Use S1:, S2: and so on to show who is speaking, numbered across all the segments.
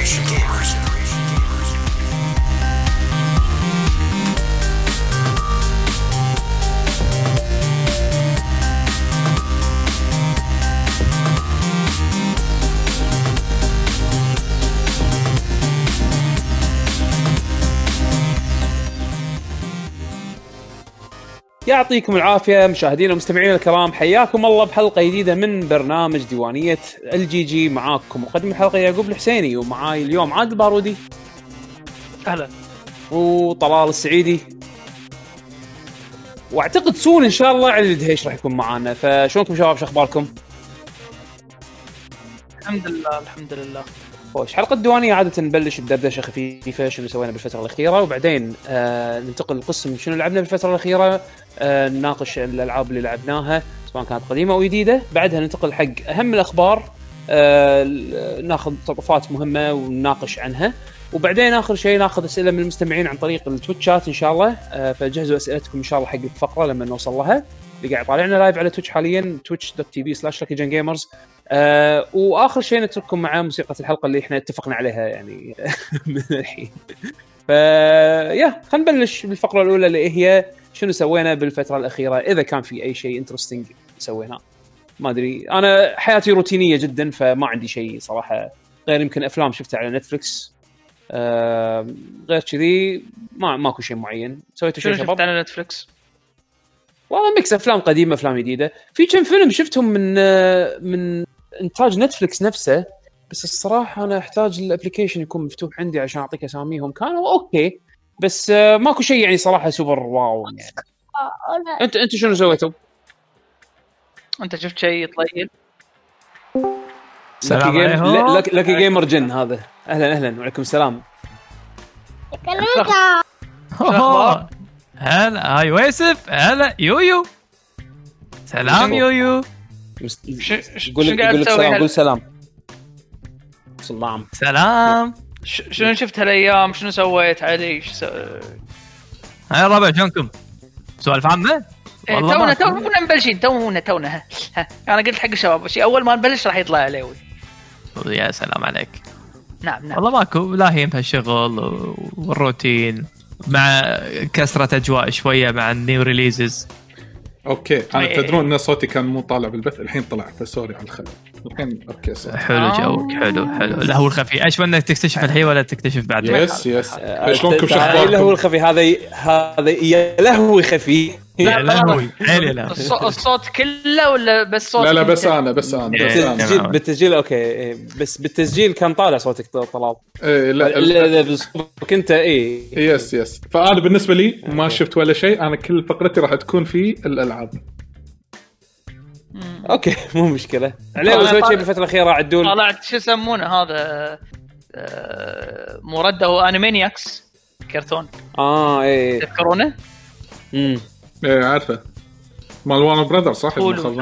S1: يعطيكم العافية مشاهدينا ومستمعينا الكرام، حياكم الله بحلقة جديدة من برنامج ديوانية الجي. معاكم مقدم الحلقة يعقوب الحسيني، ومعاي اليوم عادل البارودي.
S2: أهلا.
S1: وطلال السعيدي، واعتقد سون ان شاء الله علي الدهيش راح يكون معانا. فشلونكم شباب؟ شو اخباركم؟
S2: الحمد لله الحمد لله.
S1: خوش. حلقة الديوانية عادة نبلش بدردشة خفيفة شنو سوينا بالفترة الأخيرة، وبعدين ننتقل لقسم شنو لعبنا بالفترة الأخيرة، نناقش الألعاب اللي لعبناها سواء كانت قديمة أو جديدة. بعدها ننتقل حق أهم الأخبار، ناخذ تطرفات مهمة ونناقش عنها، وبعدين آخر شيء ناخذ أسئلة من المستمعين عن طريق التويتشات إن شاء الله. فجهزوا أسئلتكم إن شاء الله حق الفقرة لما نوصل لها، اللي قاعد طالعنا لايف على تويتش حاليا twitch.tv/luckygengamers. واخر شيء نترككم مع موسيقى الحلقه اللي احنا اتفقنا عليها يعني من الحين. يا خلينا نبلش بالفقره الاولى اللي هي شنو سوينا بالفتره الاخيره، اذا كان في اي شيء انترستينج سويناه. ما ادري، انا حياتي روتينيه جدا فما عندي شيء صراحه، غير يمكن افلام شفتها على نتفليكس. غير كذي ماكو شيء معين. سويتوا شيء شباب
S2: على نتفليكس؟
S1: والله ميكس افلام قديمه افلام جديده. في كم فيلم شفتهم من انتاج نتفليكس نفسه، بس الصراحه انا احتاج الابلكيشن يكون مفتوح عندي عشان اعطيك اساميهم. كانوا اوكي بس ماكو شيء يعني صراحه سوبر واو يعني. انت شنو سويتوا؟
S2: انت شفت شيء طيب؟
S1: السلام عليكم. لكي جيمر جن هذا. اهلا وعليكم السلام.
S3: هلا هاي ويسف. هلا يويو. سلام يويو.
S1: قول سلام. قول سلام.
S2: سلام. شنو شفت هالايام؟ شنو سويت علي؟
S3: هاي الربع شلونكم؟ سؤال عامه.
S2: تونا مبلشين. تونا انا قلت حق الشباب شيء اول ما نبلش راح يطلع عليوي.
S3: يا سلام عليك.
S2: نعم
S3: والله ماكو لاهين بهالشغل والروتين مع كسرة أجواء شوية مع النيو ريليزز.
S4: اوكي انا تدرون ان صوتي كان مو طالع بالبث، الحين طلع، فسوري على الخلل. الحين اوكي صح.
S3: حلو جوك. حلو لا هو الخفي اشوى انك تكتشف الحين ولا تكتشف بعد.
S4: يس شلونكم شخباركم؟
S1: لا هو الخفي هذا يا لهوي خفي.
S3: لا لهوي لا
S2: الصوت كله ولا بس صوت؟
S4: لا بس انا
S1: بالتسجيل اوكي بس بالتسجيل كان طالع صوتك طلال.
S4: لا
S1: كنت
S4: يس فانا بالنسبه لي ما شفت ولا شيء. انا كل فقرتي راح تكون في الالعاب.
S1: اوكي مو مشكله. عليه سويت شيء بالفتره الاخيره عدول؟
S2: طلعت شو يسمونه هذا مرده انيمينياكس كرتون.
S1: ايه
S2: تذكرونه؟
S4: ايه عارفه مال وارنر براذر صح؟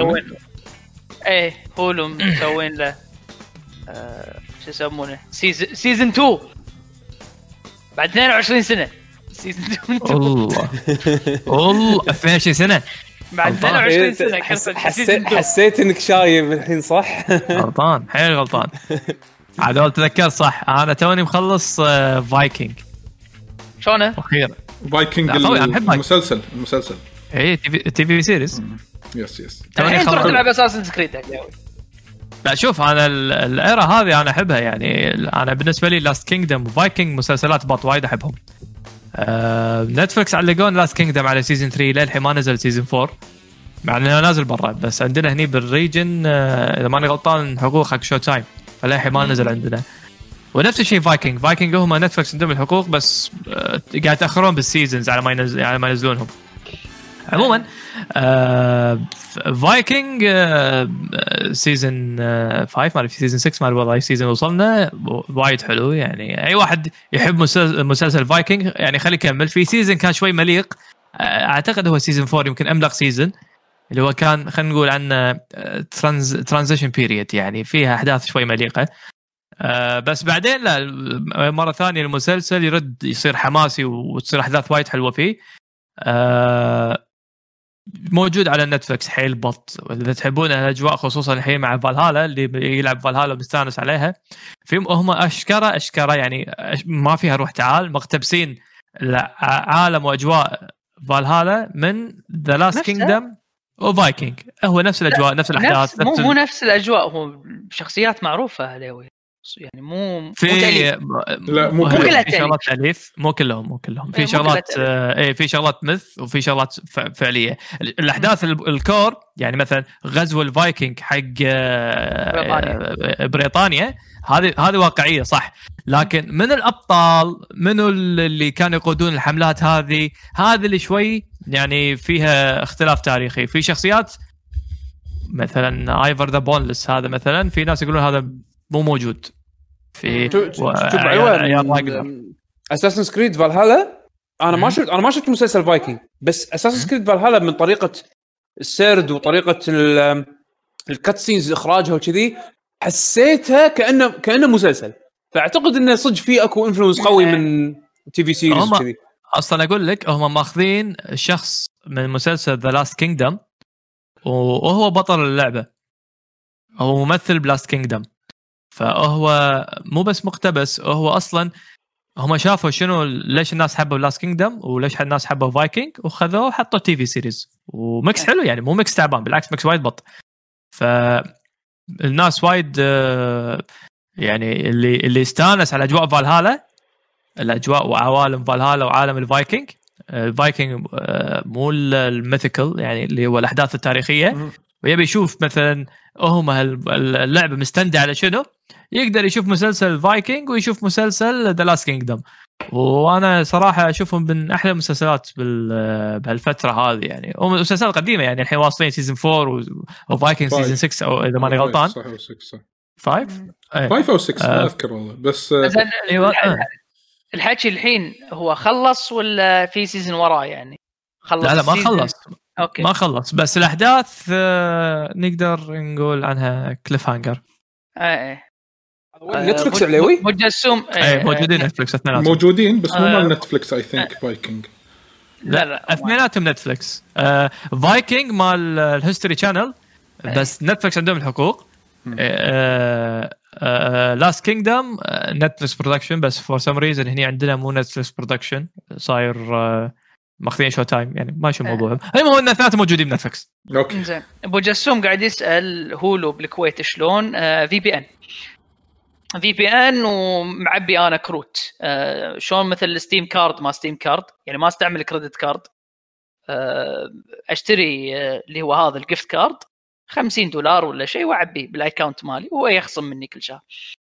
S2: هولو مسوين له شو يسمونه سيزن 2 بعد 22 سنه. سيزن 2
S3: والله 22 سنه
S2: بعد 22 سنه.
S1: حسيت انك شايب الحين صح؟
S3: غلطان حيل غلطان. عاد تذكر صح. انا توني مخلص فايكنج.
S2: شلونه؟
S3: اخيرا
S4: فايكنج المسلسل
S3: ايه تي في سيريز.
S4: يس
S2: توني خلصت تلعب اساسن كريد.
S3: لا شوف انا الايرا هذه انا احبها يعني. انا بالنسبه لي لاست كينجدم وفايكنج مسلسلات بط وايد احبهم. نتفلكس علقون لاست كينجدم على سيزن 3 للحين ما نزل سيزن 4 مع انه نازل برا، بس عندنا هني بالريجن اذا ماني غلطان حقوق حق شو تايم فللحين ما نزل عندنا. ونفس الشيء فايكنج هم نتفلكس عندهم الحقوق بس قاعد يتاخرون بالسيزونز على ما ينزلونهم. عموما فايكنج سيزن 5 ما اعرف سيزن 6 ما ادري والله سيزن وصلنا وايد حلو يعني. اي واحد يحب مسلسل فايكنج يعني خلي يكمل. في سيزن كان شوي مليق اعتقد هو سيزن 4 يمكن املق سيزن، اللي هو كان خلينا نقول عنه ترانزيشن بيريد يعني فيها احداث شوي مليقه. بس بعدين لا مره ثانيه المسلسل يرد يصير حماسي وتصير احداث وايد حلوه فيه. موجود على نتفلكس حيل بط. اذا تحبون الاجواء خصوصا الحين مع فالهالا اللي يلعب فالهالا ومستانس عليها، في هم اشكره يعني ما فيها روح تعال، مقتبسين عالم واجواء فالهالا من ذا لاست كينجدم وفايكنج. هو نفس الاجواء نفس الاحداث
S2: مو نفس الاجواء، هو شخصيات معروفه هذول يعني مو
S3: في
S4: لا مو
S3: كلها شغلات تأليف، مو كلهم في شغلات في شغلات مث وفي شغلات فعليه. الاحداث الكور يعني مثلا غزو الفايكنج حق بريطانيا هذه واقعيه صح، لكن من الابطال منو اللي كانوا يقودون الحملات هذه اللي شوي يعني فيها اختلاف تاريخي. في شخصيات مثلا ايفر ذا بونلس، هذا مثلا في ناس يقولون هذا مو موجود في
S1: اساسن كريد فالهالا. انا ما شفت مسلسل فايكنج، بس اساسن كريد فالهالا من طريقه السرد وطريقه الكاتسينز اخراجها وكذي حسيتها كانه مسلسل، فاعتقد انه صدق فيه اكو انفلونس قوي من تي في سيريز وكذي.
S3: اصلا اقول لك هم ماخذين شخص من مسلسل ذا لاست كينجدم وهو بطل اللعبه، هو ممثل بلاست كينجدم، فهو مو بس مقتبس، هو اصلا هم شافوا شنو ليش الناس حبوا لاست كينجدم وليش الناس حبوا فايكنج وخذوه وحطوا تي في سيريز وميكس حلو يعني، مو ميكس تعبان بالعكس ميكس وايد بط. فالناس وايد يعني اللي استانس على اجواء فالهالا، الاجواء وعوالم فالهالا وعالم الفايكنج. الفايكنج مو الميثيكال يعني اللي هو الاحداث التاريخيه، ويبي يشوف مثلا هم اللعبه مستندة على شنو، يقدر يشوف مسلسل فايكنج ويشوف مسلسل ذا لاست كينجدم. وانا صراحه اشوفهم من احلى المسلسلات بهالفتره هذه يعني، ومسلسلات قديمه يعني الحين واصلين سيزون 4 وفايكنج سيزون 6 او اذا ماني غلطان 5
S4: او 6 ما اذكر والله. بس
S3: ايوه
S2: الحكي الحين هو خلص ولا في سيزون وراه يعني؟ خلص؟
S3: لا ما خلص.
S2: أوكي.
S3: ما خلص، بس الاحداث نقدر نقول عنها كليف هانجر.
S1: نتفلكس عليوي
S2: مجسوم
S3: موجودين نتفلكس اثنيناتهم
S4: موجودين، بس مو مال نتفلكس اي ثينك فايكنج.
S3: لا اثنيناتهم نتفلكس. فايكنج مال الهيستوري شانل بس نتفلكس عندهم الحقوق. لاست كينجدم نتفلكس برودكشن بس فور سم ريزن هني عندنا مو نتفلكس برودكشن، صاير ماخذين شو تايم يعني ماشي الموضوع. المهم ان اثنيناتهم موجودين بنتفلكس.
S4: اوكي
S2: زين. ابو جسوم قاعد يسال هولو بالكويت شلون في بي ان ومعبي انا كروت شلون مثل ستيم كارد ما ستيم كارد يعني ما استعمل كريدت كارد، اشتري اللي هو هذا الجيفت كارد $50 ولا شيء واعبيه بالاكاونت مالي وهو يخصم مني كل شهر.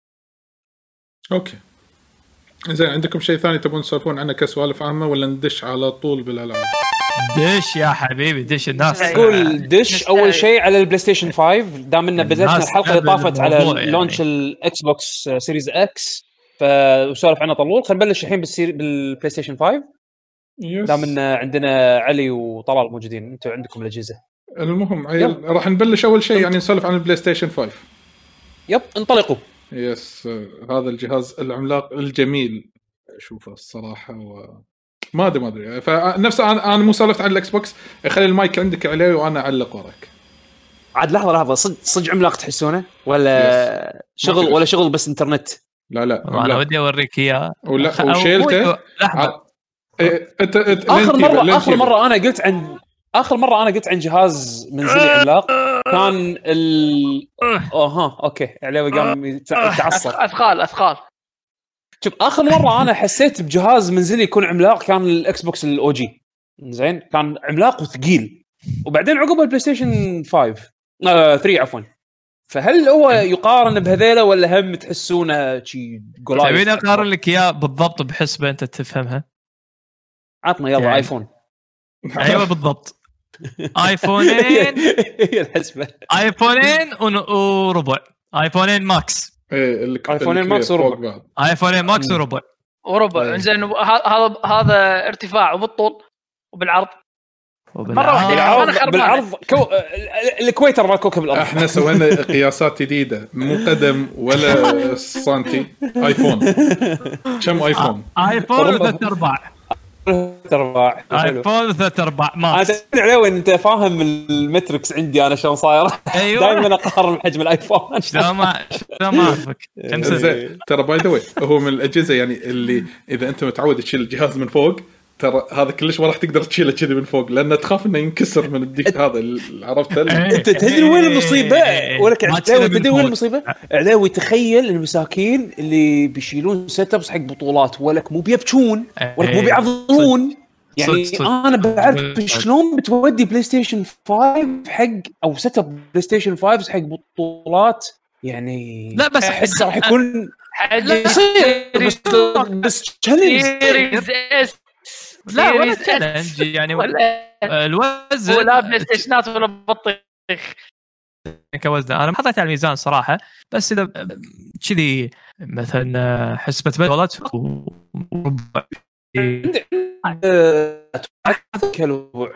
S4: اوكي زين. عندكم شيء ثاني تبون تسولفون عنه كسوالف عامه ولا ندش على طول بالالعاب؟
S3: دش يا حبيبي دش. الناس
S1: تقول دش اول شيء على البلاي ستيشن 5 دام اننا بدأنا الحلقه اللي طافت على لونش الاكس بوكس سيريز اكس فسولف عنه طلول. خلينا نبلش الحين بالبلاي ستيشن 5 دام ان عندنا علي وطلال موجودين، انتم عندكم الاجهزه.
S4: المهم راح نبلش اول شيء يعني نسولف عن البلاي ستيشن 5.
S1: يب انطلقوا.
S4: يس هذا الجهاز العملاق الجميل اشوفه الصراحه ما ادري فنفس انا مو سولفت عن الاكس بوكس. خلي المايك عندك عليه وانا اعلق وراك.
S1: عاد لحظه صدق عملاق تحسونه ولا شغل ولا شغل بس انترنت؟
S4: لا
S3: انا ودي اوريك اياه
S4: وشيلته.
S1: اخر مره انا قلت عن جهاز منزلي عملاق كان اوكي عليه قام يتعصب.
S2: اثقال
S1: شوف اخر مره انا حسيت بجهاز منزلي يكون عملاق كان الاكس بوكس الاو جي. زين كان عملاق وثقيل، وبعدين عقب البلاي ستيشن 3 عفوا. فهل هو يقارن بهذيله ولا هم تحسونه شيء قلايف؟
S3: تبيني اقارن لك اياه بالضبط بحسبه انت تفهمها؟
S1: عطنا يلا يعني. ايفون.
S3: ايوه بالضبط. ايفونين
S1: هي الحسبه.
S3: ايفونين وربع. ايفونين ماكس.
S1: ايفونين ماكس وربع.
S3: ايفونين ماكس وربع.
S2: زين هذا ارتفاع وبالطول وبالعرض مره واحده.
S1: بالعرض الكويتر مال كوكب الارض.
S4: احنا سوينا قياسات جديده مو قدم ولا سنتي. ايفون كم ايفون؟
S3: ايفون 3/4.
S1: 3/4
S3: ايفون 3/4 ماكس.
S1: انا عليه انت فاهم المتركس عندي انا شلون صاير.
S3: ايوه
S1: دائما اقارن حجم الايفون.
S3: شلون ما اعرفك كم سنه.
S4: ترى باي ذا واي هو من الاجهزه يعني اللي اذا انت متعود تشيل الجهاز من فوق ترى هذا كلش ما راح تقدر تشيله كذي من فوق لان تخاف انه ينكسر من الديك هذا عرفت.
S1: انت تدري وين المصيبه ولك علاوي تدري وين المصيبه علاوي تخيل المساكين اللي بيشيلون سيت ابس حق بطولات ولك مو بيبكون ولك مو بيعضلون يعني انا بعرف شلون بتودي بلاي ستيشن 5 حق او سيت اب بلاي ستيشن 5 حق بطولات يعني
S3: لا بس
S1: احس راح يكون بس
S2: سيريز اس
S3: لا ولا تشالنج يعني الوزن
S2: ولا بلاي ستيشنات ولا بطيخ
S3: كوزن. انا ما حطيت على الميزان صراحه بس اذا كذي مثلا حسبه بدلت
S1: كلوع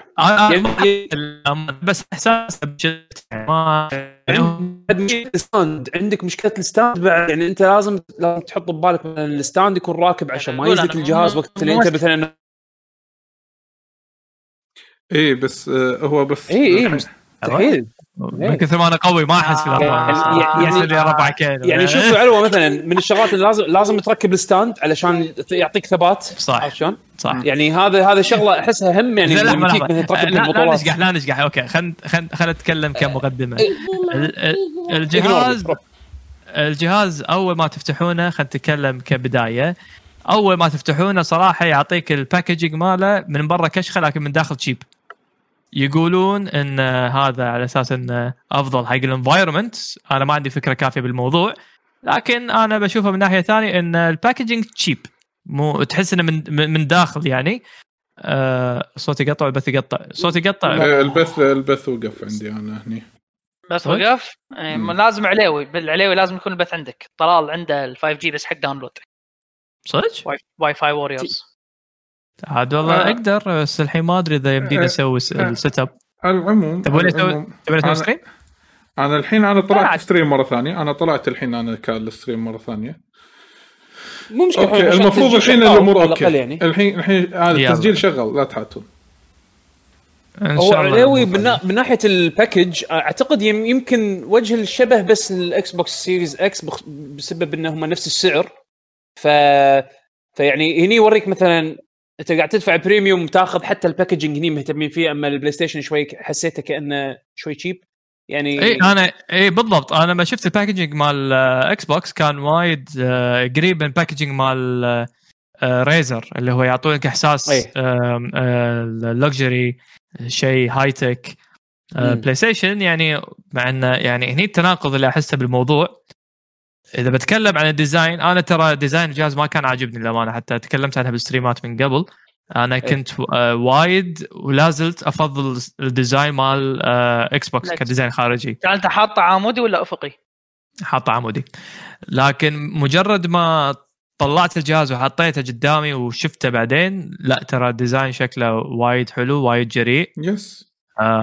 S3: بس احساس ما
S1: الستاند عندك مشكله الستاند بعد يعني انت لازم تحط ببالك ان الستاند يكون راكب عشان ما يزلك الجهاز وقت اللي انت مثلا
S4: ايه بس هو بس
S1: ايه مستحيل
S3: من كثر ما انا قوي ما احس في
S1: يعني شوفوا علوه مثلا من الشغلات اللي لازم تركب الستاند علشان يعطيك ثبات
S3: صح
S1: عشان
S3: صح
S1: يعني هذا شغله احسها هم يعني
S3: مثلا تركب البطولات لا نشقح اوكي خلينا نتكلم كمقدمه. الجهاز اول ما تفتحونه خلينا نتكلم كبدايه. اول ما تفتحونه صراحه يعطيك الباكجينج ماله من برا كشخه لكن من داخل تشيب. يقولون ان هذا على اساس انه افضل حق الانفايرمنت. انا ما عندي فكره كافيه بالموضوع لكن انا بشوفه من ناحيه ثانيه ان الباكجينج تشيب مو تحس انه من داخل يعني. صوتي يقطع البث يقطع صوتي يقطع
S4: البث وقف عندي انا هني
S2: بس وقف لازم عليوي بالعليوي لازم يكون البث عندك. طلال عنده ال5G بس حق داونلود
S3: صدق
S2: واي فاي ووريرز
S3: عاد والله اقدر بس الحين ما ادري اذا يمدينا نسوي السيت اب.
S4: العموم
S3: تبغى ستريم.
S4: انا الحين انا طلعت ستريم مره ثانيه. انا طلعت الحين انا كالستريم مره ثانيه
S1: مو مشكله.
S4: اوكي المفروض الحين الامور اوكي
S1: يعني.
S4: الحين هذا التسجيل شغل لا تحاتون.
S1: هو علوي من ناحيه الباكج اعتقد يمكن وجه الشبه بس الاكس بوكس سيريز اكس بسبب انهم نفس السعر فيعني هني يوريك مثلا انت قاعد تدفع بريميوم تاخذ حتى الباكجينج هني مهتمين فيه. اما البلاي ستيشن شوي حسيته كانه شوي تشيب يعني.
S3: اي بالضبط. انا ما شفت الباكجينج مال اكس بوكس كان وايد قريب من باكجينج مال ريزر اللي هو يعطونك احساس اللكجري شيء هاي تك. بلاي ستيشن يعني مع انه يعني هني التناقض اللي احسه بالموضوع. اذا بتكلم عن الديزاين انا ترى ديزاين الجهاز ما كان عاجبني للامانه حتى تكلمت عنها بالستريمات من قبل. انا كنت وايد ولازلت افضل الديزاين مال اكس بوكس كديزاين خارجي.
S2: انت حاطه عمودي ولا افقي؟
S3: حاطه عمودي لكن مجرد ما طلعت الجهاز وحطيته قدامي وشفته بعدين لا ترى الديزاين شكله وايد حلو وايد جريء
S4: يس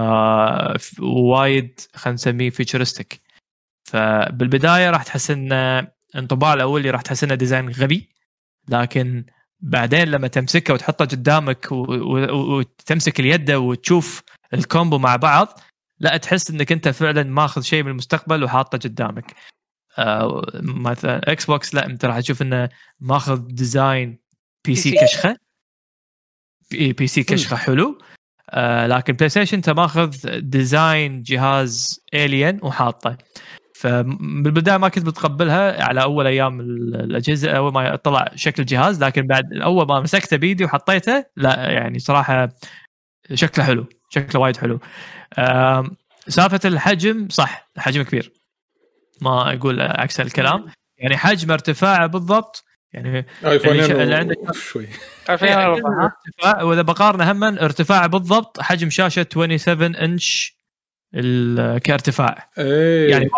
S3: وايد خلينا نسميه فيتشرستيك. فبالبدايه راح تحس ان انطباع الاولي راح تحس انه ديزاين غبي لكن بعدين لما تمسكه وتحطه قدامك وتمسك اليد وتشوف الكومبو مع بعض لا تحس انك انت فعلا ماخذ شيء من المستقبل وحاطه قدامك. مثلا اكس بوكس لا انت راح تشوف انه ماخذ ديزاين بي سي كشخه بي سي كشخه حلو. لكن بلاي ستيشن انت ماخذ ديزاين جهاز الين وحاطه. فبالبدايه ما كنت بتقبلها على اول ايام الاجهزه اول ما طلع شكل الجهاز لكن بعد اول ما مسكته بيدي وحطيته لا يعني صراحه شكله حلو شكله وايد حلو. سالفه الحجم صح حجم كبير ما اقول عكس الكلام يعني حجم ارتفاعه بالضبط يعني اللي عندك
S4: شوي
S3: ارتفاع واذا بقارنه هم ارتفاع بالضبط حجم شاشه 27 انش كارتفاع يعني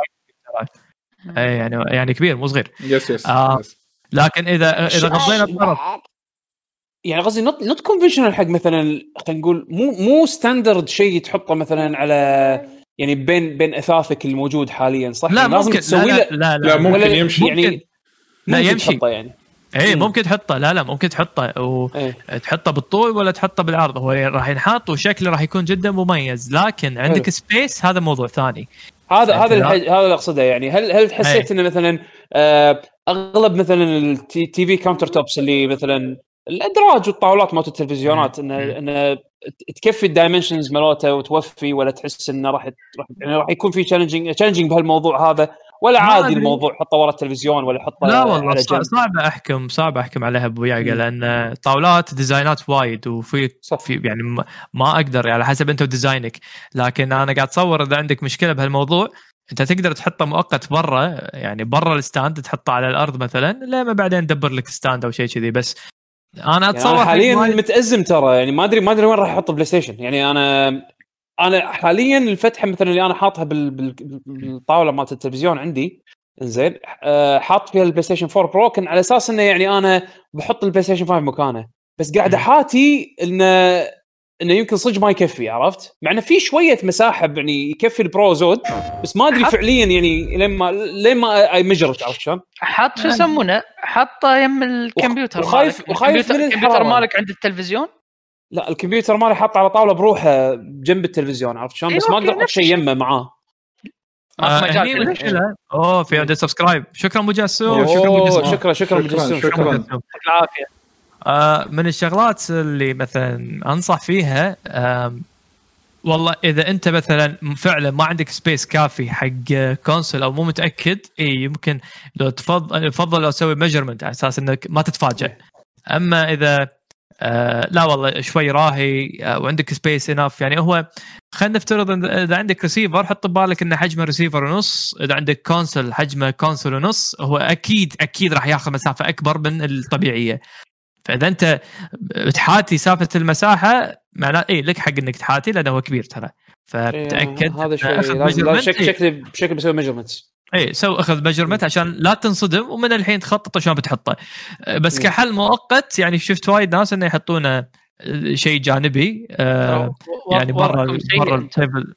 S3: يعني كبير مو صغير.
S4: يس
S3: لكن اذا غضينا الطرف
S1: يعني قصدي نوت كونفنشنال حق مثلا خلينا نقول مو ستاندرد شيء تحطه مثلا على يعني بين اثاثك الموجود حاليا صح.
S3: لا
S1: يعني لازم تسوي له
S3: لا
S4: ممكن يمشي
S1: يعني
S3: لا يمشي
S1: يعني
S3: اي ممكن تحطه، لا ممكن تحطه وتحطه بالطول ولا تحطه بالعرض، هو راح ينحط وشكله راح يكون جدا مميز، لكن عندك سبيس هذا موضوع ثاني.
S1: هذا اللي اقصده يعني. هل حسيت انه مثلا اغلب مثلا التي في كاونتر توبس اللي مثلا الادراج والطاولات مالت التلفزيونات انه تكفي الدايمنشنز مالته وتوفي، ولا تحس انه راح يكون في تشالنجينج بهالموضوع هذا، ولا عادي الموضوع حطه ورا التلفزيون ولا حطه
S3: لا والله
S1: على جنب؟
S3: صعب احكم عليها بوياقه، لان طاولات ديزاينات وايد وفي يعني ما اقدر على حسب انت وديزاينك، لكن انا قاعد اتصور اذا عندك مشكله بهالموضوع انت تقدر تحطه مؤقت برا، يعني برا الستاند تحطه على الارض مثلا لما بعدين تدبر لك ستاند او شيء كذي. بس انا اتصور
S1: يعني حاليا متأزم ترى، يعني ما ادري وين راح احط بلاي ستيشن. يعني انا حاليا الفتحه مثلا اللي انا حاطها بالطاوله مالت التلفزيون عندي زين، حاط فيها البلاي ستيشن 4 برو، كان على اساس انه يعني انا بحط البلاي ستيشن 5 مكانه، بس قاعد احاتي انه يمكن صدق ما يكفي، عرفت؟ مع انه في شويه مساحه يعني يكفي البرو زود، بس ما ادري فعليا يعني لين ما اي ميجرت، عرفت شلون؟
S2: حط شو يسمونه، حطه يم الكمبيوتر
S1: وخايف من
S2: الكمبيوتر مالك عند التلفزيون.
S1: لا الكمبيوتر مالي حاط على طاوله بروحه جنب التلفزيون، عرفت شلون؟ بس ما اقدر احط شيء يمه معاه.
S2: ما مجال
S3: مشكله. في عندي سبسكرايب. شكرا ابو جاسوس.
S1: شكرا ابو جاسوس،
S2: شكرا العافيه.
S3: من الشغلات اللي مثلا انصح فيها، والله اذا انت مثلا فعلا ما عندك سبيس كافي حق كونسول او مو متاكد، يمكن لو تفضل اسوي ميجرمنت على اساس انك ما تتفاجئ. اما اذا لا والله شوي راهي وعندك سبيس اناف، يعني هو خلينا نفترض اذا عندك ريسيفر حط ببالك انه حجمه ريسيفر ونص، اذا عندك كونسول حجمه كونسول ونص، هو اكيد راح ياخذ مسافه اكبر من الطبيعيه. فاذا انت تحاتي سافه المساحه معناه لك حق انك تحاتي لانه هو كبير ترى، فتاكد
S1: هذا شيء لازم شكل بسوي ميجرمنتس.
S3: اخذ ميجرمنت عشان لا تنصدم، ومن الحين تخطط شلون بتحطه. بس كحل مؤقت يعني شفت وايد ناس انه يحطونه شيء جانبي، يعني برا التيبل.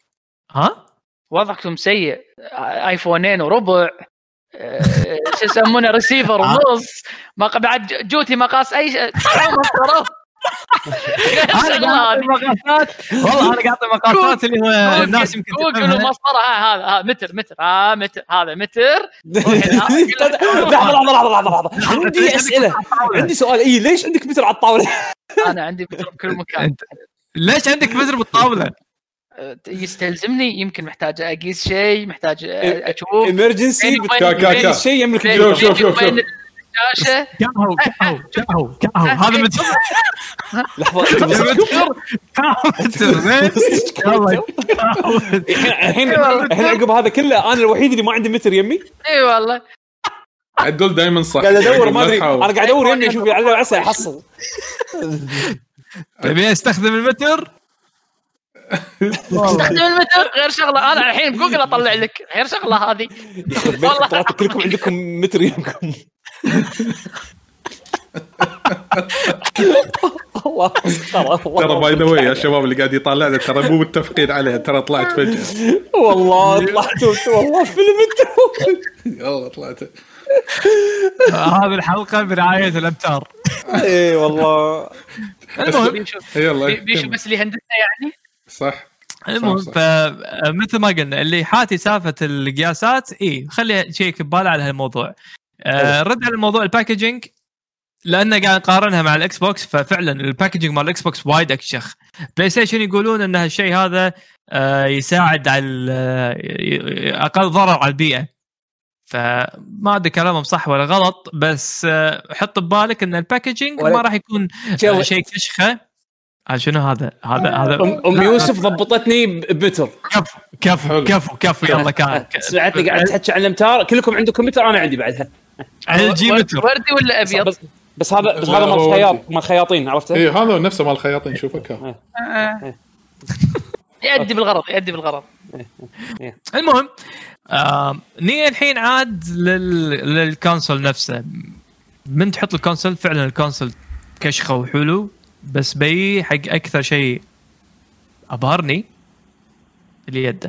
S2: وضعكم سيء. ايفونين وربع، شو يسمونه ريسيفر ونص، ما بعد جوتي مقاس اي شيء.
S3: انا مقاسات، والله انا قاعد مقاسات اللي هو الناس يمكن
S2: تقولوا مسطره هذا متر هذا متر.
S1: لحظه عندي اسئله، عندي سؤال. ليش عندك متر على الطاوله؟
S2: انا عندي متر بكل مكان.
S3: ليش عندك متر بالطاوله؟
S2: يستلزمني، يمكن محتاج اقيس شيء، محتاج اشوف
S1: امرجنسي بتقيس شيء يملك.
S2: شوف الشاشه.
S3: كاهو هذا متر.
S1: لحظه الحين عقب هذا كله انا الوحيد اللي ما عندي متر يمي.
S2: اي والله
S4: عدل دائما صح.
S1: قاعد ادور ما ادري، انا قاعد ادور يمي اشوف على عسى احصل.
S3: تبي استخدم المتر؟
S2: استخدم المتر غير شغله. انا الحين بجوجل اطلع لك غير شغله هذه.
S1: والله طلعت كلكم عندكم متر يمكم. الله
S4: ترى باي ذا واي يا شباب اللي قاعد يطالعنا ترى مو متفقين عليه، ترى طلعت فجأة.
S1: والله طلعت والله فيلم انت.
S4: يلا طلعت.
S3: هذه الحلقة برعاية الأبتار.
S1: اي والله.
S3: المهم
S2: بيشو بس اللي هندسة يعني.
S4: صح.
S3: المهم فمثل ما قلنا اللي حاتي سالفة القياسات خلي شيء بباله على هالموضوع. رد على موضوع الباكجينج، لأنه قاعد نقارنها مع الإكس بوكس، ففعلا الباكجينج مال الإكس بوكس وايد أكشخ. بلاي ستيشن يقولون أن هالشيء هذا يساعد على أقل ضرر على البيئة، فما أدري كلامهم صح ولا غلط، بس حط ببالك أن الباكجينج ما راح يكون شيء كشخة. شنو هذا
S1: يوسف ضبطتني بمتر.
S3: كفو يلا كان
S1: سمعتني قاعد تحكي عن الامتار، كلكم عندكم متر انا عندي بعدها
S3: الجي متر
S2: وردي ولا ابيض.
S1: بس هذا مال الخياطين عرفته.
S4: هذا نفسه مال الخياطين. شوفك
S2: يؤدي بالغرض.
S3: المهم نيجي الحين عاد للكونسول نفسه. من تحط الكونسول فعلا الكونسول كشخه وحلو، بس بي حق اكثر شيء ابهرني اللي يده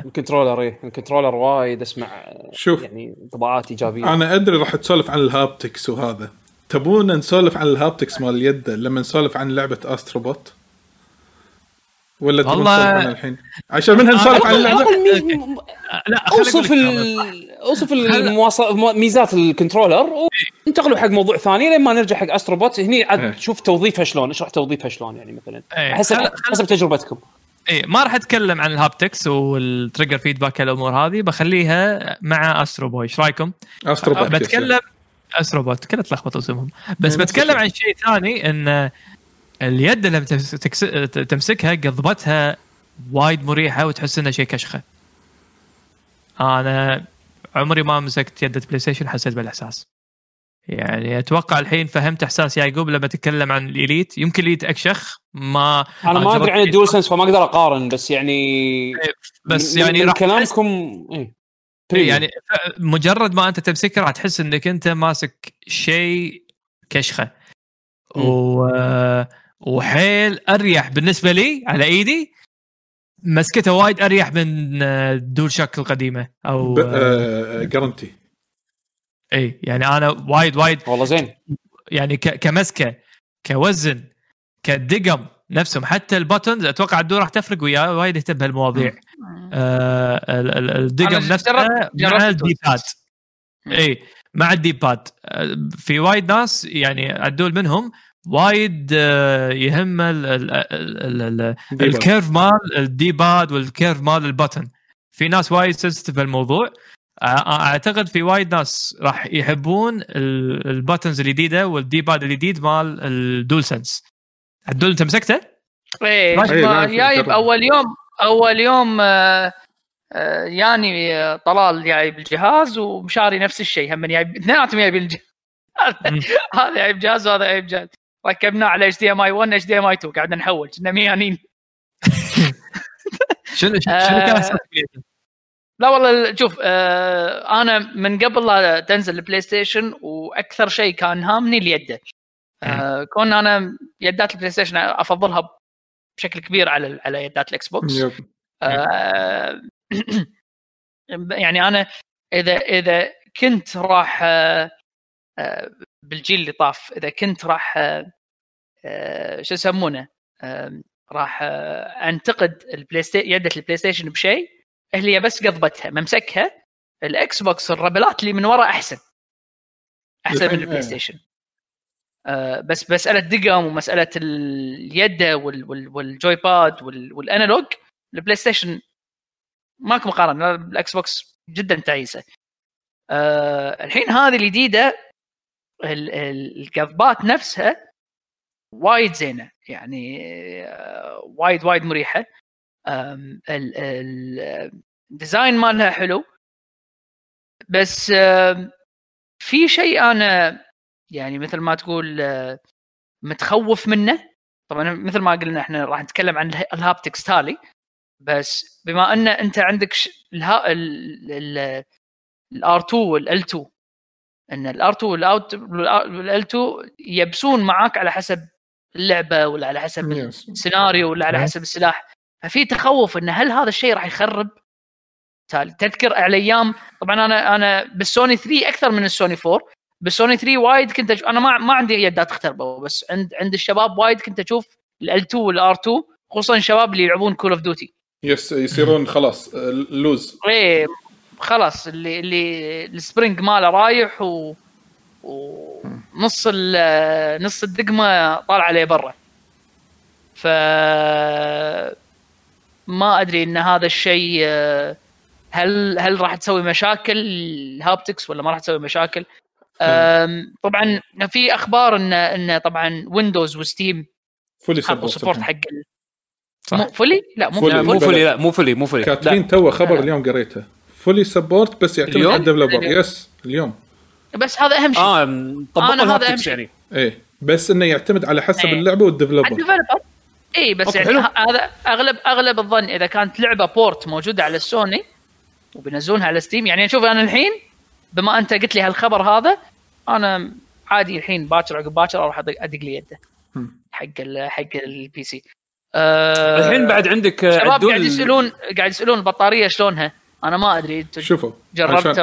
S1: الكنترولر وايد اسمع
S4: شوف
S1: يعني طباعات ايجابيه.
S4: انا ادري راح تسولف عن الهابتكس وهذا، تبون نسولف عن الهابتكس مال اليد لما نسولف عن لعبه استروبوت ولا تبون نسولف عن الحين عشان منها نسولف عن اللعبه؟
S3: لا
S1: اوصف ميزات الكنترولر وانتقلوا حق موضوع ثاني لما نرجع حق استروبوت. هني عاد شوف توظيفها شلون، اشرح توظيفها شلون يعني مثلا حسب تجربتكم.
S3: ما راح اتكلم عن الهابتكس والتريجر فيدباك الامور هذه، بخليها مع استروبوي. ايش رايكم؟
S4: استروبوت
S3: بتكلم استروبوت كلها تلخبط اسمهم، بس بتكلم عن شيء ثاني، ان اليد لما تمسكها قضبتها وايد مريحه وتحس انها شيء كشخه. انا عمري ما مسكت يدة بلاي ستيشن حسيت بالاحساس. يعني اتوقع الحين فهمت احساس يعقوب لما تتكلم عن الإليت. يمكن الإليت اكشخ، ما
S1: انا ما ادري عن الدول سنس فما اقدر اقارن، بس يعني
S3: بس يعني
S1: من كلامكم
S3: يعني مجرد ما انت تمسكه راح تحس انك انت ماسك شيء كشخه وحيل اريح بالنسبه لي على ايدي. مسكته وايد اريح من دول شك القديمه او
S4: جارنتي.
S3: اي يعني انا وايد
S1: والله زين
S3: يعني كمسكه كوزن كدقم نفسهم. حتى الباتونز اتوقع الدور راح تفرق وياه وايد. اهتم بهالمواضيع. الدقم نفسها مع الديباد. اي مع الديباد في وايد ناس يعني عدول منهم وايد يهم الكيرف مال الديباد والكيرف مال الباتن. في ناس وايد سنسيتيف بالموضوع. اعتقد في وايد ناس راح يحبون الباتنز الجديده والديباد الجديد مال الدول سنس. الدول انت مسكته؟
S2: ايه جايب اول يوم يعني طلال جايب الجهاز ومشاري نفس الشيء. هم جايب اثنيناتهم جايب الجهاز. هذا جايب جهاز وهذا جايب جهاز. ركبنا على HDMI 1 HDMI 2 قاعدين نحول كنا ميانين.
S3: شنو كان
S2: لا والله شوف انا من قبل لا تنزل البلاي ستيشن واكثر شيء كان هامني اليد. كون انا يدات البلاي ستيشن افضلها بشكل كبير على يدات الاكس بوكس. يعني انا اذا كنت راح بالجيل اللي طاف، اذا كنت راح شو يسمونه راح انتقد يدة البلاي ستيشن بشيء هي بس قضبتها ممسكها. الاكس بوكس الربلات اللي من وراء احسن من البلاي ستيشن. بس مساله دقم ومساله اليد والجوي باد والانالوج البلاي ستيشن ماكو مقارنه. الاكس بوكس جدا تعيسه. الحين هذه الجديده القضبات نفسها وايد زينه يعني وايد مريحه. الديزاين مالها حلو. بس في شيء انا يعني مثل ما تقول متخوف منه. طبعا مثل ما قلنا احنا راح نتكلم عن الهابتكس تالي، بس بما ان انت عندك الR2 والL2 ان الR2 والL2 يبسون معاك على حسب اللعبه ولا على حسب السيناريو ولا على حسب السلاح. ففي تخوف ان هل هذا الشيء راح يخرب تالي. تذكر على ايام طبعا انا بالسوني 3 اكثر من السوني 4. بالسوني 3 وايد كنت انا ما عندي يدات تختربوا، بس عند الشباب وايد كنت اشوف الL2 والR2 خصوصا الشباب اللي يلعبون كول اوف ديوتي
S4: يصيرون خلاص لوز.
S2: ايه خلاص اللي السبرينج ماله رايح ونص نص الدقمه طالع عليه برا. ف ما ادري ان هذا الشيء هل راح تسوي مشاكل الهابتكس ولا ما راح تسوي مشاكل. طبعا في اخبار ان طبعا ويندوز وستيم
S4: فولي
S2: سبورت حق فولي
S1: مو فولي
S4: كاتبين تو خبر اليوم قريته فولي سبورت بس يعتمد على الديفلوبر. يس اليوم
S2: بس هذا اهم شيء.
S1: طبقوا الهابتكس يعني
S4: ايه بس انه يعتمد على حسب اللعبه والديفلوبر.
S2: اي بس يعني هذا اغلب الظن اذا كانت لعبه بورت موجوده على السوني وبنزلونها على ستيم. يعني شوف انا الحين بما انت قلت لي هالخبر هذا انا عادي الحين باكر عقب باكر اروح ادق لي يده حق البي سي.
S1: الحين بعد عندك
S2: شباب قاعد يسالون البطاريه شلونها. انا ما ادري انتم
S4: شوفوا
S2: جربتوا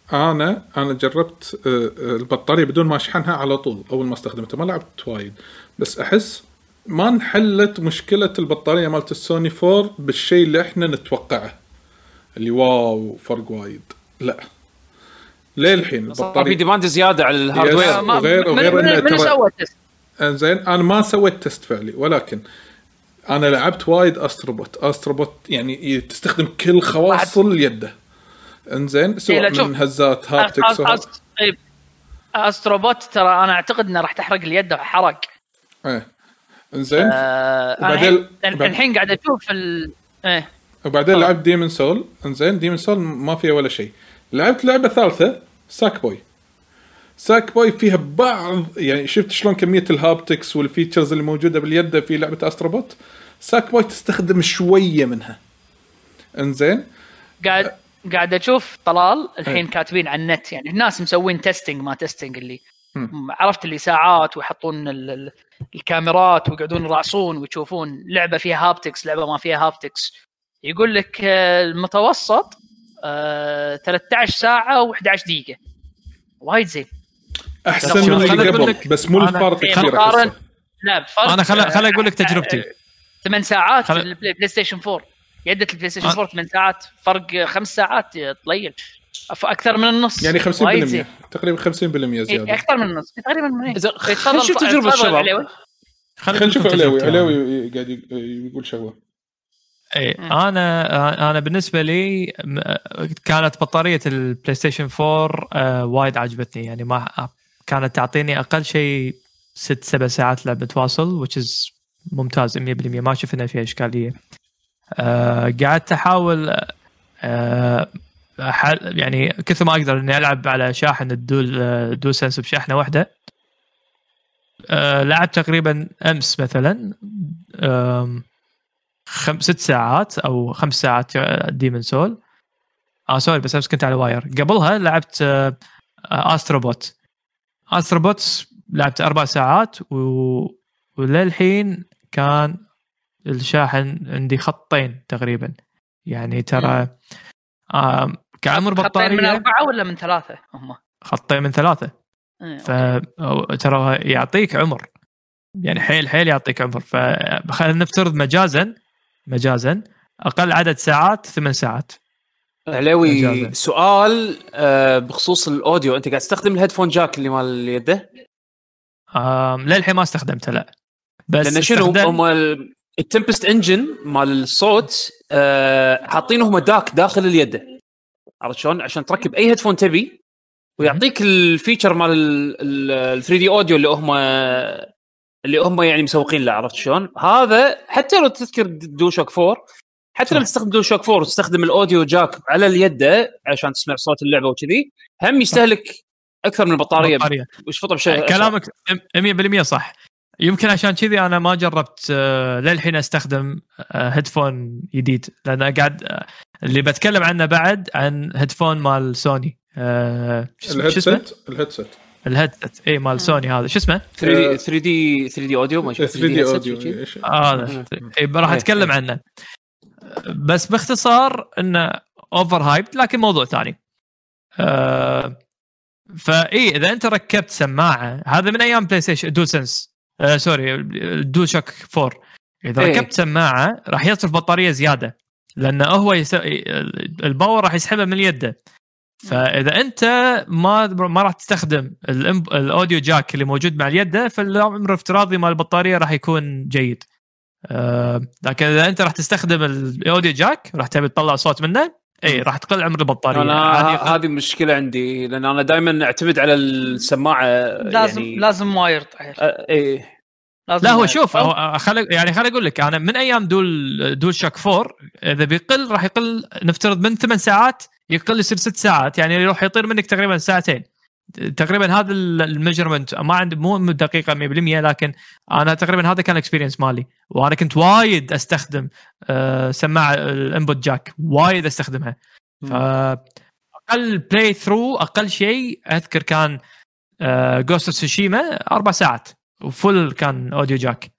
S4: انا جربت البطاريه بدون ما اشحنها على طول اول ما استخدمتها، ما لعبت وايد، بس احس ما انحلت مشكله البطاريه مالت السوني 4 بالشيء اللي احنا نتوقعه، اللي واو فرق وايد. لا ليه الحين
S1: في
S4: البطاريه
S1: ديماند زياده على الهاردوير.
S4: وغير
S2: من سوى تست؟
S4: زين انا ما سويت تست فعلي، ولكن انا لعبت وايد استروبوت يعني تستخدم كل خواص اليده. انزين سواء من هزات هابتكس
S2: استروبوت ترى انا اعتقد انه راح تحرق اليد وحرق.
S4: انزين
S2: وبعدين الحين قاعد اشوف
S4: وبعدين لعبت ديمن سول. انزين ديمن سول ما فيها ولا شيء. لعبت لعبه ثالثه ساك بوي فيها بعض يعني شفت شلون كميه الهابتكس والفيتشرز اللي موجوده باليد في لعبه استروبوت. ساك بوي تستخدم شويه منها. انزين
S2: قاعد اشوف طلال الحين كاتبين على النت، يعني الناس مسوين تيستينج ما تيستينج اللي عرفت اللي ساعات ويحطون الكاميرات ويقعدون يرعصون ويشوفون لعبه فيها هابتكس لعبه ما فيها هابتكس. يقول لك المتوسط 13 ساعه و11 دقيقه، وايد زين،
S4: احسن من اللي قبل، بس مو الفرق كثير.
S2: لا فرق.
S3: انا خل اقول لك تجربتي.
S2: 8 ساعات البلاي ستيشن 4 يدة البلاي ستيشن 4 8 ساعات، فرق 5 ساعات طليل اكثر من النص،
S4: يعني 50% تقريبا 50% زياده،
S2: اكثر من النص تقريبا.
S1: خلينا نشوف تجربه الشباب.
S4: خلينا نشوف علوي قاعد يقول شغله.
S3: انا بالنسبه لي كانت بطاريه البلاي ستيشن 4 وايد عجبتني، يعني ما كانت تعطيني اقل شيء 6-7 ساعات لعب متواصل which is ممتاز 100%، ما شفنا فيها اشكاليه. قعدت احاول يعني كثر ما اقدر اني العب على شاحن الدول سنس بشحنه واحده. لعبت تقريبا امس مثلا 6 ساعات او 5 ساعات ديمن سول. سوري بس امس كنت على واير. قبلها لعبت استروبوت لعبت 4 ساعات وللحين كان الشاحن عندي خطين تقريبا، يعني ترى كعمر بطارية.
S2: خطين من 4 ولا من 3؟ هم
S3: خطين من 3. فترى يعطيك عمر، يعني حيل يعطيك عمر. فخلينا نفترض مجازا أقل عدد ساعات 8 ساعات.
S1: علاوي
S3: مجازاً.
S1: سؤال بخصوص الأوديو، أنت قاعد تستخدم الهيدفون جاك اللي مال يده؟
S3: للحين ما استخدمته لا، بس
S1: لأن شنو هم التمبست انجن مال الصوت حاطينه هم داخل اليد، عرفت شلون؟ عشان تركب اي هيدفون تبي ويعطيك الفيتشر مال ال 3 دي اوديو اللي هم يعني مسوقين له، عرفت شلون؟ هذا حتى لو تذكر دو شوك 4، حتى لو تستخدم دو شوك 4 وتستخدم الاوديو جاك على اليد عشان تسمع صوت اللعبه وكذي، هم يستهلك اكثر من البطاريه. وش فطر بشيء
S3: كلامك 100% صح. يمكن عشان كذي انا ما جربت للحين استخدم هيدفون جديد، لان قاعد اللي بتكلم عنه بعد عن هيدفون مال سوني. الهيدسет اي مال سوني. هذا شو اسمه
S1: 3 دي اوديو، ما
S4: 3 دي اوديو
S3: هذا راح اتكلم عنه. بس باختصار انه اوفر هايب، لكن موضوع ثاني. فاي اذا انت ركبت سماعه، هذا من ايام بلاي ستيشن دول سنس سوري دول شوك 4، اذا ركبت سماعه راح يصرف بطاريه زياده، لانه هو الباور راح يسحبه من يده. فاذا انت ما راح تستخدم الاوديو جاك اللي موجود مع اليد، فالعمر الافتراضي مال البطاريه راح يكون جيد. لكن اذا انت راح تستخدم الاوديو جاك راح تبي تطلع صوت منه، اي راح تقل عمر البطاريه.
S1: هذه مشكله عندي، لان انا دائما اعتمد على السماعه.
S2: لازم واير طاير.
S1: ايه
S3: لا هو شوف خلي اقول لك، انا من ايام دول شوك 4 اذا بيقل راح يقل، نفترض من 8 ساعات يقل يصير 6 ساعات، يعني يروح يطير منك تقريبا ساعتين تقريبا. هذا الميجرمنت ما عندي مو دقيقه 100%، لكن انا تقريبا هذا كان اكسبيرينس مالي. وانا كنت وايد استخدم سماعه الانبوت جاك، وايد استخدمها. فاقل بلاي ثرو اقل شيء اذكر كان جوست سوشيما 4 ساعات وفل كان اوديو جاك.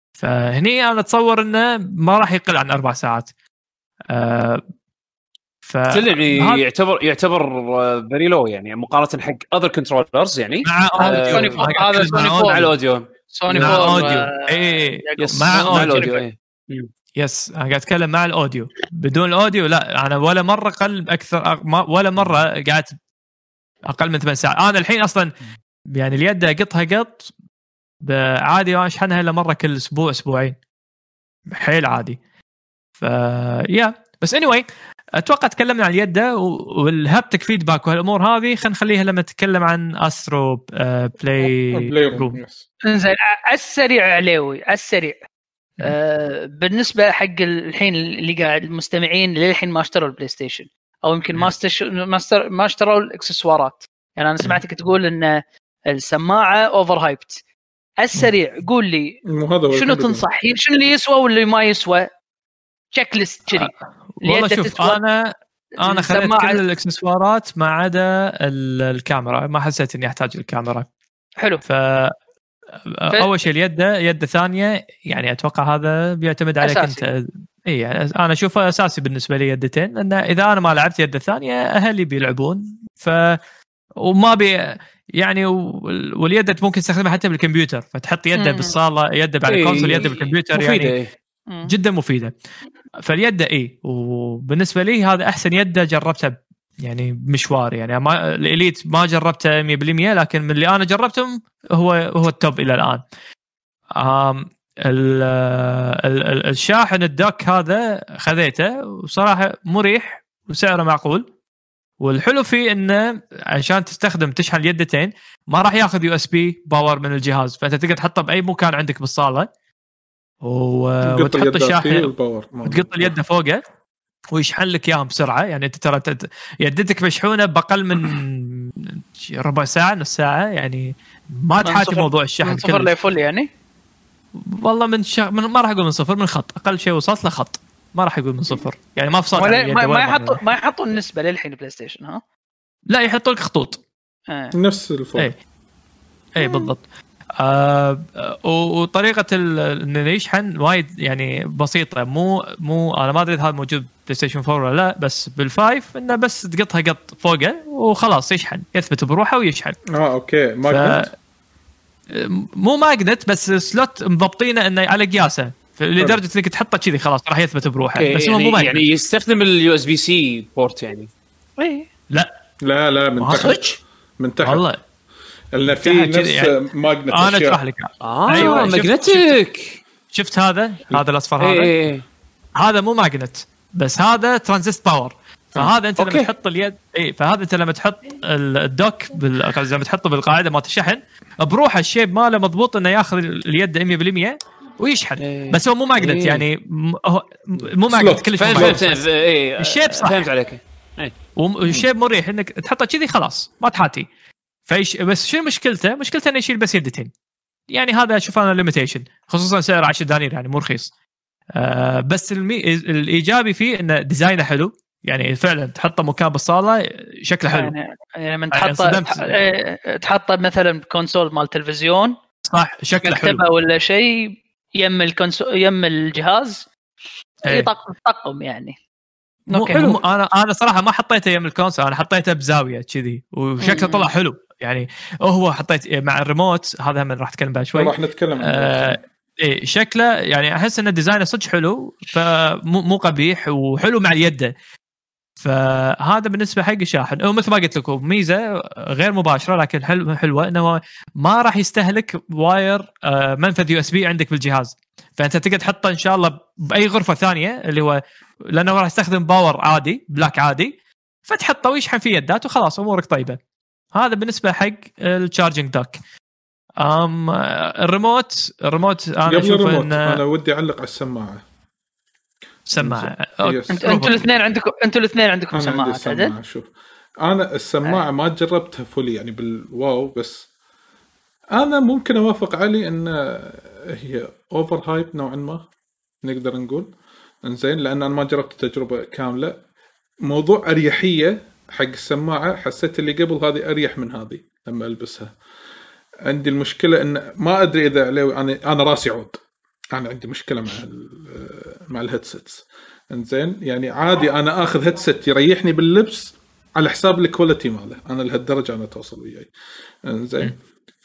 S3: فهني انا اتصور انه ما راح يقل عن 4 ساعات.
S1: يعني يعتبر فيري لو يعني مقارنه حق اذر كنترولرز يعني
S2: هذا سوني
S1: مع الاوديو
S2: سوني
S3: مع
S2: فور
S3: اوديو
S1: مع الاوديو
S3: يس انا قاعد اتكلم مع الاوديو. بدون الاوديو لا انا ولا مره قل اكثر ولا مره قعدت اقل من 8 ساعات. انا الحين اصلا يعني اليد اقطها قط عادي ما اشحنها الا مره كل اسبوع اسبوعين حيل عادي. يا بس anyway اتوقع تكلمنا عن اليد والهابتك فيدباك والامور هذه. خلينا نخليها لما نتكلم عن استرو بلاي روم.
S2: انزين السريع عليوي السريع. بالنسبه حق الحين اللي قاعد المستمعين للحين ما اشتروا البلاي ستيشن او يمكن ما اشتروا الاكسسوارات. يعني انا سمعتك تقول ان السماعه اوفر هايبت. السريع قول لي شنو تنصح شنو اللي يسوى واللي ما يسوى تشيك ليست كذي.
S3: والله شوف انا خليت كل الاكسسوارات ما عدا الكاميرا. ما حسيت اني احتاج الكاميرا.
S2: حلو.
S3: اول شيء يد ثانيه يعني اتوقع هذا بيعتمد عليك انت. اي انا اشوفه اساسي بالنسبه لي يدتين لان اذا انا ما لعبت يد الثانيه اهلي بيلعبون وما يعني واليد ممكن تستخدمها حتى بالكمبيوتر فتحط يده بالصاله يده على الكونسول يده بالكمبيوتر يعني جدا مفيده. فاليد وبالنسبه لي هذا احسن يد جربتها يعني مشوار. يعني ما الاليت ما جربته 100% لكن من اللي انا جربتهم هو التوب الى الان. الشاحن الدوك هذا خذيته وصراحه مريح وسعره معقول. والحلو فيه انه عشان تشحن اليدتين ما راح ياخذ USB باور من الجهاز فانت تقدر تحطه باي مكان عندك بالصاله وتحط الشاحن وتقط اليد فوقه ويشحن لك اياهم بسرعه. يعني انت ترى يدتك مشحونه باقل من ربع ساعه نص ساعه يعني ما تحاتي موضوع الشحن
S2: من صفر لفل يعني.
S3: والله ما راح اقول من صفر من خط اقل شيء وصلت لخط ما راح يقول من صفر يعني ما فصلت
S2: ما يحطوا النسبه للحين بلاي ستيشن ها
S3: لا يحطوا لك خطوط
S4: نفس الفوق
S3: اي بالضبط. وطريقه انه يشحن وايد يعني بسيطه مو انا ما ادري هذا موجود بلاي ستيشن 4 ولا لا بس بالفايف انه بس تقطها قط فوقه وخلاص يشحن يثبت بروحه ويشحن.
S4: اوكي ماجنت
S3: مو ماجنت بس سلوت مضبطينه انه على قياسه لدرجه انك تحطه كذي خلاص راح يثبت بروحه. بس هو مو
S1: يعني يستخدم اليو اس بي سي بورت يعني.
S2: اي
S4: لا من تحت
S3: والله
S4: اللي في نفس يعني ماجنت.
S3: انا اشرح لك.
S1: ايوه ماجنتيك.
S3: شفت هذا الاصفر هذا مو ماجنت بس هذا ترانزست باور. فهذا انت لما تحط اليد فهذا انت لما تحط الدوك زي ما تحطه بالقاعده ما تشحن بروحه الشيب ماله مضبوط انه ياخذ اليد 100% ويشحن. بس هو مو ماجنت يعني مو ماجنت كلش. الشيب صح
S1: فهمت عليك.
S3: والشيب مريح انك تحطه كذي خلاص ما تحاتي. بس شو مشكلته انه يشيل بس يدتين. يعني هذا اشوف انا ليميتيشن خصوصا سعر 10 دنانير يعني مو رخيص. بس الايجابي فيه انه ديزاينه حلو يعني فعلا تحطه مكان بالصاله شكله حلو.
S2: يعني من تحطه مثلا كونسول مال تلفزيون
S3: صح شكله حلو
S2: ولا شيء يم الكونسول يم الجهاز يطقم يعني.
S3: انا صراحه ما حطيته يم الكونسول انا حطيته بزاويه كذي وشكله طلع حلو يعني. هو حطيت مع الريموت هذا من راح نتكلم بعد شوي
S4: راح نتكلم
S3: شكله يعني احس ان الديزاين صدق حلو فمو قبيح وحلو مع اليد. فهذا بالنسبه حق الشاحن ومثل ما قلت لكم ميزه غير مباشره لكن حلوه انه ما راح يستهلك واير منفذ يو اس بي عندك بالجهاز. فانت تقدر تحطه ان شاء الله باي غرفه ثانيه اللي هو لانه راح يستخدم باور عادي بلاك عادي فتحطه ويشحن في يدات وخلاص امورك طيبه. هذا بالنسبه حق التشارجنج دوك. الريموت انا اشوف ان
S4: انا ودي اعلق على السماعه.
S2: انتوا الاثنين عندكم سماعه.
S4: شوف انا السماعه ما جربتها فولي يعني بالواو بس انا ممكن اوافق علي ان هي اوفر هايب نوعا ما نقدر نقول انزين لان انا ما جربت تجربه كامله. موضوع اريحيه حق السماعه حسيت اللي قبل هذه اريح من هذه لما البسها. عندي المشكله ان ما ادري اذا انا راسي عود. انا عندي مشكله مع الهيدسيتس انزين يعني عادي انا اخذ هيدسيت يريحني باللبس على حساب الكواليتي ماله، انا لهالدرجه انا توصل وياي. انزين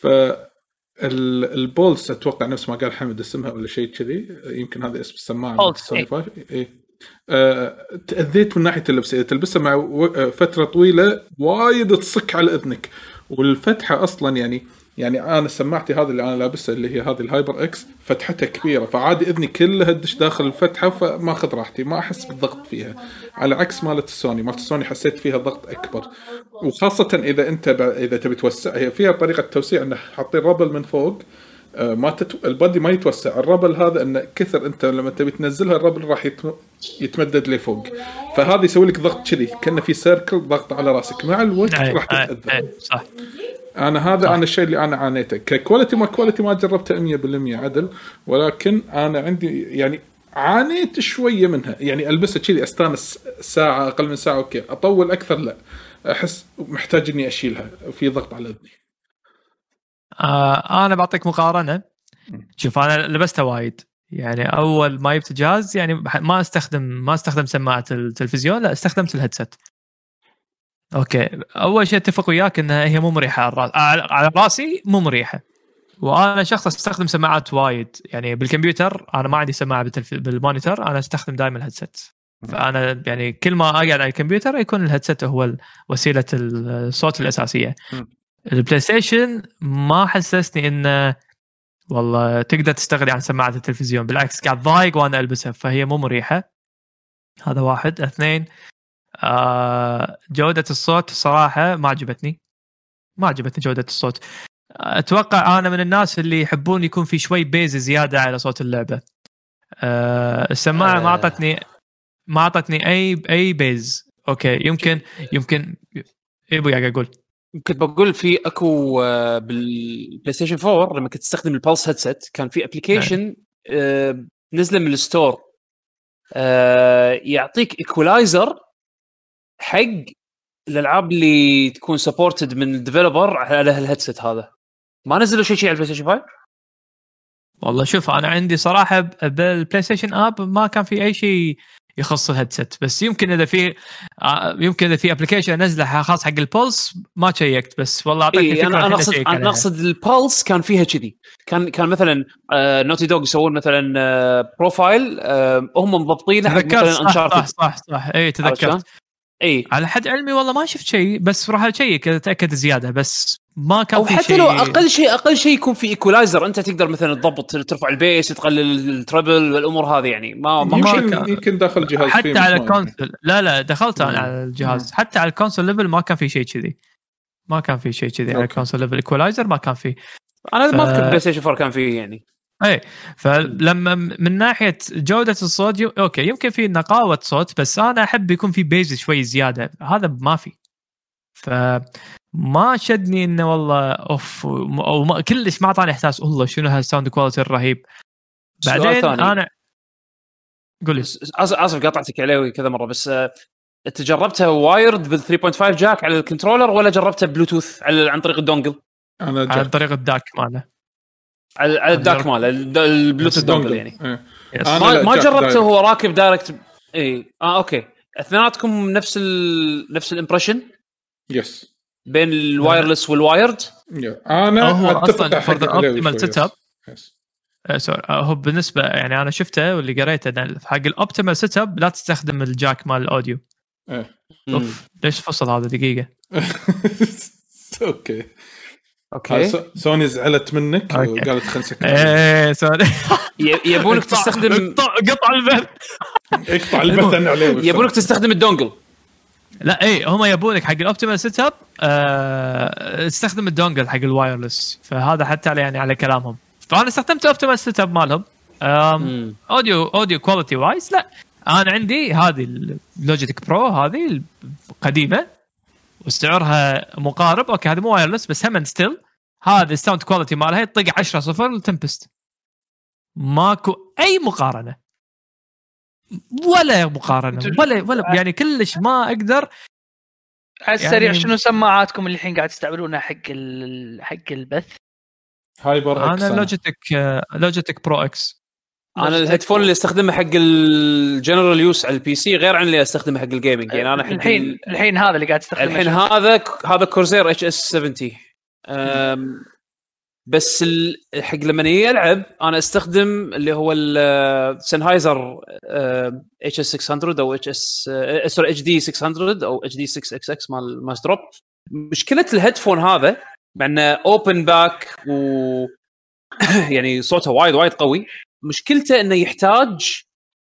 S4: البولز اتوقع نفس ما قال حمد اسمها ولا شيء كذي، يمكن هذا اسم السماعه سوني 5. تأذيت من ناحيه اللبس، اذا تلبسها مع فتره طويله وايد تصك على اذنك، والفتحه اصلا يعني انا سماعتي هذه اللي انا لابسها اللي هي هذه الهايبر اكس فتحتها كبيره، فعادي اذني كلها تدش داخل الفتحه، فما اخذ راحتي، ما احس بالضغط فيها، على عكس مالت السوني حسيت فيها ضغط اكبر. وخاصه اذا انت اذا تبي توسع، هي فيها طريقه توسيع انه حاطين ربل من فوق، ما البادي ما يتوسع، الربل هذا انه كثر انت لما تبي تنزلها الربل راح يتمدد لفوق، فهذا يسوي لك ضغط كذي كأنه في سيركل ضغط على راسك، مع الوقت راح تتأذى.
S3: صح.
S4: انا هذا انا الشيء اللي انا عانيته ككواليتي ما جربته 100% عدل، ولكن انا عندي يعني عانيت شويه منها، يعني البسها كذي استانس ساعه اقل من ساعه اوكي، اطول اكثر لا، احس محتاج اني اشيلها في ضغط على اذني.
S3: انا بعطيك مقارنه. شوف انا لبستها وايد، يعني اول ما جبت جهاز يعني ما استخدم سماعه التلفزيون، لا استخدمت الهيدسет. اوكي اول شيء اتفق وياك انها هي مو مريحه على راسي، مو مريحه. وانا شخص استخدم سماعات وايد، يعني بالكمبيوتر انا ما عندي سماعه بالمونيتور، انا استخدم دائما الهيدسет. فانا يعني كل ما اقعد على الكمبيوتر يكون الهيدسет هو وسيله الصوت الاساسيه. البلاي ستيشن ما حسسني انه والله تقدر تستغني عن سماعه التلفزيون، بالعكس قاعد ضايق وانا البسها، فهي مو مريحه. هذا واحد. اثنين، جودة الصوت صراحة ما عجبتني جودة الصوت. أتوقع أنا من الناس اللي يحبون يكون في شوي بيز زيادة على صوت اللعبة. السماعة ما أعطتني أي بيز. أوكي يمكن إيه قاعد أقول،
S1: كنت بقول في اكو بالبلاي ستيشن 4 لما كنت تستخدم البلس هيدسет كان في ابلكيشن نزله من الستور يعطيك ايكولايزر حق الالعاب اللي تكون سبورتد من الديفلوبر على الهيدسет هذا. ما نزلوا شيء على البلاي ستيشن 5
S3: والله. شوف انا عندي صراحه بالبلاي ستيشن اب ما كان في اي شيء يخص الهيدسет، بس يمكن اذا في ابلكيشن نزله خاص حق البولس ما شيكت، بس والله اعطيتني فكره.
S1: انا اقصد البولس كان فيها كذي، كان مثلا نوتي دوغ يسوون مثلا بروفايل هم مضبطينه
S3: مثلا انشارتد. صح اي تذكرت.
S1: اي
S3: على حد علمي والله ما شفت شيء، بس راح اشيك اتاكد زياده، بس ما كان في شيء.
S1: حتى لو اقل شيء يكون في ايكولايزر، انت تقدر مثلا تضبط ترفع البيس تقلل التربل والامور هذه، يعني ما
S4: يمكن داخل الجهاز
S3: حتى على الكونسول. لا دخلت انا على الجهاز حتى على الكونسول ليفل ما كان في شيء كذي، على الكونسول ليفل ايكولايزر ما كان فيه.
S1: انا ما اذكر بلاي ستيشن 4 كان فيه يعني.
S3: اي فلما من ناحيه جوده الصوت اوكي يمكن في نقاوه صوت، بس انا احب يكون في بيز شوي زياده، هذا ما في. فما شدني انه والله اوف او كلش ما اعطاني احساس والله شنو هالساوند كواليتي الرهيب. بعدين انا قولي
S1: اسف قاطعتك عليه كذا مره، بس انت جربتها وايرد بال 3.5 جاك على الكنترولر ولا جربتها بلوتوث عن طريق الدونجل؟
S3: عن طريق الداك ماله،
S1: على الداك ماله البلوتوث دونجل يعني. ما جربته هو راكب دايركت. اي اوكي اثنيناتكم نفس الامبريشن
S4: يس
S1: بين الوايرلس والوايرد.
S4: انا
S3: اتفق حق الاوبتيمال سيت اب. هو بالنسبه يعني انا شفته واللي قريته حق الاوبتيمال سيت اب لا تستخدم الجاك مال الاوديو. ليش فصل هذا دقيقه؟
S4: اوكي
S1: سوني
S4: زعلت منك وقالت خلسك.
S3: سوني
S1: يبونك تستخدم
S3: قطع البث.
S4: اقطع البث انا عليه.
S1: يبونك تستخدم الدونجل.
S3: لا هم يبونك حق الاوبتيمال سيت اب تستخدم الدونجل حق الوايرلس، فهذا حتى يعني على كلامهم. فانا استخدمت الاوبتيمال سيت اب مالهم. اوديو كواليتي وايز لا، انا عندي هذه اللوجيتك برو هذه القديمه وسعرها مقارب. اوكي هذا مو وايرلس بس هم ستيل هذا الساوند كواليتي مالها يطق 10-0 لتمبست. ماكو اي مقارنه ولا يعني كلش ما اقدر.
S2: على السريع يعني شنو سماعاتكم اللي الحين قاعد تستعملونها حق البث؟
S4: هايبر اكس.
S3: انا لوجيتك برو اكس.
S1: انا الهيدفون اللي استخدمه حق الجنرال يوس على البي سي غير عن اللي استخدمه حق الجيمنج. يعني انا
S2: الحين هذا اللي قاعد تستخدمه
S1: الحين هذا كورزير اتش اس 70. بس حق لما يلعب انا استخدم اللي هو السنهايزر اتش اس 600 او اتش اس اتش دي 600 او اتش دي 6 اكس اكس مال ماستروب. مشكله الهيدفون هذا مع انه اوبن باك و يعني صوته وايد قوي، مشكلته انه يحتاج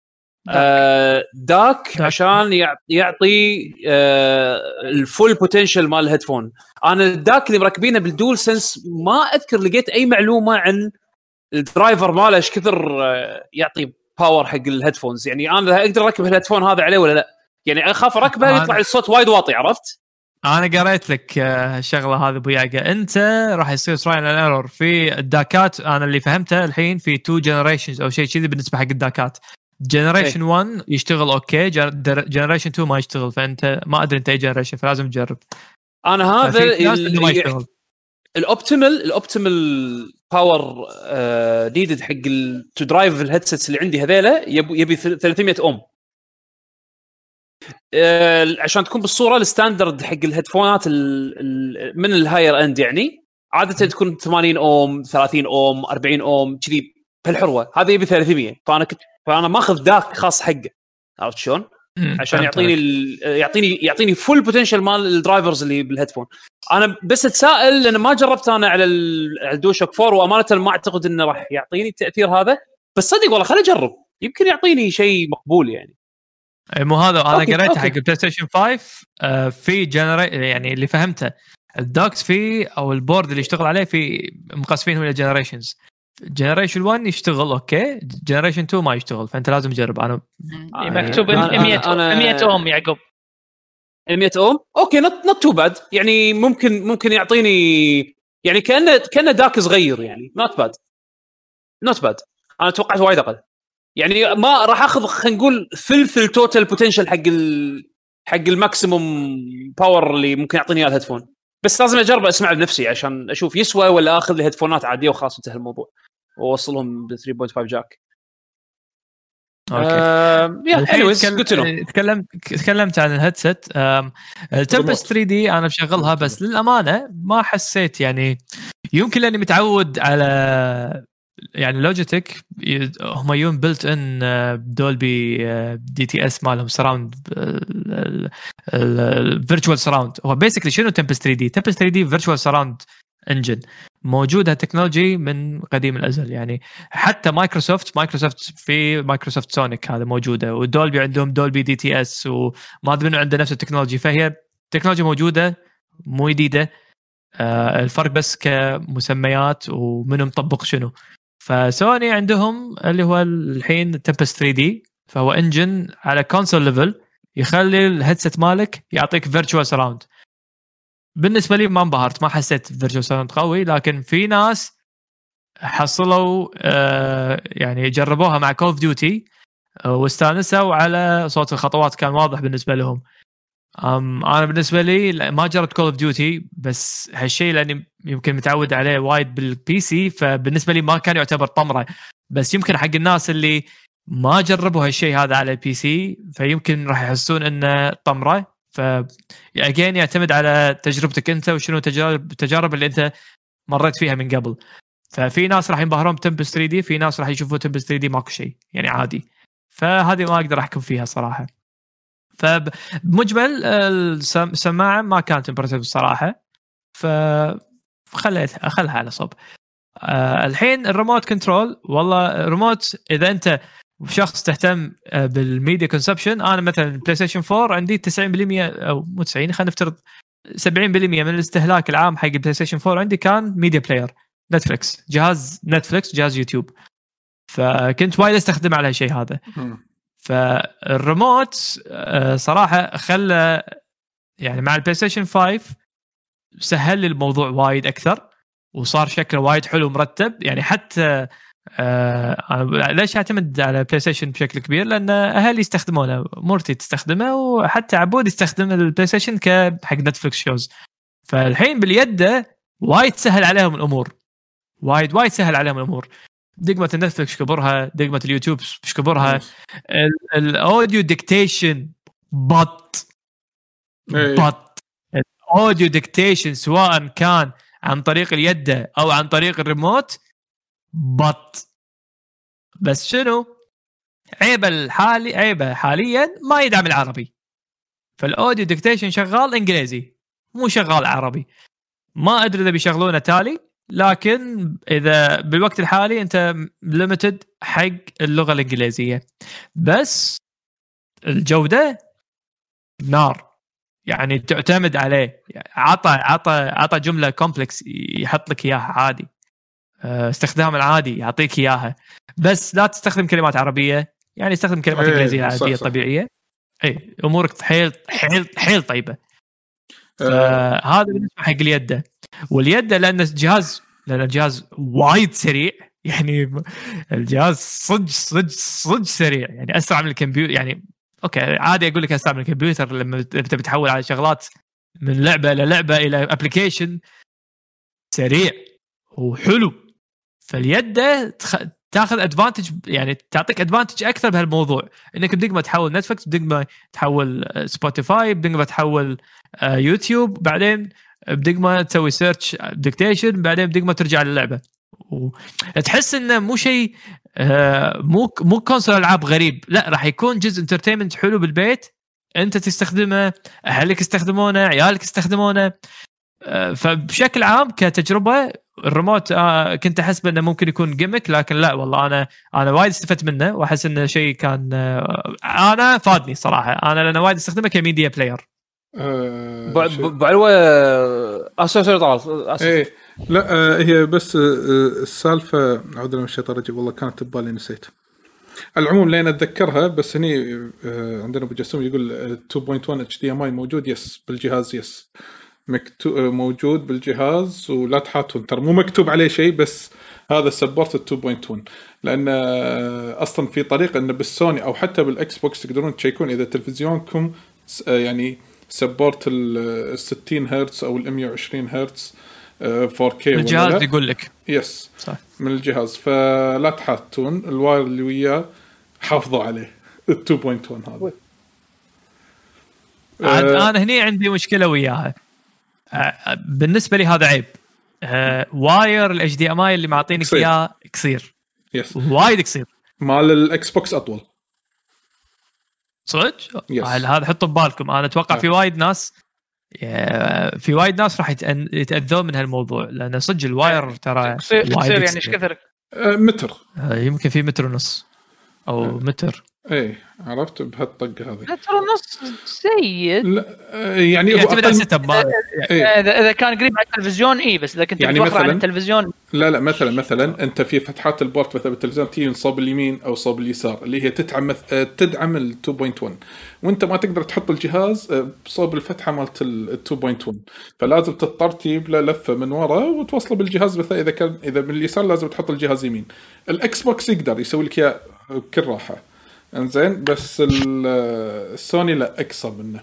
S1: داك عشان يعطي الفول بوتنشل مال الهيدفون. انا الداك اللي مركبينه بالدول سنس ما اذكر لقيت اي معلومه عن الدرايفر ماله ايش كثر يعطي باور حق الهيدفونز. يعني انا اقدر اركب الهيدفون هذا عليه ولا لا؟ يعني اخاف اركبه يطلع الصوت وايد واطي. عرفت؟
S3: انا قريت لك الشغله هذه ابو يعقا. انت راح يصير ترايل اند ايرور في الداكات. انا اللي فهمته الحين في 2 جنريشنز او شيء كذي بالنسبه حق الداكات. جنريشن 1 يشتغل اوكي، جنريشن 2 ما يشتغل. فانت ما ادري انت اي جنريشن، فلازم تجرب.
S1: انا هذا الاوبتيمال باور نيدد حق تو درايف الهيدسيتس اللي عندي هذيله يبي 300 اوم عشان تكون بالصوره الستاندرد حق الهيدفونات من الهاير اند. يعني عاده تكون 80 اوم 30 اوم 40 اوم كذي بهالحروه. هذا يبي 300. فانا ماخذ داك خاص حقه. عرفت شلون؟ عشان يعطيني فول بوتنشل مال الدرايفرز اللي بالهيدفون. انا بس اتساءل لان ما جربت انا على الدوشوك 4 وامانه ما اعتقد انه راح يعطيني التاثير هذا. بس صدق والله خليني اجرب يمكن يعطيني شيء مقبول. يعني
S3: مو هذا انا قريته حق البلاي ستيشن 5 في يعني اللي فهمته الداكس فيه او البورد اللي يشتغل عليه في مقسمينهم الى جنريشنز. جنريشن 1 يشتغل اوكي، جنريشن 2 ما يشتغل. فانت لازم تجرب. انا
S2: مكتوب 100 اوم يعقوب
S1: 100 اوم اوكي نوت تو باد. يعني ممكن يعطيني يعني كانه داك صغير. يعني نوت باد. انا توقعت وايد اقل. يعني ما راح اخذ خلينا نقول ثلث التوتال بوتنشل حق الماكسيموم باور اللي ممكن يعطيني اياه الهيدفون. بس لازم اجرب اسمع بنفسي عشان اشوف يسوى ولا اخذ لي هيدفونات عاديه وخلاص انتهى الموضوع واوصلهم ب 3.5 جاك.
S3: تكلمت عن الهيدسет. التمبست 3 دي انا بشغلها بس للامانه ما حسيت يعني يمكن لاني متعود على يعني لوجيتك هم يون بيلت ان دولبي دي تي اس مالهم سراوند الفيرتشوال سراوند. هو بيسكلي شنو تمبست 3 دي؟ تمبست 3 دي فيرتشوال سراوند انجن موجوده تكنولوجي من قديم الازل. يعني حتى مايكروسوفت في مايكروسوفت سونيك هذا موجوده، ودولبي عندهم دولبي دي تي اس وما ادري عنده نفس التكنولوجي. فهي تكنولوجيا موجوده مو جديده. الفرق بس كمسميات ومنهم مطبق شنو. فسوني عندهم اللي هو الحين تمبست 3 دي، فهو انجن على كونسول ليفل يخلي الهيدسет مالك يعطيك فيرتشوال سراوند. بالنسبه لي ما انبهرت، ما حسيت فيرتشوال سراوند قوي. لكن في ناس حصلوا يعني جربوها مع كول اوف ديوتي واستانسوا على صوت الخطوات، كان واضح بالنسبه لهم. انا بالنسبه لي ما جربت كول اوف ديوتي، بس هالشيء لاني يمكن متعود عليه وايد بالبي سي، فبالنسبه لي ما كان يعتبر طمره. بس يمكن حق الناس اللي ما جربوا هالشيء هذا على البي سي فيمكن راح يحسون انه طمره. فاجين يعتمد على تجربتك انت وشنو التجارب اللي انت مريت فيها من قبل. ففي ناس راح ينبهرون بتمبست 3 دي، في ناس راح يشوفوا تمبست 3 دي ماكو شيء يعني عادي. فهذه ما اقدر احكم فيها صراحه. فبمجمل السماعه ما كانت امبرسيف الصراحه، خلها على صوب. الحين الريموت كنترول، والله الريموت اذا انت شخص تهتم بالميديا كونسبشن، انا مثلا بلاي ستيشن 4 عندي 90% او مو 90 خلينا نفترض 70% من الاستهلاك العام حق البلاي ستيشن 4 عندي كان ميديا بلاير، نتفليكس، جهاز نتفليكس، جهاز يوتيوب. فكنت وايد استخدم على هالشيء هذا. فالريموت صراحه خلى يعني مع البلاي ستيشن 5 سهل لي الموضوع وايد اكثر، وصار شكله وايد حلو مرتب. يعني حتى ليش اعتمد على بلاي ستيشن بشكل كبير؟ لان اهلي يستخدمونه، مرتي تستخدمه، وحتى عبود يستخدم البلاي ستيشن كحق نتفليكس شوز. فالحين باليد وايد سهل عليهم الامور، وايد سهل عليهم الامور. دقمه النتفلكس كبرها، دقمه اليوتيوب كبرها، الاوديو ديكتيشن بط الاوديو ديكتيشن سواء كان عن طريق اليد او عن طريق الريموت بط. بس شنو عيبه حاليا ما يدعم العربي، فالاوديو ديكتيشن شغال انجليزي مو شغال عربي. ما ادري اذا بيشغلونه تالي، لكن اذا بالوقت الحالي انت ليميتد حق اللغه الانجليزيه. بس الجوده نار يعني، تعتمد عليه. عطى جمله كومبلكس يحط لك اياها عادي، استخدام العادي يعطيك اياها، بس لا تستخدم كلمات عربيه، يعني استخدم كلمات انجليزيه عاديه طبيعيه. اي امورك حيل طيبه. فهذا بالنسبه حق اليد. واليد لان الجهاز وايد سريع، يعني الجهاز صدق سريع، يعني اسرع من الكمبيوتر. يعني اوكي عادي اقول لك اسرع من الكمبيوتر لما انت بتحول على شغلات من لعبه للعبه الى ابلكيشن، سريع وحلو. فاليد تاخذ ادفانتج، يعني تعطيك ادفانتج اكثر بهالموضوع، انك بدقمه تحول نتفلكس، بدقمه تحول سبوتيفاي، بدقمه تحول يوتيوب، بعدين بدقمه تسوي سيرش ديكتيشن، بعدين بدقمه ترجع للعبه. وتحس انه مو شيء مو كونسول العاب غريب، لا راح يكون جزء انترتينمنت حلو بالبيت، انت تستخدمه، اهلك يستخدمونه، عيالك يستخدمونه. فبشكل عام كتجربه الريموت كنت احس انه ممكن يكون جيمك، لكن لا والله انا وايد استفدت منه، واحس انه شيء كان انا فادني صراحه، انا لأن وايد استخدمه كميديا بلاير.
S1: بعلوه سوري طال
S4: ايه لا هي بس السالفه عذرا من الشيطان الرجيم والله كانت ببالي نسيت. العموم لين اتذكرها، بس هني عندنا ابو جسوم يقول 2.1 HDMI موجود يس بالجهاز، يس موجود بالجهاز، ولا تحاتون ترى مو مكتوب عليه شيء، بس هذا سبورت 2.1. لان اصلا في طريقه انه بالسوني او حتى بالاكس بوكس تقدرون تشيكون اذا تلفزيونكم يعني سبورت ال 60 هرتز او ال 120 هرتز 4K
S3: الجهاز يقول لك
S4: يس صح من الجهاز. فلا تحاتون الواير اللي وياه حافظوا عليه 2.1 هذا.
S3: عاد انا هني عندي مشكله وياها، بالنسبه لي هذا عيب. واير الاتش دي ام اي اللي معطينك اياه قصير،
S4: يس
S3: وايد قصير.
S4: مال الاكس بوكس اطول
S3: صدق. هذا حطوا ببالكم، انا اتوقع في وايد ناس راح يتاذون من هالموضوع، لان صدق الواير ترى
S2: قصير يعني ايش كثر
S4: متر،
S3: يمكن في متر ونص او متر.
S4: ايه عرفت بهالطقه هذه
S2: متر ونص سيد.
S4: لا يعني
S3: يعتمد على السيت اب
S2: اذا كان قريب على التلفزيون بس اذا كنت
S4: يعني
S2: مثلا على التلفزيون
S4: لا مثلا انت في فتحات البورت مثلا بالتلفزيون تيجي صوب اليمين او صوب اليسار اللي هي تدعم ال 2.1، وانت ما تقدر تحط الجهاز بصوب الفتحه مالت ال 2.1، فلازم تضطر تجيب له لفه من ورا وتوصله بالجهاز. مثلا اذا من اليسار لازم تحط الجهاز يمين. الاكس بوكس يقدر يسوي لك اياه بكل راحه انزين، بس السوني لا اقصر منه.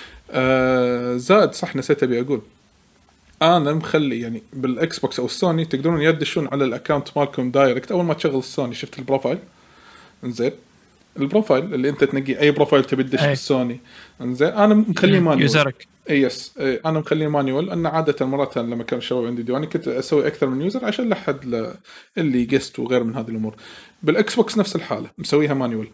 S4: زائد صح نسيت ابي اقول، انا مخلي يعني بالاكس بوكس او السوني تقدرون يدشون على الاكونت مالكم دايركت اول ما تشغل السوني. شفت البروفايل انزين، البروفايل اللي انت تنقي اي بروفايل تبي تدش بالسوني انزين، انا مخليه مانيوال. يس انا مخليه مانيوال، ان عاده مرات لما كان الشباب عندي ديواني كنت اسوي اكثر من يوزر عشان لحد اللي جست وغير من هذه الامور. بالاكس بوكس نفس الحاله مسويها مانيوال.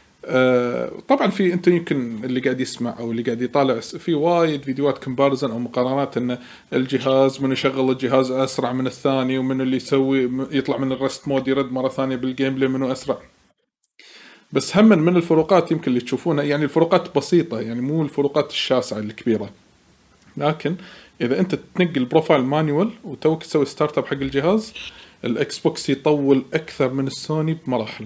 S4: طبعا في انت يمكن اللي قاعد يسمع او اللي قاعد يطالع في وايد فيديوهات كومباريزن او مقارنات ان الجهاز من يشغل الجهاز اسرع من الثاني، ومن اللي يسوي يطلع من الرست مود يرد مره ثانيه بالجيم بلاي منه اسرع. بس هم من الفروقات يمكن اللي تشوفونها يعني الفروقات بسيطه، يعني مو الفروقات الشاسعه الكبيره، لكن اذا انت تنقل بروفايل مانيوال وتوك تسوي ستارت اب حق الجهاز، الاكس بوكس يطول اكثر من السوني بمراحل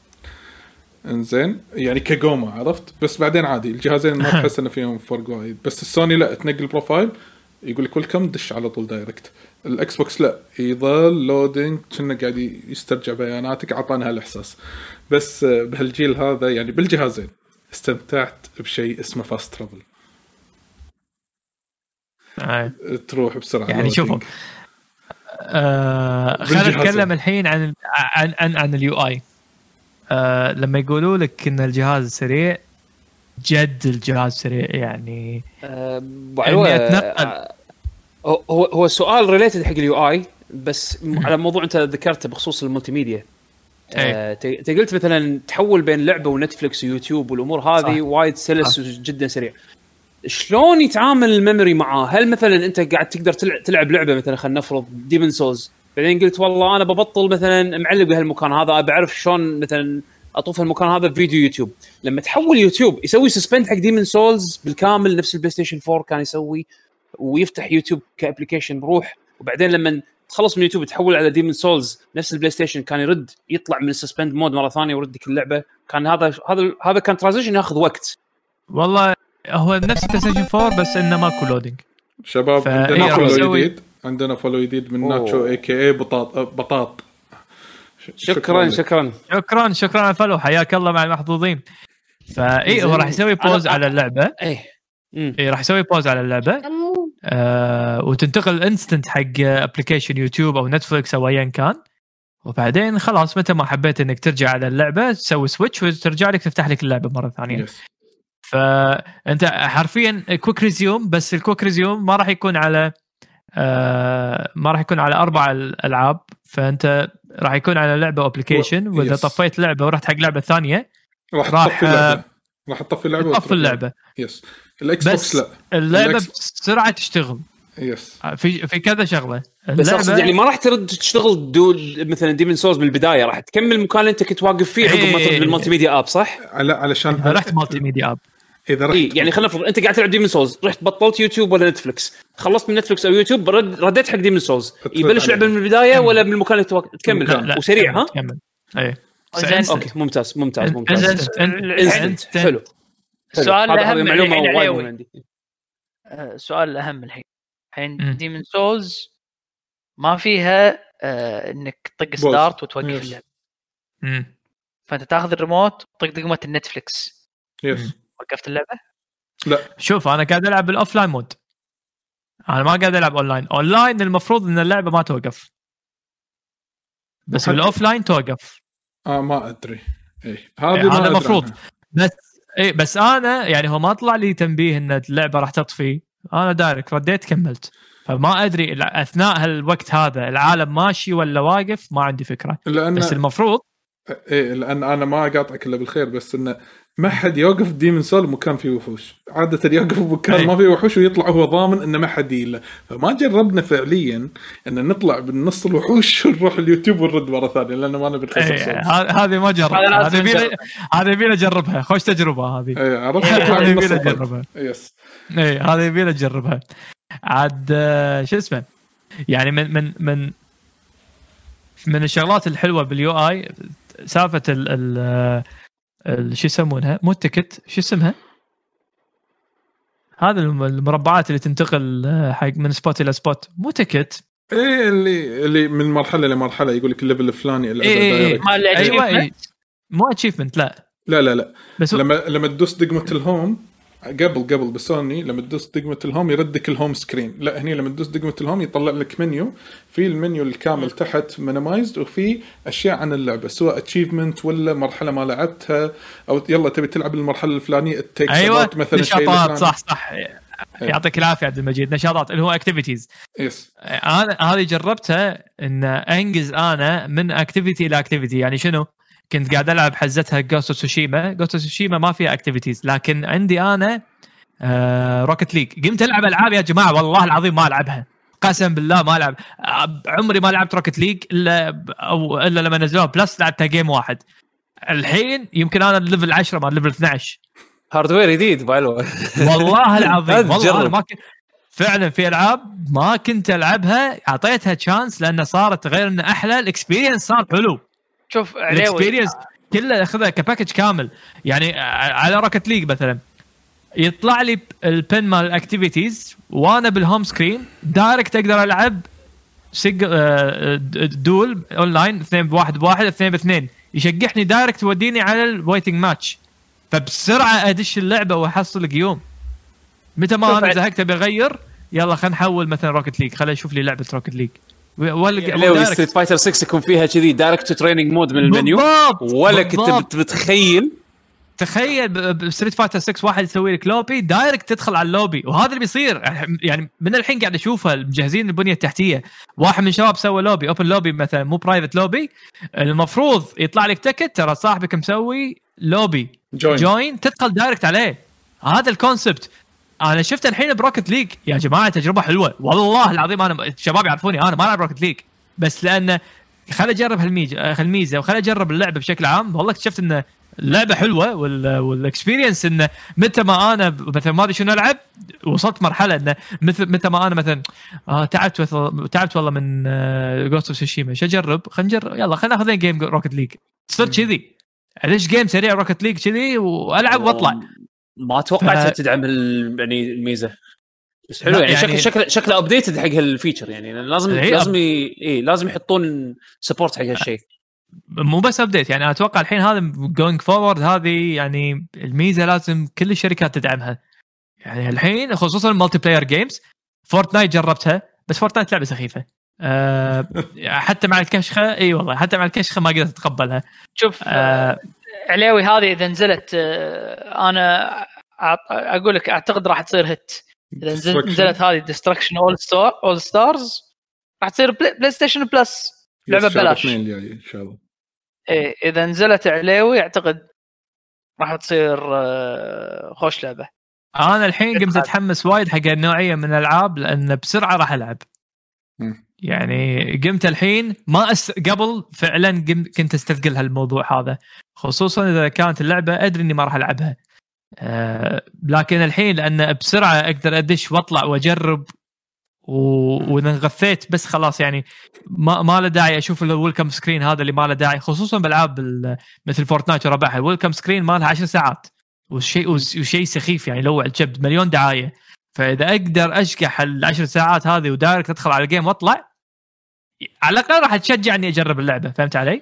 S4: انزين، يعني كقومة عرفت. بس بعدين عادي الجهازين ما تحس ان فيهم فرق وايد. بس السوني لا تنقل بروفايل يقول لك ويلكم دش على طول دايركت. الاكس بوكس لا يظل لودينج كأنه قاعد يسترجع بياناتك، عطانا هالاحساس. بس بهالجيل هذا يعني بالجهازين استمتعت بشيء اسمه فاست ترافل. تروح بسرعه
S3: يعني شوفوا خلينا نتكلم الحين عن اليو اي. لما يقولوا لك ان الجهاز سريع، جد الجهاز سريع يعني.
S1: اني اتنقل هو سؤال ريليتد حق اليو اي، بس على موضوع انت ذكرته بخصوص الملتي ميديا. انت قلت مثلا تحول بين لعبه ونتفلكس ويوتيوب والامور هذه وايد سلس جدا سريع. شلون يتعامل الميموري معاه؟ هل مثلا انت قاعد تقدر تلعب لعبه مثلا خلينا نفرض ديمون سولز، بعدين قلت والله انا ببطل مثلا معلق بهالمكان هذا، بعرف شلون مثلا اطوف المكان هذا بفيديو يوتيوب. لما تحول يوتيوب يسوي سسبند حق ديمون سولز بالكامل نفس البلاي ستيشن 4 كان يسوي، ويفتح يوتيوب كابليكيشن بروح، وبعدين لما تخلص من يوتيوب تحول على ديمون سولز نفس البلاي ستيشن كان يرد يطلع من السسبند مود مره ثانيه ويردك اللعبه. كان هذا كان ترانزيشن ياخذ وقت.
S3: والله هو نفس البلاي ستيشن 4 بس انه ماكو لودينج.
S4: شباب عندنا فولو جديد، عندنا فولو جديد من ناتشو اي كي اي بطاط.
S1: شكرا
S3: على الفولو، حياك الله مع المحظوظين. فاي هو راح يسوي بوز على اللعبه. اي راح يسوي بوز على اللعبه وتنتقل انستنت حق ابلكيشن يوتيوب او نتفليكس او ايا كان، وبعدين خلاص متى ما حبيت انك ترجع على اللعبه تسوي سويتش وترجع لك تفتح لك اللعبه مره ثانيه. فانت حرفيا كويك ريزيوم، بس الكويك ريزيوم ما راح يكون على 4 الالعاب، فانت راح يكون على لعبه ابلكيشن، واذا طفيت لعبه ورحت حق لعبه ثانيه راح
S4: تطفي اللعبه
S3: يس.
S4: الاكس بوكس لا،
S3: اللعبه بسرعه تشتغل
S4: يس
S3: في كذا شغله.
S1: بس اقصد يعني ما راح ترد تشتغل مثلا ديمون سولز بالبدايه، راح تكمل المكان اللي انت كنت واقف فيه عقب ما ترد بالمالتي ميديا اب، صح؟
S4: علشان
S3: رحت مالتي ميديا اب.
S4: اذا رحت
S1: يعني خلينا نفرض انت قاعد تلعب ديمون سولز، رحت بطلت يوتيوب ولا نتفلكس، خلصت من نتفلكس او يوتيوب رديت حق ديمون سولز، يبلش لعبه من البدايه ولا من المكان اللي تكمل وسريع؟ ها
S3: تكمل. اي
S1: اوكي ممتاز حلو.
S2: السؤال الاهم
S1: معلومه وايد عندي.
S2: السؤال الاهم الحين ديمون سولز ما فيها انك تطق ستارت وتوقف اللعبه، فانت تاخذ الريموت وتطق دقمه النتفلكس. وقفت اللعبه؟
S4: لا
S3: شوف انا قاعد العب بالاوفلاين مود، انا ما قاعد العب اونلاين المفروض ان اللعبه ما توقف، بس بالاوفلاين توقف.
S4: ما ادري هذا
S3: المفروض. بس انا يعني هو ما طلع لي تنبيه ان اللعبه راح تطفي، انا دايركت رديت كملت، فما ادري اثناء هالوقت هذا العالم ماشي ولا واقف، ما عندي فكره. بس المفروض
S4: لان انا ما اقاطعك الا بالخير، بس انه ما حد يوقف ديمون سول مكان فيه وحوش، عاده يوقف مكان ما فيه وحوش ويطلع هو ضامن انه ما حد يله. فما جربنا فعليا ان نطلع بالنص الوحوش ونروح اليوتيوب ونرد مره ثانيه، لانه ما نبي نخسر.
S3: هذه ما جرب، هذه بينا جربها، خوش تجربه هذه.
S4: عرفت
S3: هذه بينا جربها.
S4: يس
S3: هذه بينا نجربها عاد. شو اسمه يعني من الشغلات الحلوه باليو اي سالفه شو يسمونها، مو التكت، شو اسمها هذا المربعات اللي تنتقل حق من سبوت الى سبوت، مو تكت.
S4: اللي من مرحله لمرحله يقول لك الليفل الفلاني دايركت.
S3: ايوه مو اتشيفمنت لا
S4: بس لما تدوس دقمه الهوم قبل بسوني، لما تدوس دقمه الهوم يردك الهوم سكرين. لا هني لما تدوس دقمه الهوم يطلع لك منيو، في المنيو الكامل تحت مينيمايزد، وفي اشياء عن اللعبه سواء اتشيفمنت ولا مرحله ما لعبتها، او يلا تبي تلعب المرحله الفلانيه التيك
S3: أيوة. مثلا
S4: نشاطات
S3: صح يعطيك العافيه عبد المجيد. نشاطات اللي هو اكتيفيتيز. انا هذه جربتها ان انجز انا من اكتيفيتي الى اكتيفيتي. يعني شنو؟ كنت قاعد ألعب حزتها جوست سوشيما ما فيها اكتيفيتيز، لكن عندي أنا روكت ليج. قمت ألعب ألعاب يا جماعة والله العظيم ما ألعبها، قسم بالله ما ألعب. عمري ما لعبت روكت ليج إلا لما نزلوها بلس، لعبتها جيم واحد. الحين يمكن أنا الليفل 10 ما الليفل 12.
S1: هاردوير جديد بالو
S3: والله العظيم والله ما فعلا في ألعاب ما كنت ألعبها أعطيتها تشانس لأن صارت غير إن أحلى. الإكسبيرينس صار حلو.
S2: شوف
S3: الاكسبيرينس كله اخذها كباكج كامل. يعني على روكت ليج مثلا يطلع لي البن مال الاكتيفيتيز وانا بالهوم سكرين دايركت اقدر العب دول اونلاين 2-1 2-2، يشجعني دايركت يوديني على الويتنج ماتش، فبسرعه ادش اللعبه واحصل قيوم. متى ما انا زهقت ابي اغير، يلا خلينا نحول مثلا روكت ليج، خلينا نشوف لي لعبه روكت ليج
S1: لو ستريت فايتر 6 يكون فيها كذي دايركت تريننج مود من المنيو ولا كنت بتخيل
S3: بستريت فايتر 6 واحد يسوي لك لوبي دايركت تدخل على اللوبي، وهذا اللي بيصير يعني من الحين قاعد اشوفها مجهزين البنيه التحتيه. واحد من شباب سوى لوبي اوبن لوبي مثلا مو برايفت لوبي، المفروض يطلع لك تكت ترى صاحبك مسوي لوبي جوين تدخل دايركت عليه. هذا الكونسبت انا شفته الحين بروكت ليج يا جماعه، تجربه حلوه والله العظيم. انا الشباب يعرفوني انا ما العب روكت ليج، بس لانه خلي اجرب هالميزه وخلي اجرب اللعبه بشكل عام. والله اكتشفت ان اللعبه حلوه والاكسبيرينس انه متى ما انا مثلا ما ادري شنو العب وصلت مرحله انه متى ما انا مثلا تعبت والله من جوست اوف تسوشيما شو اجرب خلينا نجرب يلا خلينا ناخذ جيم روكت ليج. صرت كذي ليش جيم سريع روكت ليج كذي والعب واطلع.
S1: ما توقعت تدعم يعني الميزه بس حلو يعني شكله ابديتد حق هالفيتشر يعني لازم يحطون سبورت حق هالشيء.
S3: مو بس ابديت يعني اتوقع الحين هذا جوينج فورورد هذه يعني الميزه لازم كل الشركات تدعمها. يعني الحين خصوصا المالتي بلاير جيمز فورتنايت جربتها بس فورتنايت لعبه سخيفه حتى مع الكشخه اي والله حتى مع الكشخه ما قدرت اتقبلها.
S2: شوف علاوي هذه اذا نزلت انا اقول لك اعتقد راح تصير هيت. اذا نزلت هذه ديستركشن اول ستارز راح تصير بلاي ستيشن بلس لعبه ببلاش
S4: ان شاء الله.
S2: ايه اذا نزلت علاوي اعتقد راح تصير خوش لعبه.
S3: انا الحين قمت اتحمس وايد حق النوعيه من الالعاب لان بسرعه راح العب. يعني قمت الحين ما قبل فعلا كنت استثقل هالموضوع هذا خصوصا اذا كانت اللعبه ادري اني ما راح العبها. لكن الحين لان بسرعه اقدر ادش واطلع واجرب واذا انغثيت بس خلاص يعني ما له داعي اشوف الويلكم سكرين هذا اللي ما له داعي خصوصا بالعاب مثل فورتنايت وربعها الويلكم سكرين ما لها 10 ساعات وشيء سخيف يعني لو الجبد مليون دعايه. فاذا اقدر اشقح ال10 ساعات هذه ودايركت ادخل على الجيم واطلع على الاقل راح تشجعني اجرب اللعبه. فهمت علي؟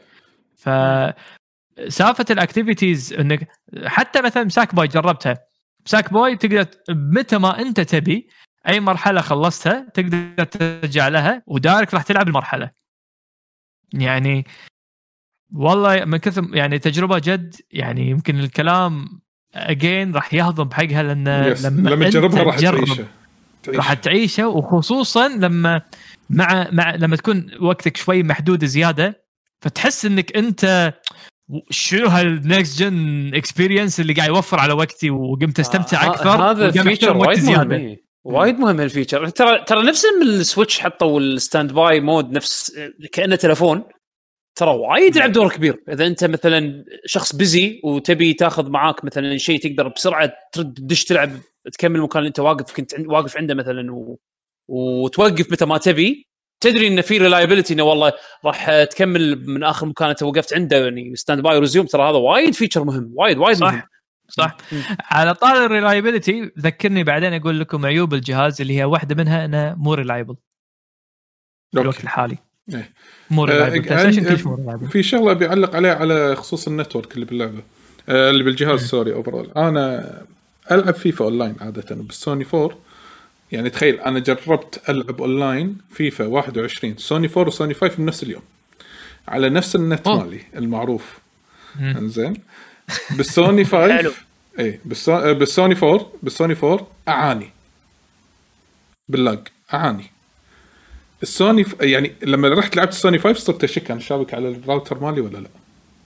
S3: سالفه الاكتيفيتيز انك حتى مثلا ساك بوي جربتها. ساك بوي تقدر متى ما انت تبي اي مرحله خلصتها تقدر ترجع لها ودايركت راح تلعب المرحله. يعني والله من كثر يعني تجربه جد يعني يمكن الكلام اجين راح يهضم بحقها لان
S4: لما تجربها راح تعيشه
S3: وخصوصا لما لما تكون وقتك شوي محدود زياده فتحس انك انت شنو هالنكست جن اكسبيرينس اللي قاعد يوفر على وقتي وقمت استمتع اكثر.
S1: هذا الفيتشر وايد مهم الفيتشر. ترى نفس السويتش حطوا الستاند باي مود نفس كأنه تلفون. ترى وايد يلعب دور كبير اذا انت مثلا شخص بيزي وتبي تاخذ معاك مثلا شيء تقدر بسرعه ترد دش تلعب تكمل المكان اللي انت كنت واقف عنده مثلا وتوقف متى ما تبي. تدري ان في ريلايبيليتي انه والله راح تكمل من اخر مكان انت وقفت عنده يعني ستاند باي ريزيوم. ترى هذا وايد فيتشر مهم وايد
S3: صح
S1: مهم.
S3: صح. على طار الريلايبيليتي ذكرني بعدين اقول لكم عيوب الجهاز اللي هي واحده منها انه مو ريلايبل الوقت الحالي. مو ريلايبل.
S4: في شغله بيعلق عليها على خصوص النتورك اللي باللعبه اللي بالجهاز سوري اوفرول. انا العب فيفا اونلاين عاده بالسوني 4. يعني تخيل انا جربت العب اونلاين فيفا 21 سوني 4 وسوني 5 في نفس اليوم على نفس النت مالي المعروف. انزين بالسوني 5 اي بالسوني 4 اعاني باللاج اعاني. السوني يعني لما رحت لعبت السوني 5 صرت اشك انا شابك على الراوتر مالي ولا لا.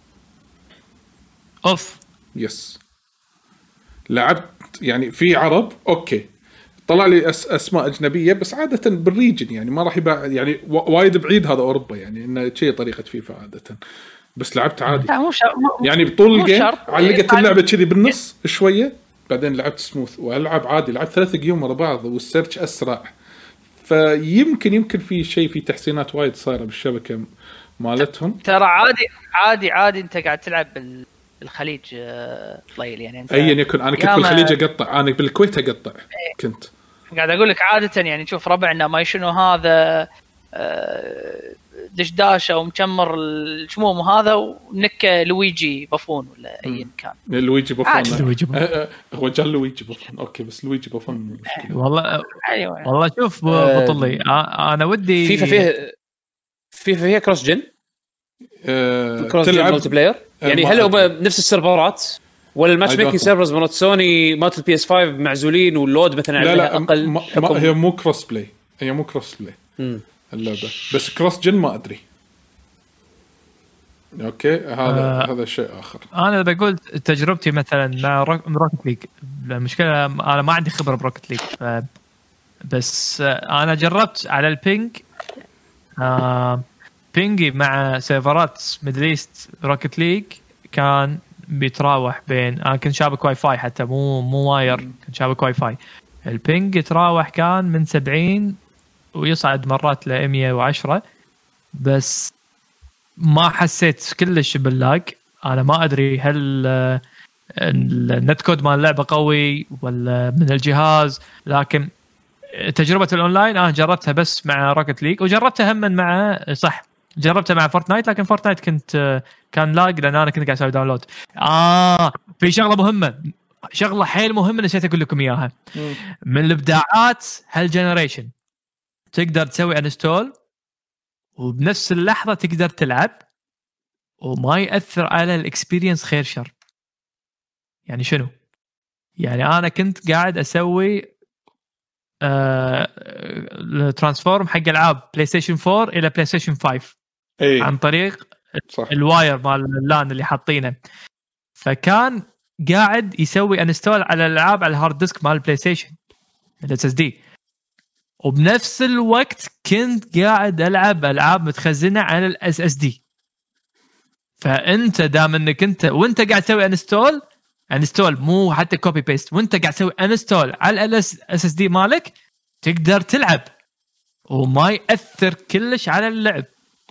S3: اوف
S4: يس لعبت يعني في عرب اوكي طلع لي اسماء اجنبيه بس عاده بالريجن يعني ما راح يبقى يعني وايد بعيد هذا اوروبا يعني انه شيء طريقه فيفا عاده. بس لعبت عادي يعني بطول الجيم علقت اللعبه كذي بالنص شويه بعدين لعبت سموث والعب عادي. لعبت 3 جيم ورا بعض والسيرش اسرع. فيمكن في شيء في تحسينات وايد صايره بالشبكه مالتهم.
S2: ترى عادي انت قاعد تلعب بالخليج طويل يعني انت
S4: ايا يكن. انا كنت بالخليج اقطع انا بالكويت اقطع كنت
S2: قاعد اقول لك عاده يعني نشوف ربعنا ما شنو هذا دشداش او مكمر الشموم وهذا ونكه لويجي بافون ولا اي كان
S4: لويجي بافون هو جال لويجي بافون اوكي بس لويجي بافون
S3: والله والله شوف بطلي انا ودي
S1: فيفا فيها كروس جن كروس جن
S4: تلعب
S1: مالتي بلاير يعني هل هو نفس السيرفرات ولا الماتش ميكينج سيرفرز مالت سوني مالت البي اس 5 معزولين واللود مثلا عليها اقل؟
S4: هي مو كروس بلاي، هي مو كروس بلاي اللعبه، بس كروس جن ما ادري. اوكي هذا شيء اخر.
S3: انا بقول تجربتي مثلا مع روكت ليج، المشكله انا ما عندي خبره بروكت ليج بس انا جربت على البينج بينجي مع سيرفرات ميدل ايست روكت ليج كان بيتراوح بين انا كنت شابك واي فاي حتى مو واير، كنت شابك واي فاي. البينج يتراوح كان من 70 ويصعد مرات ل 110 بس ما حسيت كلش باللاج. انا ما ادري هل النت كود مال اللعبه قوي ولا من الجهاز، لكن تجربه الاونلاين انا جربتها بس مع روكت ليج وجربتها هم مع صح جربتها مع فورتنايت، لكن فورتنايت كان لاج لان انا كنت قاعد اسوي داونلود. في شغله مهمه، شغله حيل مهمه نسيت اقول لكم اياها. من الابداعات هالجنريشن تقدر تسوي انستول وبنفس اللحظه تقدر تلعب وما ياثر على الاكسبيرينس خير شر. يعني شنو؟ يعني انا كنت قاعد اسوي الترانسفورم حق العاب بلاي ستيشن 4 الى بلاي ستيشن 5 عن طريق
S4: صح.
S3: الواير مال اللان اللي حاطينه، فكان قاعد يسوي انستول على الالعاب على الهارد ديسك مال البلاي ستيشن الاس اس دي، وبنفس الوقت كنت قاعد العب العاب متخزنه على الاس اس دي. فانت دام انك وانت قاعد تسوي انستول مو حتى كوبي بيست، وانت قاعد تسوي انستول على الاس اس دي مالك تقدر تلعب وما ياثر كلش على اللعب.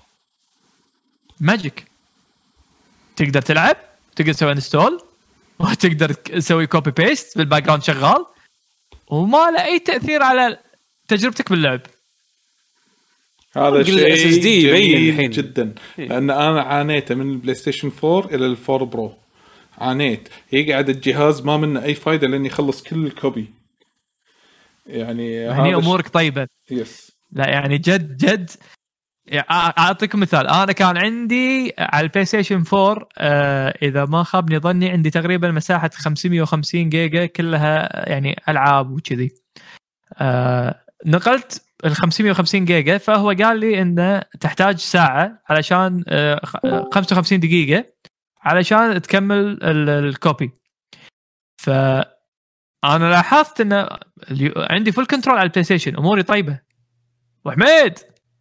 S3: ماجيك، تقدر تلعب، تقدر تسوي انستول وتقدر تسوي كوبي بيست بالباك جراوند شغال وما له اي تاثير على تجربتك باللعب.
S4: هذا شيء جميل جدا، لان انا عانيت من البلاي ستيشن 4 الى الفور برو، عانيت يقعد الجهاز ما منه اي فايده لاني يخلص كل الكوبي. يعني
S3: امورك طيبه.
S4: يس.
S3: لا يعني جد اعطيكم مثال. انا كان عندي على البلاي ستيشن 4 اذا ما خابني ظني عندي تقريبا مساحه 550 جيجا كلها يعني العاب وكذي. نقلت ال 550 جيجا، فهو قال لي انه تحتاج ساعه علشان 55 دقيقه علشان تكمل الكوبي. فانا لاحظت ان عندي فول كنترول على البلاي ستيشن، اموري طيبه. وحميد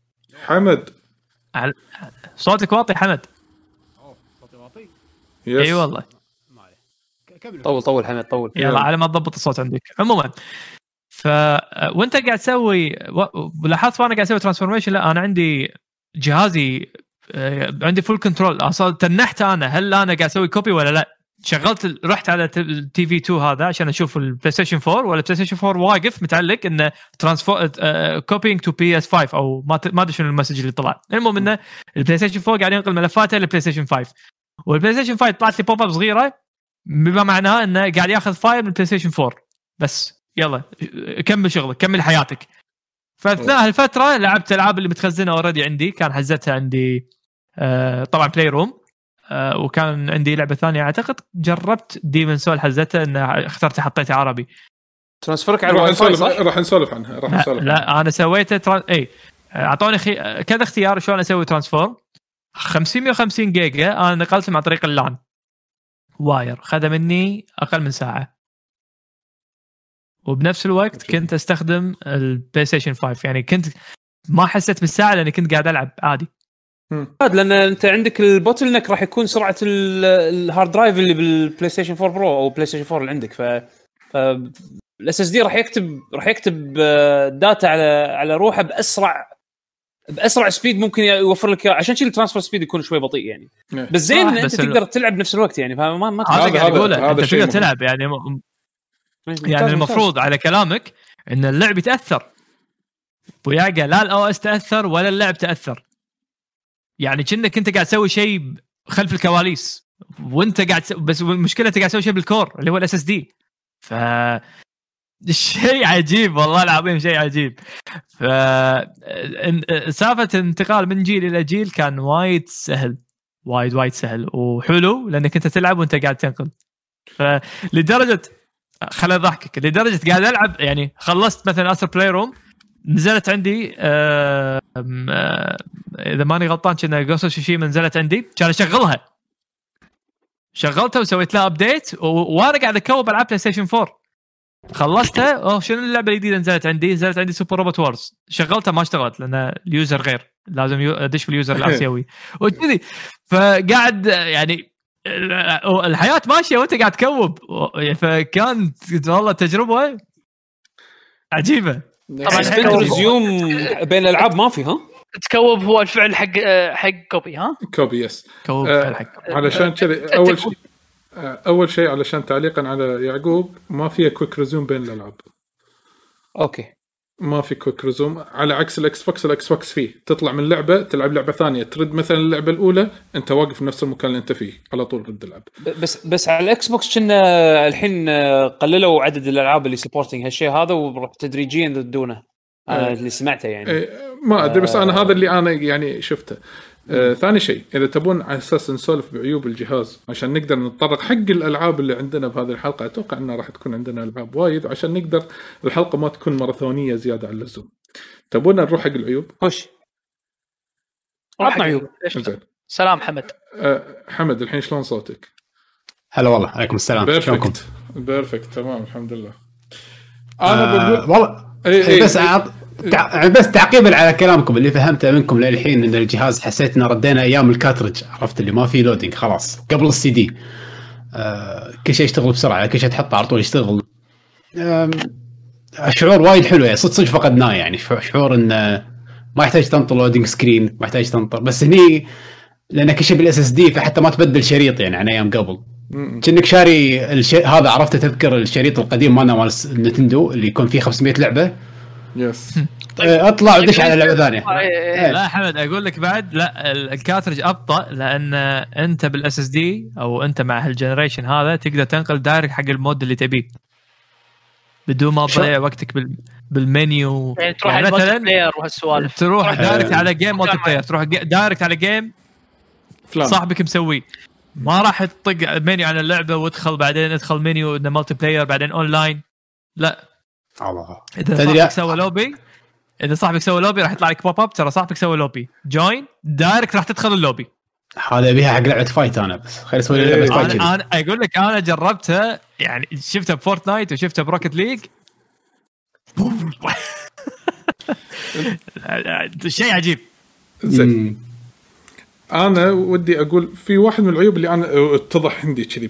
S3: صوتك واطي حمد.
S1: صوتي واطي.
S3: اي والله.
S1: طول حمد طول.
S3: يلا على ما تضبط الصوت عندك. عموما وانت قاعد تسوي لاحظت وانا قاعد اسوي ترانسفورميشن، لا انا عندي جهازي عندي فول كنترول. اصلا تنحت انا هل انا قاعد اسوي كوبي ولا لا. شغلت رحت على التي في 2 هذا عشان اشوف البلاي ستيشن 4 ولا البلاي ستيشن 4 واقف متعلق انه ترانسفور كوبينج تو بي اس 5 او ما ادري شنو المسج اللي طلع. المهم انه البلاي ستيشن 4 قاعد ينقل ملفاته للبلاي ستيشن 5، والبلاي ستيشن 5 طلعت لي بوب اب صغيره بما معناه انه قاعد ياخذ فايل من البلاي ستيشن 4 بس. يلا كمل شغلك، كمل حياتك. فاثناء هالفتره لعبت العاب اللي متخزنه اوريدي عندي، كان حزتها عندي طبعا بلاي روم، وكان عندي لعبه ثانيه اعتقد جربت ديمن سول حزتها ان اخترت حطيته عربي.
S1: ترانسفرك على الواي فاي صح؟
S4: راح نسولف عنها
S3: لا انا سويته اعطوني كذا اختيار شلون اسوي ترانسفورم. 550 جيجا انا نقلت عن طريق اللان واير، خذ مني اقل من ساعه، وبنفس الوقت كنت استخدم البلاي ستيشن 5. يعني كنت ما حسيت بالساعه لاني كنت قاعد العب عادي.
S1: لان انت عندك البوتل نك راح يكون سرعه الهارد درايف اللي بالبلاي ستيشن 4 برو او بلاي ستيشن 4 اللي عندك. ف الاس اس دي راح يكتب داتا على روحه باسرع سبيد ممكن يوفر لك، عشان شيء الترانسفير سبيد يكون شوي بطيء يعني. بس زين انت تقدر تلعب بنفس الوقت يعني. فما
S3: هذا قاعد اقول انت تقدر تلعب يعني المفروض على كلامك ان اللعب يتاثر وياقه، لا الاو اس تاثر ولا اللعب تاثر. يعني كأنك انت قاعد تسوي شيء خلف الكواليس وانت قاعد بس المشكله انت قاعد تسوي شيء بالكور اللي هو الاس اس دي. شيء عجيب والله العظيم، شيء عجيب. سالفه الانتقال من جيل الى جيل كان وايد سهل، وايد سهل وحلو، لانك انت تلعب وانت قاعد تنقل. فلدرجه خليني اضحكك، لدرجه قاعد العب يعني خلصت مثلا استر بلاي روم، نزلت عندي اذا ماني غلطان كنا جوست شيشيما نزلت عندي، كان اشغلها، شغلتها وسويت لها ابديت وانا قاعد اكوب العاب بلاي ستيشن 4. خلصتها شنو اللعبه الجديده نزلت عندي سوبر روبوت وورز، شغلتها ما اشتغلت لان اليوزر غير، لازم ادش باليوزر الاسيوي وكذي. فقاعد يعني الحياه ماشيه وانت قاعد تكوب، فكانت والله تجربه عجيبه.
S2: طبعا
S1: سبنت ريزيوم بين الالعاب ما في
S2: تكوب هو الفعل حق كوبي
S4: كوبي يس
S3: كوب
S4: علشان كذي اول شيء علشان تعليقا على يعقوب ما فيها كويك ريزوم بين الالعاب.
S1: اوكي
S4: ما في كويك ريزوم على عكس الاكس بوكس فيه تطلع من لعبه تلعب لعبه ثانيه، ترد مثلا اللعبه الاولى انت واقف في نفس المكان اللي انت فيه على طول رد اللعب.
S1: بس على الاكس بوكس كنا الحين قللوا عدد الالعاب اللي سبورتنج هالشيء هذا وراح تدريجيا يردونه. انا اللي سمعته يعني
S4: ما ادري، بس انا هذا اللي انا يعني شفته. ثاني شيء اذا تبون على اساس نسولف بعيوب الجهاز عشان نقدر نتطرق حق الالعاب اللي عندنا بهذه الحلقه، اتوقع انه راح تكون عندنا العاب وايد عشان نقدر الحلقه ما تكون ماراثونيه زياده عن اللزوم. تبون نروح حق العيوب؟
S1: خش عطنا عيوب.
S2: سلام حمد.
S4: حمد الحين شلون صوتك؟
S5: هلا والله عليكم السلام. شلونكم؟
S4: بيرفكت تمام الحمد لله. انا بقول
S5: والله بس تعقيبا على كلامكم اللي فهمته منكم للحين ان الجهاز حسيت ان ردينا ايام الكاترج، عرفت اللي ما في لودينج خلاص قبل السي دي. كل شيء يشتغل بسرعه، كل شيء تحطه على طول يشتغل. الشعور وايد حلو يعني، صدق فقدناه يعني، شعور ان ما يحتاج تنطر لودينج سكرين، ما يحتاج تنطر. بس هني لان كل شيء بالاس اس دي فحتى ما تبدل شريط يعني عن ايام قبل. كأنك شاري الشيء هذا، عرفت تذكر الشريط القديم مال نينتندو اللي يكون فيه 500 لعبه.
S4: يس
S5: اطلع ودش على لعبه ثانيه.
S3: لا حمد اقول لك بعد، لا الكاترج ابطا، لان انت بالاس اس دي او انت مع هالجنريشن هذا تقدر تنقل دايركت حق المود اللي تبيه بدون ما تضيع وقتك بالمنيو.
S2: يعني تروح على الملتي بلاير وهالسوالف،
S3: تروح دايركت على جيم ملتي بلاير، تروح دايركت على جيم صاحبك مسوي، ما راح تطق منيو على اللعبه وادخل بعدين ادخل منيو انه ملتي بلاير بعدين اونلاين. لا
S5: الله،
S3: اذا صاحبك سوى لوبي، راح يطلع لك بوب اب ترى صاحبك سوى لوبي، جوين دايركت راح تدخل اللوبي.
S5: هذا بيها حق لعبه فايت. انا بس خلي اسوي لعبه فايت.
S3: انا اقول لك انا جربتها يعني، شفتها بفورتنايت وشفتها بروكت ليج. شيء عجيب.
S4: زين انا ودي اقول في واحد من العيوب اللي انا اتضح عندي كذي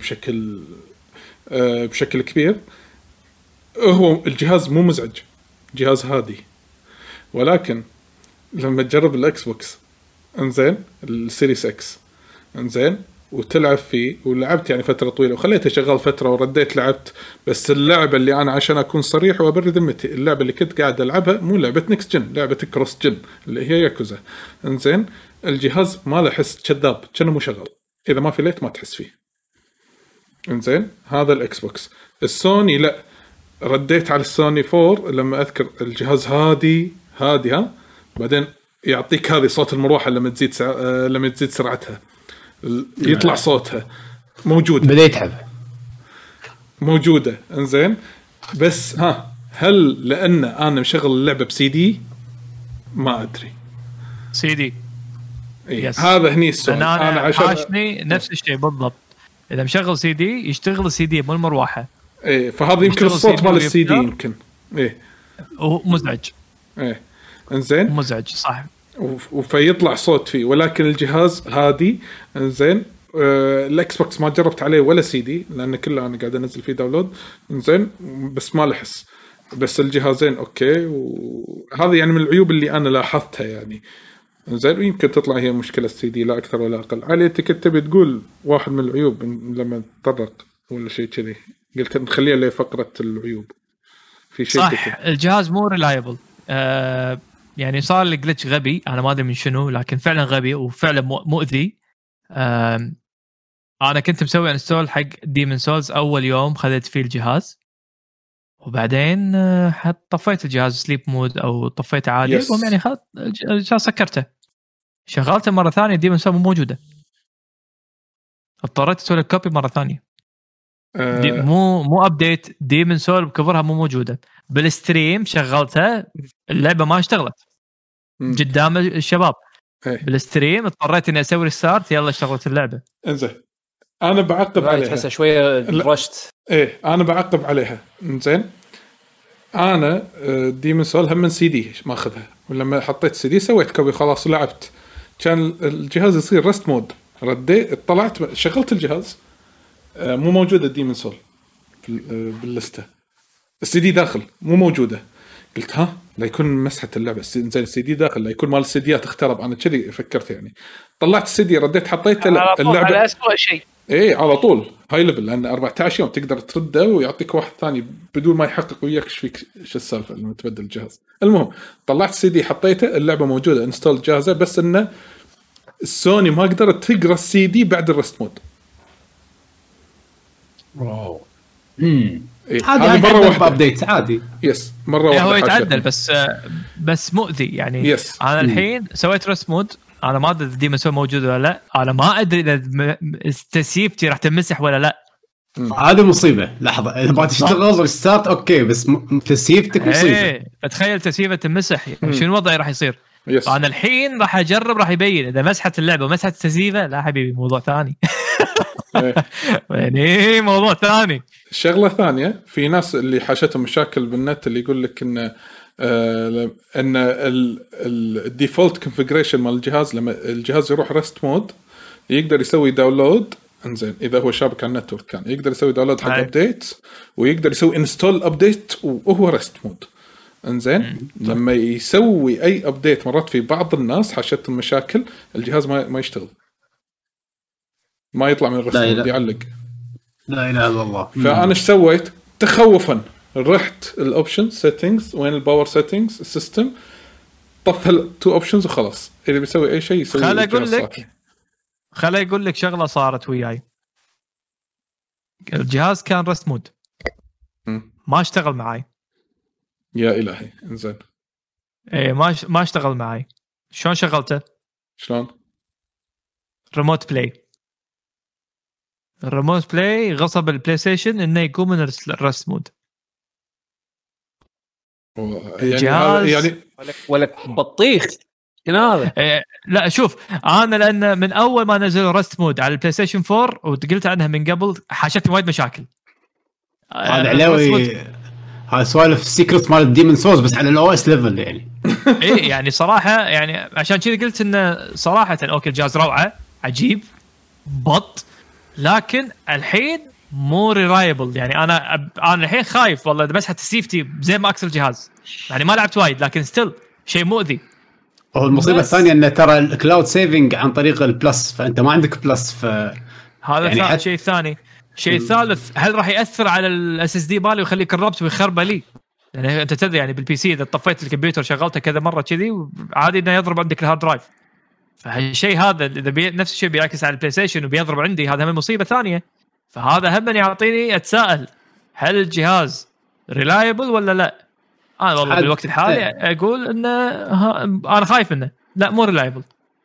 S4: بشكل كبير، هو الجهاز مو مزعج، جهاز هادي، ولكن لما تجرب الاكس بوكس انزين السيريس اكس انزين وتلعب فيه، ولعبت يعني فتره طويله وخليته شغال فتره ورديت لعبت، بس اللعبه اللي انا عشان اكون صريح وابرد ذمتي اللعبه اللي كنت قاعد العبها مو لعبه نكست جن، لعبه كروس جن اللي هي ياكوزا انزين. الجهاز ما له حس كذاب، كأنه مو شغال، اذا ما في ليت ما تحس فيه انزين. هذا الاكس بوكس. السوني لا، رديت على السوني 4 لما اذكر الجهاز هادي ها، بعدين يعطيك هذه صوت المروحه لما تزيد سرعتها يطلع صوتها موجود،
S5: بدا يتعب
S4: موجوده انزين. بس هل لان انا مشغل اللعبه بسي دي؟ ما ادري.
S3: سي دي
S4: هذا هني السؤال.
S3: انا عشاني نفس الشيء بالضبط، اذا مشغل سي دي يشتغل السي دي مو المروحه.
S4: فهذا يمكن الصوت مال السي دي يمكن
S3: مزعج.
S4: انزين
S3: مزعج صح،
S4: وفيطلع صوت فيه، ولكن الجهاز هادي انزين. الاكس بوكس ما جربت عليه ولا سي دي لان كله انا قاعد انزل فيه داونلود انزين، بس ما لحس. بس الجهازين اوكي، وهذا يعني من العيوب اللي انا لاحظتها يعني انزين. ويمكن تطلع هي مشكله السي دي لا اكثر ولا اقل. علي انت كنت تبي تقول واحد من العيوب لما تطرق ولا شيء كذي، قلت نخليها لفقره العيوب في شيء
S3: صح كده. الجهاز مو ريلايبل، يعني صار لي جلتش غبي انا ما ادري من شنو، لكن فعلا غبي وفعلا مؤذي. انا كنت مسوي انستول حق ديمن سولز اول يوم خذيت فيه الجهاز، وبعدين طفيت الجهاز سليب مود او طفيته عادي
S4: Yes.
S3: يعني الجهاز سكرته شغلته مره ثانيه ديمون سول مو موجوده اضطريت اسوي كوبي مره ثانيه مو ابديت ديمون سول بكفرها مو موجوده بالستريم شغلتها اللعبه ما اشتغلت قدام الشباب بالستريم اضطريت اني اسوي ريستارت يلا اشتغلت اللعبه
S4: انزين انا بعقب عليها
S1: تحسها شويه رشت
S4: انا بعقب عليها انزين انا ديمون سول هم من سي دي ماخذها ولما حطيت سي دي سويت كوبي خلاص لعبت كان الجهاز يصير رست مود رديت طلعت شغلت الجهاز مو موجوده ديمون سول باللسته السي دي داخل مو موجوده قلت ها لا يكون مسحه اللعبه زين السي دي داخل لا يكون مال السيديات اخترب انا كذي فكرت يعني طلعت السي دي رديت حطيته
S2: اللعبه على اسوء شيء
S4: على طول هاي ليفل لان 14 يوم تقدر ترده ويعطيك واحد ثاني بدون ما يحقق وياك ايش فيك ايش السالفه لما تبدل الجهاز المهم طلعت السي دي حطيته اللعبه موجوده انستول جاهزه بس انه السوني ما قدرت تقرا السي دي بعد الرست مود
S5: واو
S4: هذه مره واحده
S5: ابديت عادي
S4: يس مره واحده
S3: هو يتعدل بس مؤذي يعني انا الحين سويت رست مود انا ما ادري ديمون سول موجود ولا لا انا ما ادري اذا تسيبتي راح تمسح ولا لا
S5: هذه مصيبه لحظه اذا ما تشتغل ريستارت اوكي بس تسيفتك مصيبه
S3: اتخيل تسيبه تمسح شنو وضعي راح يصير انا الحين راح اجرب راح يبين اذا مسحت اللعبه ومسحت التسييفه لا حبيبي موضوع ثاني يعني موضوع ثاني
S4: شغله ثانيه في ناس اللي حاشتهم مشاكل بالنت اللي يقول لك ان الديفولت كونفيجريشن مال الجهاز لما الجهاز يروح رست مود يقدر يسوي داونلود انزين اذا هو شابك على النتورك كان يقدر يسوي داونلود حق ابديت ويقدر يسوي انستول ابديت وهو رست مود انزين لما يسوي اي ابديت مرات في بعض الناس حاشتهم مشاكل الجهاز ما يشتغل ما يطلع من الرست مود يعلق
S5: لا اله الا الله
S4: فانا ايش سويت تخوفا رحت الاوبشن سيتنجز وين الباور سيتنجز السيستم طفى التو اوبشنز وخلاص اللي بيسوي اي شيء يسوي
S3: خلي اقول لك شغله صارت وياي الجهاز كان رست مود ما اشتغل معي
S4: يا الهي انزين
S3: ايه ما اشتغل معي شلون شغلته
S4: شلون
S3: ريموت بلاي الريموت بلاي غصب البلاي ستيشن انه يقوم من الرست مود
S4: يعني
S1: ولك بطيخ كنا هذا
S3: لا شوف انا لان من اول ما نزلوا رست مود على البلاي ستيشن 4 وقلت عنها من قبل حاشتني وايد مشاكل
S5: هذا علاوي هاي سوالف السيكرت مال الديمون سولز بس على الاو اس ليفل يعني
S3: ايه يعني صراحه يعني عشان كذا قلت انه صراحه اوكي الجهاز روعه عجيب بط لكن الحين مو ريلايبل يعني انا الحين خايف والله اذا مسحت السيفتي زي ما اكسر الجهاز يعني ما لعبت وايد لكن ستيل شيء مؤذي
S5: هو المصيبه الثانيه ان ترى الكلاود سيفنج عن طريق البلس فانت ما عندك بلس
S3: هذا يعني شيء ثاني شيء الثالث هل راح ياثر على الاس اس دي بالي ويخليك الربط ويخربه لي يعني انت تدري يعني بالبي سي اذا طفيت الكمبيوتر شغلته كذا مره كذي عادي انه يضرب عندك الهارد درايف فهالشيء هذا اذا نفس الشيء بيعكس على البلاي ستيشن وبيضرب عندي هذا هم مصيبه ثانيه فهذا هم يعطيني اتساءل هل الجهاز ريلايبل ولا لا انا والله بالوقت الحالي اقول انه انا خايف منه لا مو ريلايبل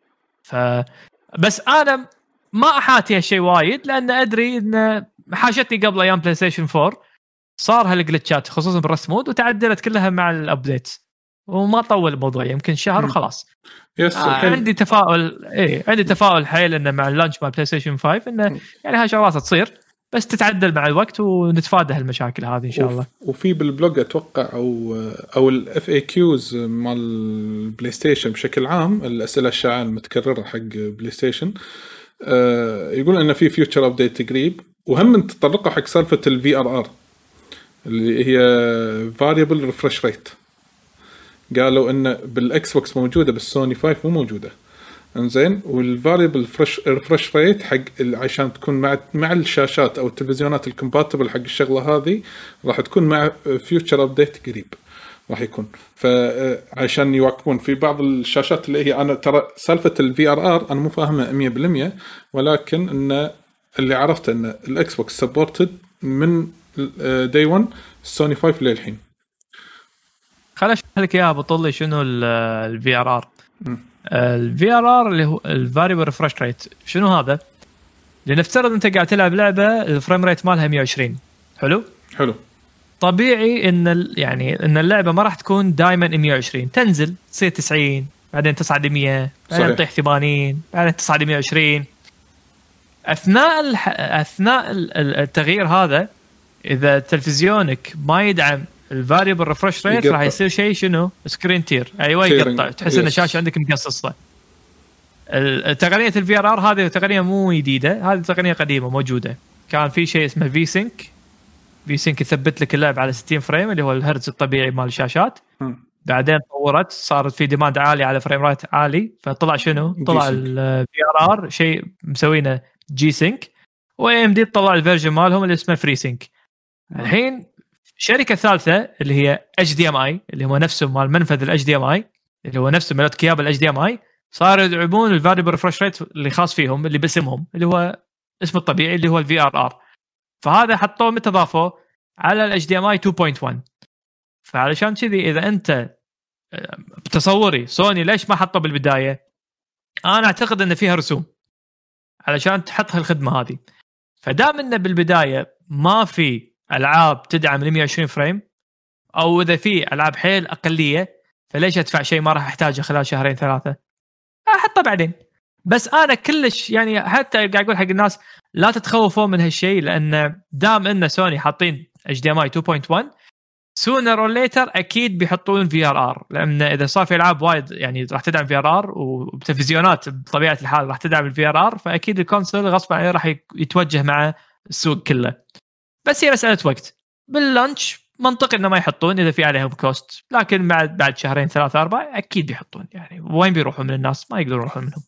S3: بس انا ما احاتي هالشيء وايد لان ادري ان حاشتني قبل ايام بلاي ستيشن 4 صار هالجلتشات خصوصا بالرست مود وتعدلت كلها مع الابديت وما طول الموضوع يمكن شهر وخلاص عندي تفاؤل عندي تفاؤل حيل انه مع اللانش مع بلاي ستيشن 5 انه يعني هاي شغلات تصير بس تتعدل مع الوقت ونتفادى هالمشاكل هذه ان شاء الله
S4: وفي بالبلوج اتوقع او الاف اي كيوز مال البلاي ستيشن بشكل عام الاسئله الشائعه المتكرره حق بلاي ستيشن يقول ان في فيوتشر ابديت قريب وهم تطرقوا حق سالفه الفي ار ار اللي هي فاريبل ريفرش ريت قالوا ان بالاكس بوكس موجوده بالسوني 5 مو موجوده انزين والفاريبل ريفرش ريت حق عشان تكون مع الشاشات او التلفزيونات الكومباتبل حق الشغله هذه راح تكون مع فيوتشر ابديت قريب راح يكون فعشان يواكبون في بعض الشاشات اللي هي انا ترى سالفه الفي ار ار انا مو فاهمها 100% ولكن ان اللي عرفت ان الاكس بوكس سبورتد من داي 1 سوني 5 للحين.
S3: خليني اشرح لك اياها بطل لي شنو الفي ار ار. الفي ار ار اللي هو الفاريبل ريفرش ريت. شنو هذا؟ لنفترض انت قاعد تلعب لعبه الفريم ريت مالها 120. حلو طبيعي ان يعني ان اللعبه ما راح تكون دائما 120، تنزل تصير 90 بعدين تصعد 100 بعدين تطيح 80 بعدين تصعد 120. اثناء التغيير هذا اذا تلفزيونك ما يدعم الفاريبل ريفرش ريت راح يصير شيء شنو سكرين تير. ايوه يقطع، تحس ان الشاشه عندك مقصصه. تقنيه الفي ار ار هذه تقنيه مو جديده، هذه تقنيه قديمه موجوده. كان في شيء اسمه في سينك يثبت لك اللعب على 60 فريم اللي هو الهرتز الطبيعي مال الشاشات. بعدين طورت صارت في ديماند عالي على فريم ريت عالي، فطلع شنو؟ طلع الفي ار ار شيء مسوينه جي سينك، واي ام دي طلع الفيرجن مالهم اللي اسمه فري سينك. الحين شركه ثالثه اللي هي اتش دي ام اي اللي هو نفسه مال منفذ الاتش دي ام اي اللي هو نفسه مالت كيابل الاتش دي ام اي، صاروا يدعمون الفاريبل ريفرش ريت اللي خاص فيهم اللي باسمهم اللي هو اسمه الطبيعي اللي هو الفي ار ار. فهذا حطوه متضافه على الاتش دي ام اي 2.1. فعلشان كذي اذا انت بتصوري سوني ليش ما حطه بالبدايه؟ انا اعتقد ان فيها رسوم علشان تحط هالخدمه هذه. فدام انه بالبدايه ما في العاب تدعم 120 فريم، او اذا في العاب حيل اقليه، فليش ادفع شيء ما راح احتاجه خلال شهرين ثلاثه؟ احطه بعدين. بس انا كلش يعني حتى قاعد اقول حق الناس لا تتخوفوا من هالشيء، لان دام ان سوني حاطين HDMI 2.1 sooner or later اكيد بيحطون VR، لان اذا صار في العاب وايد يعني راح تدعم VR وبتلفزيونات بطبيعه الحال راح تدعم VR، فاكيد الكونسول غصب عنه راح يتوجه مع السوق كله. بس هي مساله وقت. باللانش منطقي انه ما يحطون اذا في عليهم كوست، لكن بعد شهرين ثلاثة أربعة اكيد بيحطون. يعني وين بيروحوا من الناس؟ ما يقدرون يروحون منهم.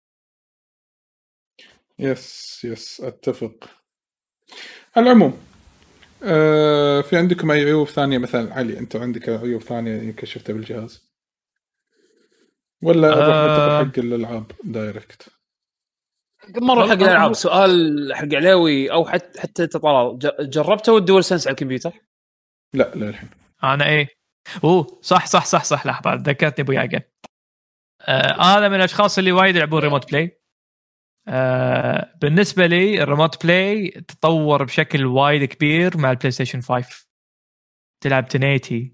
S4: يس اتفق. العموم في عندكم اي عيوب ثانيه؟ مثلا علي انت عندك عيوب ثانيه يمكن شفتها بالجهاز، ولا نروح ننتقل حق الالعاب دايركت؟
S1: مره حق الالعاب. سؤال حق علاوي او حتى طلال، جربته الدول سنس على الكمبيوتر؟
S4: لا الحين
S3: انا ايه صح لحظه ذكرتني ابو يعقوب. انا من الاشخاص اللي وايد يلعبون ريموت بلاي. بالنسبه لي الريموت بلاي تطور بشكل وايد كبير مع البلاي ستيشن 5. تلعب 1080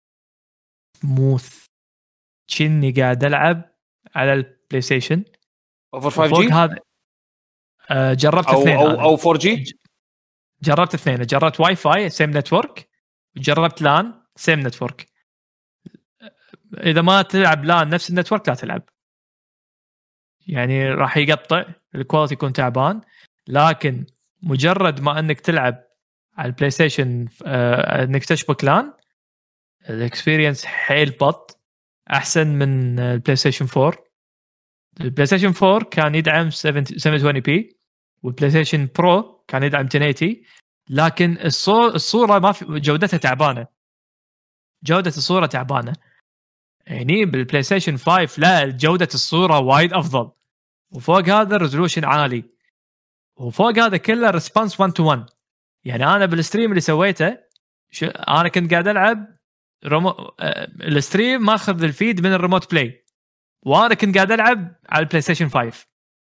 S3: سموث كني قاعد العب على البلاي ستيشن
S1: اوفر 5G.
S3: هذا جربت اثنين
S1: او 4G.
S3: جربت اثنين، جربت واي فاي سيم نتورك وجربت لان سيم نتورك. اذا ما تلعب لان نفس النتورك لا تلعب، يعني راح يقطع الكواليتي يكون تعبان. لكن مجرد ما انك تلعب على البلاي ستيشن انك تشبك لان، الاكسبيرينس حيل بط احسن من البلاي ستيشن 4. البلاي ستيشن 4 كان يدعم 720p والبلاي ستيشن برو كان يدعم 1080، لكن الصوره ما في جودتها تعبانه، جوده الصوره تعبانه. يعني بالبلاي ستيشن 5 لا جوده الصوره وايد افضل، وفوق هذا الريزولوشن عالي، وفوق هذا كله ريسبونس 1 to 1. يعني انا بالستريم اللي سويته انا كنت قاعد العب الستريم ماخذ الفيد من الريموت بلاي، وانا كنت قاعد العب على البلاي ستيشن 5.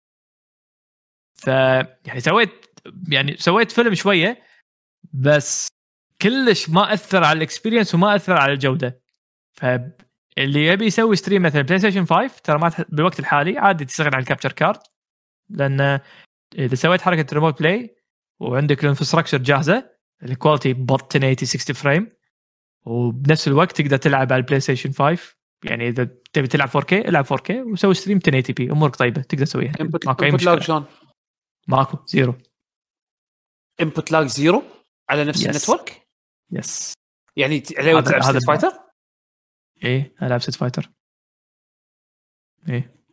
S3: ف يعني سويت فيلم شويه، بس كلش ما اثر على الاكسبيرينس وما اثر على الجوده. فاللي يبي يسوي ستريم مثلا بلاي ستيشن 5 ترى ما بالوقت الحالي عادي تستغنى عن الكابتشر كارد، لان اذا سويت حركه ريموت بلاي وعندك الانفراستراكشر جاهزه الكواليتي بط 1080 60 فريم، وبنفس الوقت تقدر تلعب على البلاي ستيشن 5. يعني اذا تبي تلعب 4K العب 4K وسوي ستريم 1080p امورك طيبه تقدر تسويها.
S1: ماكو اي مشكله. شلون
S3: ماكو زيرو
S1: انبوت لاج زيرو على نفس النتورك؟
S3: يس.
S1: يعني عليه تلعب ستريت فايتر؟
S3: ايه العب ستريت فايتر. ايه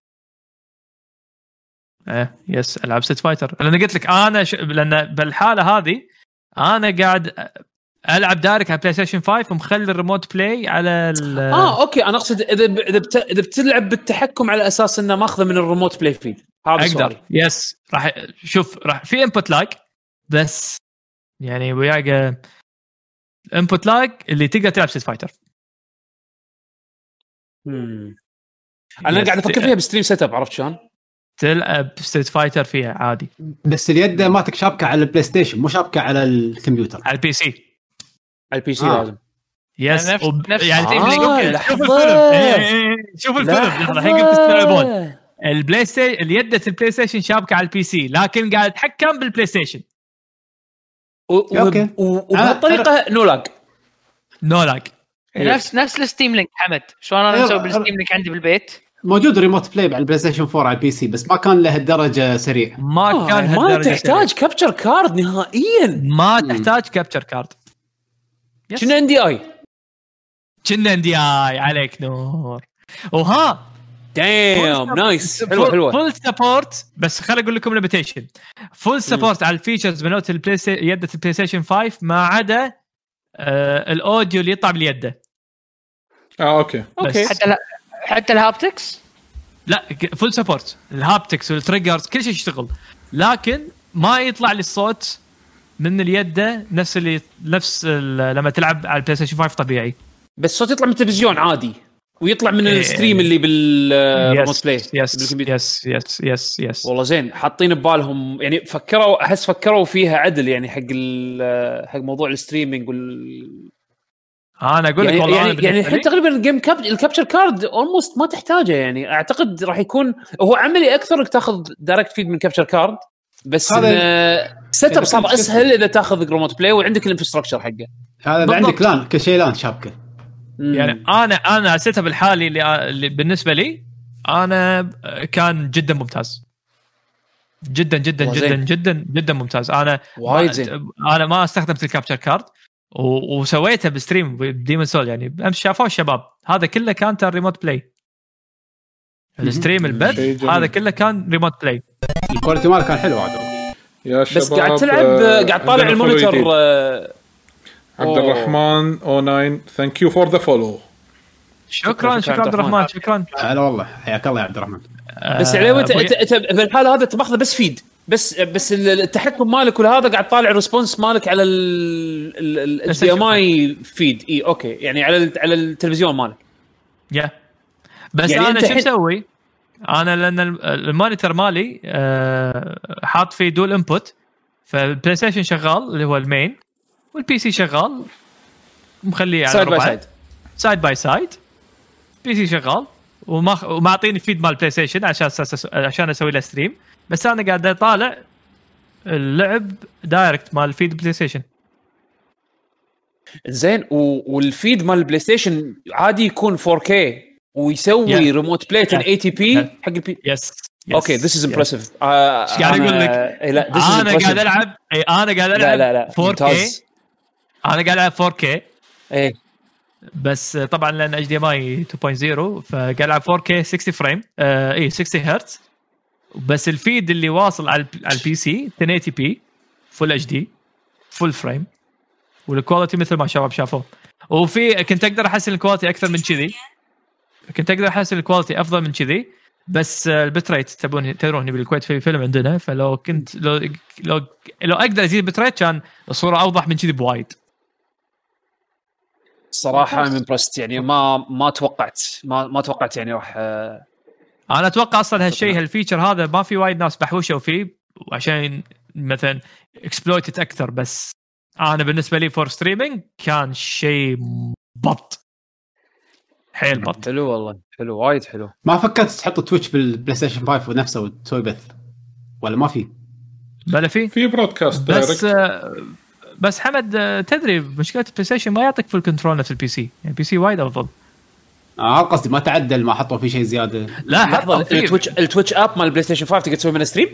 S3: يس العب ستريت فايتر. لان قلت لك انا لان بالحاله هذه انا قاعد العب دايركت على بلاي ستيشن 5 ومخلي الريموت بلاي على
S1: اوكي. انا اقصد اذا بتلعب بالتحكم على اساس انه ماخذه من الريموت بلاي فيد، هذا سؤالي.
S3: يس راح في انبوت لاج، بس يعني وياك انبوت لاج اللي تقدر تلعب ستريت فايتر.
S1: انا قاعد افكر فيها بستريم سيت اب، عرفت شلون
S3: تلعب ستريت فايتر فيها عادي،
S5: بس اليد مالتك شابكه على البلاي ستيشن مو شابكه على الكمبيوتر.
S3: على البي سي.
S1: على البي سي لازم.
S3: يس
S2: نفس
S3: يعني
S1: شوف
S3: الفيلم شوف الفيلم الحين قمت تستوعبون البلاي ستيشن اليدة البلاي ستيشن شابكه على البي سي، لكن قاعد يتحكم بالبلاي ستيشن.
S1: وبهالطريقه نو لاج.
S2: نفس الستيم لينك. حمد شلون انا مسوي بالستيم لينك عندي بالبيت؟
S5: موجود ريموت بلاي على البلاي ستيشن 4 على البي سي، بس ما كان له الدرجه سريع.
S1: ما تحتاج كابتشر كارد نهائيا.
S3: ما تحتاج كابتشر كارد.
S1: كنا ان دي اي عليك نور. وها دايم نايس حلوه
S3: فول سبورت. بس خليني اقول لكم ليميتيشن. فول سبورت على الفيتشرز بنوت البلاي يده البلاي ستيشن 5 ما عدا الاوديو اللي يطلع باليده.
S4: اوكي
S2: حتى الهابتكس
S3: لا فول سبورت. الهابتكس والتريجرز كل شيء يشتغل، لكن ما يطلع لي الصوت من اليده نفس لما تلعب على البلاي ستيشن 5 طبيعي.
S1: بس صوت يطلع من التلفزيون عادي ويطلع من الستريم اللي بالريموت بلاي.
S3: يس
S1: والله زين حاطين ببالهم يعني فكروا فيها عدل يعني حق موضوع الستريمينج
S3: انا اقول لك والله
S1: يعني الحين تقريبا الكابتشر كارد اولموست ما تحتاجه. يعني اعتقد راح يكون هو عملي اكثر انك تاخذ دايركت فيد من كابتشر كارد، بس سيت اب صار اسهل اذا تاخذ ريموت بلاي وعندك الانفراستراكشر حقه.
S5: هذا عندك لان كل شيء لان شابكه.
S3: يعني انا السيت اب الحالي اللي بالنسبه لي انا كان جدا ممتاز، جدا جدا جدا جدا جدا ممتاز. انا ما استخدمت الكابتشر كارد وسويتها بستريم بديمون سول. يعني امس شافوه الشباب هذا كله كان ريموت بلاي. الستريم البث هذا كله كان ريموت بلاي.
S5: الكواليتي ماله كان حلو عاد.
S4: يا شباب
S1: بس قاعد تلعب قاعد طالع المونيتور.
S4: عبد الرحمن 09 ثانك يو فور ذا فولو.
S3: شكرا عبد الرحمن. شكرا.
S5: هلا والله حياك الله يا عبد الرحمن.
S1: بس عليه انت بالحاله هذا تاخذه بس فيد بس التحكم مالك ولا هذا قاعد طالع ريسبونس مالك على ال HDMI فيد. اي اوكي يعني على التلفزيون مالك.
S3: بس يعني انا شو اسوي؟ انا لان المونيتور مالي حاط فيه دول انبوت، فالبلاي ستيشن شغال اللي هو المين والبي سي شغال مخليه على سايد باي سايد. بي سي شغال وما اعطيني فيد مال بلاي ستيشن عشان اسوي له ستريم، بس انا قاعد اطالع اللعب دايركت مال الفيد بلاي ستيشن.
S1: زين والفيد مال البلاي ستيشن عادي يكون 4K ويسوي ريموت بلاي 1080p حق البي. اوكي ذس از امبرسيف.
S3: قاعد اقول لك انا قاعد العب
S1: لا
S3: 4K. انا قاعد العب 4K
S1: ايه،
S3: بس طبعا لان HDMI 2.0 فقاعد العب 4K 60 فريم 60 هرتز. بس الفيد اللي واصل على البي سي 1080p فول اتش دي فول فريم، والكواليتي مثل ما شباب شافوه. وفي كنت اقدر احسن الكواليتي اكثر من كذي، كنت اقدر احسن الكواليتي افضل من كذي، بس البت ريت تدرون بالكويت في فيلم عندنا، فلو كنت لو اقدر ازيد البت ريت كان الصوره اوضح من كذي بوايد.
S1: صراحه من برست يعني ما توقعت يعني راح.
S3: انا اتوقع اصلا هالشيء هالفيتشر هذا ما في وايد ناس بحوشوا فيه عشان مثلا اكسبلويتد اكثر، بس انا بالنسبه لي فور ستريمينج كان شيء بط حيل بط.
S1: حلو والله، حلو وايد حلو.
S5: ما فكرت تحط تويتش بالبلاي ستيشن 5 ونفسه وتسوي بث ولا ما في؟
S3: بلا في
S4: برودكاست
S3: بس حمد تدري مشكله البلاي ستيشن ما يعطيك فول كنترول نفس البي سي. يعني البي سي وايد افضل.
S5: قصدي ما تعدل، ما حطوا فيه شيء زياده.
S1: لا حطوا التويتش اب مال البلاي ستيشن 5 تقدر تسوي منه ستريم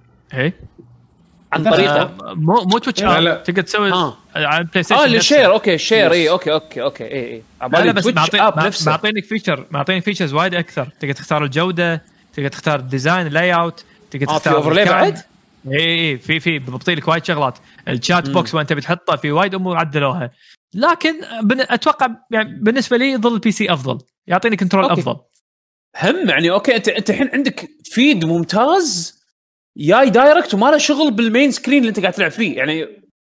S1: عن طريقه
S3: مو تويتش اب تقدر تسوي على البلاي ستيشن
S1: الشير. اوكي شير اي اوكي اي
S3: لا بس معطيني فيتشرز وايد اكثر. تقدر تختار الجوده، تقدر تختار الديزاين لاي اوت، تقدر تختار
S1: اوفرلاي بعد.
S3: اي في ببطي لك وايد شغلات. الشات بوكس وانت بتحطه في وايد امور عدلوها، لكن اتوقع يعني بالنسبه لي ظل البي سي افضل، يعطيني كنترول افضل
S1: هم يعني. اوكي انت الحين عندك فيد ممتاز جاي دايركت وما له شغل بالمين سكرين اللي انت قاعد تلعب فيه. يعني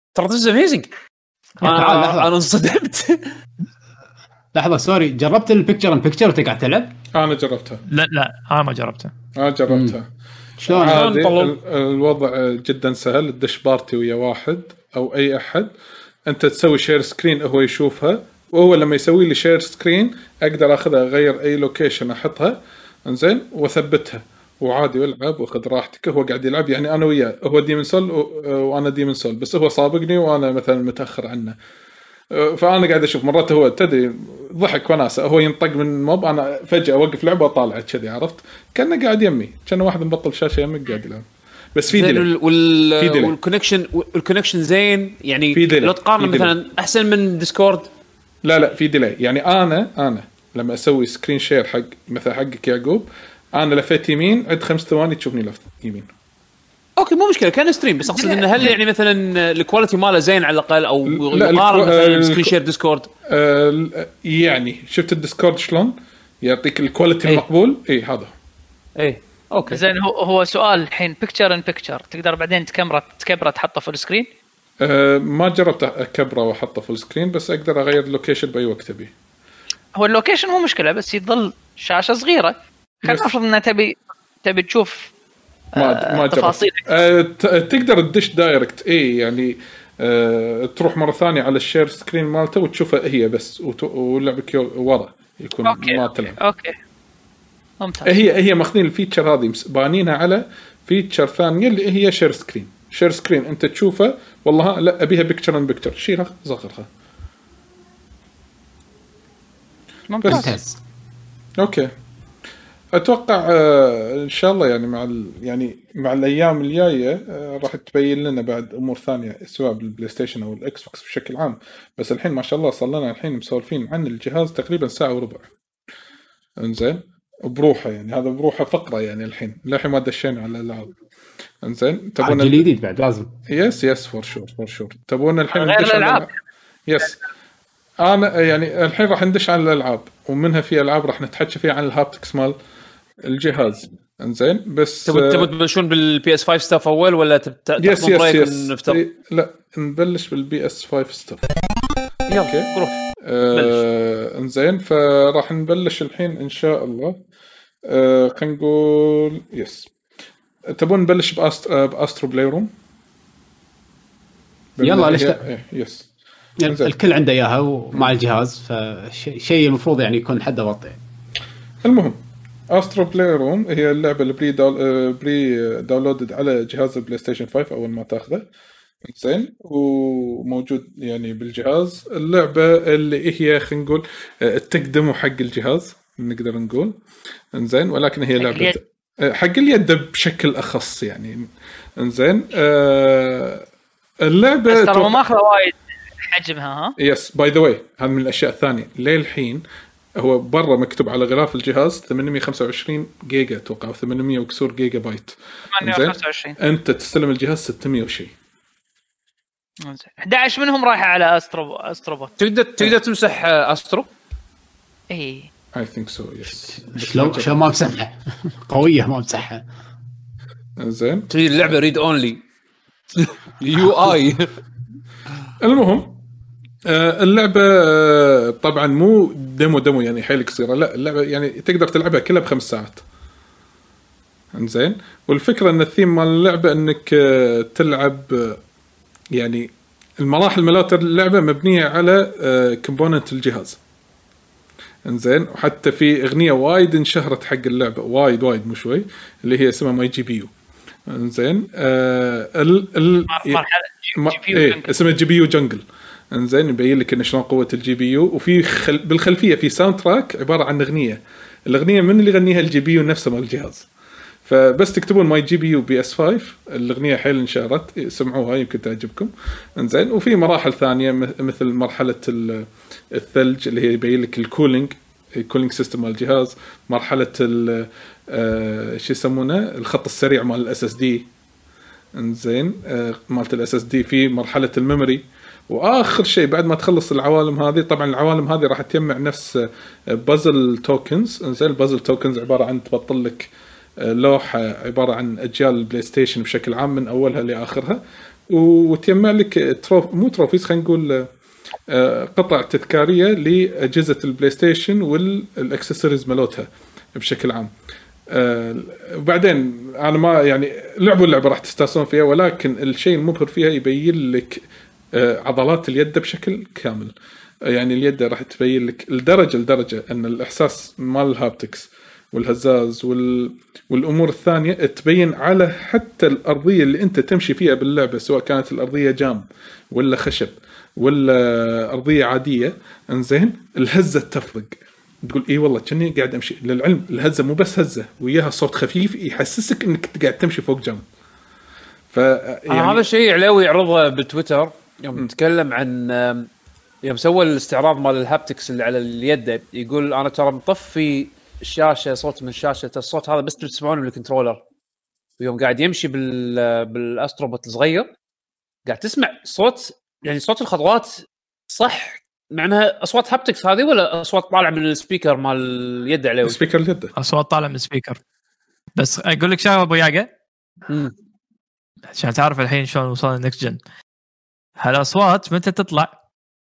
S1: ترى this is amazing. انا انصدمت.
S5: لحظه سوري، جربت البيكتشر ان بيكتشر وانت قاعد تلعب؟
S4: انا جربتها.
S3: لا انا ما جربتها.
S4: جربتها.
S5: شلون
S4: الوضع جدا سهل. الدش بارتي ويا واحد او اي احد، انت تسوي شير سكرين هو يشوفها، وهو لما يسوي لي شير سكرين اقدر اخذها اغير اي لوكيشن احطها انزين واثبتها وعادي والعب واخذ راحتك. هو قاعد يلعب يعني انا وياه، هو ديمن سول وانا ديمن سول، بس هو سابقني وانا مثلا متاخر عنه. فانا قاعد اشوف مرات هو تدري ضحك وناسه، هو ينطق من موب، انا فجاه اوقف لعبه واطالع كذي، عرفت كانه قاعد يمي، كان واحد مبطل شاشه يمك قاعد يلعب. بس في ديلي
S1: والكونكشن زين يعني.
S4: لو
S1: لو تقارن مثلا احسن من ديسكورد.
S4: لا في ديلي يعني. انا لما اسوي سكرين شير حق مثلا حقك يعقوب، انا لفيت يمين عد 5 ثواني تشوفني لفت يمين.
S1: اوكي مو مشكله، كان ستريم، بس اقصد انه هل يعني مثلا الكواليتي ماله زين على الاقل، او يقارن مثلا سكرين شير ديسكورد؟
S4: يعني شفت الديسكورد شلون يعطيك الكواليتي المقبول؟ اي هذا
S1: اوكي
S2: زين. هو سؤال الحين بيكتشر ان بيكتشر تقدر بعدين تكبره تحطه فول سكرين؟
S4: ما جربت اكبره واحطه فول سكرين، بس اقدر اغير اللوكيشن باي وقت ابي.
S2: هو اللوكيشن مو مشكله، بس يظل شاشه صغيره. خلينا نفرض ان تبي تشوف
S4: ما
S2: تفاصيل.
S4: تقدر تدش دايركت يعني تروح مره ثانيه على الشير سكرين مالته وتشوفها هي بس، ولعبك ورا يكون ما تلعب.
S2: اوكي ممتاز.
S4: هي ماخذين الفيتشر هذه بانينها على فيتشر ثانيه اللي هي شير سكرين انت تشوفه والله لا ابيها بيكتشر ان بيكتشر، شيلها صغرها.
S2: ممتاز.
S4: اوكي اتوقع ان شاء الله يعني مع الايام الجايه راح تبين لنا بعد امور ثانيه سواء بالبلاي ستيشن او الاكس بوكس بشكل عام. بس الحين ما شاء الله صار لنا الحين مسولفين عن الجهاز تقريبا ساعه وربع انزين بروحه، يعني هذا بروحه فقره يعني الحين ما دشينا على الالعاب انزين. تبون
S5: الجديد بعد لازم
S4: يس فور شور تبون الحين
S2: غير الالعاب.
S4: يس انا يعني الحين راح ندش على الالعاب، ومنها في العاب راح نتحكي فيها عن الهابتكس مال الجهاز انزين. بس
S1: تبون تبلشون بالبي اس 5 ستاف اول ولا
S4: تاخذون بريك ونفتر؟ لا نبلش بالبي اس 5 ستاف.
S1: اوكي روح
S4: انزين. فراح نبلش الحين ان شاء الله. خلينا نقول يس. تبون نبلش باسترو بلاي روم؟
S5: يلا ليش
S4: يس.
S5: يعني الكل عنده اياها ومع الجهاز، فشيء المفروض يعني يكون حد وطي.
S4: المهم استرو بلاي روم هي اللعبه اللي بري داونلودد على جهاز البلاي ستيشن 5 اول ما تاخذه زين، وموجود يعني بالجهاز. اللعبه اللي هي خلينا نقول التقدم حق الجهاز نقدر نقول انزين، ولكن هي لعبه حق اليد بشكل اخص يعني انزين. اللعبه
S2: ترى ماخذه وايد حجمها. ها
S4: يس باي ذا واي هذا من الاشياء الثانيه. للحين هو برا مكتوب على غلاف الجهاز 825 جيجا اتوقع، 800 وكسور جيجا بايت.
S2: 825
S4: انت تستلم الجهاز 600 وشيء.
S2: 11 منهم رايحه على استروبوت.
S1: تقدر تمسح استرو؟
S2: اي
S4: اي ثينك سو يس.
S5: شلون ما مسحها قويه ما مسحها
S4: زين.
S1: تريد اللعبه ريد اونلي يو اي.
S4: المهم اللعبه طبعا مو ديمو يعني حيل قصيره، لا اللعبه يعني تقدر تلعبها كلها ب5 ساعات انزين. والفكره ان الثيم مال اللعبه انك تلعب يعني المراحل ملات اللعبه مبنيه على كومبوننت الجهاز انزين. وحتى في اغنيه وايد انشهرت حق اللعبه وايد مو شوي اللي هي اسمها ماي جي بي يو انزين. اسمها جي بي يو جنجل انزين. يبين لك ان شلون قوه الجي بي يو، وفي بالخلفيه في ساوند تراك عباره عن اغنيه من اللي يغنيها الجي بي يو نفسه مال الجهاز. فبس تكتبون ماي جي بي يو بي اس 5 الاغنيه حيل انشهرت، سمعوها يمكن تعجبكم انزين. وفي مراحل ثانيه مثل مرحله الثلج اللي هي يبين لك الكولينج سيستم مال الجهاز، مرحله شو يسمونه الخط السريع مال الاس اس دي انزين. مالت الاس اس دي في مرحله الميموري. واخر شيء بعد ما تخلص العوالم هذه، طبعا العوالم هذه راح تجمع نفس بازل توكنز انزين. البازل توكنز عباره عن تبطل لك لوحه عباره عن اجيال البلاي ستيشن بشكل عام من اولها لاخرها، وتجمع لك مو تروفيز، خلينا نقول قطع تذكاريه لاجهزه البلاي ستيشن والاكسسوارز مالتها بشكل عام. وبعدين انا ما يعني لعبوا اللعبه راح تستانسون فيها، ولكن الشيء المبهر فيها يبين لك عضلات اليد بشكل كامل. يعني اليد راح تبين لك لدرجه ان الاحساس مال الهابتكس والهزاز والامور الثانيه تبين على حتى الارضيه اللي انت تمشي فيها باللعبه، سواء كانت الارضيه جام ولا خشب ولا ارضيه عاديه. انزين الهزه تفرق، تقول اي والله كني قاعد امشي. للعلم الهزه مو بس هزه، وياها صوت خفيف يحسسك انك قاعد تمشي فوق جام. يعني
S1: هذا الشيء علاوي يعرضه بالتويتر يوم تكلم عن يوم سوى الاستعراض مال الهابتكس اللي على اليد، يقول انا ترى مطفي الشاشه صوت من شاشه الصوت هذا بس تسمعونه بالكنترولر. ويوم قاعد يمشي بالاستروبوت الصغير قاعد تسمع صوت، يعني صوت الخطوات صح، معناها اصوات هابتكس هذه ولا اصوات طالعه من السبيكر مال اليد عليه؟
S4: سبيكر اليد
S3: اصوات طالعه من السبيكر. بس اقول لك شغله ابو ياقه عشان تعرف الحين شلون وصلنا نكست جن. هالاصوات متى تطلع؟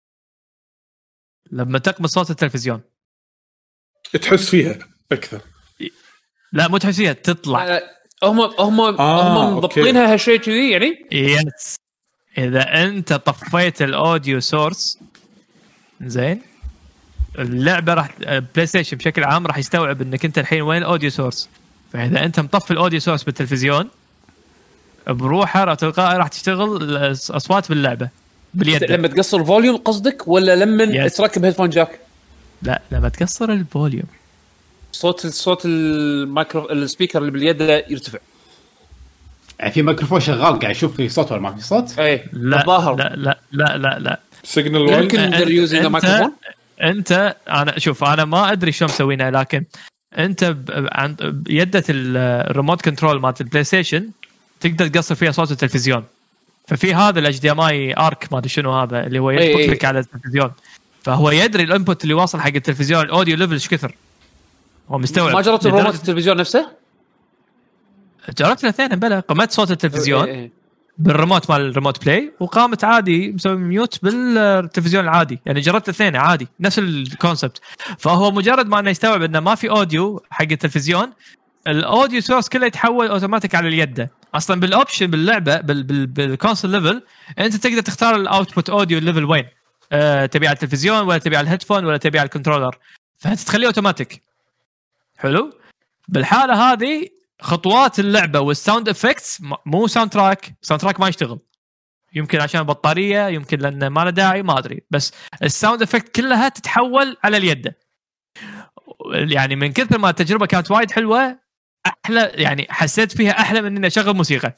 S3: لما تقمص صوت التلفزيون
S4: تحس فيها اكثر.
S3: لا مو تحس فيها، تطلع.
S1: هم مضبطينها هالشيء كذي يعني.
S3: يس اذا انت طفيت الاوديو سورس زين، اللعبه راح بلاي ستيشن بشكل عام راح يستوعب انك انت الحين وين الاوديو سورس. فاذا انت مطفي الاوديو سورس بالتلفزيون بروحه تلقائي راح تشتغل الاصوات باللعبه باليد.
S1: لما تقصر الفوليوم قصدك ولا لما تركب هيدفون جاك؟
S3: لا لما تقصر الفوليوم
S1: صوت المايكرو السبيكر اللي باليد يرتفع.
S5: يعني في ميكروفون شغال قاعد يشوف في صوت ولا ما في صوت؟
S1: اي
S3: لا
S1: الظاهر
S3: لا لا لا لا لا
S4: سيجنال
S1: يمكن they're using the microphone.
S3: انت انا شوف انا ما ادري شلون مسوينها، لكن انت عند يدة الريموت كنترول مالت البلاي ستيشن تقدر تقصر فيها صوت التلفزيون. ففي هذا الاتش دي ام اي ارك ما ادري شنو هذا اللي هو يطبق لك على التلفزيون، فهو يدري الانبوت اللي واصل حق التلفزيون الاوديو ليفل ايش كثر، هو مستوعب.
S1: ما جربت الريموت التلفزيون نفسه؟
S3: جربت الاثنين بلا قمت صوت التلفزيون بالريموت مال الريموت بلاي، وقامت عادي مسوي ميوت بالتلفزيون العادي. يعني جربت الاثنين عادي نفس الكونسبت. فهو مجرد ما انه يستوعب انه ما في اوديو حق التلفزيون، الاوديو سورس كله يتحول اوتوماتيك على اليد. اصلا بالاوبشن باللعبه بالكونسول ليفل انت تقدر تختار الاوتبوت اوديو ليفل وين تبي على التلفزيون ولا تبي على الهيدفون ولا تبي على الكنترولر، فتخليه اوتوماتيك. حلو. بالحاله هذه خطوات اللعبه والساوند افكتس مو ساوند تراك ما يشتغل، يمكن عشان البطاريه، يمكن لان ما له داعي، ما ادري، بس الساوند افكت كلها تتحول على اليد. يعني من كثر ما التجربه كانت وايد حلوه، احلى يعني حسيت فيها احلى من اني اشغل موسيقى.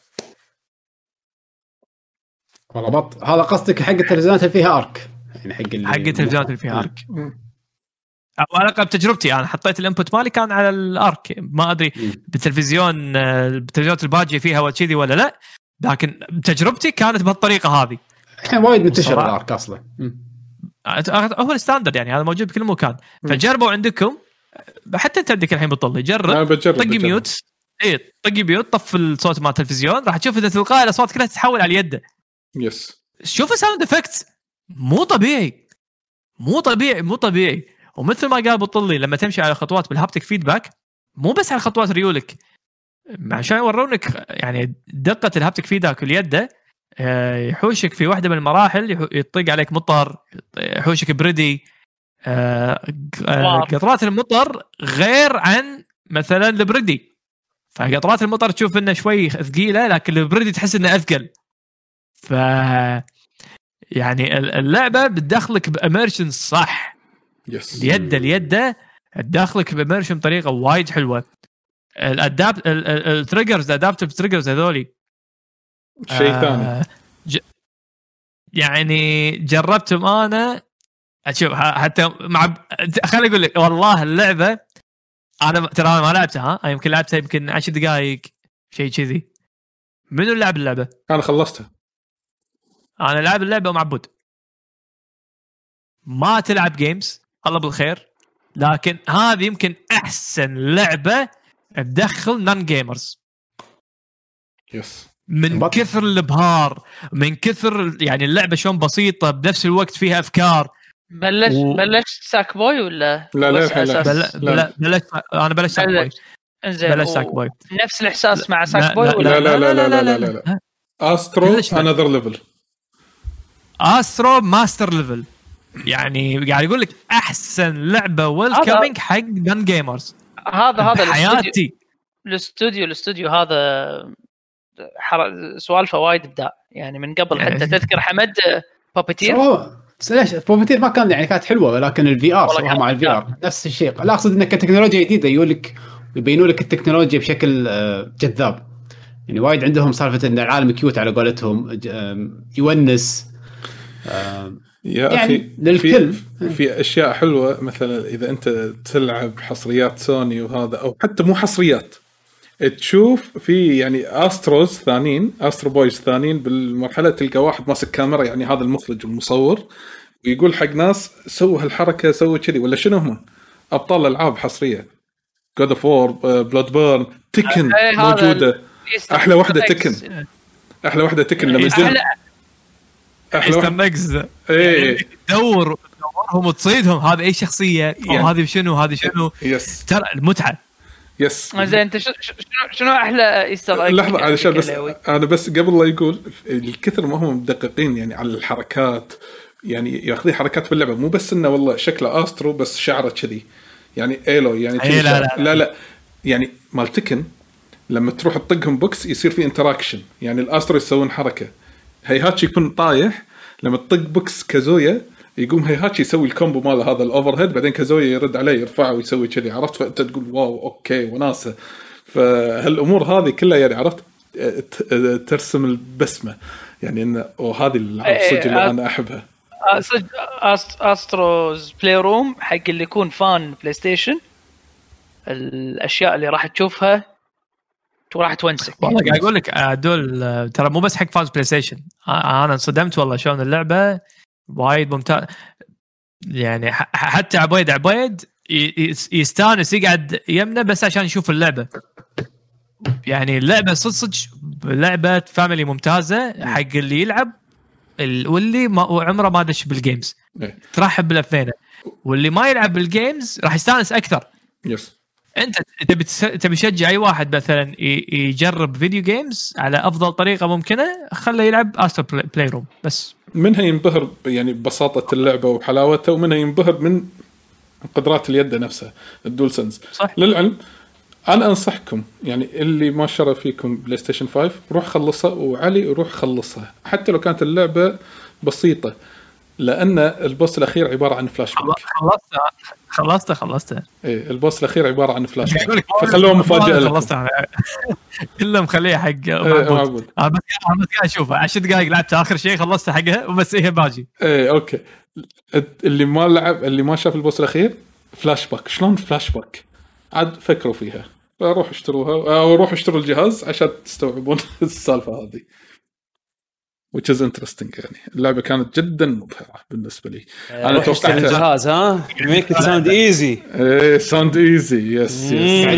S5: والله بط هذا قصدك حق التلفزيونات اللي فيها ارك، يعني حق
S3: التلفزيونات اللي فيها ارك. او على الاقل بتجربتي انا حطيت الانبوت مالي كان على الارك، ما ادري بالتلفزيونات الباجي فيها وكذي ولا لا، لكن تجربتي كانت بهالطريقه هذه.
S5: الحين وايد منتشر الارك اصلا،
S3: هو الستاندرد يعني هذا موجود بكل مكان. فجربوا عندكم حتى انت عندك الحين بتطلي جرب طقي ميوت، طقي ميوت، طف الصوت مال التلفزيون، راح تشوف اذا تلقائي الاصوات كلها تتحول على اليد.
S4: يس
S3: شوف الساوند افكت مو طبيعي. ومثل ما قال بطلي لما تمشي على خطوات بالهابتك فيدباك، مو بس على خطوات ريولك، عشان يورونك يعني دقة الهابتك فيدباك اليد. يحوشك في واحدة من المراحل يطق عليك مطر، يحوشك بريدي. قطرات المطر غير عن مثلا البريدي، فقطرات المطر تشوف انه شوي ثقيلة، لكن البريدي تحس انه اثقل. ف يعني اللعبة بتدخلك باميرشن صح.
S4: يس
S3: اليد تدخلك باميرشن بطريقة وايد حلوة. التريجرز الادابتيف تريجرز هذولي
S4: شيء ثاني.
S3: يعني جربتهم انا اشوف حتى مع خليني اقول لك والله اللعبه انا ترى ما لعبتها، يمكن لعبتها يمكن 10 دقائق شيء كذي. منو لعب اللعبه؟
S4: انا خلصتها.
S3: انا لعب اللعبه ومعبود. ما تلعب جيمز الله بالخير، لكن هذه يمكن احسن لعبه تدخل نون جيمرز.
S4: يس
S3: من كثر الابهار، من كثر يعني اللعبه شلون بسيطه بنفس الوقت فيها افكار.
S2: بلش ساك بوي ولا
S4: لا
S3: انا بلش ساك بوي.
S2: انزين
S3: بلش ساك بوي
S2: نفس الاحساس مع ساك بوي ولا
S4: لا استرو انذر ليفل،
S3: استرو ماستر ليفل. يعني قاعد يقول لك احسن لعبه ويلكمينج حق نون جيمرز.
S2: هذا
S3: حياتي
S2: الاستوديو هذا سوالفه وايد ابداع يعني من قبل حتى تذكر حمد بابتير.
S5: ليش بابتير ما كان يعني كانت حلوه، ولكن الفي ار صراحه مع الفي ار نفس الشيء. لا اقصد انك تكنولوجيا جديده يقول لك يبينوا لك التكنولوجيا بشكل جذاب. يعني وايد عندهم سالفه ان العالم كيوت على قولتهم، يونس
S4: يا
S5: يعني
S4: اخي
S5: للكل.
S4: في اشياء حلوه مثلا اذا انت تلعب حصريات سوني وهذا، او حتى مو حصريات، تشوف في يعني استرو بويز ثانيين بالمرحله تلقى واحد ماسك كاميرا، يعني هذا المخرج والمصور، ويقول حق ناس سووا هالحركه سووا كذي ولا شنو. هم ابطال العاب حصريه، جود اوف وور، بلاد بيرن، تكن موجوده. احلى واحده تكن لما جن
S3: استنكز تدورهم وتصيدهم هذا اي شخصيه او هذه شنو ترى المتعه.
S4: يس
S2: زين انت شنو احلى ايستر ايج؟
S4: لحظه علشان بس انا بس قبل لا يقول الكثر ما هم مدققين يعني على الحركات، يعني ياخذين حركات باللعبه، مو بس انه والله شكله استرو بس شعره كذي يعني ايلو يعني لا يعني مال تكن لما تروح تطقهم بوكس يصير في انتراكشن، يعني الاسترو يسوون حركه، هيهاتشي يكون طايح لما تطق بوكس كازويا يقوم هيهاتشي يسوي الكومبو ماله هذا الاوفر هيد، بعدين كازويا يرد عليه يرفعه ويسوي كذي، عرفت؟ فانت تقول واو اوكي وناسه. فهالامور هذه كلها يعني عرفت ترسم البسمه، يعني انه وهذه الالعاب صدق اللي انا احبها.
S2: صدق استروز بلاي روم حق اللي يكون فان بلاي ستيشن، الاشياء اللي راح تشوفها راح تونسك.
S3: والله قاعد اقول لك دول ترى مو بس حق فانز بلاي ستيشن. انا انصدمت والله شلون اللعبه وايد ممتاز. يعني حتى عبيد يستانس يقعد يمنا بس عشان يشوف اللعبه. يعني اللعبه صدق لعبه فاميلي ممتازه حق اللي يلعب واللي ما عمره ما دش بالجيمز ترحب بالافينه، واللي ما يلعب بالجيمز راح يستانس اكثر.
S4: يس
S3: انت تبي تشجع اي واحد مثلا يجرب فيديو جيمز على افضل طريقه ممكنه، خله يلعب استر بلاي روم بس. منها
S4: ينبهر يعني ببساطه اللعبه وحلاوتها، ومنها ينبهر من قدرات اليد نفسها الدول سنس. للعلم انا انصحكم يعني اللي ما شرى فيكم بلاي ستيشن 5 روح خلصها، وعلي روح خلصها حتى لو كانت اللعبه بسيطه، لأن البوس الأخير عبارة عن فلاش باك.
S3: خلصت
S4: إيه البوس الأخير عبارة عن فلاش باك، فخلوه مفاجأة لكم.
S3: خلصتها كله مخليه حق معبود. أنا بس قاعد أشوفه 10 دقائق لعبت آخر شيء خلصت حقها وبس هي باجي.
S4: إيه أوكي. اللي ما لعب اللي ما شاف البوس الأخير فلاش باك، شلون فلاش باك؟ عاد فكروا فيها، روح اشتروها أو روح اشتروا الجهاز عشان تستوعبون السالفة هذه. which is interesting. يعني اللعبة كانت جدا مبهرة بالنسبة لي.
S1: أنا توقعت الجهاز make it sound easy.
S4: sound easy yes.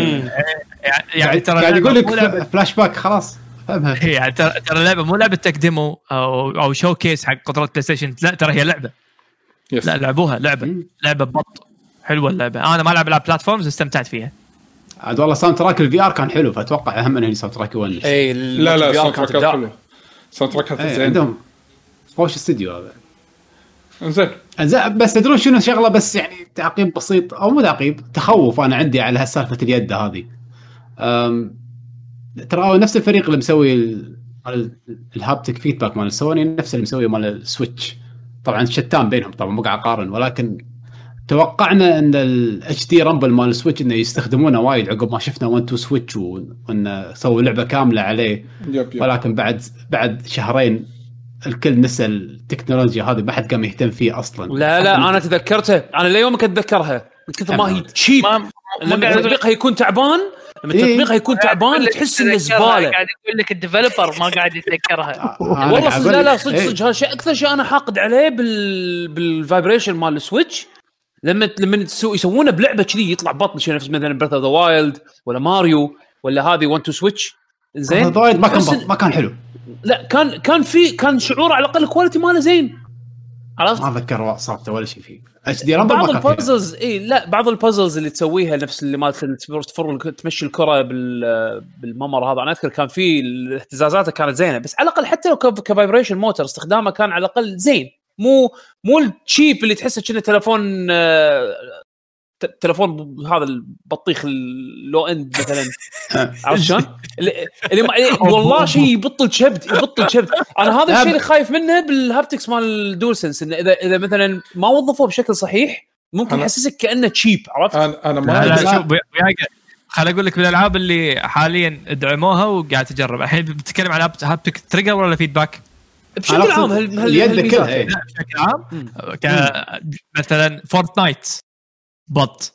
S3: يعني ترى
S5: قاعد يقول لك فلاش باك خلاص فهمها.
S3: يعني ترى اللعبة مو لعبة تك ديمو أو شو كيس حق قدرات بلاي ستيشن، لا ترى هي لعبة. لا لعبوها لعبة بط حلوة اللعبة. أنا ما ألعب على بلاتفورمز استمتعت فيها.
S5: عاد والله ساوند تراك الفي ار كان حلو، فأتوقع أهم من ساوند تراك يونس.
S4: لا ساوند تراك حلو. ساوند تراك زين
S5: عندهم فوش استوديو هذا
S4: انزين.
S5: بس تدرون شنو شغله بس يعني تعقيب بسيط او مو تعقيب، تخوف انا عندي على هالسالفه اليد هذه. ترى نفس الفريق اللي مسوي الهابتك فيدباك مال سوني نفس اللي مسوي مال السويتش، طبعا شتان بينهم طبعا مو قاعد اقارن، ولكن توقعنا ان الاتش دي رامبل مال السويتش انه يستخدمونه وايد عقب ما شفنا 1 2 سويتش وان سووا لعبه كامله عليه. ولكن بعد شهرين الكل نسى التكنولوجيا هذه، ما حد قام يهتم فيه اصلا.
S1: لا انا تذكرته، انا ليومك اتذكرها من كثر ما هي تشيب. لما تطبيقها يكون تعبان، تحس انه زباله.
S2: قاعد يقول لك الديفلوبر ما قاعد يتذكرها.
S1: والله لا صدق هذا شيء اكثر شيء انا حاقد عليه بالفايبريشن مال السويتش. لما يسوونه بلعبه كذي يطلع بطل شيء نفس مثلا بريث اوف ذا وايلد ولا ماريو ولا هذه 1 2 سويتش، زين
S5: وايد ما كان حلو.
S1: لا كان شعور على الاقل كواليتي ماله زين، عرفت؟
S5: ما اتذكر صارته ولا شيء فيه اتش دي رامبل.
S1: بعض البازلز لا بعض البازلز اللي تسويها نفس اللي مالت تمشي الكره بالممر هذا، انا اذكر كان في الاهتزازات كانت زينه، بس على الاقل حتى لو كفايبريشن موتور استخدامه كان على الاقل زين، مو التشيب اللي تحسه كأنه تلفون هذا البطيخ اللو اند مثلا. عرفت شلون؟ والله شيء يبطل كبد. انا هذا الشيء اللي خايف منه بالهابتكس مال الدول سنس، انه اذا مثلا ما وظفوه بشكل صحيح ممكن يحسسك كانه تشيب. عرفت؟
S4: انا ما
S3: خل اقول لك بالالعاب اللي حاليا دعموها وقاعد تجرب الحين، بتتكلم عن هابتك تريجر ولا فيدباك؟
S1: بشكل عام
S5: اليد كلها
S3: بشكل عام مثلا فورتنايت بط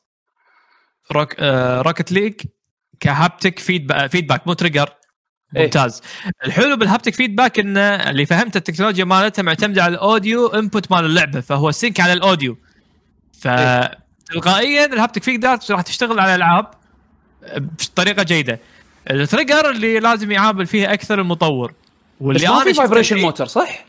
S3: روكت ليج كهابتك فيدباك مو تريجر ممتاز. الحلو بالهابتك فيدباك ان اللي فهمت التكنولوجيا مالتها معتمده على الاوديو انبوت مال اللعبه، فهو سينك على الاوديو، فتلقائيا الهابتك فيدباك راح تشتغل على الالعاب بطريقه جيده. التريجر اللي لازم يعامل فيها اكثر المطور، واللي
S1: ما في فايبريشن موتور صح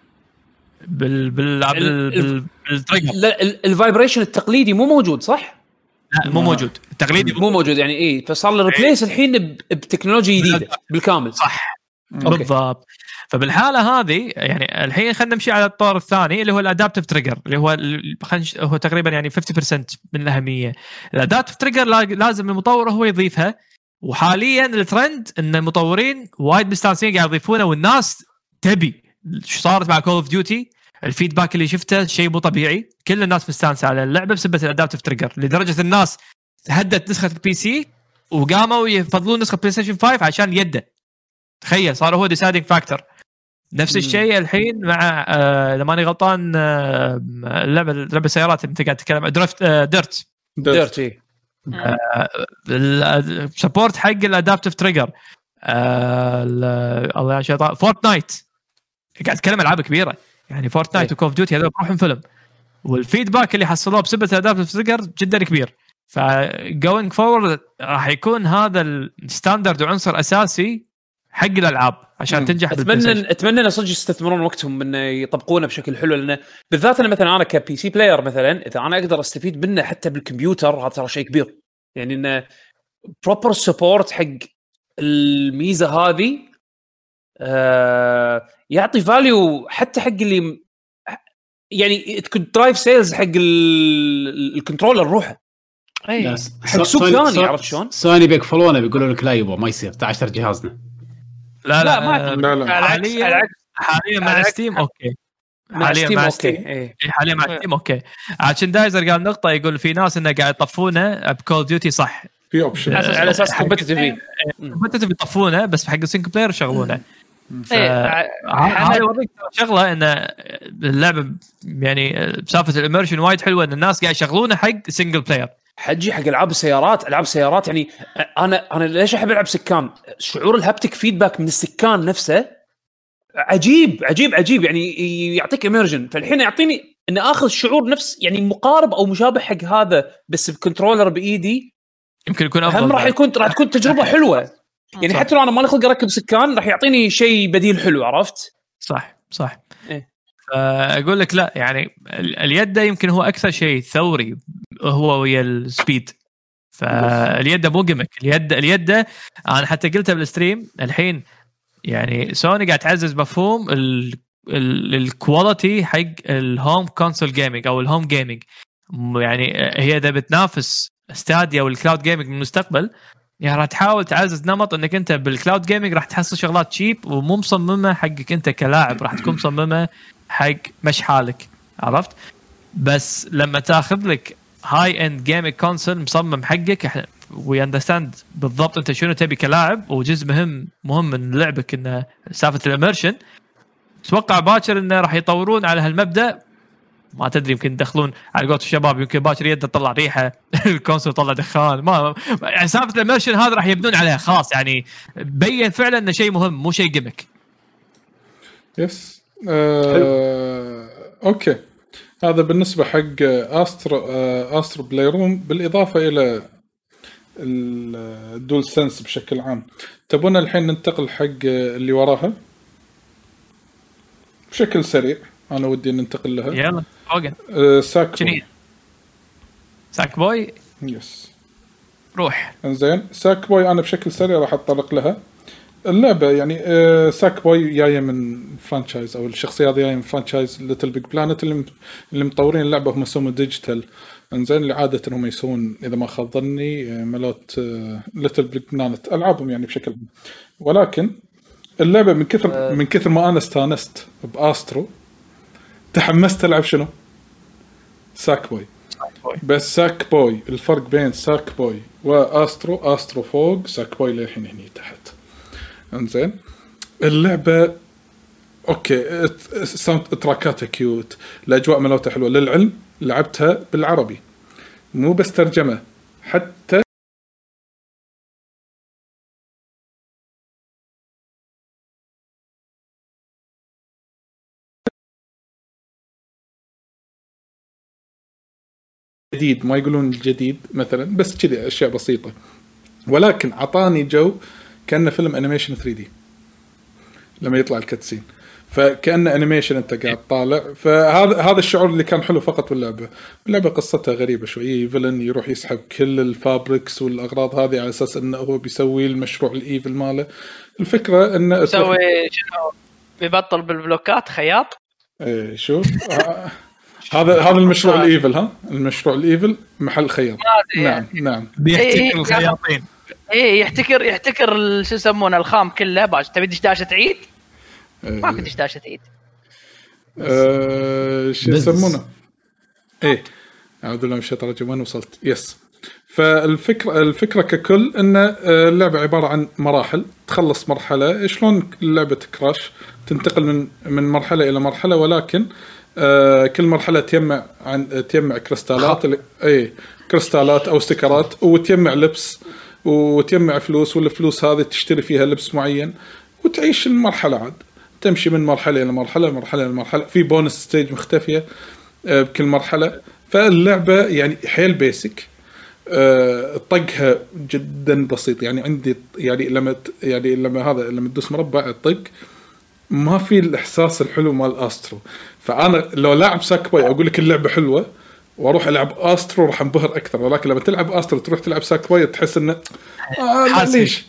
S3: بالتريجر.
S1: الفايبريشن التقليدي مو موجود صح؟
S3: لا مو موجود، التقليدي
S1: مو موجود يعني فصار له ريبليس الحين بتكنولوجيا جديده بالكامل
S3: صح. بالضبط. فبالحاله هذه يعني الحين خلينا نمشي على الطور الثاني اللي هو الادابتيف تريجر، اللي هو تقريبا يعني 50% من الاهميه. الادابتيف تريجر لازم المطور هو يضيفها، وحاليا الترند ان المطورين وايد مستانسين قاعد يضيفونه، والناس تبي. شو صارت مع كول اوف ديوتي؟ الفيدباك اللي شفته شيء مو طبيعي، كل الناس مستانسه على اللعبه بسبب الادابتيف تريجر، لدرجه الناس هدت نسخه البي سي وقاموا يفضلون نسخه بلاي ستيشن 5 عشان يده. تخيل صار هو ديسايدنج فاكتور. نفس الشيء الحين مع اذا ماني غلطان لعبه سيارات انت قاعد تتكلم ديرت السبورت حق الادابتيف تريجر. الله يا شيطان فورتنايت قاعد اتكلم العاب كبيره يعني فورتنايت وكوف ديوتي هذول بروحهم فيلم، والفيدباك اللي حصلوه بسبب الادابتيف تريجر جدا كبير. فجوينج فورورد راح يكون هذا الستاندرد وعنصر اساسي حق الالعاب عشان تنجح.
S1: اتمنى ان صدق يستثمرون وقتهم انه يطبقونه بشكل حلو، لان بالذات انا مثلا كبي سي بلاير مثلا اذا انا اقدر استفيد منه حتى بالكمبيوتر هذا ترى شيء كبير، يعني انه بروبر سبورت حق الميزه هذه يعطي فاليو حتى حق اللي يعني تكون درايف سيلز حق الكنترولر روحه حق سوق ثاني. عرفت شلون؟
S5: سوني بيقفلونه بيقولوا لك لا يبا ما يصير تعال اشتري جهازنا.
S3: لا
S2: حاليا
S3: مع ستيم اوكي، حاليا مع ستيم اوكي. عشان دايزر قال نقطه يقول في ناس انه قاعد يطفونه بكول ديوتي صح
S4: في اوبشن
S1: على اساس كومبتيتيف
S3: يطفونه بس حق السنجل بلاير يشغلونه. هذا يوريك شغله ان اللعبه يعني بسالفه الاميرشن وايد حلوه ان الناس قاعد يشغلونه حق سنجل بلاير.
S1: حجي حق العاب السيارات يعني انا ليش احب العب سكان؟ شعور الهابتك فيدباك من السكان نفسه عجيب يعني يعطيك اميرجن. فالحين يعطيني ان اخذ شعور نفس يعني مقارب او مشابه حق هذا بس بكنترولر بايدي،
S3: يمكن يكون افضل.
S1: راح تكون تجربه حلوه يعني حتى لو انا ما خلق اركب سكان راح يعطيني شيء بديل حلو. عرفت؟
S3: صح اقول لك لا يعني اليد يمكن هو اكثر شيء ثوري هو ويا السبيد. فاليد مو جيمك، اليد انا حتى قلتها بالستريم الحين يعني سوني قاعد تعزز مفهوم الكواليتي حق الهوم كونسول جيمنج او الهوم جيمنج. يعني هي اذا بتنافس ستاديا والكلاود جيمنج من المستقبل يعني راح تحاول تعزز نمط انك انت بالكلاود جيمنج راح تحصل شغلات تشيب ومو مصممه حقك انت كلاعب، راح تكون مصممه حق مش حالك. عرفت؟ بس لما تاخذ لك هاي اند جيمنج كونسول مصمم حقك وي اندرستاند بالضبط انت شنو تبي كلاعب، وجزء مهم من لعبك انه سالفه الاميرشن. اتوقع باكر انه راح يطورون على هالمبدا. ما تدري يمكن يدخلون على قولة الشباب يمكن باكر يده تطلع ريحه الكونسول طلع دخان، ما يعني سالفه الاميرشن هذا راح يبنون عليها خلاص. يعني بين فعلا انه شيء مهم مو شيء جيمك.
S4: يس اوكي. هذا بالنسبه حق استرو بلاي روم. بالاضافه الى الدول سنس بشكل عام. تبون الحين ننتقل حق اللي وراها بشكل سريع، انا ودي ننتقل لها.
S3: يلا اوكي.
S4: ساك
S3: بوي. ساك بوي
S4: يس
S3: روح.
S4: انزين ساك بوي انا بشكل سريع راح اتطرق لها. اللعبه يعني ساك بوي جايه من فرانشايز، او الشخصيه هذه جايه من فرانشايز ليتل بيج بلانت اللي مطورين اللعبه هم يسوون ديجيتال. انزين اللي عاده هم يسوون اذا ما خاب ظني ملوت ليتل بيج بلانت العابهم يعني بشكل عام. ولكن اللعبه من كثر ما انا استانست باسترو تحمست العب شنو ساك بوي. بس ساك بوي الفرق بين ساك بوي واسترو فوق، ساك بوي للحين هني تحت. انزين اللعبه اوكي ساوند تراكاتها كيوت، الاجواء ملوتها حلوه. للعلم لعبتها بالعربي مو بس ترجمه، حتى جديد ما يقولون الجديد مثلا، بس كذي اشياء بسيطه، ولكن عطاني جو كأنه فيلم انيميشن 3D لما يطلع الكاتسين، فكأنه انيميشن انت قاعد طالع. فهذا الشعور اللي كان حلو فقط باللعبه. اللعبه قصتها غريبه شوي، فيلن يروح يسحب كل الفابريكس والاغراض هذه على اساس انه هو بيسوي المشروع الايفل ماله. الفكره انه
S2: يسوي شنو؟ بيبطل بالبلوكات خياط.
S4: ايه شوف هذا المشروع الايفل. ها المشروع الايفل محل خياط. نعم
S3: بيحتكر الخياطين.
S2: ايه يحتكر شو يسمونه الخام كله. باش تبي دشداشه تعيد ما في دشداشه تعيد.
S4: شو يسمونه ايه اعوذ بالله من الشيطان الرجيم. وين وصلت؟ يس. فالفكره ككل ان اللعبه عباره عن مراحل. تخلص مرحله شلون لعبه كراش، تنتقل من مرحله الى مرحله، ولكن كل مرحله تجمع كريستالات كريستالات او استيكرات، وتجمع لبس وتجمع فلوس، والفلوس هذه تشتري فيها لبس معين وتعيش المرحله. عاد تمشي من مرحله الى مرحله في بونس ستيج مختفيه بكل مرحله. فاللعبه يعني حيل بيسك، طقها جدا بسيط. يعني عندي لما تدوس مربع الطق ما في الاحساس الحلو مال استرو. فانا لو لاعب ساك بوي اقول لك اللعبه حلوه واروح العب استرو راح انبهر اكثر، ولكن لما تلعب استرو تروح تلعب ساك بوي تحس انه ليش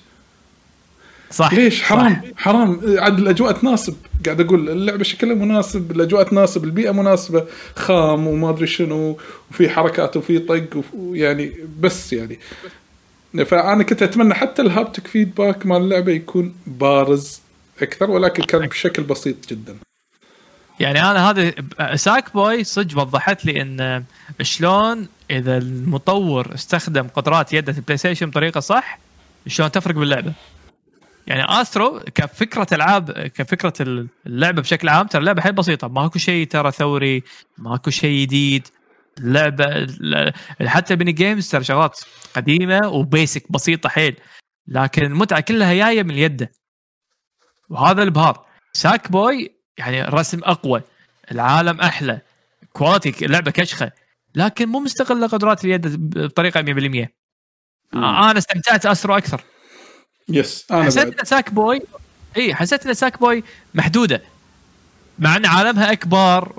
S3: صح
S4: ليش حرام عاد الاجواء تناسب. قاعد اقول اللعبه شكلها مناسب، الاجواء تناسب، البيئه مناسبه، خام وما ادري شنو، وفي حركات وفي طق يعني بس يعني. فانا كنت اتمنى حتى الهابتك فيدباك مال اللعبه يكون بارز اكثر، ولكن كان بشكل بسيط جدا.
S3: يعني انا هذا ساك بوي صدق وضحت لي ان شلون اذا المطور استخدم قدرات يده البلاي ستيشن بطريقه صح شلون تفرق باللعبه. يعني استرو كفكره العاب، كفكره اللعبه بشكل عام، ترى اللعبه حيل بسيطه، ماكو شيء ترى ثوري، ماكو شيء جديد. اللعبه حتى بيني جيمز ترى شغلات قديمه وبيسك بسيطه حيل، لكن المتعه كلها جايه من اليد، وهذا البهار. ساك بوي يعني الرسم اقوى، العالم احلى، كواليتي اللعبه كشخه، لكن مو مستغله قدرات اليد بطريقه 100%. انا استمتعت استرو اكثر.
S4: يس انا
S3: حسيت ان ساك بوي حسيت ان ساك بوي محدوده، مع ان عالمها اكبر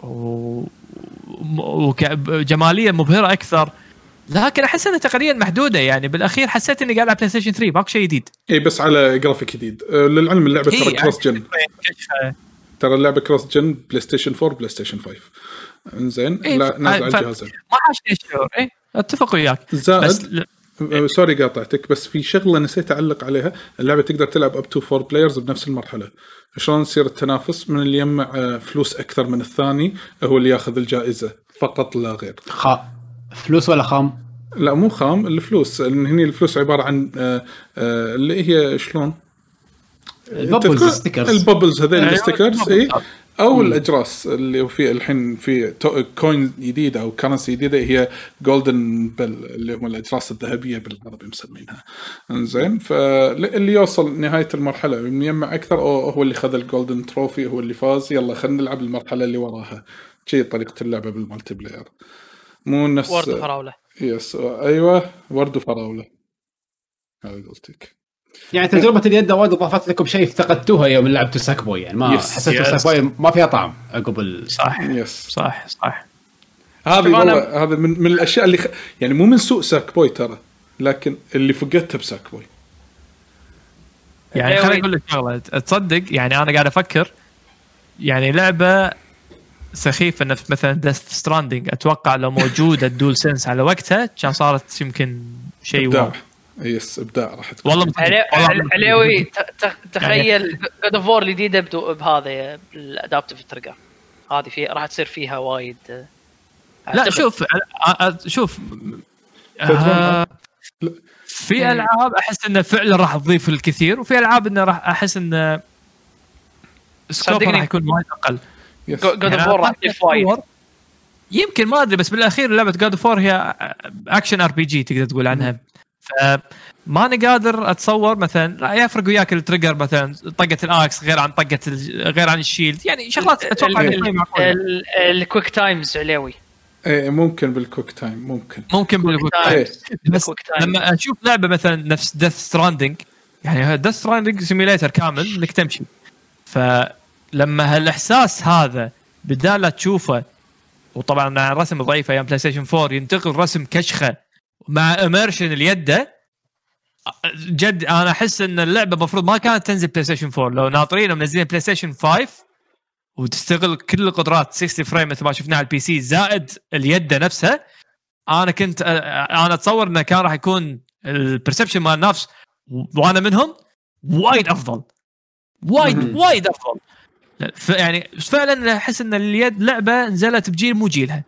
S3: وجماليه مبهره اكثر، لكن احس انها تقنيا محدوده. يعني بالاخير حسيت اني قاعد على بلاي ستيشن 3 ماكو شيء جديد.
S4: بس على جرافيك جديد. للعلم اللعبه ترى كروس جن، ترى اللعبه كروس جن، بلاي ستيشن 4 بلاي ستيشن 5. انزين لا نازل على الجهازين.
S3: ما حاشني الشعور. اتفق وياك.
S4: زائد سوري قاطعتك، بس في شغله نسيت اعلق عليها. اللعبه تقدر تلعب اب تو 4 بلايرز بنفس المرحله. شلون يصير التنافس؟ من اللي يجمع فلوس اكثر من الثاني هو اللي ياخذ الجائزه فقط لا غير.
S5: فلوس ولا خام؟
S4: لا مو خام، الفلوس. هني الفلوس عباره عن اللي هي شلون
S5: البابلز ستيكرز،
S4: البابلز هذول الستيكرز او الاجراس اللي في الحين في كوين جديده او كرنسي جديده هي جولدن بيل اللي هم الاجراس الذهبيه بالعربي مسمينها. انزين فاللي يوصل نهايه المرحله ويجمع اكثر هو اللي خذ الجولدن تروفي، هو اللي فاز. يلا خلينا نلعب المرحله اللي وراها. شيء طريقه اللعبه بالمالتي بلاير، مو نفس
S2: ورد فراوله.
S4: يس ايوه ورد فراوله. هذا قلتك.
S5: يعني تجربه اليد وايد اضافت لكم شيء افتقدتوها يوم لعبتوا ساك بوي، يعني ما حسيتوا ساك بوي ما فيها طعم عقب
S3: صح
S4: يس
S3: صح
S4: هذه والله هذا من الاشياء اللي يعني مو من سوء ساك بوي ترى، لكن اللي فقدتها بساك بوي.
S3: يعني خليني اقول لك شغله تصدق، يعني انا قاعد افكر يعني لعبه سخيفه نفس مثلا ديث ستراندينج، اتوقع لو موجوده الدول سنس على وقتها كان صارت يمكن شيء واو.
S4: يس ابداع راح تكون.
S3: والله
S2: عليوي تخيل جود اوف وور الجديده بهذا الادابتيف تريجر هذه في راح تصير فيها وايد.
S3: لا شوف في العاب احس انه فعلا راح تضيف الكثير، وفي العاب انه راح احس انه سكوب راح يكون وايد اقل.
S2: جود اوف وور راح تضيف وايد
S3: يمكن ما ادري، بس بالاخير لعبه جود اوف وور هي اكشن ار بي جي تقدر تقول عنها. فما انا قادر اتصور مثلا يفرق وياك التريجر مثلا طقه الاكس غير عن طقه غير عن الشيلد، يعني شغلات اتوقع
S2: الكويك تايمز عليوي.
S4: ايه ممكن بالكويك تايم ممكن
S3: بالكويك تايم. بس لما اشوف لعبه مثلا نفس ديث ستراندينج، يعني ديث ستراندينج سيميليتر كامل انك تمشي، فلما هالاحساس هذا بدال لا تشوفه، وطبعا الرسم ضعيف ايام بلاي ستيشن 4 ينتقل رسم كشخه مع اميرشن اليده، جد انا احس ان اللعبه المفروض ما كانت تنزل بلاي ستيشن 4، لو ناطرين ومنزلين بلاي ستيشن 5 وتستغل كل القدرات 60 فريم مثل ما شفنا على البي سي زائد اليد نفسها، انا اتصور انه كان راح يكون البرسبشن مال الناس وانا منهم وايد افضل، وايد افضل. يعني فعلا احس ان اليد لعبه نزلت بجيل مو جيلها.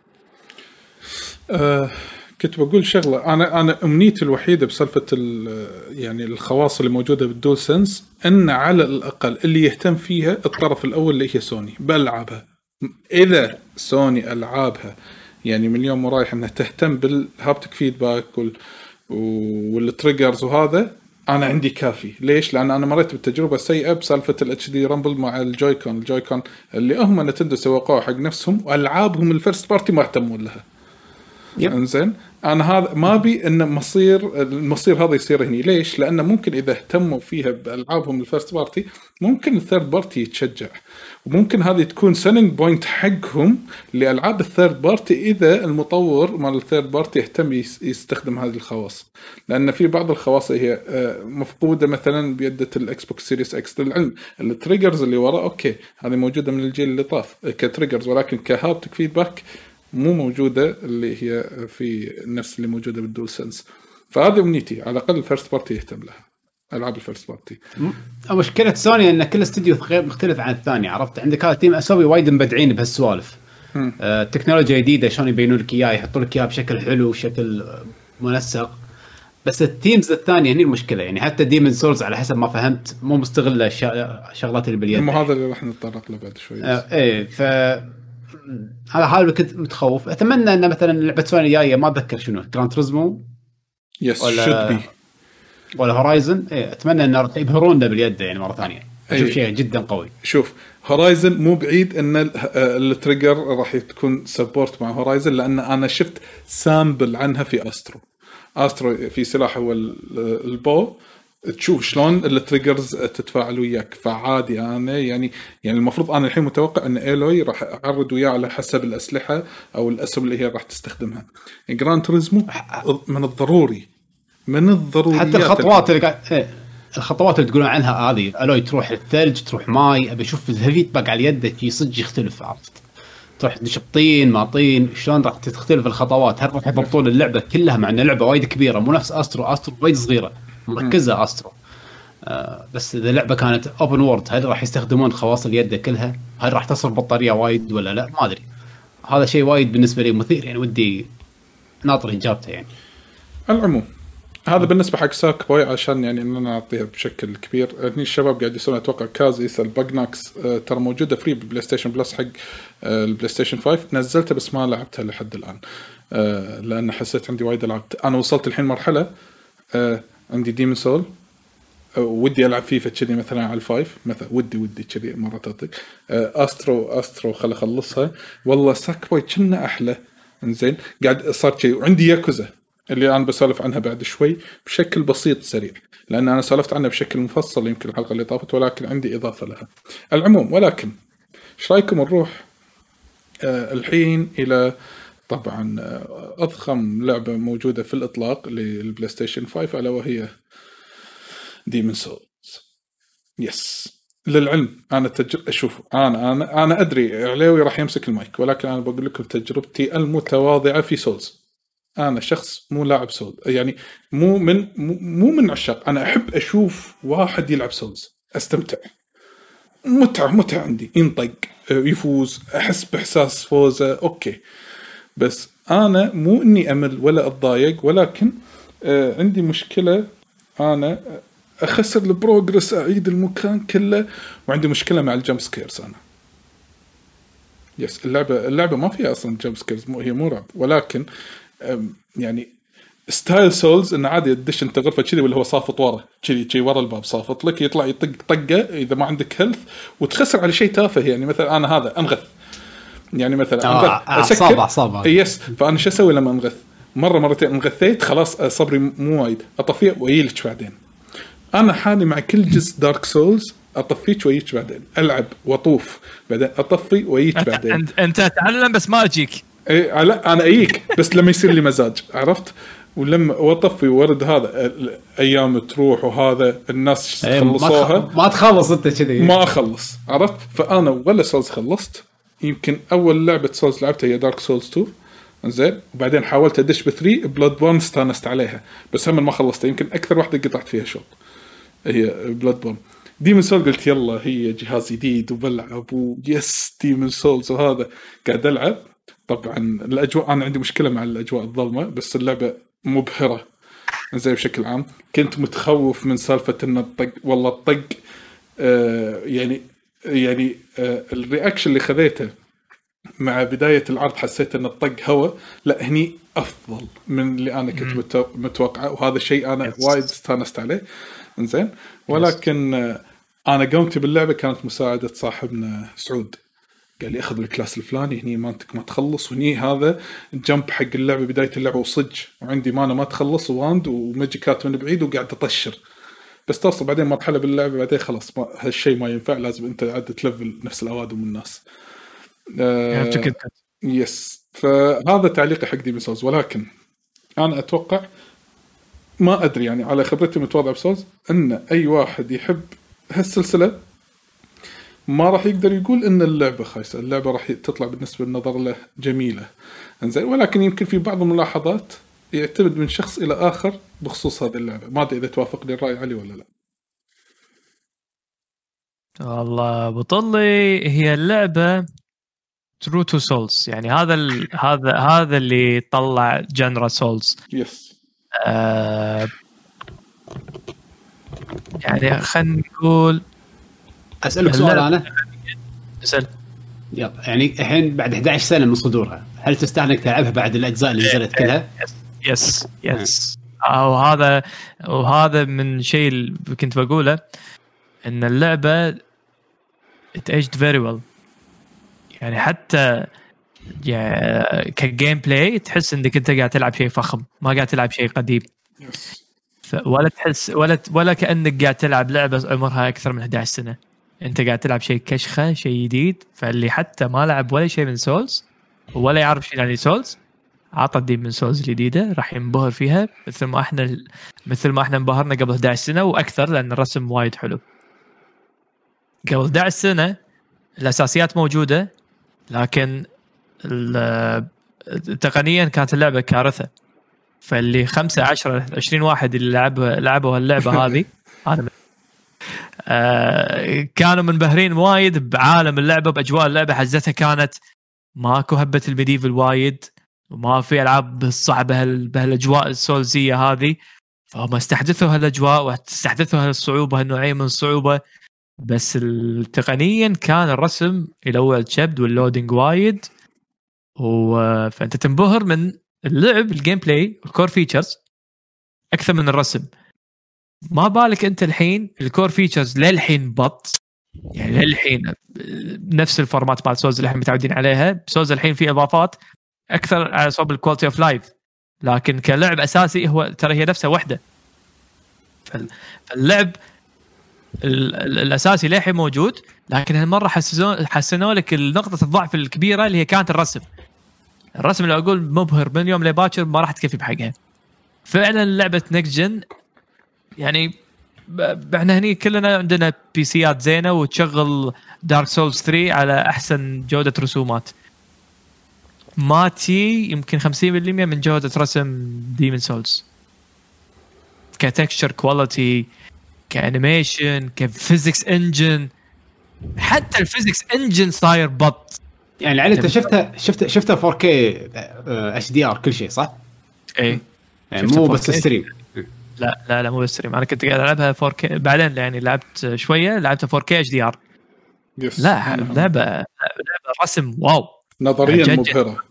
S4: كنت بقول شغله، انا امنيتي الوحيده بسالفه يعني الخواص اللي موجوده بالدول سنس ان على الاقل اللي يهتم فيها الطرف الاول اللي هي سوني بالعابها. اذا سوني العابها يعني من اليوم ورايح انها تهتم بالهابتك فيدباك والتريجرز وهذا، انا عندي كافي. ليش؟ لان انا مريت بالتجربه السيئه بسالفه الاتش دي رامبل مع الجويكون اللي هم نتندو سوقوها حق نفسهم، والعابهم الفيرست بارتي ما اهتموا لها. انزين انا هذا ما بي ان المصير هذا يصير هني. ليش؟ لانه ممكن اذا اهتموا فيها بالعابهم الفيرست بارتي ممكن الثيرد بارتي يتشجع، وممكن هذه تكون سيلينج بوينت حقهم لالعاب الثيرد بارتي اذا المطور مال الثيرد بارتي يهتم يستخدم هذه الخواص. لان في بعض الخواص هي مفقوده مثلا بيده الاكس بوكس سيريس اكس، للعلم التريجرز اللي وراه اوكي هذه موجوده من الجيل اللي طاف كتريجرز، ولكن كهابتك فيدباك مو موجودة اللي هي في نفس اللي موجودة بالدول سنس. فهذه أمنيتي على الأقل الفيرست بارتي يهتم لها، ألعاب الفيرست بارتي.
S5: مشكلة سوني أن كل استوديو غير مختلف عن الثاني، عرفت؟ عندك هذا تيم أسوي وايد مبدعين بهالسوالف، تكنولوجيا جديدة شلون يبينوا لك إياه، يحطوا لك إياه بشكل حلو وشكل منسق. بس التيمز الثانية هني المشكلة، يعني حتى ديمن سولز على حسب ما فهمت مو مستغلة الشغلات اللي باليد.
S4: هذا اللي راح نتطرق له بعد شوي.
S5: إيه هذا حال كنت متخوف. اتمنى ان مثلا لعبه سوني جايه ما اتذكر شنو جراند تريزمو ولا هورايزن، اتمنى ان راح يبهرونا باليد يعني مره ثانيه، اشوف شيء جدا قوي.
S4: شوف هورايزن مو بعيد ان التريجر راح تكون سبورت مع هورايزن، لان انا شفت سامبل عنها في استرو في سلاح هو البو، تشوف شلون التريجرز تتفاعل وياك. فعادي انا يعني المفروض انا الحين متوقع ان ايلوي راح اعرض وياه على حسب الاسلحه او الاسهم اللي هي راح تستخدمها. جراند توريزمو من الضروري
S5: حتى الخطوات اللي تقولون عنها هذه الوي، تروح الثلج تروح ماي، ابي اشوف الفيدباك على يدك في صدق يختلف، عرفت؟ تروح طين ما طين شلون راح تختلف الخطوات. هل راح يضبطون اللعبه كلها مع ان اللعبه وايد كبيره مو نفس استرو وايد صغيره مركزه استرو. بس اذا اللعبه كانت اوبن وورد هل راح يستخدمون خواص اليد كلها؟ هل راح تصرف بطاريه وايد ولا لا؟ ما ادري. هذا شيء وايد بالنسبه لي مثير، يعني ودي ناطر اجابته. يعني
S4: العموم هذا بالنسبه حق ساك بوي، عشان يعني اننا نعطيها بشكل كبير. هني الشباب قاعد يسوون اتوقع كاز يسال باجناكس ترى موجوده فري بالبلاي ستيشن بلس حق البلاي ستيشن 5، نزلتها بس ما لعبتها لحد الان لان حسيت عندي وايد العاب. انا وصلت الحين مرحله عندي ديمن سول ودي العب فيفا كذي مثلا على الفايف مثلا، ودي كذي مره تعطيك استرو خل اخلصها. والله ساك بوي كنا احلى. انزين قاعد صار شيء. وعندي ياكوزا اللي انا بسولف عنها بعد شوي بشكل بسيط سريع، لان انا سولفت عنها بشكل مفصل يمكن الحلقه اللي طافت، ولكن عندي اضافه لها. العموم، ولكن ايش رايكم نروح الحين الى طبعا اضخم لعبه موجوده في الاطلاق للبلاي ستيشن 5، الا وهي ديمون سولز. يس، للعلم انا اشوف انا ادري عليوي راح يمسك المايك، ولكن انا بقول لكم تجربتي المتواضعه في سولز. انا شخص مو لاعب سولز، يعني مو من عشاق. انا احب اشوف واحد يلعب سولز استمتع، متعه عندي، ينطق يفوز احس باحساس فوزه اوكي. بس انا مو اني امل ولا اتضايق، ولكن عندي مشكله، انا اخسر البروجرس، اعيد المكان كله، وعندي مشكله مع الجمب سكيرز. انا يس، اللعبه ما فيها اصلا جمب سكيرز، هي مو رعب، ولكن يعني ستايل سولز ان عادي تدش انت غرفه كذي ولا هو صافط ورا كذي ورا الباب صافط لك، يطلع يطق طقه اذا ما عندك هيلث، وتخسر على شيء تافه. يعني مثلا انا هذا انغث، يعني مثلا
S5: اعصاب
S4: يس، فانا شو اسوي لما انغث؟ مرتين انغثيت خلاص صبري مو وايد، اطفيه وايلك بعدين. انا حالي مع كل جزء دارك سولز، اطفيك ويجيك بعدين، العب واطوف بعدين اطفي ويجيك بعدين.
S3: انت تعلم بس ما اجيك.
S4: اي لا انا اجيك بس لما يصير لي مزاج، عرفت؟ ولما واطفي ورد هذا ايام تروح، وهذا الناس تخلصوها
S5: ما تخلص انت كذي،
S4: ما اخلص، عرفت؟ فانا ولا سولز خلصت. يمكن اول لعبه سولز لعبتها هي دارك سولز 2 زين، وبعدين حاولت ادش ب3 بلاد بورن، استانست عليها بس هم ما خلصتها. يمكن اكثر واحده قطعت فيها شوط هي بلاد بورن. ديمون سولز قلت يلا هي جهاز جديد وبلعب ويس ديمون سولز، وهذا قاعد العب. طبعا الاجواء انا عندي مشكله مع الاجواء الظلمه، بس اللعبه مبهره زي بشكل عام. كنت متخوف من سالفه ان الطق، والله الطق يعني الرياكشن اللي خذيته مع بدايه العرض حسيت ان الطق هوا، لا هني افضل من اللي انا كنت متوقعه، وهذا الشيء انا وايد استانست عليه. انزين، ولكن انا قمت باللعبه كانت مساعده صاحبنا سعود، قال لي اخذ الكلاس الفلاني هني مانتك ما تخلص، وهني هذا جمب حق اللعبه بدايه اللعبه وصج، وعندي مانا ما تخلص واند وماجيكات من بعيد وقاعد اطشر، بس توصل بعدين مرحله باللعبه بعدين خلاص هالشيء ما ينفع، لازم انت عاد تلفل نفس الاوادم من الناس. يس، فهذا تعليقي حق ديمون سولز. ولكن انا اتوقع، ما ادري يعني على خبرتي متواضعه بسولز، ان اي واحد يحب هالسلسله ما راح يقدر يقول ان اللعبه خايسه. اللعبه راح تطلع بالنسبه للنظر له جميله، انزين، ولكن يمكن في بعض الملاحظات يعتمد من شخص الى اخر بخصوص هذه اللعبه. ما ادري اذا توافقني الراي علي ولا لا.
S3: والله بطلي، هي اللعبه ترو تو سولز، يعني هذا اللي طلع جنرا سولز.
S4: يس
S3: يعني خلينا نقول،
S5: اسالك سؤال انا
S3: اسال.
S5: يلا، يعني الحين بعد 11 سنه من صدورها، هل تستاهل انك تلعبها بعد الاجزاء اللي نزلت كلها؟
S3: يس وهذا من شيء اللي كنت بقوله، ان اللعبه اتاجد فيري ويل، يعني حتى يعني كجيم بلاي تحس انك انت قاعد تلعب شيء فخم، ما قاعد تلعب شيء قديم. ولا تحس ولا كأنك قاعد تلعب لعبة عمرها أكثر من 11 سنة. أنت قاعد تلعب شيء كشخة، شيء جديد. فاللي حتى ما لعب ولا شيء من سولز ولا يعرف شيء يعني سولز، عطى ديمون سولز الجديدة راح ينبهر فيها مثل ما احنا انبهرنا قبل 11 سنة وأكثر، لأن الرسم وايد حلو. قبل 11 سنة الأساسيات موجودة، لكن تقنيا كانت اللعبة كارثة. فاللي 5 10 20 واحد اللي لعبوا اللعبة هذه أنا كانوا منبهرين وايد بعالم اللعبة، بأجواء اللعبة. حزتها كانت ماكو هبة الميديفل وايد، وما في ألعاب بالصعبة بهالأجواء السولزية هذه، فهم استحدثوا هالأجواء واستحدثوا هالصعوبة، هالنوعية من الصعوبة. بس تقنيا كان الرسم يلوع شبد واللودينج وايد، فأنت تنبهر من اللعب، الجيم بلاي، الكور فيتشرز أكثر من الرسم. ما بالك أنت الحين الكور فيتشرز للحين يعني للحين نفس الفورمات مال سولز اللي احنا متعودين عليها. سولز الحين في إضافات أكثر على صوب الكواليتي أوف لايف، لكن كلعب اساسي هو ترى هي نفسها وحده. فاللعب الاساسي للحين موجود، لكن هالمره حسنوا لك نقطه الضعف الكبيره اللي هي كانت الرسم اللي اقول مبهر من يوم لباكر ما راح تكفي بحقها. فعلا لعبه نكست جن يعني احنا هني كلنا عندنا بي سيات زينه وتشغل دارك سولز 3 على احسن جوده رسومات، ما تي يمكن 50% من جوده رسم ديمن سولز كتكستشر كواليتي كانيميشن كفيزيكس انجن. حتى الفيزيكس انجن صاير بط
S5: يعني علي انت شفتها 4K HDR كل شيء صح؟
S3: اي
S5: يعني مو بس الستريم.
S3: لا مو بالستريم، انا كنت قاعد العبها 4K بعدين يعني لعبت شويه لعبتها 4K HDR. لا لعبه رسم واو
S4: نظريا مبهره.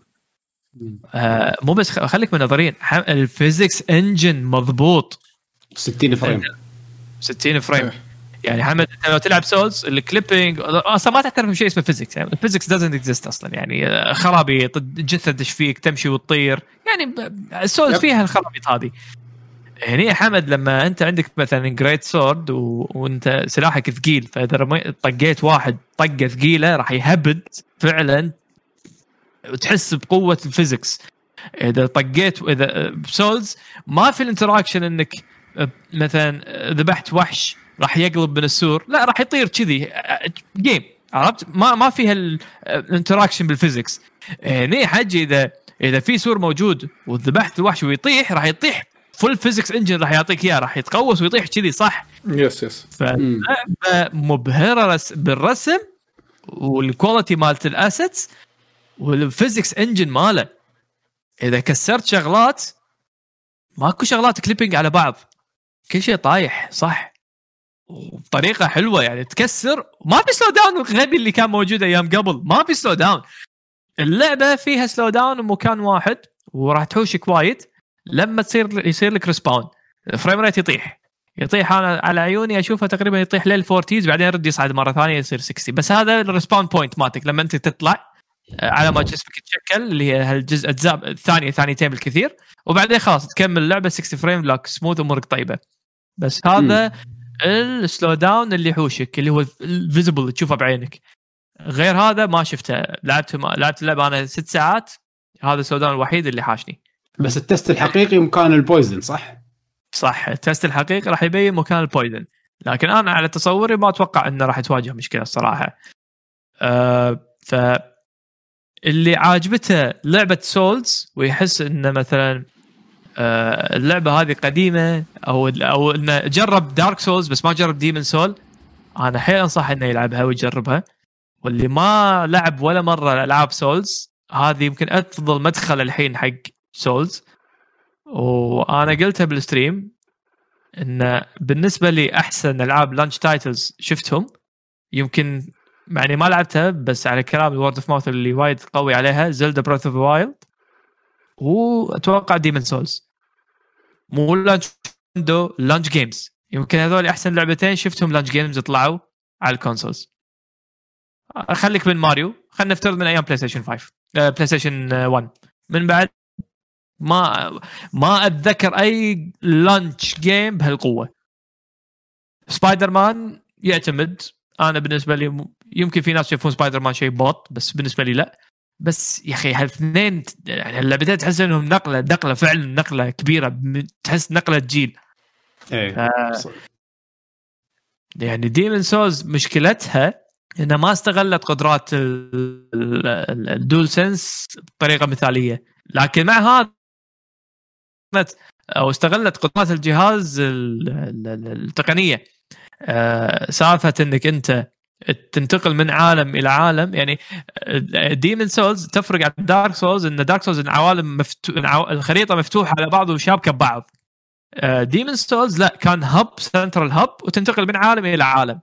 S3: مو بس خليك من نظريا، الفيزيكس انجن مضبوط
S5: 60 فريم
S3: 60 فريم. يعني حمد انت لو تلعب سولز الكليبينج اصلا ما تعترف بشيء اسمه فيزيكس، يعني الفيزيكس دازنت اكزيست اصلا، يعني خرابي جثه فيك تمشي وتطير، يعني السولز فيها الخرابيط هذه. هنا حمد لما انت عندك مثلا جريت سورد وانت سلاحك ثقيل، فاذا طقيت واحد طقه ثقيله راح يهبد فعلا وتحس بقوه الفيزيكس. اذا طقيت اذا بسولز ما في الانتراكشن انك مثلا ذبحت وحش راح يقلب من السور، لا راح يطير كذي جيم، عرفت؟ ما فيها الانتراكشن بالفيزيكس. هنا حاجه اذا في سور موجود وذبحت الوحش ويطيح راح يطيح فول فيزيكس انجن راح يعطيك اياه، راح يتقوس ويطيح كذي صح.
S4: يس
S3: فلعبه مبهره بالرسم والكواليتي مالت الاسيتس والفيزيكس انجن ماله. اذا كسرت شغلات ماكو شغلات كليبينج على بعض، كل شيء طايح صح وبطريقه حلوه، يعني تكسر ما في سلو داون الغبي اللي كان موجود ايام قبل، ما في سلو داون. اللعبه فيها سلو داون بمكان واحد وراح تحوشك وايد لما يصير لك ريسباون الفريم ريت يطيح انا على عيوني اشوفها تقريبا يطيح لل40 بعدين يرد يصعد مره ثانيه يصير 60. بس هذا الريسباون بوينت ماتك لما انت تطلع على ما جسمك يتشكل اللي هي هالجزء اجزاء الثانيه ثانيتين بالكثير، وبعدين خلاص تكمل اللعبه 60 فريم لك سموث امورك طيبه. بس هذا السلو داون اللي يحوشك اللي هو الفيزبل اللي تشوفه بعينك، غير هذا ما شفته. لعبت اللعبه انا 6 ساعات، هذا السلو داون الوحيد اللي حاشني.
S5: بس التست الحقيقي مكان البويزن صح
S3: التست الحقيقي راح يبين مكان البويزن، لكن انا على تصوري ما اتوقع انه راح تواجه مشكله الصراحه. ف اللي عاجبته لعبه سولز ويحس انه مثلا اللعبه هذه قديمه او انه جرب دارك سولز بس ما جرب ديمن سول، انا حيل انصح انه يلعبها ويجربها. واللي ما لعب ولا مره العاب سولز هذه يمكن افضل مدخل الحين حق سولز. وانا قلتها بالستريم ان بالنسبه لي احسن العاب لانش تايتلز شفتهم، يمكن يعني ما لعبتها بس على كلام الورد اوف ماوث اللي وايد قوي عليها زلدا براث اوف وايلد واتوقع ديمن سولز. مو لانش جيمز، يمكن هذول احسن لعبتين شفتهم لانش جيمز طلعوا على الكونسولز. خليك من ماريو، خلينا نفترض من ايام بلاي ستيشن 5 بلاي ستيشن 1 من بعد ما اتذكر اي لانش جيم بهالقوه. سبايدر مان يعتمد، انا بالنسبه لي يمكن في ناس يشوفون سبايدر مان شيء بط بس بالنسبه لي لا. بس يا اخي هالاثنين يعني اللعبتين تحس انهم نقله فعلا نقله كبيره، تحس نقله جيل. يعني ديمن سولز مشكلتها انها ما استغلت قدرات الدول سنس بطريقه مثاليه، لكن مع هذا او استغلت قدرات الجهاز التقنيه. سالفه انك انت تنتقل من عالم الى عالم، يعني ديمن سولز تفرق عن دارك سولز ان دارك سولز العوالم الخريطه مفتوحه على بعض وشابكه ببعض. ديمن سولز لا، كان هب سنترال هب وتنتقل من عالم الى عالم،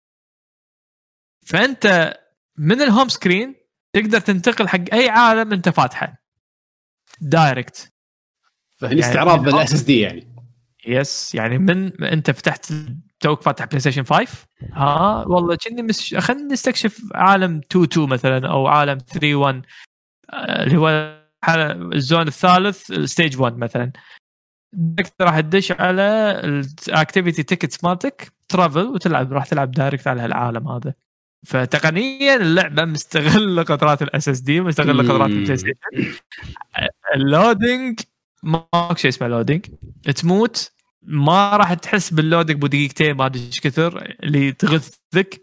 S3: فانت من الهوم سكرين تقدر تنتقل حق اي عالم انت فاتحه دايركت.
S5: فهني يعني استعراض بالاس اس دي يعني
S3: يس، يعني من انت فتحت توك فاتح بلاي ستيشن 5 والله كني خلينا نستكشف عالم 2 مثلا او عالم 3 1 اللي هو الزون الثالث ستيج 1 مثلا، راح تدش على الاكتيفيتي تيكتس مالتك ترافل وتلعب، راح تلعب دايركت على العالم هذا. فتقنيا اللعبه مستغله قدرات الاس اس دي، مستغله قدرات البلاي ستيشن. اللودينج ماكو شيء اسمه لودينج، تموت ما راح تحس باللودينج بدقيقتين ما ادري ايش كثر اللي تغثك.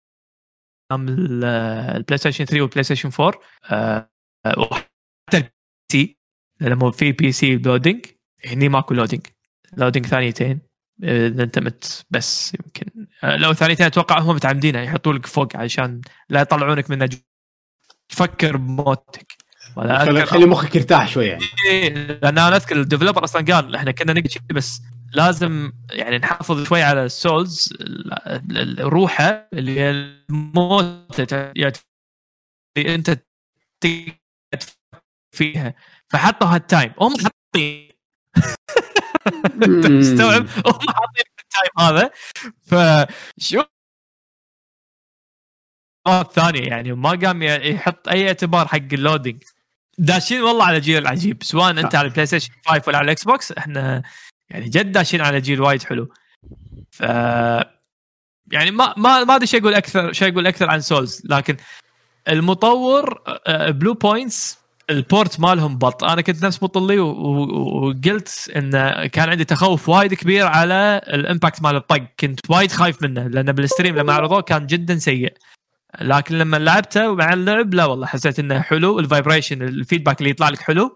S3: البلاي ستيشن 3 والبلاي ستيشن 4 وحتى البي سي لما في بي سي لودينج، هني ماكو لودينج ثانيتين اذا انت مت بس. يمكن لو ثانيتين اتوقع هم متعمدين يحطوا لك فوق عشان لا يطلعونك من تفكر بموتك، ولا
S5: خلي مخك يرتاح شويه يعني.
S3: لان انا اذكر الديفلوبر اصلا قال احنا كنا نقدر بس لازم يعني نحافظ شوي على السولز الروحه اللي هي الموت يعني انت فيها، فحطوا هالتايم هم حاطين تستوعب هم حاطين التايم هذا. فشو الثاني يعني ما قام يحط اي اعتبار حق اللودينج. داشين والله على جيل عجيب، سواء انت على البلاي ستيشن 5 ولا على الاكس بوكس، احنا يعني جد داشين على جيل وايد حلو. ف يعني ما ادري شيء اقول اكثر عن سولز، لكن المطور بلو بوينتس البورت مالهم بط. انا كنت نفس مطلي وقلت ان كان عندي تخوف وايد كبير على الامباكت مال الطق، كنت وايد خايف منه لان بالستريم لما عرضوه كان جدا سيء. لكن لما لعبته ومع اللعب لا والله حسيت انه حلو، الفايبريشن الفيدباك اللي يطلع لك حلو.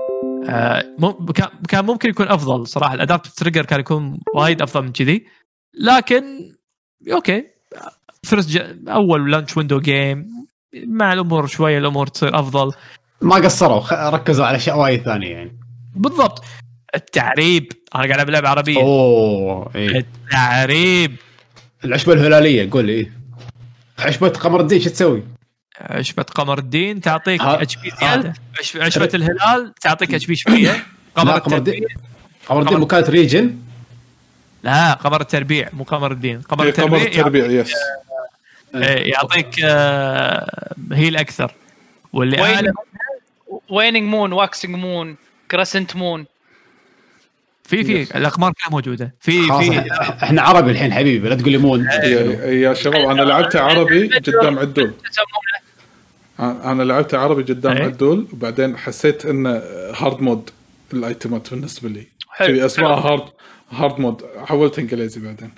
S3: كان ممكن يكون افضل صراحه، الادابتيف تريجر كان يكون وايد افضل من كذي. لكن اوكي اول لانش ويندو جيم مع الامور شويه الامور تصير افضل.
S5: ما قصروا، ركزوا على اشياء وايد ثانيه يعني.
S3: بالضبط. التعريب، انا قاعد العب لعبه عربيه.
S5: إيه.
S3: التعريب،
S5: العشبه الهلاليه قول ايه. عشبه قمر الدين شو تسوي؟
S3: عشبه قمر الدين تعطيك اتش بي زياده، عشبه الهلال تعطيك اتش بي شويه. قمر الدين
S5: مكانة ريجن.
S3: لا قمر التربيع مو قمر الدين،
S4: قمر التربيع يس
S3: يعطيك هيل اكثر. واللي
S2: ويننج مون، واكسنج مون، كريسنت مون، في
S3: الاقمار كلها موجوده في
S5: احنا عربي الحين حبيبي، لا تقول لي مون.
S4: يا شباب انا لعبت عربي قدام عدول، انا لعبت عربي قدام عدول، وبعدين حسيت ان هارد مود الايتمات بالنسبه لي في اسماء هارد مود، حولت انجليزي بعدين.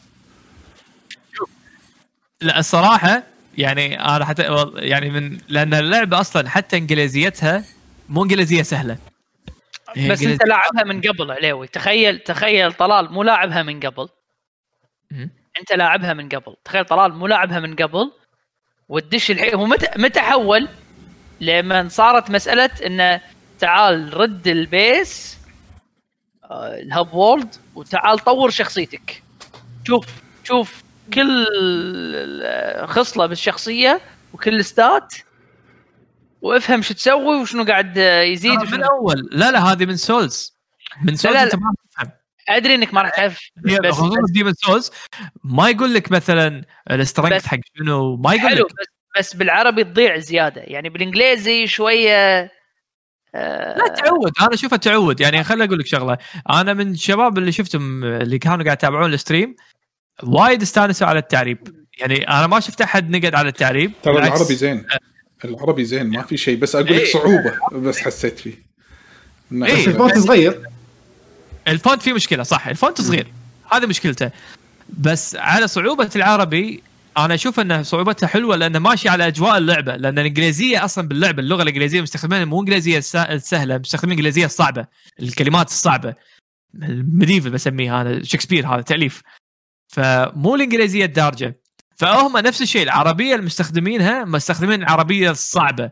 S3: لا الصراحه يعني انا حتى يعني من لان اللعبه اصلا حتى انجليزيتها مو انجليزيه سهله،
S2: بس انت لاعبها من قبل عليوي. تخيل طلال مو لاعبها من قبل، انت لاعبها من قبل. تخيل طلال مو لاعبها من قبل والدش الحين هو متى حول لما صارت مساله انه تعال رد البيس الهاب وورلد وتعال طور شخصيتك، شوف كل خصله بالشخصيه وكل ستات وافهم شو تسوي وشنو قاعد يزيد
S3: من اول. لا هذه من سولز انت ما تفهم.
S2: ادري انك ما راح تعرف،
S3: بس دي من سولز ما يقول لك مثلا السترنث حق شنو، ما يقول لك.
S2: بس بالعربي تضيع زياده، يعني بالانجليزي شويه
S3: لا تعود. انا اشوفه تعود يعني. خليني اقول لك شغله، انا من الشباب اللي شفتهم اللي كانوا قاعد يتابعون الستريم وايد استانسوا على التعريب. يعني انا ما شفت احد نقد على التعريب.
S4: ترى العربي زين، العربي زين ما في شيء، بس اقول لك صعوبه بس حسيت فيه.
S5: بس الفونت صغير،
S3: الفونت فيه مشكله صح، الفونت صغير هذا مشكلته. بس على صعوبه العربي انا اشوف ان صعوبتها حلوه لانه ماشي على اجواء اللعبه، لان الانجليزيه اصلا باللعبه اللغه الانجليزيه مستخدمين مو انجليزيه السهله، مستخدمين انجليزيه الصعبه، الكلمات الصعبه الميديفل بسميها انا، شكسبير هذا تاليف، فمو الانجليزيه الدارجه. فهم نفس الشيء العربيه المستخدمينها مستخدمين العربيه الصعبه.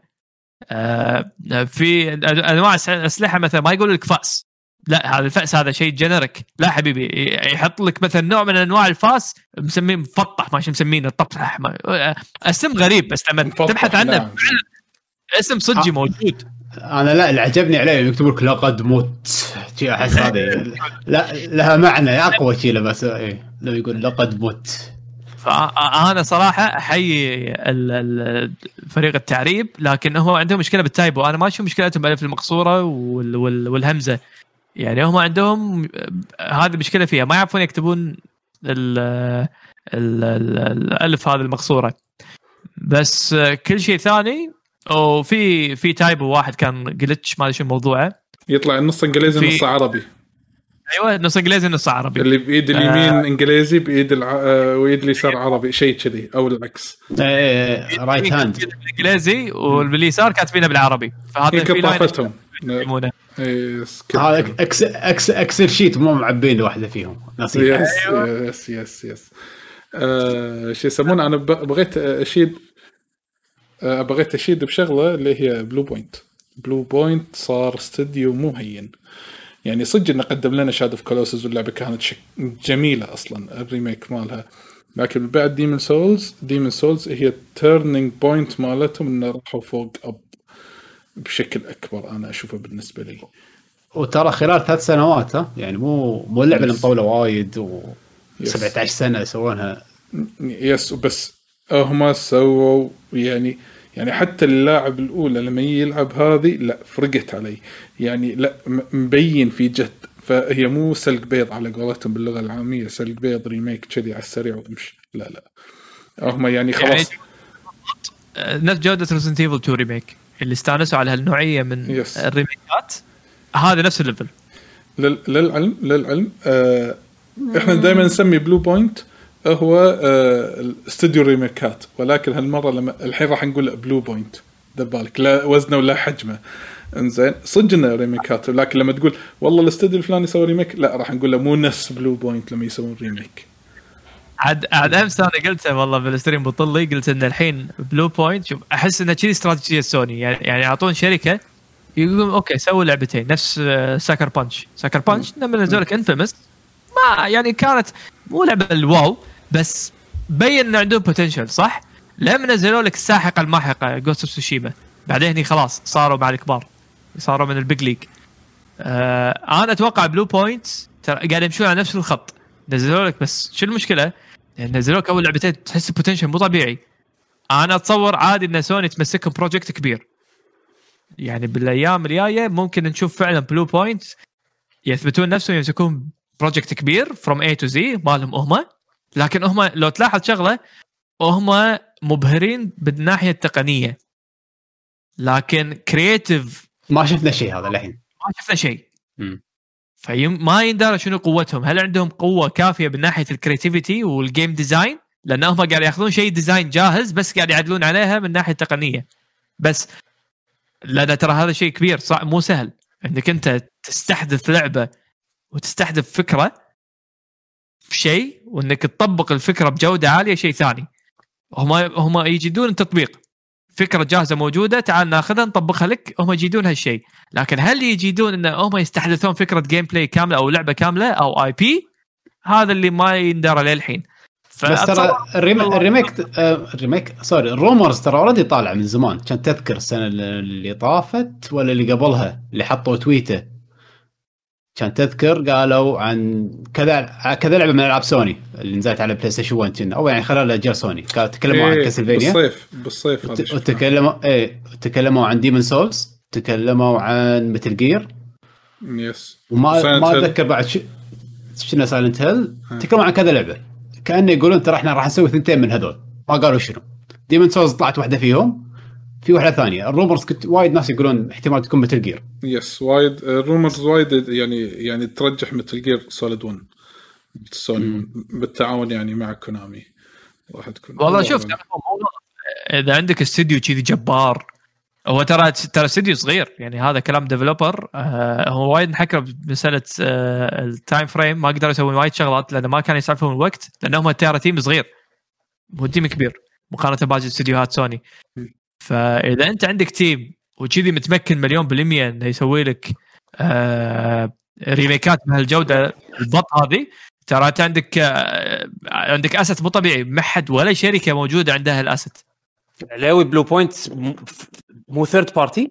S3: في انواع اسلحه مثلا ما يقول لك فاس، لا هذا الفأس هذا شيء جينيريك، لا حبيبي يحط لك مثلا نوع من انواع الفاس مسميه مفطح، ما مسمينه الطفح، اسم غريب بس لما تبحث عنه نعم. اسم صجي موجود.
S5: انا لا اللي عجبني عليه يكتبوا لك لقد موت، احس هذه لا لها معنى اقوى شيء بس لو يقول لقد موت
S3: فانا صراحه احيي فريق التعريب، لكن هو عندهم مشكله بالتايبو. انا ما اشوف مشكلتهم بالالف المقصوره والهمزه، يعني هم عندهم هذه مشكله فيها، ما يعرفون يكتبون الالف هذه المقصوره. بس كل شيء ثاني، وفي تايبو واحد كان جلتش ما ادري شو موضوعه،
S4: يطلع نص انجليزي نص عربي.
S3: ايوه نص انجليزي نص عربي،
S4: اللي بايد اليمين انجليزي بايد وايد اليسار عربي، شيء كذي او العكس.
S5: رايت هاند
S3: انجليزي واليسار كاتبينه بالعربي، فهذا في
S4: طافتهم.
S5: هذا اكسل شيت مو معبين واحده فيهم.
S4: يس شو يسمونه. انا بغيت اشيد بشغله اللي هي بلو بوينت صار استوديو مو هين، يعني صدق انه قدم لنا شادو اوف كولوسس واللعبه كانت جميله اصلا الريميك مالها، لكن بعد ديمون سولز هي تيرنينج بوينت مالتهم انه راحوا فوق اب بشكل اكبر. انا اشوفه بالنسبه لي،
S5: وترى خلال 3 سنوات يعني مو اللعبه اللي مطوله وايد، و17 سنه يسوونها.
S4: يس بس هم سووا يعني حتى اللاعب الاولى لما يلعب هذه لا فرقت علي، يعني لا مبين في جد. فهي مو سلق بيض على قولتهم باللغه العاميه، سلق بيض ريميك كذي على السريع وامشي. لا هم يعني خلاص
S3: نفس جوده ريزنت ايفل 2 ريميك اللي استانسوا على هالنوعيه من الريميكات، هذا نفس الليفل.
S4: للعلم احنا دائما نسمي بلو بوينت هو استوديو ريميكات، ولكن هالمره لما الحين راح نقول بلو بوينت دير بالك، لا وزنه ولا حجمه. انزين صدقنا ريميكات، لكن لما تقول والله الاستوديو الفلاني يسوي ريميك، لا راح نقول له مو نفس بلو بوينت لما يسوون ريميك.
S3: عاد امس انا قلتها والله بالستريم بطلي، قلت ان الحين بلو بوينت شوف احس انها كذي استراتيجيه سوني، يعني يعطون شركه يقولون اوكي سووا لعبتين نفس ساكر بانش لما نزلوا لك انفيمس، ما يعني كانت مو لعبه الواو، بس بين ان عندهم بوتنشل صح. لما نزلوا لك الساحقه الماحقه جوست اوف سوشيما، بعدين خلاص صاروا مع الكبار، صاروا من البيج ليج. انا اتوقع بلو بوينت قاعد يمشون على نفس الخط، نزلوا لك بس شو المشكله؟ يعني نزلوا لك اول لعبتين تحس البوتنشل مو طبيعي. انا اتصور عادي ان سوني تمسكهم بروجكت كبير، يعني بالايام الجايه ممكن نشوف فعلا بلو بوينت يثبتون نفسهم يمسكون بروجكت كبير فروم اي تو زي مالهم هم. لكن هم لو تلاحظ شغله، هم مبهرين بالناحيه التقنيه، لكن كرييتيف
S5: ما شفنا شيء. هذا الحين
S3: ما شفنا شيء. فما يندرى شنو قوتهم، هل عندهم قوه كافيه من ناحيه الكرياتيفيتي والجيم ديزاين، لانهم قاعد ياخذون شيء ديزاين جاهز بس قاعد يعدلون عليها من ناحيه تقنيه بس. لأن ترى هذا شيء كبير صعب، مو سهل انك انت تستحدث لعبه وتستحدث فكره في شيء، وانك تطبق الفكره بجوده عاليه شيء ثاني. هم يجدون التطبيق، فكره جاهزه موجوده تعال ناخذها نطبقها لك، هم يجدون هالشيء. لكن هل يجدون ان هم يستحدثون فكره جيم بلاي كامله او لعبه كامله او اي بي؟ هذا اللي ما يندرى للحين.
S5: بس ترى الريميك الرومرز ترى اوريدي طالع من زمان. كان تذكر السنه اللي طافت ولا اللي قبلها اللي حطوا تويته، كان تذكر قالوا عن كذا لعبه من العاب سوني اللي نزلت على بلاي ستيشن 1 او يعني خلال اجيال سوني، كانوا تكلموا عن كاسلفينيا
S4: بالصيف
S5: وتكلموا عن ديمون سولز، تكلموا عن ميتل جير وما اتذكر بعد شنو سايلنت هيل. تكلموا عن كذا لعبه كأنه يقولون ترى احنا راح نسوي 2 من هذول، ما قالوا شنو. ديمون سولز طلعت واحده فيهم، في واحده ثانيه. الرومرز كنت وايد ناس يقولون احتمال تكون ميتل جير.
S4: يس وايد الرومرز وايد يعني ترجح ميتل جير سوليد 1 سوني بالتعاون يعني مع كونامي راح تكون.
S3: والله شوف اذا عندك استوديو كذي جبار، هو ترى استوديو صغير، يعني هذا كلام ديفلوبر. هو وايد نحكر بمساله التايم فريم، ما قدروا يسوون وايد شغلات لانه ما كان يسعفهم الوقت، لانهم ترى تيم صغير مو تيم كبير مقارنه باقي استديوهات سوني. فاذا انت عندك تيم وكذي متمكن 100% انه يسوي لك ريميكات بهالجوده الضبط هذه، ترى انت عندك اسيت مو طبيعي، ما حد ولا شركه موجوده عندها الاسيت.
S1: علاوي بلو بوينت مو ثيرد بارتي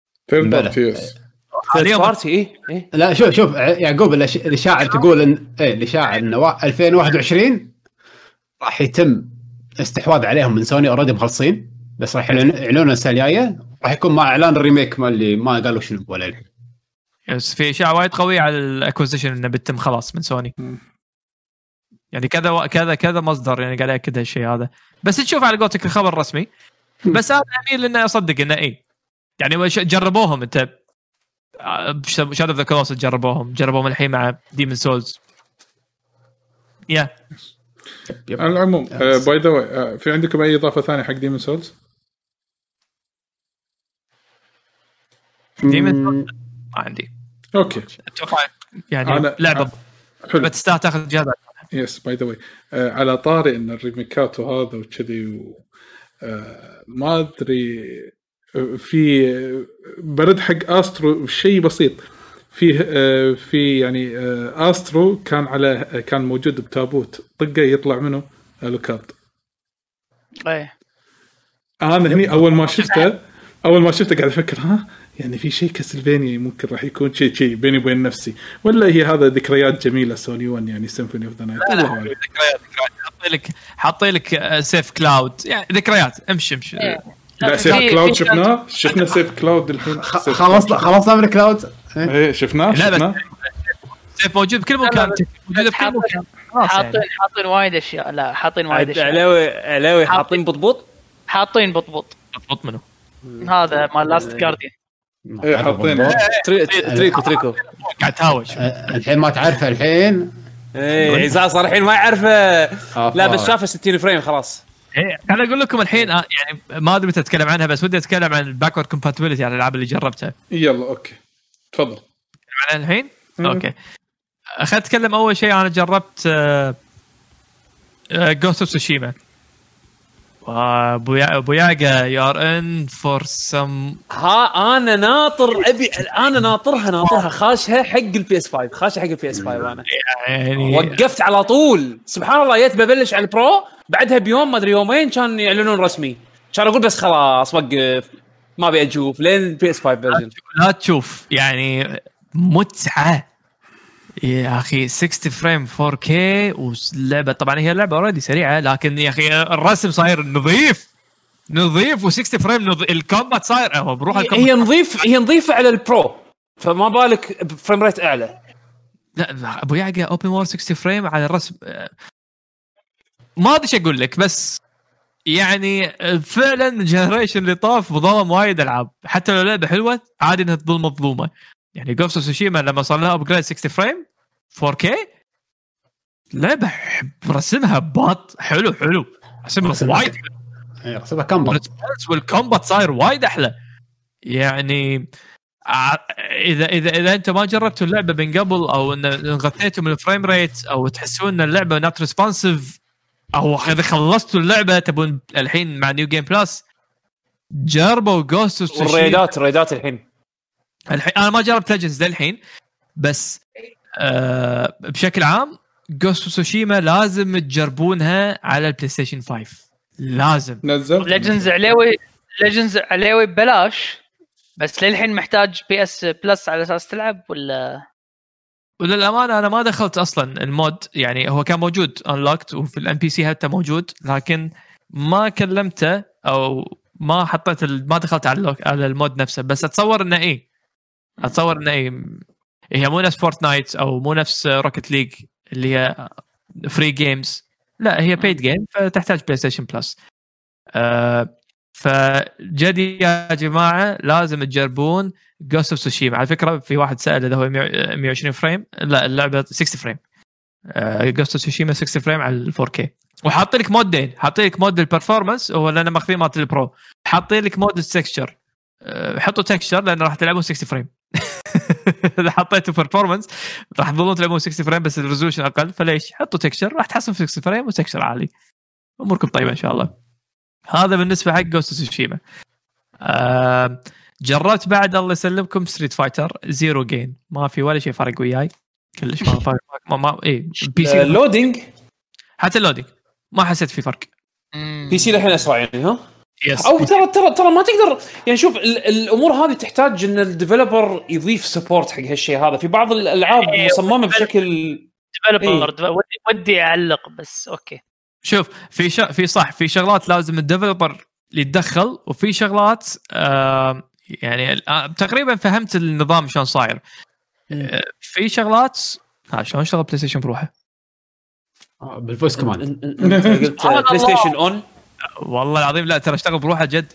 S1: ايه
S5: لا شوف يعقوب الاشاعه تقول ان الاشاعه ان 2021 راح يتم استحواذ عليهم من سوني اوريدي مخلصين، بس راح يعلنون السنه الجايه، راح يكون مع اعلان الريميك مال اللي ما قالوا شنو ولا الحين.
S3: بس في اشاعه وايد قويه على الاكوزيشن انه بيتم خلاص من سوني. يعني كذا مصدر يعني قاعد ياكد هالشيء هذا، بس تشوف على قولتك الخبر الرسمي. بس انا اميل انه اصدق انه اي يعني جربوهم انت شادو اوف ذا كلوس، جربوهم الحين مع ديمن سولز. يا
S4: على العموم باي ذا واي، في عندكم اي اضافه ثانيه حق ديمن سولز؟
S3: ديمن ما عندي.
S4: اوكي
S3: اتوقع يعني لعبه حلوه تستاهل تاخذ جهاز.
S4: يس باي ذا واي، على طاري ان الريميكات وهذا وكذي ما ادري، في برد حق استرو شيء بسيط فيه، في يعني استرو كان موجود بتابوت طقه يطلع منه الوكارد. انا هني اول ما شفته قاعد افكر يعني في شيء كاسلفينيا ممكن راح يكون شيء بيني وبين نفسي، ولا هي هذا ذكريات جميله سوني 1 يعني سيمفوني اوف ذا نايت.
S3: ذكريات حاطي لك سيف كلاود يعني ذكريات. امشي
S4: لا سيف كلاود شفنا سيف كلاود الحين
S5: خلصنا من كلاود.
S4: ايه شفناه
S3: سيف موجود بكل مكان،
S2: حاطين وايد اشياء. لا حاطين وايد اشياء.
S1: علاوي حاطين بطبط
S2: منه هذا مال لاست جارديان.
S4: ايه حاطين
S1: تريكو
S3: قاعد تهاوش
S5: الحين ما تعرفه الحين.
S1: ايه عزاز صار الحين ما يعرفه. لا بس شافه 60 فريم خلاص.
S3: انا اقول لكم الحين يعني ما ادري متى اتكلم عنها، بس ودي اتكلم عن الباكورد كومباتيبلتي على الالعاب اللي جربتها.
S4: يلا اوكي تفضل
S3: معنا الحين. اوكي اخذت اتكلم. اول شيء انا جربت جوست اوف تسوشيما. بوياغا يار ان فور سم.
S1: انا ناطرها خاشها حق البي اس 5. خاشها حق البي اس 5. انا يعني وقفت على طول سبحان الله. جيت ببلش على البرو بعدها بيوم ما ادري يومين كان يعلنون رسمي، كان اقول بس خلاص وقف ما ابي اشوف لين البي اس 5 فيرجن.
S3: لا تشوف يعني متعه يا اخي. 60 فريم 4K واللعبه طبعا هي اللعبه اوريدي سريعه، لكن يا اخي الرسم صاير نظيف و60 فريم الكومبات صاير هو بروح
S1: هي نظيفه على البرو، فما بالك بفريم ريت اعلى.
S3: لا ابو يعقا اوبن وورد 60 فريم على الرسم ما ادري ايش اقول لك. بس يعني فعلا الجنريشن اللي طاف ظلم وايد العاب، حتى لو لعبه حلوه عادي انها تظل مظلومه. يعني جوست اوف تسوشيما لما صار لها ابجريد 60 فريم 4K لعبه رسمها باط حلو رسمها وايد
S5: رسمها كومبات
S3: والكومبات صاير وايد احلى. يعني اذا انت ما جربتوا اللعبه من قبل او ان غثيتوا من الفريم ريت او تحسون ان اللعبه نوت ريسبونسيف، او اذا خلصتوا اللعبه تبون الحين مع نيو جيم بلس جربوا جوست اوف تسوشيما.
S1: الريدات الحين
S3: انا ما جربت ليجندز للحين، بس بشكل عام جوست اوف تسوشيما لازم تجربونها على البلاي ستيشن 5. لازم
S4: نزل
S2: ليجندز عليوي ببلاش، بس للحين محتاج بي اس بلس على اساس تلعب ولا
S3: للامانه انا ما دخلت اصلا المود. يعني هو كان موجود انلوكت وفي الام بي سي حتى موجود، لكن ما كلمته او ما حطيت ما دخلت على المود نفسه. بس اتصور انه هي مو نفس فورتنايت او مو نفس روكت ليج اللي هي فري جيمز، لا هي بيد جيم فتحتاج بلاي ستيشن بلس. فجدي يا جماعه لازم تجربون جوست اوف تسوشيما. على فكره في واحد سأل اذا هو 120 فريم، لا اللعبه 60 فريم. جوست اوف تسوشيما 60 فريم على ال 4K. وحاطين لك مودين، حاطين لك مود البرفورمانس هو اللي انا ماخذين مال البرو، حاطين لك مود التكستشر. حطوا تكستشر لان راح تلعبون 60 فريم. اذا حطيتوا برفورمانس راح تظلون تلعبون 60 فريم بس الريزولوشن اقل، فليش حطوا تكستشر راح تحصل في 60 فريم وتكستشر عالي. اموركم طيبه ان شاء الله. هذا بالنسبه حق جوست اوف تسوشيما. جربت بعد الله يسلمكم ستريت فايتر زيرو جين، ما في ولا شيء فرق وياي كلش. ما فرق ما اي بي سي
S1: اللودينج،
S3: حتى اللودينج ما حسيت في فرق.
S1: بي سي الحين اسرع يعني ها
S3: يس.
S1: او ترى ما تقدر يعني. شوف الامور هذه تحتاج ان الديفلوبر يضيف سبورت حق هالشيء هذا. في بعض الالعاب مصممه بشكل
S2: ديفلوبر ودي اعلق بس اوكي
S3: شوف في شغلات لازم الديفلوبر يتدخل، وفي شغلات يعني تقريبا فهمت النظام شلون صاير. في شغلات شلون اشتغل بلاي ستيشن بروحه
S5: بالفويس كمان.
S1: انت قلت بلاي ستيشن اون.
S3: والله العظيم لا ترى اشتغل بروحه جد.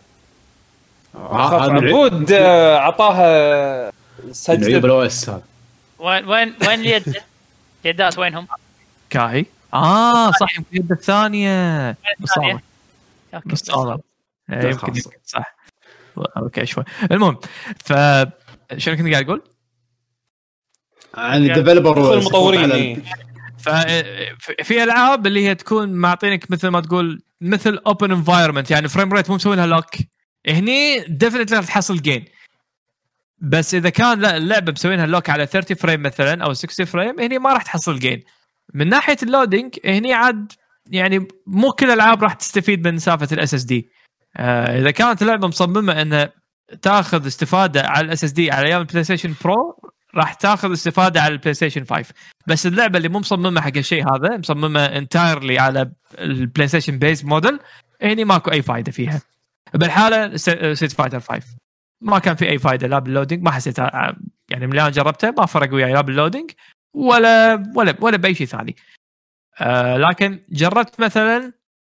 S1: عبود عطاها
S5: سجل بالو اس. هذا
S2: وين اليدات وينهم؟
S3: كاهي صح اليد الثانيه بالصالة يمكن صح. اوكي شوي المهم شنو كنت قاعد اقول
S5: عن الديفلوبر
S1: المطورين.
S3: في العاب اللي هي تكون معطينك مثل ما تقول مثل اوبن انفايرمنت، يعني فريم ريت مو مسوينها لوك، هني ديفينتلي راح تحصل جين. بس اذا كان لا اللعبه مسوينها لوك على 30 فريم مثلا او 60 فريم، هني ما راح تحصل جين. من ناحيه اللودينج هني عاد يعني مو كل الالعاب راح تستفيد من مسافه الاس اس دي. اذا كانت اللعبه مصممه انها تاخذ استفاده على الاس اس دي على ايام البلاي ستيشن برو، راح تاخذ استفاده على البلاي ستيشن 5. بس اللعبه اللي مو مصممه حق الشيء هذا، مصممه انتايرلي على البلاي ستيشن بيز موديل، هني ماكو اي فائده فيها. بالحاله ستريت فايتر 5 ما كان في اي فائده لا باللودينج، ما حسيت يعني من اللي انا جربته ما فرق وياي لا باللودينج ولا باي شيء ثاني. لكن جربت مثلا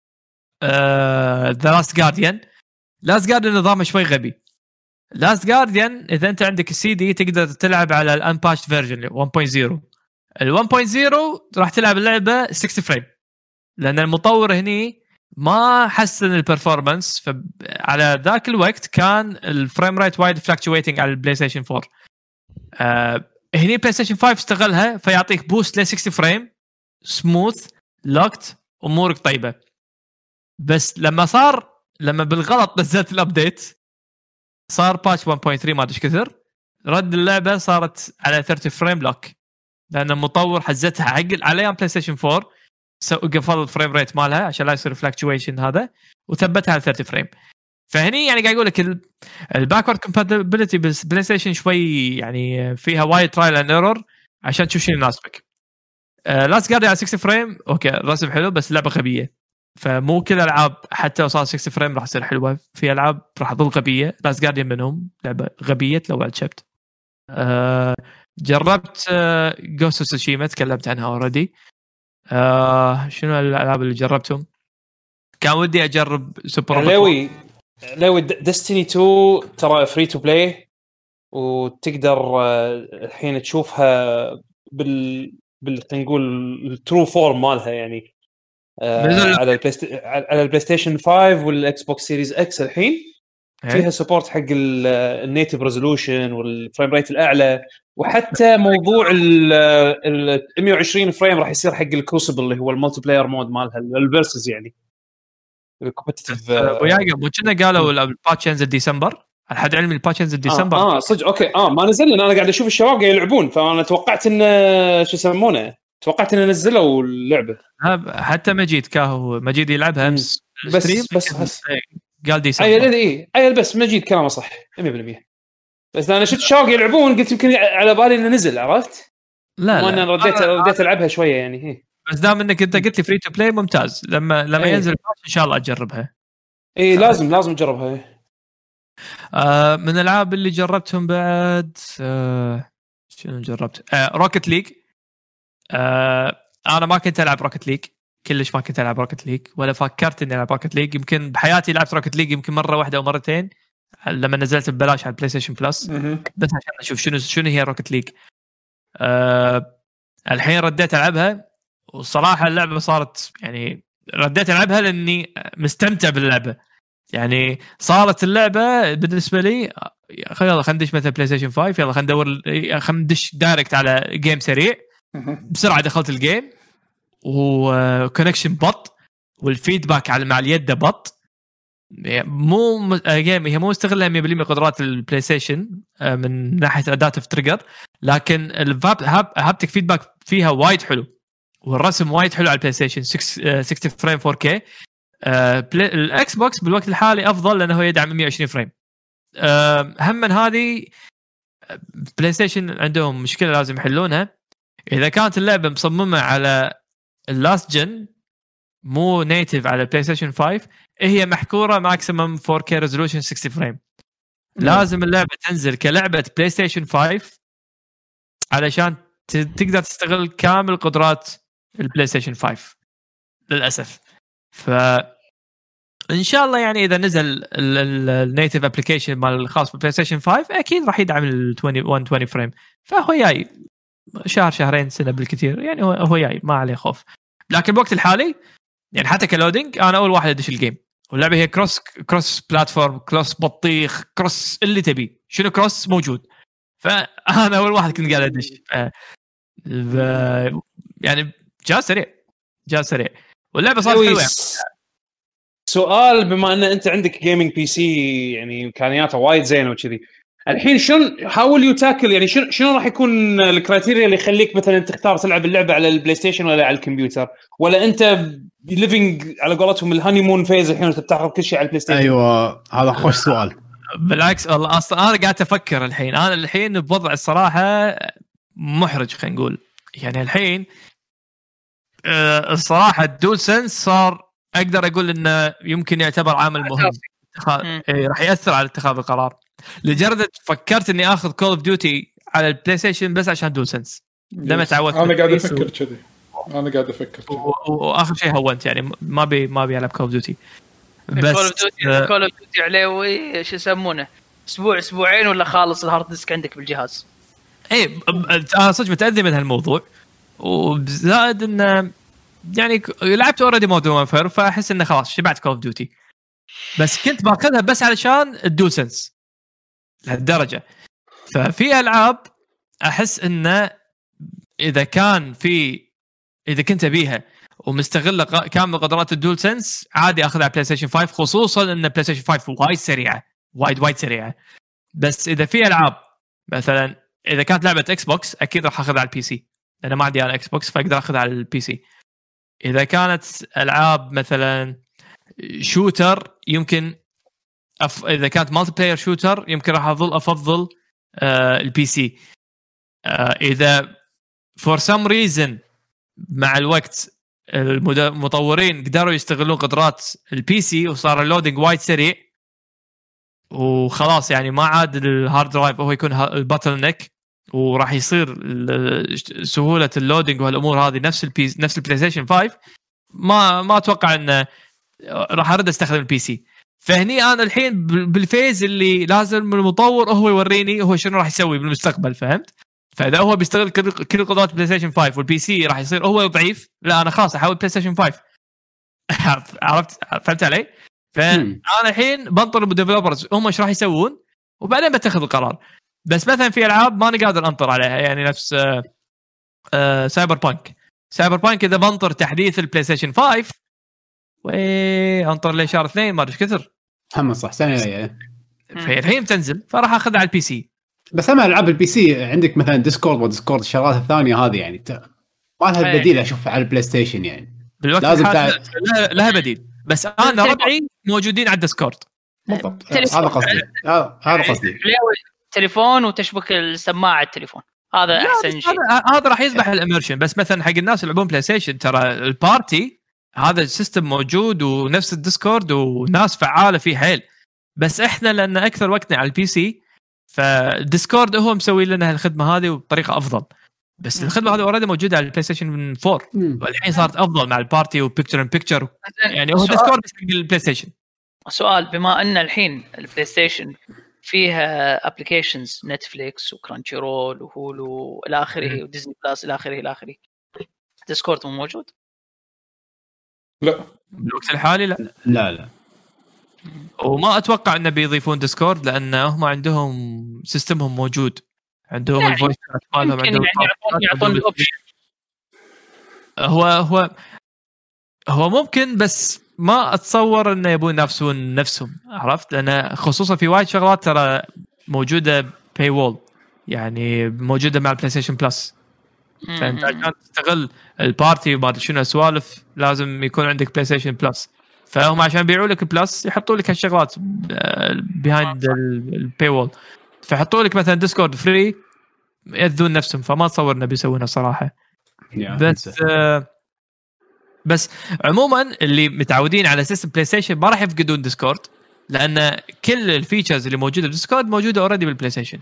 S3: ذا لاست جارديان نظامه شوي غبي. لاست جارديان اذا انت عندك السي دي تقدر تلعب على الانباتشد فيرجن 1.0. ال 1.0 راح تلعب اللعبه 60 فريم، لان المطور هني ما حسن البرفورمانس. فعلى ذاك الوقت كان الفريم ريت وايد فلكتويتنج على البلاي ستيشن 4. هني بلاي ستيشن 5 استغلها فيعطيك بوست ل 60 فريم سموث لوكت، امورك طيبه. بس لما بالغلط نزلت الابديت صار باتش 1.3 ما ادري كثر، رد اللعبه صارت على 30 فريم لوك، لان المطور حزتها على ايام بلاي ستيشن 4 قفل الفريم ريت مالها عشان لا يصير فلكتويشن هذا، وثبتها على 30 فريم. فهني يعني قاعد اقول لك الباكورد كومباتيبلتي بالبلاي ستيشن شوي يعني فيها وايد ترايل اند ايرور عشان تشوف شنو يناسبك. لاست جارديان على 60 فريم اوكي رسم حلو، بس اللعبه غبيه. فمو كل الالعاب حتى لو صار 60 فريم راح تصير حلوه، في العاب راح تظل غبيه. لاست جارديان منهم لعبه غبيه لو بعد شفت. جربت جوست اوف تسوشيما تكلمت عنها اوريدي. شنو الالعاب اللي جربتهم؟ كان ودي اجرب سوبر
S1: لوي ديستني 2 ترى فري تو بلاي، وتقدر الحين تشوفها خلينا نقول الترو فورم مالها يعني على البلاي ستيشن 5 والاكس بوكس سيريز اكس. الحين فيها سبورت حق النيتيف ريزولوشن والفريم ريت الاعلى، وحتى موضوع ال 120 فريم راح يصير حق الكروسبل اللي هو المالتي بلاير مود مالها الفيرسز يعني الكومبتيتيف.
S3: وياي مو كنا قالوا الباتش ينزل ديسمبر، الحد علمي الباتش ينزل ديسمبر.
S1: صدق اوكي ما نزل. انا قاعد اشوف الشباب قاعد يلعبون، فانا توقعت ان شو يسمونه، توقعت ان نزلوا اللعبه.
S3: حتى مجيد يلعبها امس
S1: بس
S3: قال ديسمبر.
S1: اي بس مجيد كلامه صح 100%. بس انا شفت الشباب يلعبون قلت يمكن على بالي انه نزل، عرفت؟
S3: لا
S1: انا رديت العبها شويه يعني هي.
S3: بس دام انك انت قلت لي فري تو بلاي ممتاز، لما ينزل ان شاء الله اجربها.
S1: لازم تجربها.
S3: من الالعاب اللي جربتهم بعد شنو جربت؟ روكت ليج. انا ما كنت العب روكت ليج كلش، ما كنت العب روكت ليج ولا فكرت اني العب روكت ليج. يمكن بحياتي لعبت روكت ليج يمكن مره واحده او مرتين لما نزلت ببلاش على البلاي ستيشن بلس، بس عشان اشوف شنو هي روكت ليج. الحين رديت العبها، والصراحه اللعبه صارت يعني رديت العبها لاني مستمتع باللعبه. يعني صارت اللعبه بالنسبه لي يلا خلينا ندش مثلا بلاي ستيشن 5، يلا خلينا ندور، خلينا ندش دايركت على جيم سريع بسرعه. دخلت الجيم وكونكشن بط، والفيدباك على مع اليد بط. مو جيم هي مو مستغله 100% قدرات البلاي ستيشن من ناحيه اداتيف تريجر، لكن الهابتك فيدباك فيها وايد حلو، والرسم وايد حلو على البلاي ستيشن 60 فريم 4K. الاكس بوكس بالوقت الحالي افضل لانه هو يدعم 120 فريم. هم من هذه بلاي ستيشن عندهم مشكله لازم يحلونها. اذا كانت اللعبه مصممه على اللاست جن مو نيتيف على بلاي ستيشن 5 هي محكوره ماكسيمم 4K ريزولوشن 60 فريم. لازم اللعبه تنزل كلعبه بلاي ستيشن 5 علشان تقدر تستغل كامل قدرات البلاي ستيشن 5 للاسف. ف ان شاء الله يعني اذا نزل النيتيف ابلكيشن مال الخاص بالبلاي ستيشن 5 اكيد راح يدعم ال 120 فريم. فهو جاي شهر شهرين سنه بالكثير يعني هو جاي ما عليه خوف. لكن بالوقت الحالي يعني حتى كلودينج انا اول واحد ادش الجيم واللعبه هي كروس بلاتفورم كروس بطيخ كروس اللي تبي شنو كروس موجود. فانا اول واحد كنت قاعد ادش يعني جاء سريع واللعبه صارت حلوه.
S1: سؤال بما ان انت عندك جيمنج بي سي يعني امكانياته وايد زينه وكذي الحين شلون حاول يتاكل يعني شنو راح يكون الكرايتيريا اللي يخليك مثلا تختار تلعب اللعبه على البلاي ستيشن ولا على الكمبيوتر ولا انت ليفينج على قولتهم الهاني مون فيز الحين تتاخذ كل شيء على البلاي ستيشن؟
S5: ايوه هذا خوش سؤال.
S3: بالعكس والله اصلا انا قاعد افكر الحين بوضع الصراحه محرج خلينا نقول يعني الحين الصراحه الدول سنس صار اقدر اقول انه يمكن يعتبر عامل مهم راح ياثر على اتخاذ القرار لدرجه فكرت اني اخذ كول اوف ديوتي على البلاي ستيشن بس عشان دول سنس لما تعودت.
S4: انا قاعد افكر كذي
S3: واخر شيء هونت يعني ما بي العب كول اوف ديوتي
S2: بس كول اوف ديوتي عليه شو يسمونه اسبوعين ولا خالص الهارد ديسك عندك بالجهاز.
S3: اي انا صدق متاذي من هالموضوع وزائد انه يعني لعبت اوريدي مودرن وورفير فاحس انه خلاص شبعت كول اوف ديوتي بس كنت باخذها بس علشان الدول سنس لهالدرجه. ففي العاب احس انه اذا كنت بيها ومستغله كامل قدرات الدول سنس عادي اخذها على بلاي ستيشن 5 خصوصا ان بلاي ستيشن 5 وايد سريعه وايد سريعه. بس اذا في العاب مثلا اذا كانت لعبه اكس بوكس اكيد راح اخذها على البي سي انا ما عندي انا اكس بوكس فاقدر اخذها على البي سي. اذا كانت العاب مثلا شوتر يمكن اذا كانت مالتي بلاير شوتر يمكن راح افضل البي سي. اذا فور سم ريزن مع الوقت المطورين قدروا يستغلون قدرات البي سي وصار اللودينج وايد سريع وخلاص يعني ما عاد الهارد درايف هو يكون الباتل نيك وراح يصير سهوله اللودينج والامور هذه نفس البلاي ستيشن 5 ما اتوقع انه راح ارد استخدم البي سي. فهني انا الحين بالفيز اللي لازم المطور هو يوريني هو شنو راح يسوي بالمستقبل فهمت. فاذا هو بيستغل كل قدرات بلاي ستيشن 5 والبي سي راح يصير هو ضعيف لا انا خلاص احاول بلاي ستيشن 5 فهمت علي. فانا الحين بنطر الديفلوبرز هم ايش راح يسوون وبعدين بتاخذ القرار. بس مثلا في العاب ماني قادر انطر عليها يعني نفس سايبر بانك اذا بنطر تحديث البلاي ستيشن 5 وانطر لي شهر 2 ما ادري كثر
S5: هم صح سنه جايه
S3: فهي الحين تنزل فراح اخذها على البي سي.
S5: بس اما العاب البي سي عندك مثلا ديسكورد الشغلات الثانيه هذه يعني ما لها بديل اشوف على البلاي ستيشن يعني
S3: لازم لها بديل. بس انا ربعي موجودين على الديسكورد
S5: بالضبط هذا قصدي
S2: تليفون وتشبك السماعه التليفون هذا احسن شيء.
S3: هذا راح يصبح الاميرشن. بس مثلا حق الناس اللي يلعبون بلاي ستيشن ترى البارتي هذا السيستم موجود ونفس الديسكورد وناس فعاله فيه حيل. بس احنا لان اكثر وقتنا على البي سي فالديسكورد هو مسوي لنا الخدمه هذه بطريقه افضل. بس الخدمه هذه اوريدي موجوده على البلاي ستيشن 4 والحين صارت افضل مع البارتي وبيكتشر ان بيكتشر يعني هو ديسكورد بس حق البلاي ستيشن.
S2: سؤال بما ان الحين البلاي ستيشن فيها ابلكيشنز نتفليكس وكرانشي رول وهولو الى اخره وديزني بلاس الى اخره ديسكورد مو موجود؟
S4: لا
S3: بالوقت الحالي
S5: لا
S3: وما اتوقع انه بيضيفون ديسكورد لان هم عندهم سيستمهم موجود عندهم يعني الفويس مالهم عندهم
S2: يعطون الاوبشن.
S3: هو ممكن بس ما اتصور انه يبون ينافسون نفسهم عرفت لان خصوصا في وايد شغلات ترى موجوده باي وول يعني موجوده مع البلاي ستيشن بلس. فانت عشان تستغل البارتي وما ادري شنو سوالف لازم يكون عندك بلاي ستيشن بلس. فهم عشان يبيعوا لك البلس يحطوا لك هالشغلات بيهايند الباي وول فيحطوا لك مثلا ديسكورد فري يذون نفسهم. فما اتصور انه بيسوونها صراحه. بس بس عموما اللي متعودين على سيستم بلاي ستيشن ما راح يفقدون ديسكورد، لان كل الفيتشرز اللي موجوده بالديسكورد موجوده اوريدي بالبلاي ستيشن.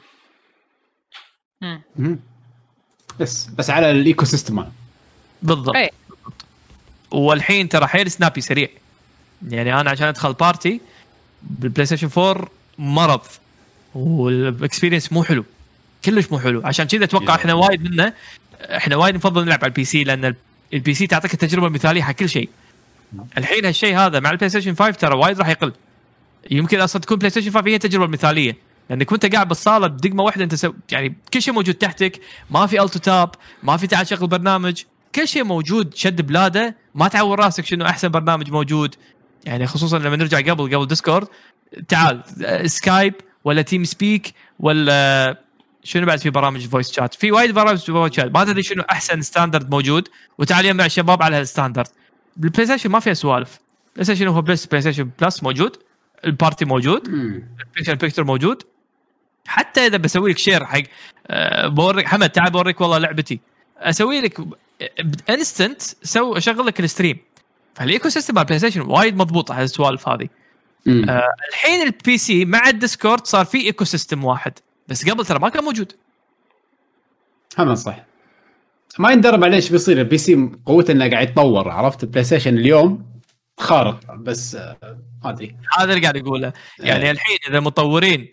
S5: بس على الايكو سيستم
S3: بالضبط. والحين ترى حيل سنابي سريع، يعني انا عشان ادخل بارتي بالبلاي ستيشن 4 مرض، والاكسبيرينس مو حلو، كلش مو حلو. عشان كذا اتوقع احنا وايد نفضل نلعب على البي سي، لان البي سي تعطيك التجربه المثاليه حق كل شيء. الحين هالشيء هذا مع البلاي ستيشن 5 ترى وايد راح يقل. يمكن اصلا تكون بلاي ستيشن 5 هي التجربه المثاليه، لانك وانت قاعد بالصاله بدقمه واحده انت يعني كل شيء موجود تحتك، ما في التو تاب، ما في تعال شغل برنامج، كل شيء موجود شد بلاده، ما تعور راسك شنو احسن برنامج موجود. يعني خصوصا لما نرجع قبل ديسكورد، تعال سكايب ولا تيم سبيك ولا شنو بعد في برامج فويس شات، في وايد برامج فويس شات، ما تدري شنو احسن ستاندرد موجود، وتعال يجمع الشباب على هالستاندرد. بالبلاي ستيشن ما فيها سوالف. بلاي ستيشن هو بلاي ستيشن بلس موجود، البارتي موجود، البيكتشر موجود. حتى اذا بسوي لك شير حق بوريك حمد، تعال بوريك والله لعبتي، اسوي لك انستنت، اشغل لك الستريم. فالايكو سيستم على البلاي ستيشن وايد مضبوط على السوالف هذه. الحين البي سي مع الديسكورد صار في ايكو سيستم واحد، بس قبل ترى ما كان موجود.
S5: هم صح، ما يندرب عليه ايش بيصير. البي سي قوته انه قاعد يتطور، عرفت؟ البلاي ستيشن اليوم خارق، بس هذا
S3: اللي قاعد اقوله. يعني الحين اذا المطورين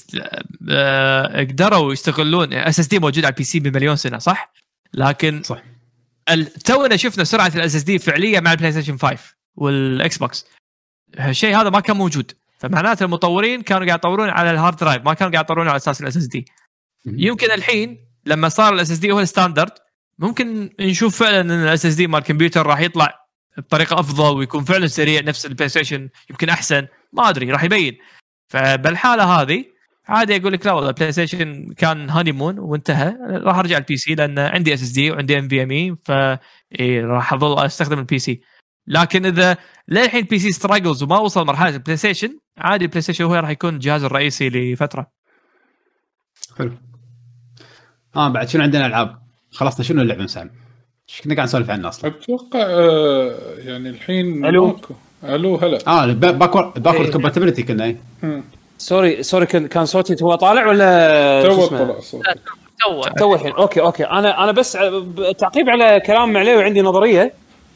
S3: قدروا يستغلون اس اس دي موجود على البي سي بمليون سنه، صح؟ لكن
S5: صح
S3: تونا شفنا سرعه الاس اس دي فعليه مع البلاي ستيشن 5 والاكس بوكس. هالشيء هذا ما كان موجود، فمعناته المطورين كانوا قاعد يطورون على الهارد درايف، ما كانوا قاعد يطورون على اساس الاس اس دي. يمكن الحين لما صار الاس اس دي هو الستاندرد، ممكن نشوف فعلا ان الاس اس دي مال الكمبيوتر راح يطلع بطريقه افضل ويكون فعلا سريع نفس البلاي ستيشن، يمكن احسن، ما ادري، راح يبين. فبالحاله هذه عادي اقول لك لا والله البلاي ستيشن كان هانيمون وانتهى، راح ارجع البي سي لان عندي اس اس دي وعندي ام في ام اي، راح اظل استخدم البي سي. لكن اذا للحين بي سي ستراجلز وما وصل مرحله البلاي ستيشن، عادي البلاي ستيشن هو راح يكون الجهاز الرئيسي لفتره.
S5: حلو. بعد شنو عندنا العاب؟ خلصنا شنو اللعبه مسام؟ ايش كنا قاعد نسولف عنها اصلا؟
S4: اتوقع يعني الحين
S1: الو
S4: هلا
S5: باكورد كومباتيبلتي كنا اي
S1: سوري كان صوتي تو طالع ولا
S4: تو طلع صوت؟
S1: تو الحين اوكي. انا بس تعقيب على كلام معليوي، عندي نظريه.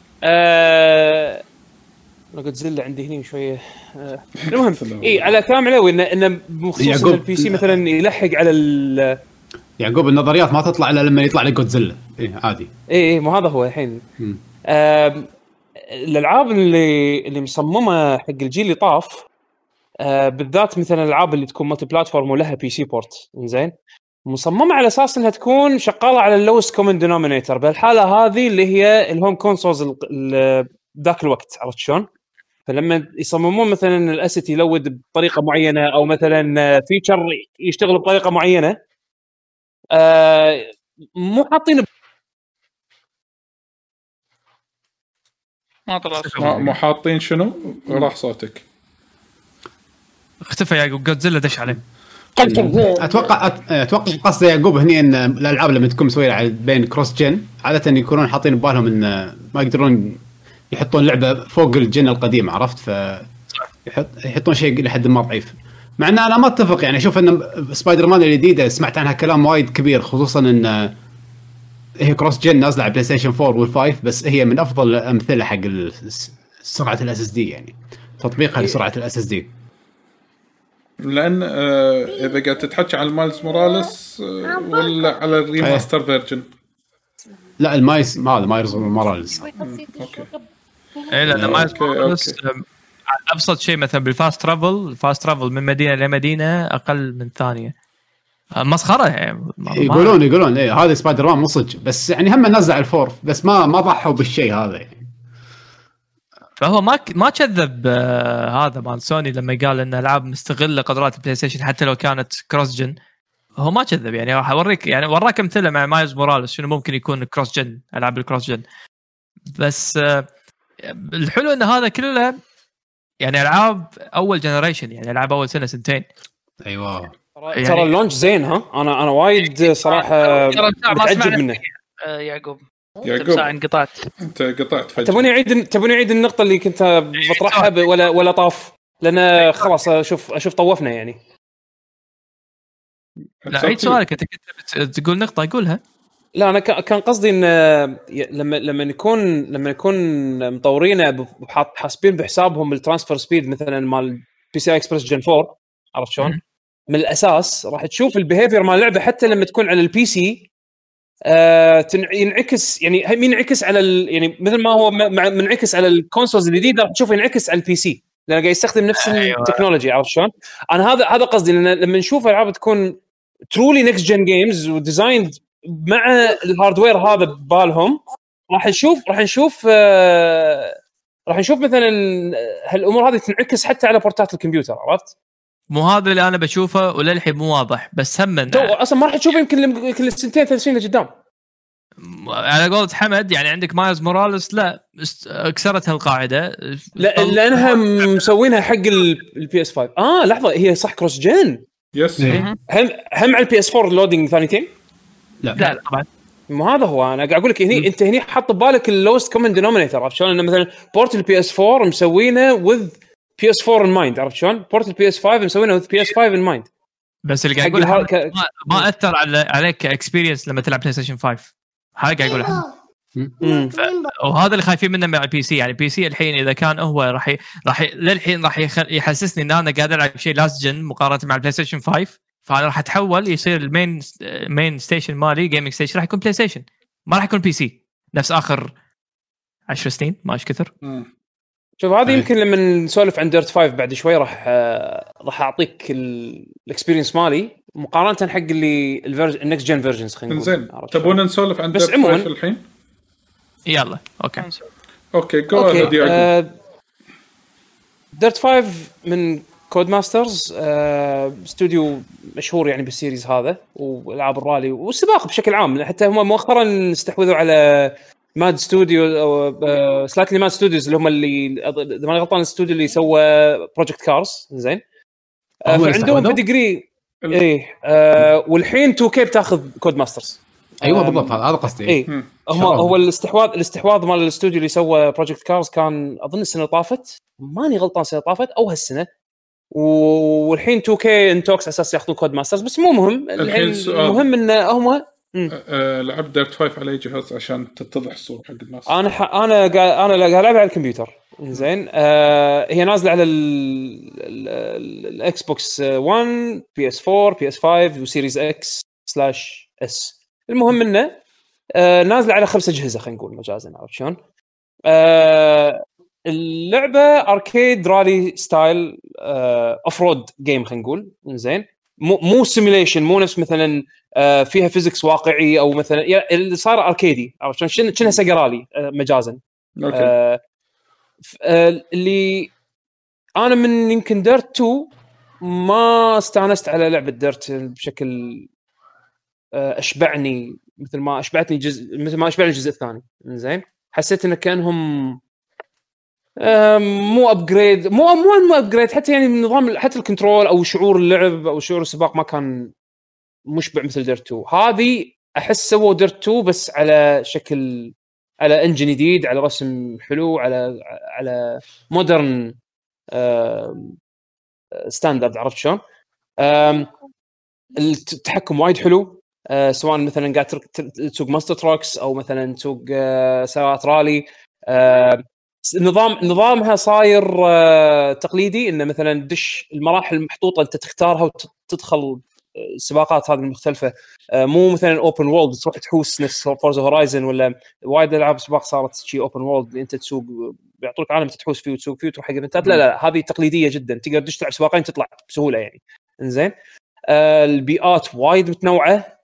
S1: جودزيلا عندي هنا شويه. المهم على كلام معليوي ان بخصوص البي سي مثلا يلحق على
S5: يعقوب، النظريات ما تطلع الا لما يطلع لك جودزيلا. عادي.
S1: مو هذا هو الحين. الالعاب اللي مصممه حق الجيل اللي طاف، بالذات مثلا الالعاب اللي تكون مالتي بلاتفورم ولها بي سي بورت، زين، مصممه على اساس انها تكون شغاله على اللوست كومن دينومينيتور. بالحاله هذه اللي هي الهوم كونسولز ذاك الوقت، عرفت شلون؟ فلما يصممون مثلا الاسيت يلود بطريقه معينه، او مثلا فيتشر يشتغل بطريقه معينه، مو حاطين
S2: ما طلع
S4: مو حاطين شنو؟ راح صوتك
S3: اختفى يعقوب، جودزيلا دش عليه.
S5: اتوقع قصد يعقوب هني ان الالعاب لما تكون مسويه بين كروس جن عاده يكونون حاطين ببالهم ان ما يقدرون يحطون لعبه فوق الجن القديم، عرفت؟ يحطون شيء لحد ما ضعيف. مع ان انا ما اتفق، يعني اشوف ان سبايدر مان الجديده سمعت عنها كلام وايد كبير، خصوصا ان هي كروس جن نازله على بلاي ستيشن 4 وال5، بس هي من افضل الامثله حق سرعه الاس اس دي، يعني تطبيقها لسرعه الاس اس دي.
S4: لان اذا قاعد تتحكي عن مايلز موراليس ولا على الريماستر فيرجن؟
S5: لا المايلز موراليس.
S4: اوكي.
S3: لا مايلز موراليس ابسط شيء مثلا بالفاست ترافل من مدينه لمدينه اقل من ثانيه. مسخره يعني.
S5: يقولون هذا سبايدر مان مو صدق، بس يعني هم نزع الفور، بس ما ضحوا بالشيء هذا يعني.
S3: فهو ما كذب هذا مال سوني لما قال ان العاب مستغله قدرات البلاي ستيشن حتى لو كانت كروس جن. هو ما كذب، يعني راح اوريك، يعني وراك امثله مع مايلز موراليس شنو ممكن يكون كروس جن، العاب الكروس جن. بس الحلو ان هذا كله يعني العاب اول جنريشن، يعني العاب اول سنه سنتين.
S5: ايوه
S1: يعني ترى اللونش زين. انا وايد صراحه متعجب منه
S2: يعقوب.
S4: يعقوب
S2: انقطعت.
S4: انت قطعت فجأة.
S1: تبوني اعيد النقطه اللي كنت بطرحها ولا طاف، لان خلاص اشوف طوفنا يعني.
S3: لا عيد سؤالك، انت كنت تقول نقطه قولها.
S1: لا انا كان قصدي ان لما يكون مطورينه حاسبين بحسابهم الترانسفير سبيد مثلا مال بي سي اكسبرس جن 4، عرفت شلون؟ من الاساس راح تشوف البيهيفير مال اللعبه حتى لما تكون على البي سي ينعكس، يعني ينعكس على يعني مثل ما هو منعكس على الكونسولز الجديده راح تشوفه ينعكس على البي سي لانه قاعد يستخدم نفس التكنولوجيا، عرفت شلون؟ انا هذا قصدي، لما نشوف العاب تكون ترولي نكست جن جيمز وديزاين مع الهاردوير هذا ببالهم، راح نشوف مثلا هالامور هذه تنعكس حتى على بورتات الكمبيوتر، عرفت؟
S3: مو هذا اللي انا بشوفه وللحين مو واضح، بس هم
S1: اصلا ما راح تشوفه يمكن كل سنتين 3 سنين لقدام.
S3: على قولة حمد يعني عندك مايلز موراليس لا كسرت هالقاعده،
S1: لانها مسوينها حق البي اس 5. لحظه، هي صح كروس جن؟
S4: يس.
S1: هم على البي اس 4 لودينج ثانيتين؟
S3: لا طبعا
S1: مو هذا هو. انا قاعد اقول لك هني انت هني حط ببالك اللوست كومن دينومينيتور، عرفت شلون؟ انه مثلا بورت البي اس 4 مسوينه وذ بي اس 4 ان مايند، عرفت شلون؟ بورت البي اس 5 مسوينه وذ بي اس 5 ان مايند.
S3: بس اللي قاعد اقول ما اثر عليك كاكسبيرينس لما تلعب بلاي ستيشن 5، هذا قاعد اقول وهذا اللي خايفين منه مع البي سي. يعني البي سي الحين اذا كان هو راح للحين راح يحسسني ان انا قاعد العب شيء لاست جن مقارنه مع البلاي ستيشن 5، فانا راح اتحول يصير المين ستيشن مالي جيمنج ستيشن راح يكون بلاي ستيشن، ما راح يكون بي سي نفس اخر 10 سنين ما ايش كثر.
S1: شوف هذه يمكن لما نسولف عن ديرت 5 بعد شوي راح اعطيك الاكسبيرينس مالي مقارنه حق اللي النكست جن فيرجنز. خلينا نقول
S4: زين، تبون نسولف عن ديرت 5 الحين؟
S3: يلا
S4: اوكي جو اهيد.
S1: ديرت 5 من كود ماسترز، استوديو مشهور يعني بالسيريز هذا والعاب الرالي والسباق بشكل عام. حتى هم مؤخرا استحوذوا على ماد ستوديو او سلايتلي ماد ستوديوز اللي هم اللي اذا ما غلطان الاستوديو اللي سوى بروجكت كارز. زين عندهم بديجري والحين 2K بتاخذ كود ماسترز.
S5: ايوه بالضبط هذا قصدي.
S1: هو الاستحواذ مال الاستوديو اللي سوى بروجكت كارز كان اظن السنه طافت، ماني غلطان السنه طافت او هالسنه، والحين 2K انتوكس اساس ياخذون كود ماسترز. بس مو مهم، المهم ان هم
S4: لعب ديرت 5 على جهاز عشان تتضح الصوره حق الناس.
S1: انا قاعد العبها على الكمبيوتر. زين هي نازله على الاكس بوكس 1 بي اس 4 بي اس 5 وسيريز اكس / اس. المهم انه نازله على 5 اجهزه خلينا نقول مجازا، عرفت شلون؟ اللعبه اركيد رالي ستايل اوف رود جيم خلينا نقول. زين مو سيميليشن، مو نفس مثلا فيها فيزيكس واقعي او مثلا اللي صار اركيدي، عرفت شلون؟ كأنها سيجرالي مجازا. اللي انا من يمكن ديرت 2 ما استانست على لعبه ديرت بشكل اشبعني مثل ما اشبعني الجزء الثاني. زين حسيت انه كانهم مو ابجريد، مو ابجريد حتى يعني النظام، حتى الكنترول او شعور اللعب او شعور السباق ما كان مشبع مثل ديرت 2. هذه احس سووا ديرت 2 بس على شكل، على انجن جديد، على رسم حلو، على مودرن ستاندرد، عرفت شلون؟ التحكم وايد حلو، سواء مثلا قاعد تسوق ماستر تراكس او مثلا تسوق سيارات رالي. نظامها صاير تقليدي، انه مثلا دش المراحل المحطوطه انت تختارها وتدخل السباقات هذه المختلفه. مو مثلا اوبن وورلد تروح تحوس نفس فورزا هورايزن ولا وايد العاب سباق صارت شيء اوبن وورلد، انت تسوق بيعطوك عالم تحوس فيه وتسوق فيه وتروح حق ايفنتات. لا هذه تقليديه جدا، تقدر تدش تلعب سباقين تطلع بسهوله يعني. انزين البيئات وايد متنوعه،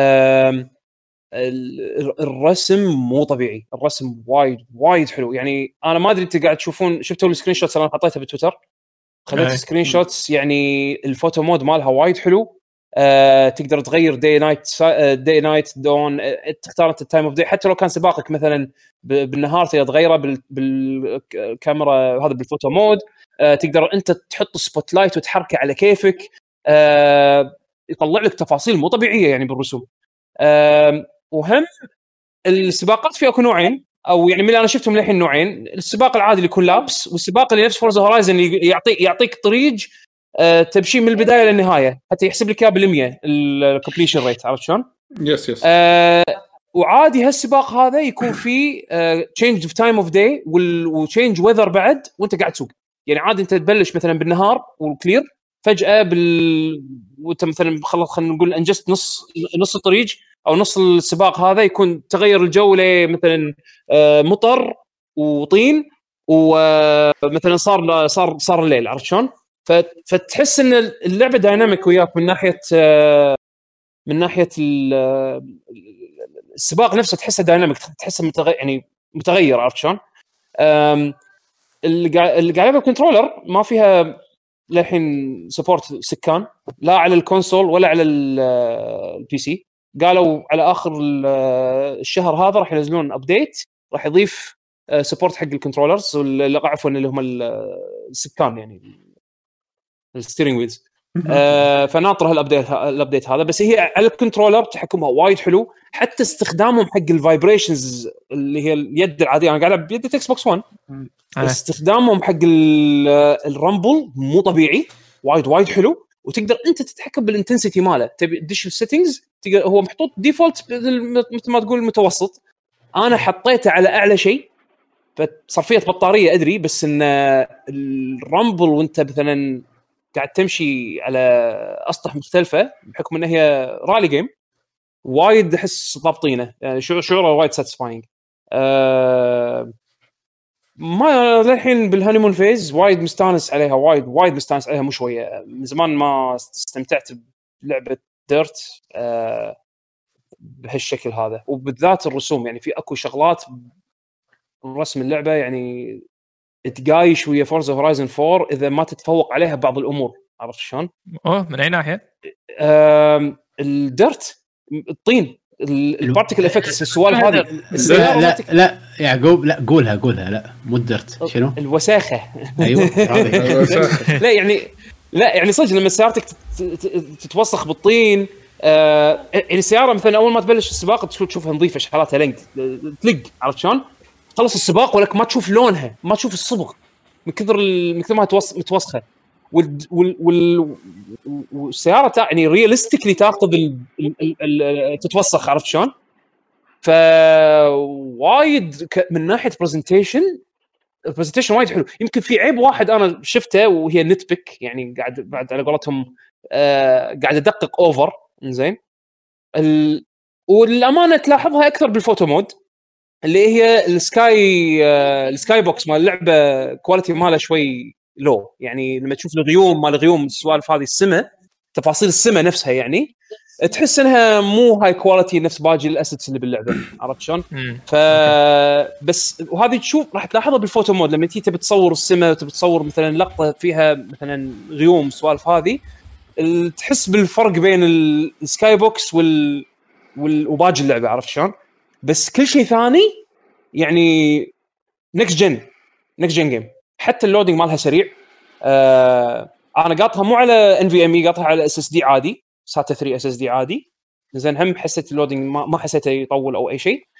S1: الرسم مو طبيعي، الرسم وايد حلو. يعني انا ما ادري انت قاعد تشوفون، شفتوا السكرين شوتس اللي انا حطيتها بتويتر؟ خذيت سكرين شوتس، يعني الفوتو مود مالها وايد حلو. تقدر تغير داي نايت دون، تختار انت التايم اوف داي. حتى لو كان سباقك مثلا بالنهار تقدر تغيره بالكاميرا هذا بالفوتو مود. تقدر انت تحط سبوت لايت وتحركه على كيفك، يطلع لك تفاصيل مو طبيعيه يعني بالرسوم. وهم السباقات في اكو نوعين، او يعني من اللي انا شفتهم للحين نوعين. السباق العادي اللي يكون لابس، والسباق اللي نفس فورزا هورايزن يعطيك طريق تمشي من البدايه للنهايه حتى يحسب لك اياه بال100 الكومبليشن ريت. عرفت شلون؟
S4: يس
S1: وعادي هالسباق هذا يكون فيه تشينج اوف تايم اوف داي وتشينج ويذر بعد وانت قاعد تسوق. يعني عادي انت تبلش مثلا بالنهار والكلير، فجاه وانت مثلا خلينا نقول انجزت نص الطريق او نص السباق هذا، يكون تغير الجو مثلا مطر وطين، ومثلا صار الليل. عرفت شلون؟ فتحس ان اللعبه دايناميك وياك من ناحيه السباق نفسه، تحسه دايناميك، تحسه متغير. عرفت شلون؟ اللي قاعد بالكنترولر ما فيها للحين سبورت سكان، لا على الكونسول ولا على البي سي. قالوا على اخر الشهر هذا راح ينزلون ابديت راح يضيف سبورت حق الكنترولرز عفوا اللي هم السكان، يعني الستيرنج ويلز. فناطر الابديت هذا. بس هي على الكنترولر تحكمها وايد حلو، حتى استخدامهم حق الفايبريشنز اللي هي اليد العاديه. انا قاعد بيد اكس بوكس 1 استخدامهم حق الرامبل مو طبيعي، وايد حلو. وتقدر انت تتحكم بالانتنسيتي ماله، تبي تدش السيتنجز هو محطوط ديفولت مثل ما تقول متوسط. انا حطيته على اعلى شيء فصرفيه بطاريه ادري، بس ان الرامبل وانت مثلا قاعد تمشي على اسطح مختلفه بحكم انها هي رالي جيم، وايد احس ضابطينه. يعني شعوره وايد ساتيسفاينج. ما للحين بالهانيمون فيز وايد مستانس عليها، وايد مستانس عليها. مو شويه من زمان ما استمتعت بلعبه ديرت بهالشكل هذا، وبالذات الرسوم. يعني في اكو شغلات رسم اللعبه يعني تقايش ويا فورزا هورايزن 4 اذا ما تتفوق عليها بعض الامور. عرفت شلون؟
S3: من اي ناحيه؟
S1: الديرت، الطين، البارتيكل افكتس، السوالف هذه.
S5: لا يعقوب، لا قولها لا مو الديرت. شنو
S1: الوساخه؟
S5: ايوه
S1: لا يعني صدق لما سيارتك تتوسخ بالطين. يعني السياره مثلا اول ما تبلش السباق تشوفها نظيفه، شحالاتها لنق تلق. عرفت شلون؟ خلص السباق ولك ما تشوف لونها، ما تشوف الصبغ من كثر ما متوسخه. والسياره يعني رياليستيكلي تاخذ تتوسخ. عرفت شلون؟ فوايد من ناحيه برزنتيشن وايد حلو. يمكن في عيب واحد انا شفته وهي نتبك، يعني قاعد بعد على قولتهم قاعد ادقق اوفر. زين والامانه تلاحظها اكثر بالفوتو مود اللي هي السكاي بوكس مال اللعبه، كواليتي ماله شوي لو. يعني لما تشوف الغيوم السوالف هذه، السماء، تفاصيل السماء نفسها، يعني تحس انها مو هاي كواليتي نفس باقي الاسيتس اللي باللعبه. عرفت شلون؟ بس وهذه تشوف راح تلاحظها بالفوتو مود لما تيجي تبي تصور السماء وتبي تصور مثلا لقطه فيها مثلا غيوم سوالف هذه، تحس بالفرق بين السكاي بوكس وباقي اللعبه. عرفت شلون؟ بس كل شيء ثاني يعني نكست جن جيم. حتى اللودينج مالها سريع. انا قاطها مو على NVMe، قاطها على SSD عادي، SATA 3 SSD عادي. زين هم حسيت اللودينج ما حسيته يطول او اي شيء.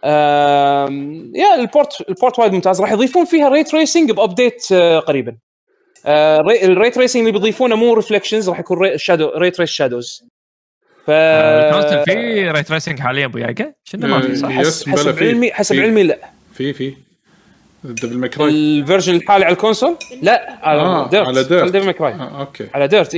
S1: يا البورت وايد ممتاز. راح يضيفون فيها ري تريسنج بابديت قريبا. الري تريسنج اللي بيضيفونه مو ريفلكشنز، راح يكون ري تريس شادوز.
S3: الكونسول في ري تريسنج حاليا ابو ياقه؟ شنو ما في صح؟
S1: حسب علمي لا
S4: في دبل ماكراي
S1: الفيرجن الحالي على الكونسول. لا على ديرت. على دبل ماكراي
S4: اوكي
S1: على ديرت.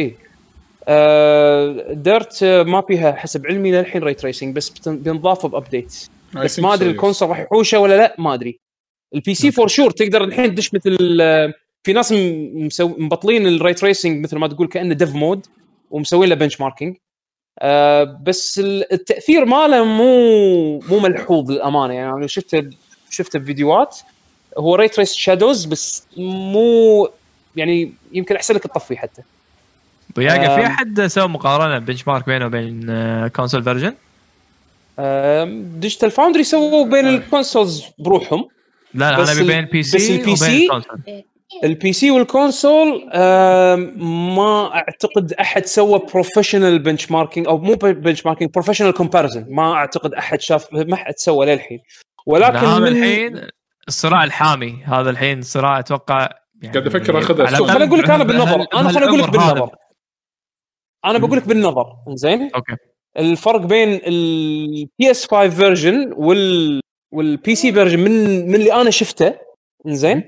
S1: ديرت ما فيها حسب علمي للحين ري تريسنج، بس بينضاف بابديت. بس ما ادري الكونسول راح يحوشه ولا لا، ما ادري. البي سي فور شور تقدر الحين تدش مثل في ناس مبطلين الري تريسنج مثل ما تقول كانه ديف مود ومسوين له بنش ماركينج. بس التاثير ماله مو ملحوظ للامانه. يعني انا شفت بفيديوهات هو ري تريس شادوز، بس مو يعني يمكن احسن لك تطفي حتى.
S3: بياقه في احد سوى مقارنه بنش مارك بينه وبين كونسول فيرجن؟
S1: ديجيتال فاوندري سووا بين الكونسولز بروحهم.
S3: لا انا بين بي سي وبين الكونسول.
S1: البي سي والكونسول ما اعتقد احد سوى بروفيشنال بنش ماركينج او مو بنش ماركينج بروفيشنال كومباريزن. ما اعتقد احد شاف، ما حد سوى للحين. ولكن
S3: هذا
S1: من
S3: الحين الصراع الحامي، هذا الحين صراع اتوقع يعني
S4: قاعد افكر اخذها.
S1: خليني اقول لك انا بالنظر، خليني اقول لك بالنظر، انا بقول لك بالنظر. زين
S3: اوكي.
S1: الفرق بين البي اس 5 فيرجن والبي سي فيرجن من اللي انا شفته. زين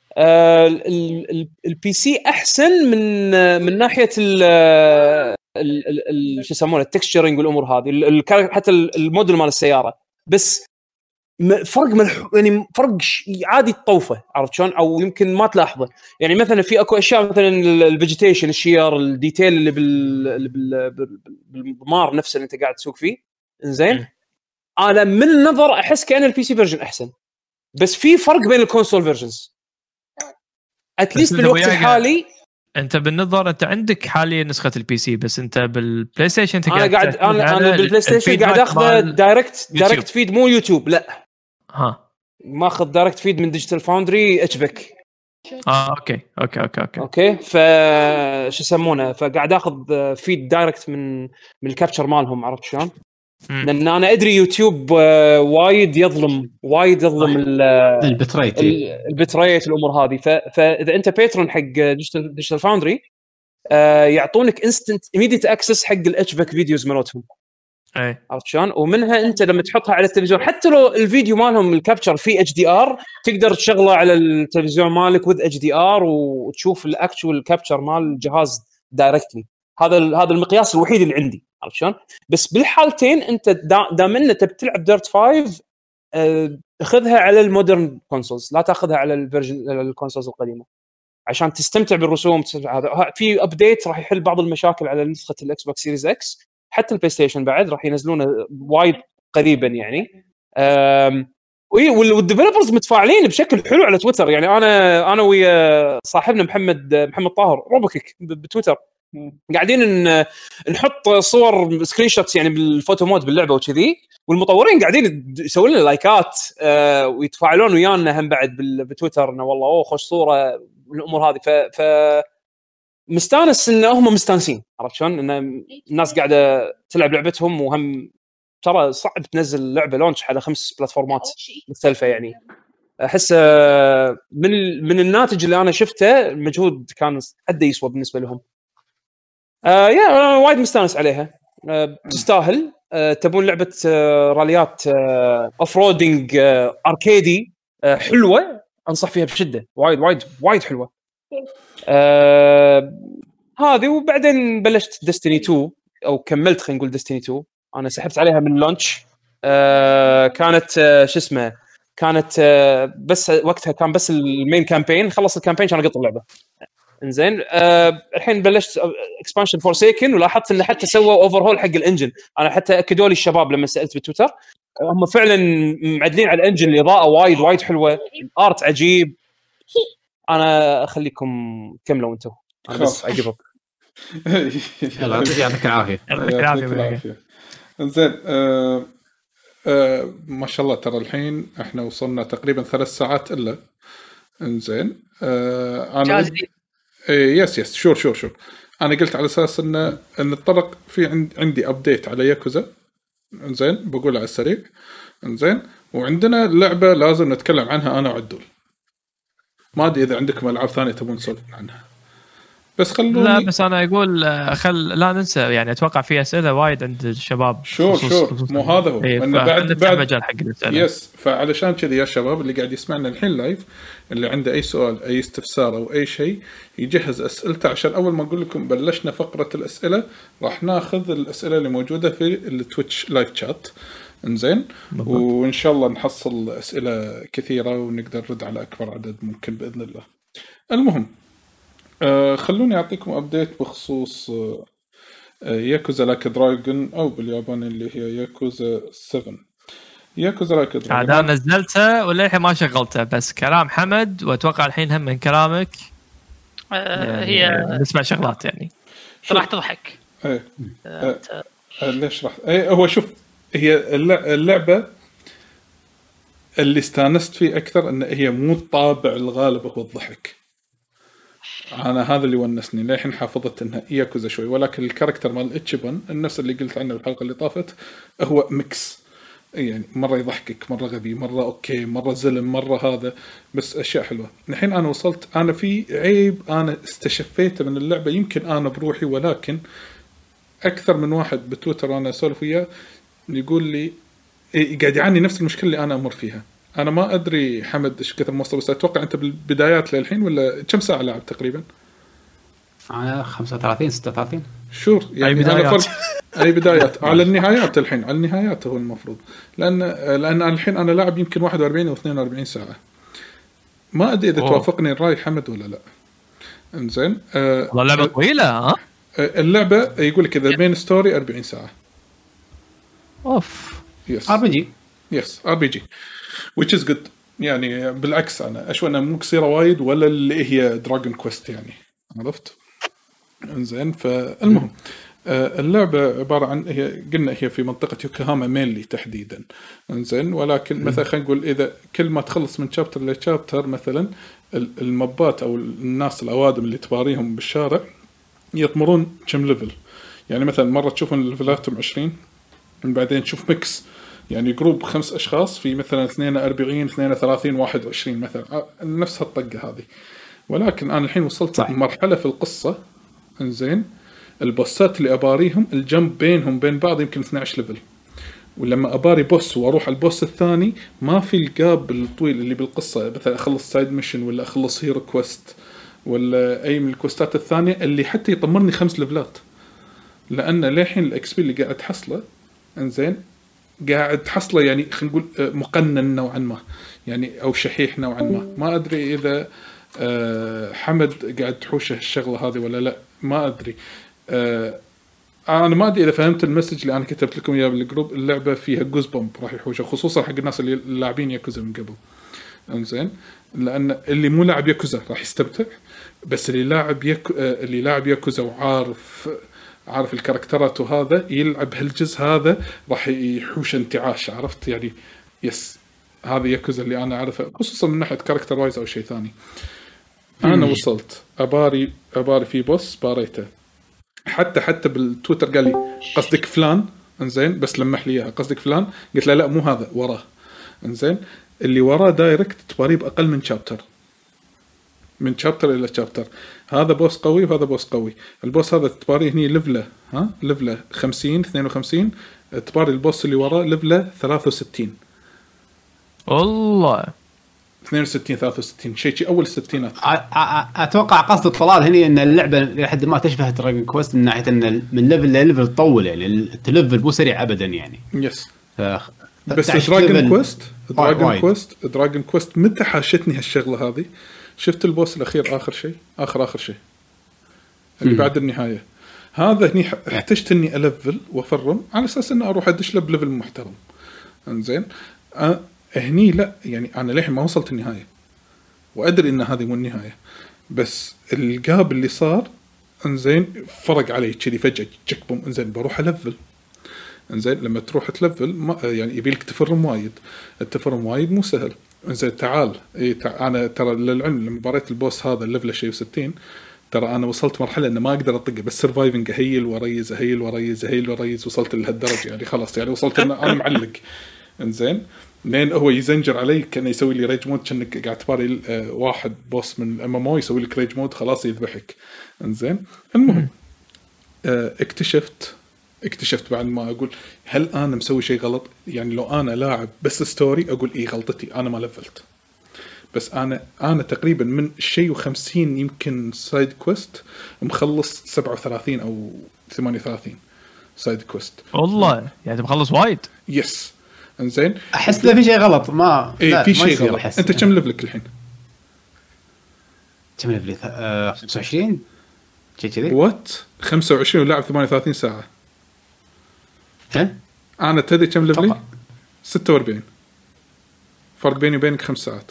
S1: البي سي احسن من ناحيه شو يسمونه التكستشرنج والامور هذه، حتى الموديل مال السياره. بس فرق يعني فرق عادي تطوفه، عرفت شلون؟ او يمكن ما تلاحظه. يعني مثلا في اكو اشياء مثلا الفيجيتيشن، الشير، الديتيل اللي بالمار نفسه اللي انت قاعد تسوق فيه. زين انا من النظر احس كأن البي سي فيرجن احسن، بس في فرق بين الكونسول فيرجنز اتليست بالوقت الحالي.
S3: انت بالنظر انت عندك حاليا نسخه البي سي، بس انت بالبلاي ستيشن انت
S1: قاعد انا بالبلاي ستيشن قاعد اخذ دايركت فيد، مو يوتيوب. لا ماخذ دايركت فيد من ديجيتال فاوندري اتشبك. اوكي شو يسمونه، فقاعد اخذ فيد دايركت من الكابتشر مالهم، عرفت شلون؟ لان انا ادري يوتيوب وايد يظلم البتريت الامور هذه. فاذا انت باترون حق ديجيتال فاوندري يعطونك انستنت ايميديت اكسس حق الاتشبك فيديوز مالتهم. عرفت شلون؟ ومنها انت لما تحطها على التلفزيون، حتى لو الفيديو مالهم الكابتشر فيه اتش دي ار، تقدر تشغله على التلفزيون مالك وذ اتش دي ار وتشوف الاكشوال كابتشر مال الجهاز دايركتلي. هذا المقياس الوحيد اللي عندي، عرفت شلون؟ بس بالحالتين انت دام انك بتلعب ديرت 5 اخذها على المودرن كونسولز، لا تاخذها على الفيرجن الكونسولز القديمه عشان تستمتع بالرسوم. هذا في ابديت راح يحل بعض المشاكل على نسخه الاكس بوكس سيريز اكس، حتى البلاي ستيشن بعد راح ينزلونه وايد قريبا يعني. والديفلوبرز متفاعلين بشكل حلو على تويتر. يعني انا ويا صاحبنا محمد طاهر روبوكيك بتويتر قاعدين نحط صور سكرين شوتس يعني بالفوتو مود باللعبه وكذي، والمطورين قاعدين يسوون لنا لايكات ويتفاعلون ويانا هم بعد بتويتر انه والله خوش صوره والامور هذه. ف مستانس ان هم مستانسين، عرفت شلون؟ ان الناس قاعده تلعب لعبتهم. وهم ترى صعب تنزل لعبه لونش على 5 بلاتفورمات مختلفه. يعني احس من الناتج اللي انا شفته المجهود كان حد يسوى بالنسبه لهم. أنا وايد مستانس عليها. تستاهل. تبون لعبه راليات اوف رودينج اركيدي حلوه، انصح فيها بشده. وايد وايد وايد حلوه هذه. وبعدين بلشت ديستني 2 او كملت، خلينا نقول ديستني 2. انا سحبت عليها من اللونش. كانت شو اسمه، كانت بس وقتها كان بس المين كامبين. خلص الكامبين كان اقط اللعبه. انزين الحين بلشت اكسبانشن فورسيكن، ولاحظت ان حتى سووا اوفرهول حق الانجن. انا حتى اكدوا لي الشباب لما سالت بتويتر، هم فعلا معدلين على الانجن. الاضاءه وايد وايد حلوه، الارت عجيب. انا اخليكم كملوا انتم، انا بس اجيبك.
S5: يلا يعطيك العافيه.
S4: يعطيك العافيه. انزين ما شاء الله ترى الحين احنا وصلنا تقريبا 3 ساعات الا. انزين انا يس شور انا قلت على اساس ان نتطرق في عندي ابديت على ياكوزا. انزين بقول على السريع. انزين وعندنا لعبه لازم نتكلم عنها انا وعدول. ما ادري اذا عندكم العاب ثانيه تبون نسولف عنها، بس خلوني.
S3: لا بس انا اقول لا ننسى يعني. اتوقع في اسئله وايد عند الشباب.
S4: شور مو هذا هو.
S3: انه بعد مجال حق الاسئله.
S4: يس فعلشان كذي يا شباب اللي قاعد يسمعنا الحين لايف، اللي عنده اي سؤال اي استفسار او اي شيء يجهز اسئلته، عشان اول ما اقول لكم بلشنا فقره الاسئله راح ناخذ الاسئله اللي موجوده في التويتش لايف شات. انزين وان شاء الله نحصل اسئله كثيره ونقدر نرد على اكبر عدد ممكن باذن الله. المهم خلوني أعطيكم أبديت بخصوص ياكوزا لايك دراجون، أو بالياباني اللي هي ياكوزا 7. ياكوزا لايك دراجون
S3: أنا نزلته ولا الحين ما شغلته، بس كلام حمد وأتوقع الحين هم من كلامك يعني هي نسمع شغلات يعني
S2: راح تضحك.
S4: ليش راح هو شوف، هي اللعبة اللي استانست فيه أكثر أن هي مو الطابع الغالب هو الضحك. انا هذا اللي ونسني للحين حافظت انها ياكوزا شوي، ولكن الكاركتر مال اتشيبان النفس اللي قلت عنه الحلقه اللي طافت، هو ميكس يعني، مره يضحكك، مره غبي، مره اوكي، مره زلم، مره هذا، بس اشياء حلوه. الحين انا وصلت، انا في عيب انا استشفيته من اللعبه يمكن انا بروحي، ولكن اكثر من واحد بتويتر وانا اسولف وياه يقول لي قاعد يعاني نفس المشكله اللي انا امر فيها. انا ما ادري حمد ايش كثر موصل، بس اتوقع انت بالبدايات للحين، ولا كم ساعه لعب تقريبا؟
S5: انا 35 36
S4: شور يعني.
S3: أي بدايات.
S4: أنا اي بدايات على النهايات، الحين على النهايات هو المفروض، لان الحين انا لاعب يمكن 41 او 42 ساعه. ما ادري اذا توافقني الراي حمد ولا لا. انزين
S3: والله لعبه طويله ها.
S4: اللعبه يقول لك اذا المين ستوري 40 ساعه.
S3: اوف.
S4: يس
S5: ار بي جي.
S4: يس ار بي جي which is good يعني. بالعكس انا اشوف انها مو قصيره وايد ولا اللي هي دراجون كويست يعني، عرفت. انزين فالمهم اللعبه عباره عن، هي قلنا هي في منطقه يوكوهاما مينلي تحديدا. انزين ولكن مثلا خلينا نقول اذا كل ما تخلص من شابتر لشابتر، مثلا المبات او الناس الاوادم اللي تباريهم بالشارع يطمرون كم ليفل. يعني مثلا مره تشوفون ليفلاتهم 20، من بعدين تشوف ميكس يعني جروب 5 أشخاص في مثلا 42 32 21 مثلا، نفس هالطقة هذه. ولكن أنا الحين وصلت مرحلة في القصة. إنزين البوسات اللي أباريهم الجنب بينهم بين بعض يمكن 12 ليفل، ولما أباري بوس وأروح البوس الثاني ما في الجاب الطويل اللي بالقصة، مثلا أخلص سايد ميشن ولا أخلص هيرو كويست ولا أي من الكوستات الثانية اللي حتى يطمرني 5 ليفلات، لأن للحين الإكسبي اللي قاعد تحصله إنزين قاعد تحصله يعني خلينا نقول مقنن نوعا ما يعني، او شحيح نوعا ما ادري اذا حمد قاعد تحوشه الشغله هذه ولا لا، ما ادري. انا ما ادري اذا فهمت المسج اللي انا كتبت لكم اياه بالجروب. اللعبه فيها جوز بومب راح يحوشه، خصوصا حق الناس اللي لاعبين ياكوزا من قبل. انزين لان اللي مو لاعب ياكوزا راح يستمتع، بس اللي لاعب ياكوزا وعارف الكاركترات وهذا يلعب هالجزء هذا راح يحوش انتعاش، عرفت يعني. يس هذا ياكوزا اللي انا اعرفه، خصوصا من ناحيه كاركتر وايز او شيء ثاني. انا وصلت اباري في بوس باريته، حتى بالتويتر قال لي قصدك فلان. انزين بس لمح لي اياها، قصدك فلان؟ قلت له لا مو هذا، وراه. انزين اللي وراه دايركت تباري باقل من شابتر، من شابتر الى شابتر. هذا بوس قوي وهذا بوس قوي. البوس هذا تباري هني ليفله، ليفله 50 52، تباري البوس اللي وراه ليفله 63
S3: والله
S4: 62 63 شيء اول الستينات.
S5: اتوقع قصد الطلال هنا ان اللعبه لحد ما تشبه دراجون كويست من ناحيه ان من ليفل لليفل تطول، يعني الليفل مو سريع ابدا يعني.
S4: يس بس دراجون كويست متى حاشتني هالشغله هذه؟ شفت البوس الاخير اخر شيء اللي بعد النهايه هذا، هني احتجت اني الفل وافرم على اساس اني اروح ادش له بليفل محترم. انزين هني لا يعني انا للحين ما وصلت النهايه، وادري ان هذه مو النهايه، بس الجاب اللي صار انزين فرق علي كذي فجاه تشك بوم. انزين بروح الفل. انزين لما تروح تلفل يعني يبيلك تفرم وايد، التفرم وايد مو سهل. انزين تعال انا ترى للعلم لما باريت البوس هذا الليفل شيء 60، ترى انا وصلت مرحله ان ما اقدر اطقه، بس سرفايفنج هيل وريز وصلت لهالدرجه يعني خلاص يعني وصلت ان انا معلق. انزين لين هو يزنجر علي كان يسوي لي ريج مود، كأنك قاعد تباري واحد بوس من MMO يسوي لك ريج مود خلاص يذبحك. انزين المهم اكتشفت بعد ما اقول هل انا مسوي شيء غلط يعني. لو انا لاعب بس ستوري اقول ايه غلطتي انا ما لفلت، بس انا تقريبا من شيء و50 يمكن سايد كويست مخلص 37 او 38 سايد كويست.
S3: والله يعني مخلص وايد.
S4: يس انزين
S5: احس لا في شيء غلط، ما
S4: ايه في شيء غلط. انت كم ليفلك الحين؟
S5: كم ليفلي 25 شيء كذي.
S4: وات 25 ولاعب 38 ساعه. انا تدري كم ليفلي؟ 46. فرق بيني وبينك 5 ساعات.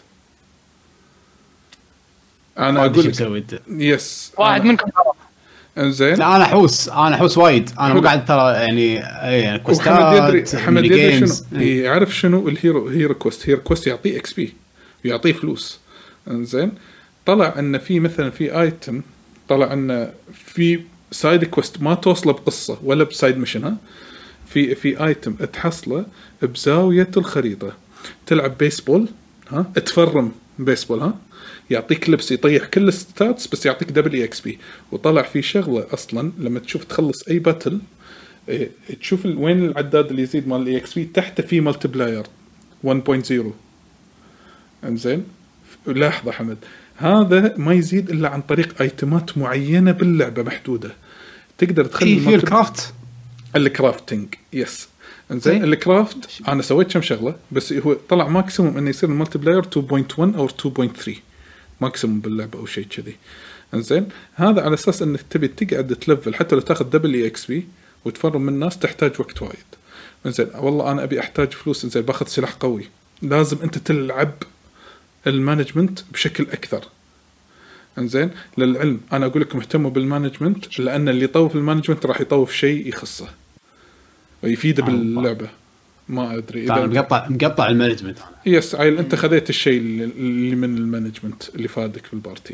S4: انا اقول يس
S2: واحد منكم
S4: انزين.
S5: لا انا احوس وايد، انا مو قاعد ترى يعني كوستات.
S4: حمد يدري شنو يعرف شنو الهيرو كويست. هيرو كويست يعطيه اكس بي ويعطيه فلوس. انزين طلع ان في مثلا في ايتم، طلع ان في سايد كويست ما توصله بقصه ولا بسايد ميشن، ها في ايتم تحصله بزاويه الخريطه، تلعب بيسبول، ها تفرم بيسبول، ها يعطيك لبس يطيح كل الستاتس بس يعطيك دبل اي اكس بي. وطلع في شغله اصلا لما تشوف تخلص اي باتل تشوف وين العداد اللي يزيد مال الاي اكس بي، تحته في مالتي بلاير 1.0. انزين لاحظه حمد، هذا ما يزيد الا عن طريق ايتمات معينه باللعبه محدوده، تقدر تخلي
S5: في الكرافت
S4: الكرافتنج. يس انزين الكرافت انا سويت كم شغله بس هو طلع ماكسيموم انه يصير المالتي بلاير 2.1 او 2.3 ماكسيموم باللعبه او شيء كذي. انزين هذا على اساس انك تبي تقعد تلفل، حتى لو تاخذ دبل اي اكس بي وتفرم من الناس تحتاج وقت وايد. انزين والله انا ابي احتاج فلوس، انزين باخذ سلاح قوي، لازم انت تلعب المانجمنت بشكل اكثر. انزين للعلم انا اقول لكم اهتموا بالمانجمنت، لان اللي يطوف المانجمنت راح يطوف شيء يخصه ويفيده باللعبه. ما ادري اذا
S5: مقطع المانجمنت.
S4: يس عيل انت خذيت الشيء اللي من المانجمنت اللي فادك في البارتي.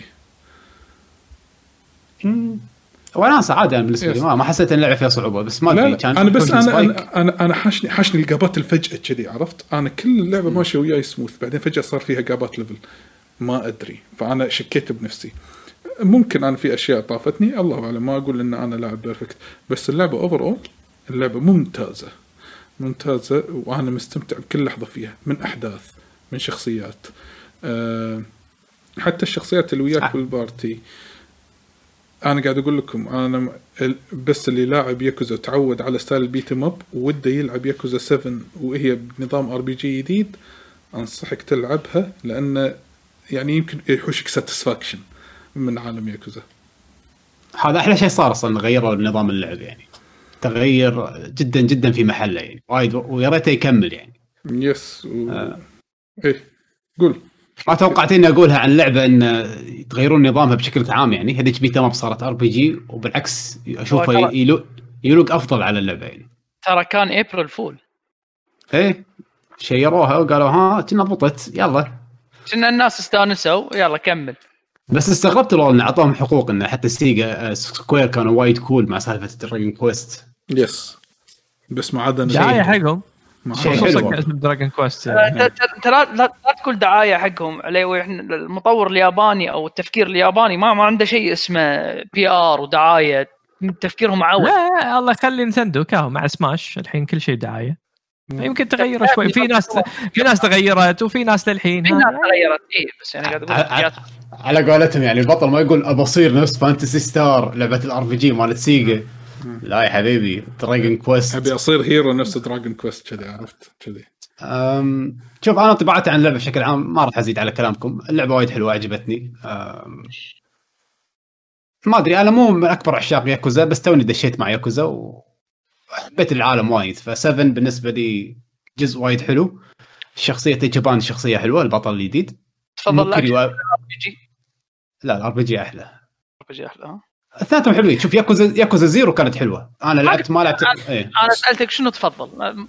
S5: وانا عادي يعني بالنسبه لي ما حسيت ان اللعبه فيها صعوبه، بس ما ادري كان
S4: انا بس انا حاشني القابات الفجأة كذي، عرفت انا كل اللعبه ماشيه وياي سموث، بعدين فجأة صار فيها قابات ليفل ما ادري، فانا شكيت بنفسي. ممكن انا في اشياء طافتني الله اعلم، ما اقول ان انا لاعب بيرفكت، بس اللعبه اوفر اول اللعبه ممتازه وانا مستمتع بكل لحظه فيها، من احداث من شخصيات، حتى الشخصيات اللي وياك بالبارتي. انا قاعد اقول لكم انا بس اللي لاعب ياكوزا تعود على ستايل البيت اب وده يلعب ياكوزا 7 وهي بنظام ار بي جي جديد، انصحك تلعبها، لان يعني يمكن يحوشك ساتسفاكشن من عالم ياكوزا.
S5: هذا احلى شيء صار اصلا، غيروا نظام اللعب يعني، تغير جدا جدا في محله يعني وايد، ويا ريته يكمل يعني.
S4: يس ايه قول.
S5: ما توقعت اني اقولها عن لعبه ان يتغيرون نظامها بشكل عام يعني، هذيك بيتا ما صارت ار بي جي، وبالعكس اشوفه يلوق افضل على اللعبه يعني.
S2: ترى كان ابريل فول،
S5: ايه شيروها وقالوا ها كنا ضبطت يلا،
S2: كنا الناس استانسوا يلا كمل.
S5: بس استغربت والله ان اعطاهم حقوق، ان حتى سيجا سكوير كانوا وايد كول مع سالفه دراجون كويست.
S4: يس بس ما عاد
S3: دعايه حقهم
S5: خصوصا
S3: اسم دراجون كويست.
S2: انت لا تقول دعايه حقهم عليه، احنا المطور الياباني او التفكير الياباني ما عنده شيء اسمه بي ار ودعايه، تفكيرهم عوض.
S3: لا الله يخلي نتندو كاهو مع سماش الحين كل شيء دعايه، يمكن تغير شوي. في ناس تغيرت وفي ناس للحين
S2: في ناس تغيرت ايه، بس يعني قاعد اقول
S5: على قولتهم يعني البطل ما يقول ابى اصير نفس فانتسي ستار لعبه الار بي جي مالت سيجا. لا يا حبيبي دراجون كويست
S4: ابي اصير هيرو نفس دراجون كويست كذا، عرفت كذي.
S5: شوف انا طبعت عن اللعبه بشكل عام ما راح ازيد على كلامكم، اللعبه وايد حلوه عجبتني. ما ادري انا مو من اكبر عشاق ياكوزا، بس توني دشيت مع ياكوزا وحبيت العالم وايد، ف7 بالنسبه لي جزء وايد حلو. شخصيه جبان شخصيه حلوه، البطل الجديد
S2: تفضل. لا
S5: الار بي جي احلى،
S2: احلى
S5: اثنيناتهم حلوين. شوف ياكوزا زيرو كانت حلوه، انا لعبت ما لعبت.
S2: انا سالتك شنو تفضل.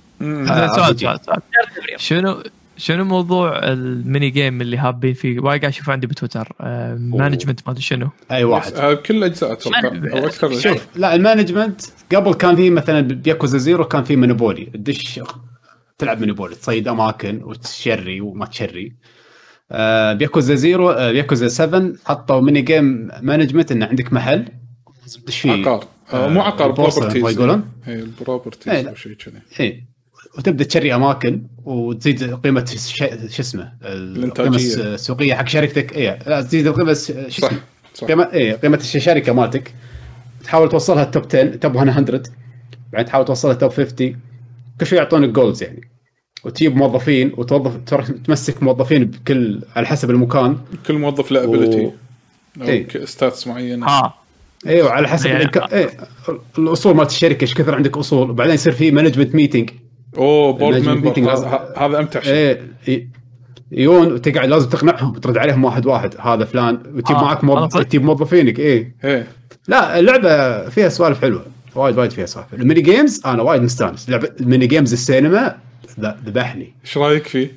S3: سؤال شنو موضوع الميني جيم اللي هابين فيه؟ وايد قاعد اشوف عندي بتويتر مانجمنت ما ادري شنو
S5: اي واحد
S4: كل اجزاء اتوقع او اكثر.
S5: شوف لا المانجمنت قبل كان فيه مثلا بياكوزا زيرو كان فيه مونوبولي، تدش تلعب مونوبولي تصيد اماكن وتشري وما تشري. بياكوزا زيرو بياكوزا 7 حطوا ميني جيم مانجمنت ان عندك محل تدش فيه
S4: عقار مو عقار بروبرتيز
S5: يقولون
S4: هي البروبرتيز او شيء كذا
S5: ايه، وتبدا تشري اماكن وتزيد قيمه شو اسمه القيمه السوقيه حق شركتك. ايه لا تزيد القيمه شو اسمه قيمه قيمه الشركه مالتك، تحاول توصلها التوب 10 توب 100 بعدين تحاول توصلها توب 50. كل شوي يعطونك جولز يعني، وتجيب موظفين وتوظف تمسك موظفين بكل على حسب المكان،
S4: كل موظف له ابيليتي او ستاتس معينه.
S5: ايوه على حسب الاصول مالت الشركه ايش كثر عندك اصول، وبعدين يصير في مانجمنت ميتنج.
S4: بورد ممبر هذا امتع شيء.
S5: يون وتقعد لازم تقنعهم ترد عليهم واحد واحد، هذا فلان وتجيب معك تجيب موظفينك. ايه لا اللعبه فيها سوالف حلوه وايد فيها سوالف. الميني جيمز انا وايد مستانس، لعبه الميني جيمز السينما ذبحني.
S4: ايش رايك فيه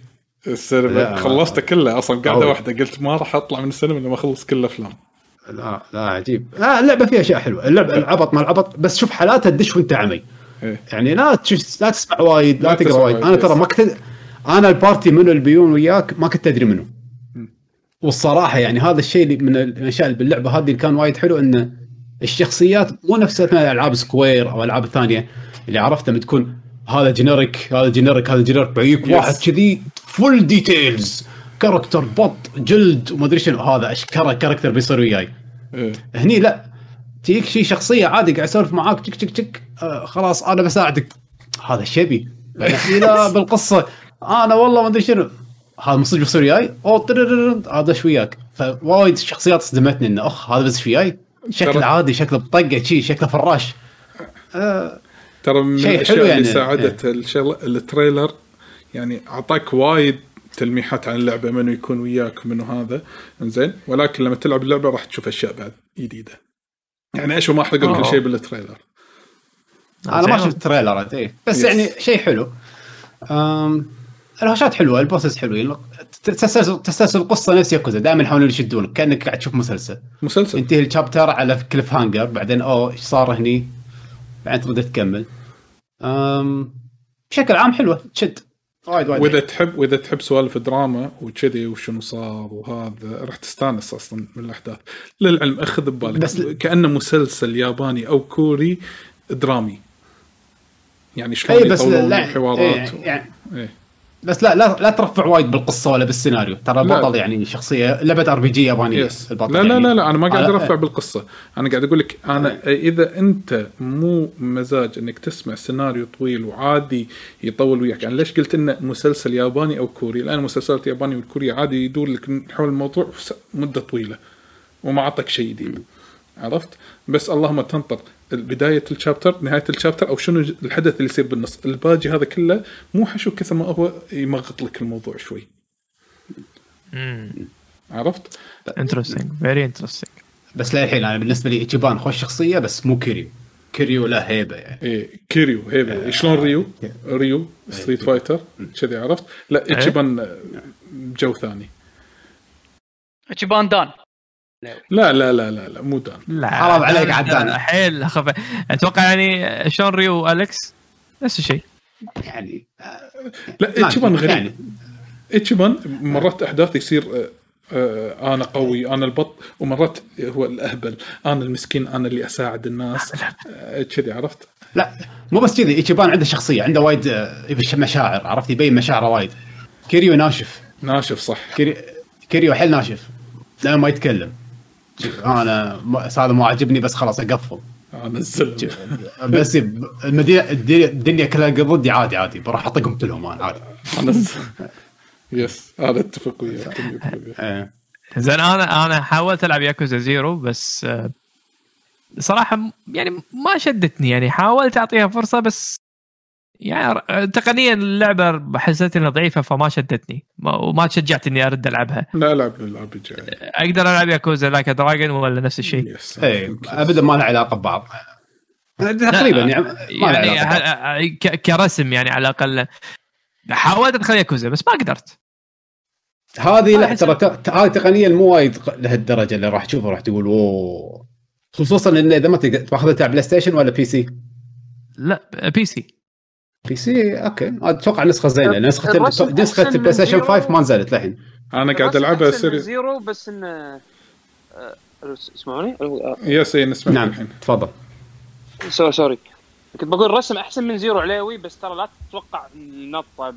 S4: السينما خلصته كله اصلا قاعده واحده، قلت ما راح اطلع من السينما لما اخلص كل الافلام.
S5: لا عجيب. لا اللعبه فيها اشياء حلوه، اللعبه العبط ما العبط، بس شوف حالاتها تدش وانت عمي. يعني لا تسمع وايد، لا تقرا وايد. انا ترى ما كنت، انا البارتي منو اللي بيون وياك ما كنت ادري منه. والصراحه يعني هذا الشيء اللي من الاشياء اللي باللعبه هذه اللي كان وايد حلو، ان الشخصيات مو نفس العاب سكوير او العاب ثانيه اللي عرفتها بتكون هذا جينيريك هذا جينيريك هذا جينيريك، بعيك واحد كذي فول ديتيلز، كاركتر بط جلد وما ادري شنو، هذا اشكره كاركتر بيصير وياي. هني لا، تيك شيء شخصيه عادي قاعد اسولف معاك تك تك تك، خلاص انا بساعدك، هذا شبي لا بالقصه انا والله ما ادري شنو، هذا مصير بيصير وياي او هذا شوياك. فوايد الشخصيات صدمتني انه هذا بس وياي، شكل عادي، شكله بطقه شيء، شكله فراش.
S4: ترى من الاشياء اللي يعني ساعدت التريلر، يعني اعطاك وايد تلميحات عن اللعبه، منو يكون وياك ومنو هذا انزين، ولكن لما تلعب اللعبه راح تشوف اشياء بعد جديده. يعني ايش ما احرق لك كل شيء بالتريلر.
S5: انا ما شفت التريلرات بس يعني شيء حلو. الهوشات حلوه، البوسس حلوين، تسلسل القصه نفس ياكوزا، دائما يحاولون يشدونك كانك قاعد تشوف مسلسل ينتهي الشابتر على كليف هانجر، بعدين ايش صار هني، بعدين تبدا تكمل. بشكل عام حلوه تشد وايد.
S4: واذا تحب سوالف دراما وكذي وشنو صار وهذا، راح تستانس اصلا من الاحداث. للعلم اخذ ببالك بس كانه مسلسل ياباني او كوري درامي، يعني شلون يطولون الحوارات
S5: بس لا ترفع وايد بالقصه ولا بالسيناريو. ترى البطل يعني شخصيه لعبه ار بي جي يابانيه.
S4: البطل لا يعني لا انا ما قاعد ارفع بالقصه، انا قاعد اقول لك انا اذا انت مو مزاج انك تسمع سيناريو طويل وعادي يطول وياك. يعني ليش قلت انه مسلسل ياباني او كوري؟ لان المسلسلات الياباني والكوري عادي يدور لك حول الموضوع مده طويله وما عطك شيء جديد، عرفت؟ بس اللهم تنطر بداية الشابتر نهاية الشابتر أو شنو الحدث اللي يصير بالنص. الباجي هذا كله مو حشو كثر ما هو يمغط لك الموضوع شوي. عرفت؟
S3: interesting very interesting.
S5: بس لا الحين أنا بالنسبة لي إيتشيبان خوش شخصية، بس مو كيريو لا هيبة يعني.
S4: كيريو هيبة. شلون ريو ستريت فايتر كذي، عرفت؟ لا إيتشيبان جو ثاني.
S2: إيتشيبان دان.
S4: لا مو دان.
S3: لا
S5: حرام عليك عدان
S3: حيل خف. اتوقع يعني شون ريو والكس نفس الشيء
S5: يعني.
S4: لا إيتشيبان غريب يعني. إيتشيبان مرات احداث يصير انا قوي انا البط، ومرات هو الاهبل انا المسكين انا اللي اساعد الناس كذي، عرفت؟
S5: لا مو بس كذي، إيتشيبان عنده شخصيه، عنده وايد مشاعر، عرفت؟ يبين مشاعره وايد. كيريو ناشف صح. كيريو حيل ناشف لا ما يتكلم. انا هذا مو عاجبني بس خلاص اقفل
S4: انا الزلمه
S5: بس الدنيا كلها ضدي عادي بروح اعطيكم كلهم انا عادي.
S4: يس انا اتفق وياك.
S3: زين انا حاولت العب ياكوزا زيرو بس صراحه يعني ما شدتني، يعني حاولت اعطيها فرصه بس يعني تقنيا اللعبه حسيت انها ضعيفه فما شدتني وما تشجعت اني ارد العبها.
S4: لا العب الالعاب
S3: اقدر العب ياكوزا لايك دراجون ولا نفس الشيء؟
S5: ابدا ما له علاقه ببعض تقريبا
S3: يعني كرسم يعني على الاقل حاولت ادخل ياكوزا بس ما قدرت.
S5: هذه لا ترى هذه تقنيا مو وايد لهالدرجه اللي راح تشوفه راح تقول اوه، خصوصا ان اذا ما تاخذها على بلاي ستيشن ولا بي سي.
S3: لا بي سي اوكي. اتوقع نسخه زينه، نسخه بلاي ستيشن 5 ما نزلت للحين.
S4: انا قاعد العبها
S1: زيرو بس ان اسمعوني
S4: يس نسمع.
S5: نعم الحين تفضل.
S1: سوري كنت بقول الرسم احسن من زيرو عليوي، بس ترى لا تتوقع النطه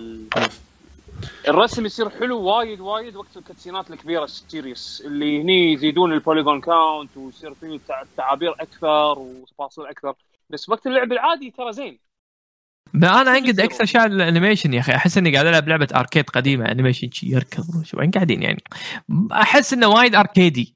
S1: الرسم يصير حلو وايد وقت الكاتسينات الكبيره السيريس اللي هني يزيدون البوليغون كاونت ويصير فيه تعابير اكثر وتفاصيل اكثر، بس وقت اللعب العادي ترى زين.
S3: انا انقد اكثر شيء الانيميشن يا اخي، احس اني قاعد العب لعبه اركيد قديمه، انيميشن شيء يركض وين قاعدين يعني، احس انه وايد اركيدي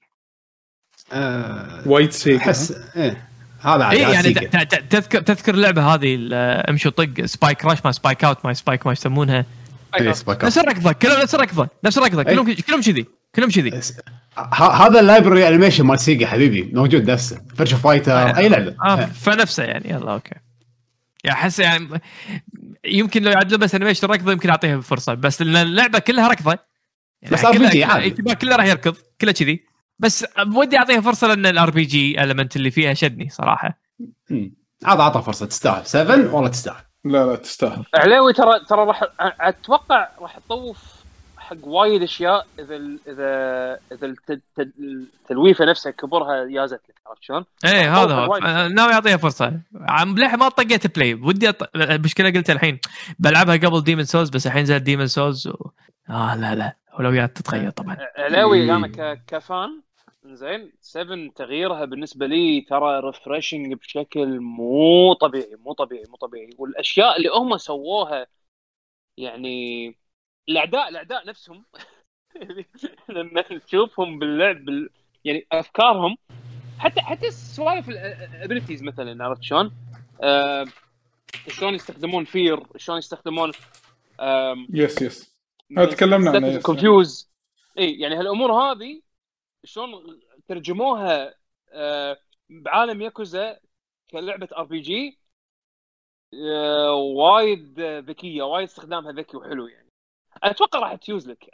S4: وايد سيجا.
S5: احس هذا عادي
S3: يعني تذكر اللعبه هذه امشي طق سبايك كراش ما سبايك اوت ما سبايك ما يسمونها نفس الركضه، كلهم نفس الركضه كلهم كذي.
S5: هذا اللايبرري انيميشن مال سيجا حبيبي موجود نفسه فيرتشو فايتر اي لعبه
S3: فنفسه يعني. يلا اوكي يا حس يعني يمكن لو يعدلوا بس انيميشن ركضه يمكن اعطيها فرصه، بس لان اللعبه كلها ركضه يعني
S5: بس RPG عادي.
S3: كله راح يركض كله كذي، بس ودي اعطيها فرصه لان الار بي جي المنت اللي فيها شدني صراحه.
S5: عطى فرصه تستاهل 7 والله تستاهل.
S4: لا تستاهل.
S1: علاوي ترى راح اتوقع راح تطوف حق وايد اشياء اذا التلويفه نفسها كبرها يازت لك، عرفت شلون؟
S3: ايه هذا هو ناوي اعطيها فرصه. عم لح ما طقيت بلاي ودي المشكله قلت الحين بلعبها قبل ديمن سولز، بس الحين زاد ديمن سولز لا اولويات تتغير طبعا.
S1: علاوي انا كفان زين 7 تغييرها بالنسبه لي ترى ريفريشنج بشكل مو طبيعي، والاشياء اللي هم سووها يعني الاعداء نفسهم لما تشوفهم باللعب يعني افكارهم، حتى سوالف الابيلتيز مثلا، عرفت شلون؟ شلون يستخدمون فير، شلون يستخدمون
S4: يس هذا تكلمنا عنه
S1: كونفيوز. اي يعني هالامور هذه شلون ترجموها بعالم ياكوزا كلعبه ار بي جي، وايد ذكيه، وايد استخدامها ذكي وحلو يعني. اتوقع راح تيوز لك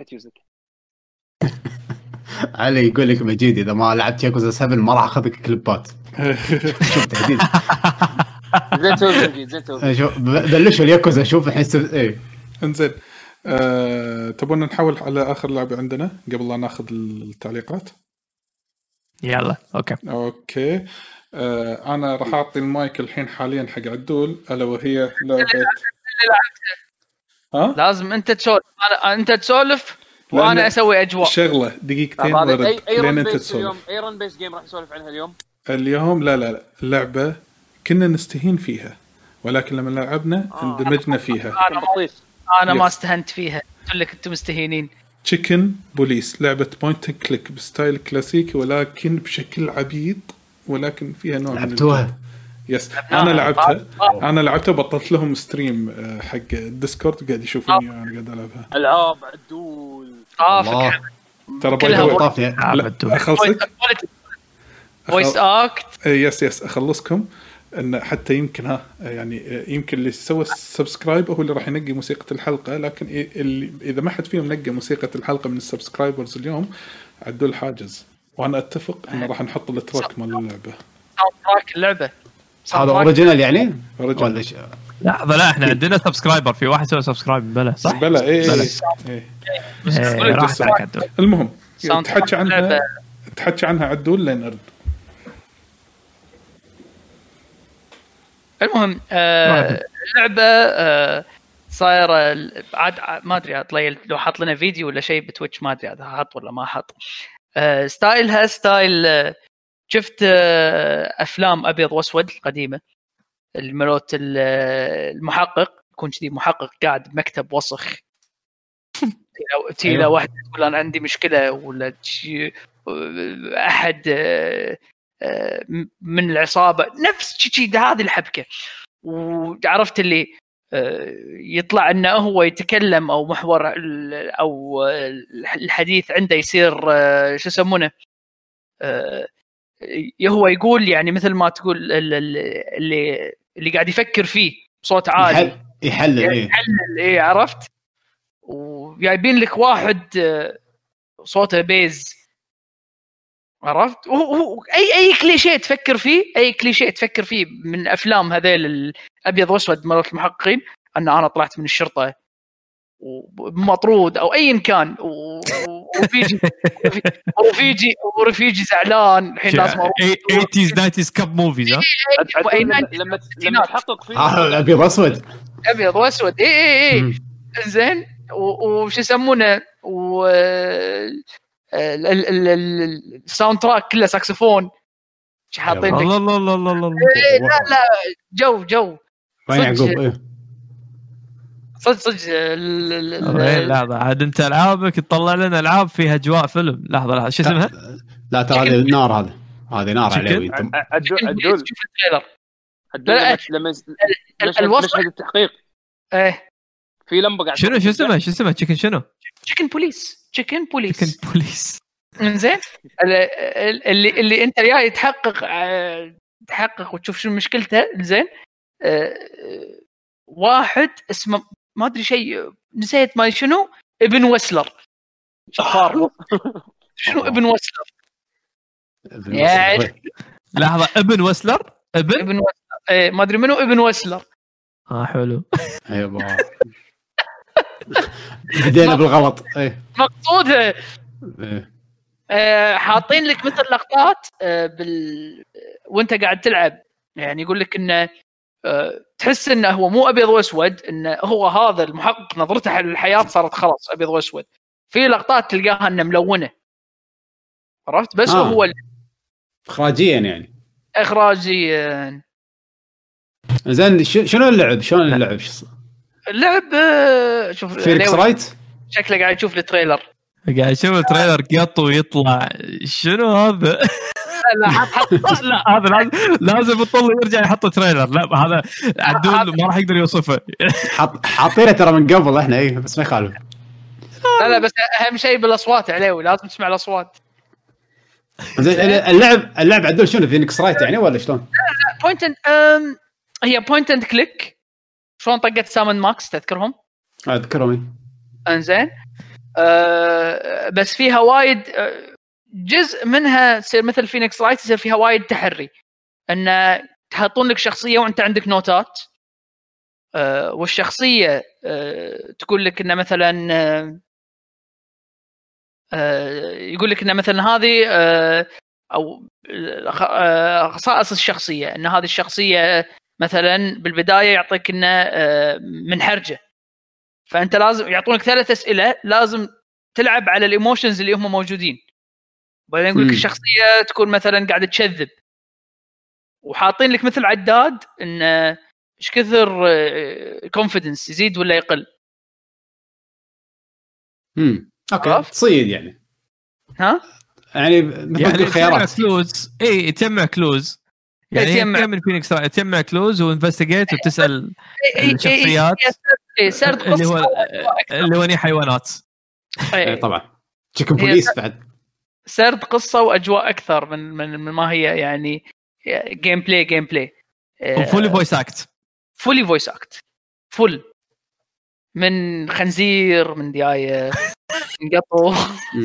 S5: علي يقول لك مجيد اذا ما لعبت ياكوزا 7 ما راح اخذك كليبات. شوف تهديد.
S1: زين توفيق
S5: شوف بلشوا الياكوزا شوف الحين ايه
S4: انزين. تبون نحول على اخر لعبه عندنا قبل لا ناخذ التعليقات؟
S3: يلا
S4: اوكي. انا راح اعطي المايك الحين حاليا حق عدول، الا وهي لعبه
S2: لازم انت تسولف، انت تسولف وانا اسوي اجواء.
S4: شغله دقيقتين ورد لين انت تسولف.
S1: اي رن بيس جيم راح نسولف عنها
S4: اليوم لا اللعبه كنا نستهين فيها، ولكن لما لعبنا اندمجنا فيها.
S2: انا ما استهنت فيها، قلت لك انتم مستهينين.
S4: تشيكن بوليس، لعبه بوينت اند كليك بستايل كلاسيكي ولكن بشكل عبيط، ولكن فيها نوع
S5: لعبتوها؟
S4: يس انا لعبتها بطلت لهم ستريم حق الديسكورد وقاعد يشوفوني وانا قاعد العبها.
S1: العاب عدول
S4: ترى
S2: كلها
S4: اخلصك
S2: فويس اكت.
S4: يس اخلصكم ان حتى يمكن يعني يمكن اللي سوى السبسكرايب هو اللي راح ينقي موسيقى الحلقه، لكن اللي اذا ما حد فيهم نقى موسيقى الحلقه من السبسكرايبرز اليوم عدول حاجز، وانا اتفق انه راح نحط التراك مال اللعبه.
S2: تراك اللعبه
S5: هذا اوريجينال يعني
S4: ولا
S3: لحظه، لا احنا عندنا سبسكرايبر، في واحد سوى سبسكرايب بلا صح
S4: بلا ايه المهم تحكي عنها عدول لين ارد.
S2: المهم اللعبه صايره عاد ما ادري طليل لو حط لنا فيديو ولا شيء بتويتش ما ادري هذا حط ولا ما حط. ستايلها ستايل شفت افلام ابيض واسود قديمه الملوت المحقق يكون كذي محقق قاعد بمكتب وسخ تيلا واحد تقول انا عندي مشكله ولا احد من العصابه نفس شيء هذه الحبكه. وعرفت اللي يطلع انه هو يتكلم او محور او الحديث عنده يصير شو يسمونه هو يقول يعني مثل ما تقول اللي قاعد يفكر فيه بصوت عالي
S5: يحلل
S2: ايه عرفت. وجايبين لك واحد صوته بيز عرفت. اي كليشيه تفكر فيه، اي كليشيه تفكر فيه من افلام هذيل الابيض واسود مالت المحققين، ان انا طلعت من الشرطه ومطرود او ايا كان ورفيجي زعلان الحين لازم
S3: 80s 90s كاب موفيز.
S1: لما تحقق فيه
S5: الابيض
S2: واسود اي زين وش يسمونه الساوند تراك كله ساكسفون حاطين لك. لا جو صدق
S3: لحظه عاد انت العابك تطلع لنا العاب فيها اجواء فيلم. لحظه شو اسمها؟
S5: لا ترى هذه نار، هذه نار عليوي.
S1: عدول لما مشهد التحقيق في لمبه قاعد
S3: شو اسمه تشيكن شنو
S2: تشيكن بوليس انزين اللي انت جاي تحقق وتشوف شو مشكلته. زين واحد اسمه ما ادري شيء نسيت ما شنو ابن وسلر شفار شنو ابن وسلر يعني
S3: لحظه ابن وسلر
S2: ابن وسلر إيه ما ادري منو ابن وسلر
S3: حلو
S5: ايوه بدينا بالغلط ايه
S2: مقصودها
S5: إيه.
S2: حاطين لك مثل لقطات وانت قاعد تلعب يعني يقول لك انه تحس انه هو مو ابيض واسود انه هو هذا المحقق نظرته على الحياه صارت خلاص ابيض واسود في لقطات تلقاها انه ملونه عرفت بس هو
S5: اخراجيا يعني
S2: اخراجيا
S5: زين شنو اللعب شلون اللعب
S2: اللعب شوف
S5: فينيكس رايت
S2: شكله قاعد يشوف التريلر
S3: قاعد يشوف التريلر قط ويطلع شنو هذا
S2: لا حط
S3: لا هذا لازم يطل يرجع يحط تريلر لا هذا عدول ما راح يقدر يوصفه
S5: حاطينه ترى من قبل احنا ايه بس ما يخالف
S2: لا بس اهم شيء بالاصوات عليوي لازم تسمع الاصوات
S5: زين اللعب عدول شنو فينيكس رايت يعني ولا شلون
S2: بوينت هي بوينت اند كليك شلون طقت سامن ماكس تذكرهم
S5: اذكرهم
S2: انزين بس فيها وايد جزء منها تصير مثل فينيكس رايت يصير فيها وايد تحري ان تحطون لك شخصيه وانت عندك نوتات والشخصيه تقول لك ان مثلا يقول لك ان مثلا هذه او خصائص الشخصيه ان هذه الشخصيه مثلا بالبدايه يعطيك انه منحرجه فانت لازم يعطونك 3 اسئله لازم تلعب على الايموشنز اللي هم موجودين بعدين يقول لك الشخصيه تكون مثلا قاعده تكذب وحاطين لك مثل عداد ان ايش كثر كونفيدنس يزيد ولا يقل
S5: اوكي تصيد يعني
S2: ها
S5: يعني مثل خيارات
S3: كلوز اي تجمع كلوز يعني تجمع فينيكس تجمع كلوز وانفستيجيت وتسال الشخصيات
S2: سرد قصه
S3: اللي هو حيوانات
S5: طبعا تشيكن بوليس بعد
S2: سرد قصه واجواء اكثر من ما هي يعني جيم بلاي
S3: وفولي فويس اكت
S2: فول من خنزير من ديايه من قطو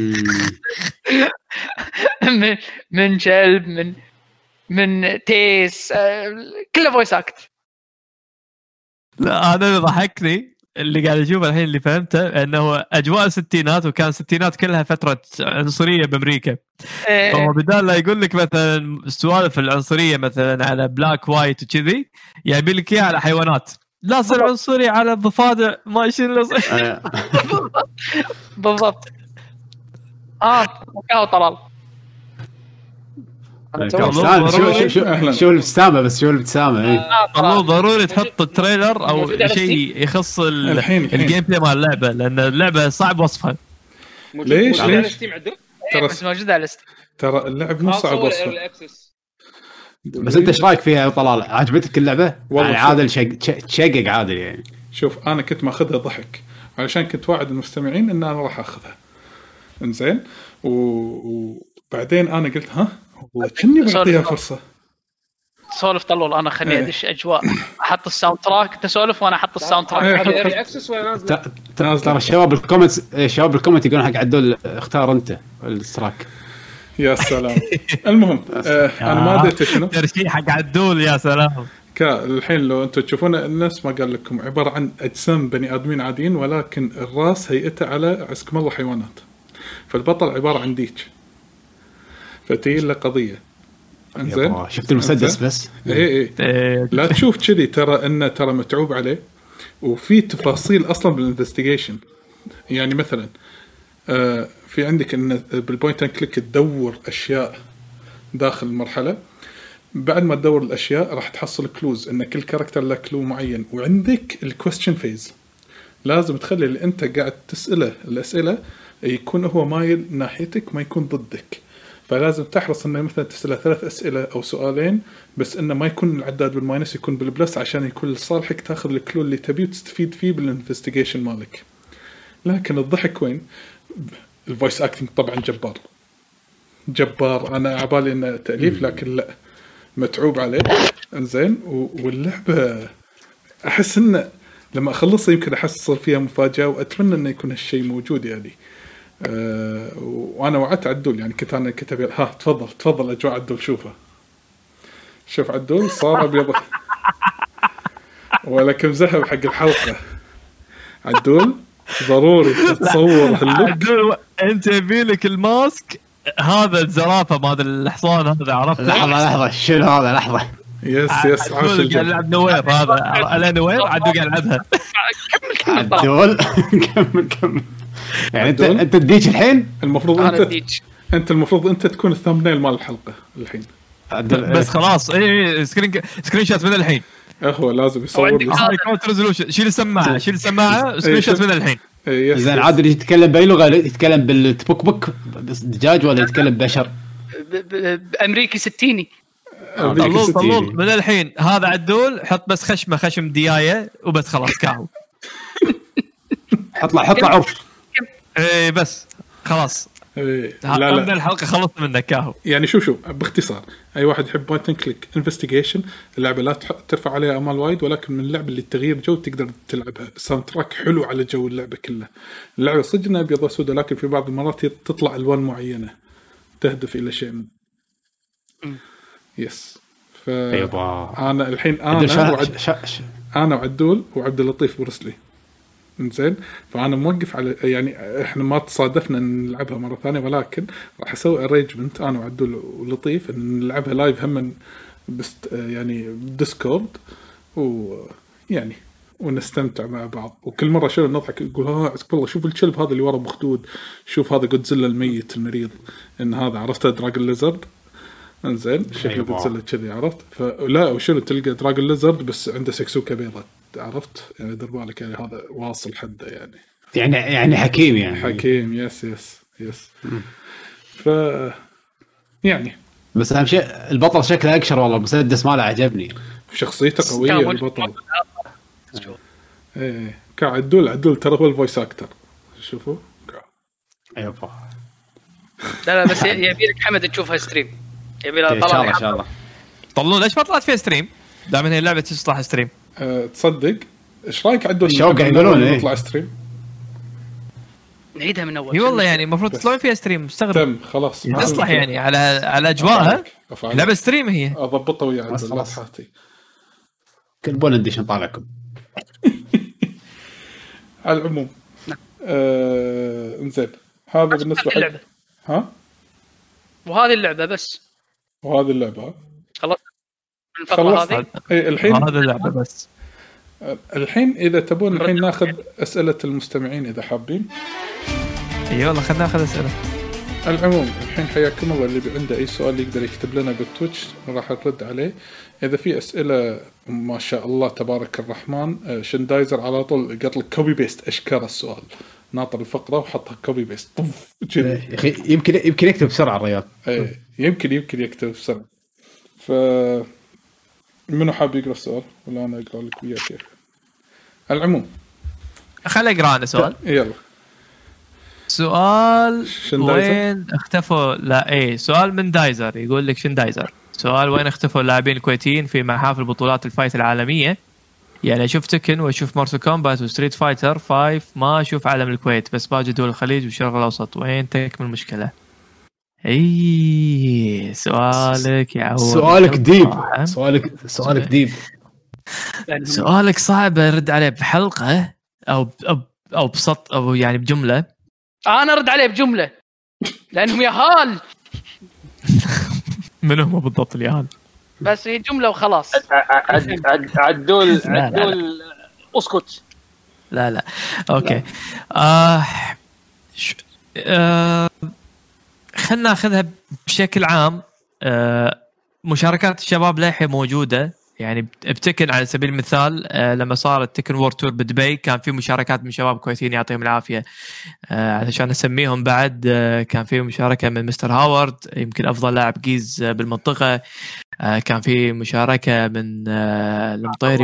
S2: من كلب من تيس كله فويس اكت.
S3: لا هذا اللي ضحكني اللي قاعد اشوفه الحين اللي فهمته انه اجواء الستينات وكان الستينات كلها فتره عنصريه بامريكا فهو بدال لا يقول لك مثلا سوالف العنصريه مثلا على بلاك وايت وكذي يبي لك اياها على حيوانات لا صار عنصري على الضفادع ما شنو
S2: بالضبط وكاو طلال
S5: شو الابتسامه بس شو الابتسامه
S3: والله ضروري تحط التريلر او شيء يخص الجيم بلاي مال اللعبه لان اللعبه صعب وصفها.
S4: ليش
S2: ترى موجوده على ستيم
S4: ترى اللعب مو صعب وصفها
S5: بس انت ايش رايك فيها طلال عجبتك اللعبه يعني عادل تشقق عادل يعني
S4: شوف انا كنت ماخذها ضحك علشان كنت واعد المستمعين ان انا راح اخذها انزين وبعدين انا قلت والله كني بعطيها فرصه
S2: سولف طلول انا خليني ادش اجواء احط الساوند تراك انت سولف وانا احط الساوند تراك
S1: ايرلي اكسس ولا نازل
S5: ترى الشباب بالكومنت يقولون حق عدول اختار انت التراك
S4: يا سلام المهم انا ما ادري شنو
S3: ترشيح حق عدول يا سلام
S4: الحين لو انتم تشوفون الناس ما قال لكم عباره عن اجسام بني ادمين عاديين ولكن الراس هيئته على عسكم الله حيوانات فالبطل عباره عن ديك فتي له قضيه انزين
S5: شفت المسدس بس
S4: ايه لا تشوف كذي ترى متعوب عليه وفي تفاصيل اصلا بالانفستيجيشن يعني مثلا في عندك ان بالبوينت اند كليك تدور اشياء داخل المرحله بعد ما تدور الاشياء راح تحصل كلوز ان كل كاركتر له كلو معين وعندك الكويستشن فيز لازم تخلي اللي انت قاعد تساله الاسئله يكون هو مايل ناحيتك ما يكون ضدك فلازم تحرص انه مثلا تسأله 3 اسئله او سؤالين بس انه ما يكون العداد بالماينس يكون بالبلس عشان يكون لصالحك تاخذ الكلو اللي تبيه وتستفيد فيه بالانفستيجيشن مالك. لكن الضحك وين الفويس اكتنج طبعا جبار انا عبالي انه تأليف لكن لا متعوب عليه انزين واللعبه احس انه لما اخلصها يمكن احصل فيها مفاجاه، واتمنى انه يكون هالشيء موجود يعني. وانا وعدت عدول يعني، كنت انا كتب ها تفضل اجواء عدول، شوف عدول صار ابيض ولكن ذهب حق الحلقه. عدول ضروري تصور هاللوك.
S3: عدول انت يبيلك الماسك هذا الزرافه ما هذا الحصان هذا، عرفت؟
S5: لحظه شنو هذا؟ لحظه
S4: يس
S3: عدول قاعد يلعب نوير، هذا على نوير عدول قاعد يلعبها.
S5: عدول كمل يعني انت تديك الحين.
S4: المفروض انت المفروض انت تكون الثامنيل مال الحلقه الحين.
S3: بس خلاص اي سكرين شوت من الحين.
S4: هو لازم يصور لي
S3: هاي كونت ريزولوشن. شيل السماعه سكرين شوت من الحين.
S5: زين عادل يتكلم باي لغه؟ يتكلم بالتبوك دجاج ولا يتكلم بشر؟
S2: بامريكي ستيني.
S3: طلول من الحين. هذا عدول حط بس خشم ديايه وبس خلاص كاهو.
S5: حط له عرف.
S3: اي بس خلاص.
S4: لا
S3: من الحلقه خلصت منك كاهو
S4: يعني. شوف باختصار، اي واحد يحب بوينت اند كليك انفستيجيشن، اللعبه لا ترفع عليها امال وايد، ولكن من اللعبه اللي تغيير جو تقدر تلعبها. ساوند تراك حلو على جو اللعبه كلها. اللعبه صدقنا ابيض واسود، لكن في بعض المرات تطلع الوان معينه تهدف الى شيء. يس. انا الحين انا وعدول وعبد اللطيف ورسلي زين، فانا موقف على يعني احنا ما تصادفنا ان نلعبها مره ثانيه، ولكن راح اسوي ارينجمنت انا وعدول ولطيف ان نلعبها لايف هم بس يعني ديسكورد، ويعني ونستمتع مع بعض. وكل مره شنو نضحك نقول عسك والله شوف الكلب هذا اللي ورا مخدود، شوف هذا جودزيلا الميت المريض، ان هذا عرفته دراجون ليزرد انزين شكله جودزيلا كذي عرفت. فلا وشنو تلقى دراجون ليزرد بس عنده سكسوكه بيضة عرفت يعني، دير بالك يعني هذا واصل حده يعني
S5: حكيم يعني
S4: حكيم. يس ف يعني
S5: بس اهم شيء البطل شكله اكشر والله، مسدس ماله عجبني،
S4: شخصيته قويه البطل. ايه عدول ترى هو الفويس اكتر. شوفوا
S5: ايوه
S2: لا بس يبي لك حمد تشوفها ستريم، يبي له طلع
S5: ان شاء الله.
S3: طلعوا ليش ما طلعت فيها ستريم دائما هي اللعبه تصلح ستريم؟
S4: تصدق ايش رايك عدول
S5: الشوق يقولون
S4: نطلع ستريم
S2: نعيدها من اول؟
S3: اي والله يعني المفروض تطلعون فيها ستريم. مستغرب
S4: تم خلاص
S3: تصلح يعني على اجواءها لعبه ستريم هي.
S4: اضبطها ويا عدول حاتي
S5: كل بولنديش نطالعكم.
S4: على العموم انزين هذا بالنسبه
S2: اللعبة.
S4: ها
S2: وهذه اللعبه بس
S4: وهذه اللعبه
S2: خلاص الفقره هذه.
S4: الحين
S3: هذا اللعبه بس.
S4: الحين اذا تبون الحين ناخذ اسئله المستمعين اذا حابين.
S3: اي والله خلينا ناخذ اسئله.
S4: العموم الحين حياكم الله، اللي عنده اي سؤال يقدر يكتب لنا بالتويتش راح نرد عليه. اذا في اسئله ما شاء الله تبارك الرحمن، شندايزر على طول قط لك كوبي بيست اشكر السؤال، ناطر الفقره وحطها كوبي بيست
S5: يا اخي يمكن يكتب بسرعه الرياض.
S4: ايه يمكن يكتب بسرعه. ف منو حاب يقرا السؤال ولا انا اقرا لك وياه كيف؟ العموم
S3: خلي اقرا انا سؤال.
S4: يلا
S3: سؤال وين اختفوا؟ لا سؤال من دايزر يقول لك شندايزر سؤال وين اختفوا اللاعبين الكويتيين في محافل بطولات الفايت العالمية؟ يعني اشوف تكن واشوف مارسل كومبات وستريت فايتر 5 ما اشوف علم الكويت، بس باقي دول الخليج والشرق الاوسط، وين تكمن المشكلة؟ سؤالك يا عود،
S5: سؤالك ديب، سؤالك ديب،
S3: سؤالك صعب ارد عليه بحلقة او بسط او يعني بجملة.
S2: انا ارد عليه بجملة لانهم يهال.
S3: من هم بالضبط اليهال؟
S2: بس هي جملة وخلاص.
S1: عدول اسكت.
S3: لا اوكي. خلنا ناخذها بشكل عام. مشاركات الشباب للحين موجوده، يعني بتكن على سبيل المثال لما صارت تكن وور تور بدبي كان في مشاركات من شباب كويتيين يعطيهم العافيه. علشان اسميهم بعد كان في مشاركه من مستر هاورد يمكن افضل لاعب جيز بالمنطقه. كان في مشاركه من المطيري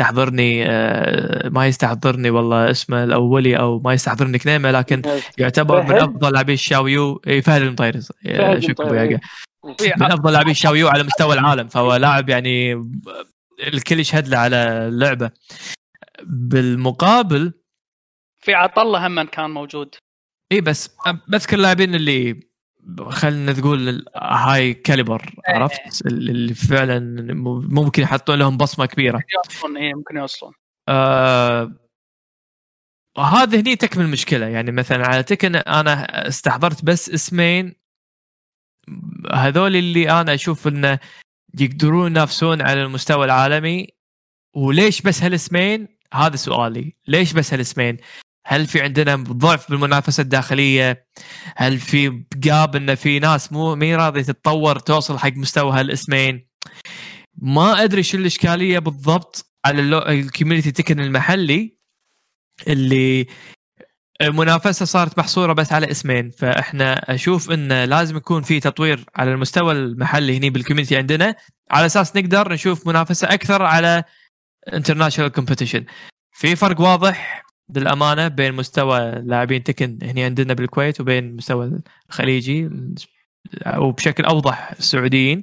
S3: ما يستحضرني والله اسمه الاولي او ما يستحضرني كنيمه، لكن يعتبر من افضل لاعبي الشاويو. فهد المطيري شكرا من افضل لاعبي الشاويو على مستوى العالم، فهو لاعب يعني الكل يشهد له على اللعبه. بالمقابل
S2: في عطله هم كان موجود.
S3: اي بس بذكر اللاعبين اللي خلينا نقول هاي كاليبر، عرفت اللي فعلا ممكن يحطون لهم بصمه كبيره،
S2: ممكن يوصلون.
S3: وهذا هني تكمل المشكله. يعني مثلا على تكن انا استحضرت بس اسمين هذول اللي انا اشوف انه يقدرون ينافسون على المستوى العالمي. وليش بس هالاسمين؟ هذا سؤالي، ليش بس هالاسمين؟ هل في عندنا ضعف بالمنافسه الداخليه؟ هل في جاب ان في ناس مو راضيه تتطور توصل حق مستوى هالاسمين؟ ما ادري شو الاشكاليه بالضبط على الكوميونتي تكن المحلي اللي المنافسه صارت محصوره بس على اسمين. فاحنا اشوف انه لازم يكون في تطوير على المستوى المحلي هني بالكوميونتي عندنا، على اساس نقدر نشوف منافسه اكثر على انترناشونال كومبيتيشن. في فرق واضح بالامانه بين مستوى لاعبين تكن هني عندنا بالكويت وبين المستوى الخليجي، وبشكل اوضح السعوديين.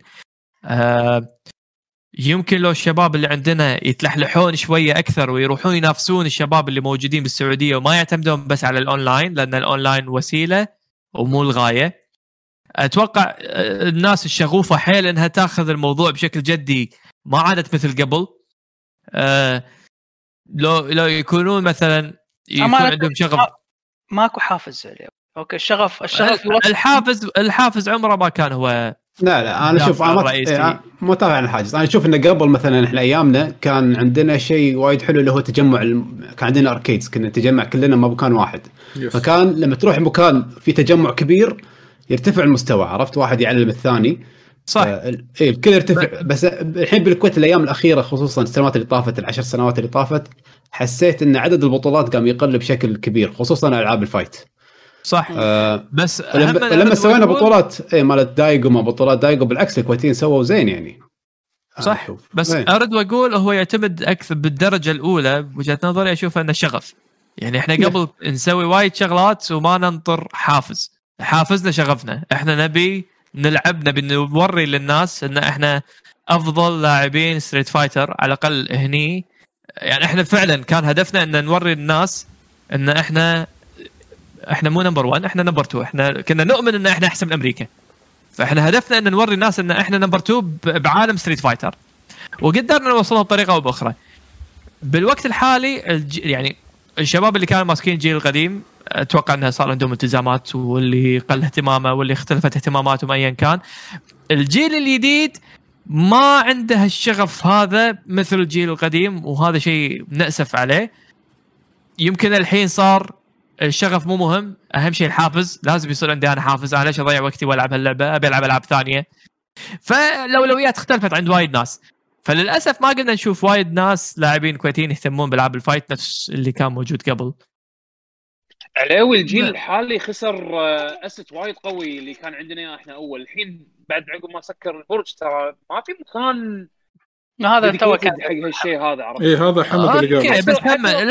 S3: يمكن لو الشباب اللي عندنا يتلحلحون شويه اكثر ويروحون ينافسون الشباب اللي موجودين بالسعوديه وما يعتمدون بس على الاونلاين، لان الاونلاين وسيله ومو الغايه. اتوقع الناس الشغوفه حيل انها تاخذ الموضوع بشكل جدي، ما عادت مثل قبل. لو يكونون مثلا يكون عندهم شغف.
S2: ماكو حافز عليه. اوكي الشغف
S3: الحافز عمره ما كان هو.
S5: لا انا اشوف مو تابع عن الحاجز. انا اشوف انه قبل مثلا احنا ايامنا كان عندنا شيء وايد حلو اللي هو تجمع كان عندنا اركيدز، كنا نتجمع كلنا بمكان واحد. فكان لما تروح مكان في تجمع كبير يرتفع المستوى، عرفت؟ واحد يعلم الثاني،
S3: صح.
S5: الكل يرتفع. بس الحين بالكويت الايام الاخيره خصوصا السنوات اللي طافت، العشر سنوات اللي طافت، حسيت ان عدد البطولات قام يقل بشكل كبير، خصوصا العاب الفايت.
S3: صح. بس
S5: لما سوينا بطولات مالت دايجو، ما بطولات دايجو بالعكس الكويتيين سووا زين يعني.
S3: صح. بس ارد واقول هو يعتمد اكثر بالدرجه الاولى بوجهه نظري، اشوف انه شغف. يعني احنا قبل نسوي وايد شغلات وما ننطر حافزنا شغفنا. احنا نبي نلعب، نبي نوري للناس ان احنا افضل لاعبين ستريت فايتر على الاقل هني. يعني احنا فعلا كان هدفنا ان نوري الناس ان احنا مو نمبر 1، احنا نمبر 2. احنا كنا نؤمن ان احنا احسن من امريكا، فاحنا هدفنا ان نوري الناس ان احنا نمبر 2 بعالم ستريت فايتر، وقدرنا نوصلها بطريقه او باخرى. بالوقت الحالي يعني الشباب اللي كانوا ماسكين الجيل القديم اتوقع انها صار عندهم التزامات، واللي قل اهتمامه واللي اختلفت اهتماماتهم ايا كان. الجيل الجديد ما عنده الشغف هذا مثل الجيل القديم، وهذا شيء نأسف عليه. يمكن الحين صار الشغف مو مهم، اهم شيء الحافز. لازم يصير عندي انا حافز، انا ليش اضيع وقتي والعب هاللعبه؟ ابي العب العاب ثانيه. فالاولويات اختلفت عند وايد ناس، فللاسف ما قلنا نشوف وايد ناس لاعبين كويتيين يهتمون بالعاب الفايت نفس اللي كان موجود قبل.
S1: علاوي الجيل الحالي خسر اسد وايد قوي اللي كان عندنا احنا اول. الحين بعد عقب ما سكر البرج ترى ما في مكان
S2: هذا توكل
S1: حق هالشيء هذا، عرفت؟
S4: ايه هذا حمد اللي قال.
S3: بس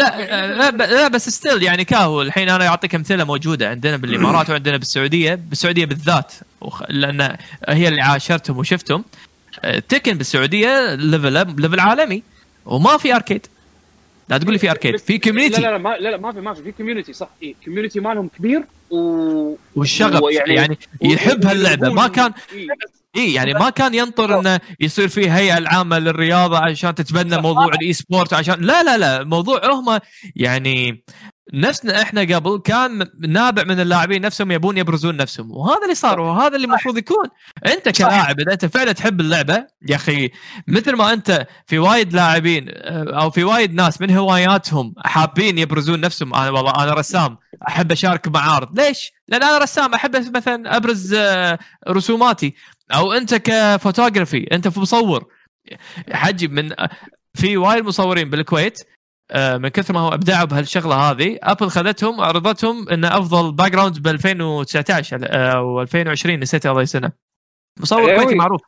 S3: لا بس ستيل يعني كاهو. الحين انا اعطيك امثله موجوده عندنا بالامارات وعندنا بالسعوديه بالذات، لان هي اللي عاشرتهم وشفتهم. تكن بالسعوديه ليفل عالمي وما في اركيد. لا تقول لي في اركيد، في كوميونتي.
S1: لا ما في كوميونتي. صح، اي كوميونتي مالهم كبير
S3: والشغف يعني يحب هاللعبه. ما كان يعني ما كان ينطر انه يصير فيه هيئه العامه للرياضه عشان تتبنى موضوع الاي سبورت، عشان لا موضوع هم يعني نفسنا احنا قبل كان نابع من اللاعبين نفسهم يبون يبرزون نفسهم، وهذا اللي صار وهذا اللي المفروض يكون. انت كلاعب اذا انت فعلا تحب اللعبه يا اخي، مثل ما انت في وايد لاعبين او في وايد ناس من هواياتهم حابين يبرزون نفسهم. انا والله انا رسام احب اشارك معارض. ليش؟ لان انا رسام احب مثلا ابرز رسوماتي. او انت كفوتوغرافي انت مصور حجي من في وايد مصورين بالكويت من كثر ما هو ابدعوا بهالشغله هذه، ابل خذتهم وعرضتهم ان افضل باك جراوند ب 2019 او 2020 نسيت هذه السنه. مصور كويتي معروف.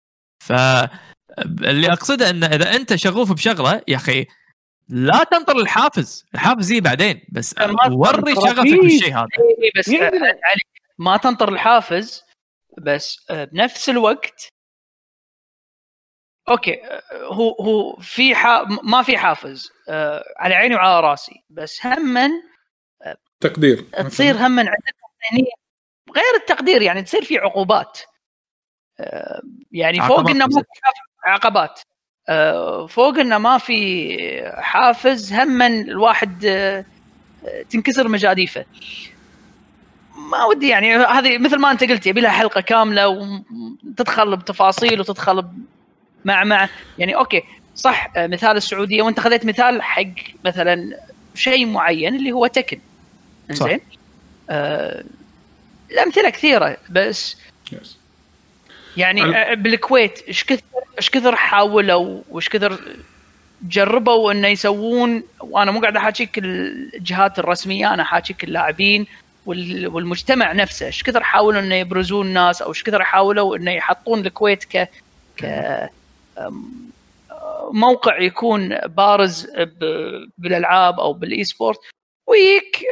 S3: فاللي اقصده ان اذا انت شغوف بشغله يا اخي لا تنطر الحافز يجي بعدين، بس وري شغفك بالشيء هذا.
S2: بس علي ما تنطر الحافز، بس بنفس الوقت اوكي هو في ما في حافز على عيني وعلى راسي، بس هم
S4: تقدير
S2: تصير هم عندكم هني غير التقدير، يعني تصير في عقوبات يعني فوق انه ما في عقبات فوق انه ما في حافز، هم الواحد تنكسر مجاديفه. ما ودي يعني هذه مثل ما انت قلت يبي لها حلقه كامله وتدخل بتفاصيل وتدخل مع يعني اوكي صح مثال السعوديه، وانت خذيت مثال حق مثلا شيء معين اللي هو تكن انزين. الامثله كثيره بس يعني بالكويت ايش كثر حاولوا وايش كثر جربوا انه يسوون، وانا مو قاعد احاكيك الجهات الرسميه، انا احاكيك اللاعبين والمجتمع نفسه، ايش كثر حاولوا انه يبرزون الناس، او ايش كثر حاولوا انه يحطون الكويت ك موقع يكون بارز بالالعاب او بالاي سبورت، ويك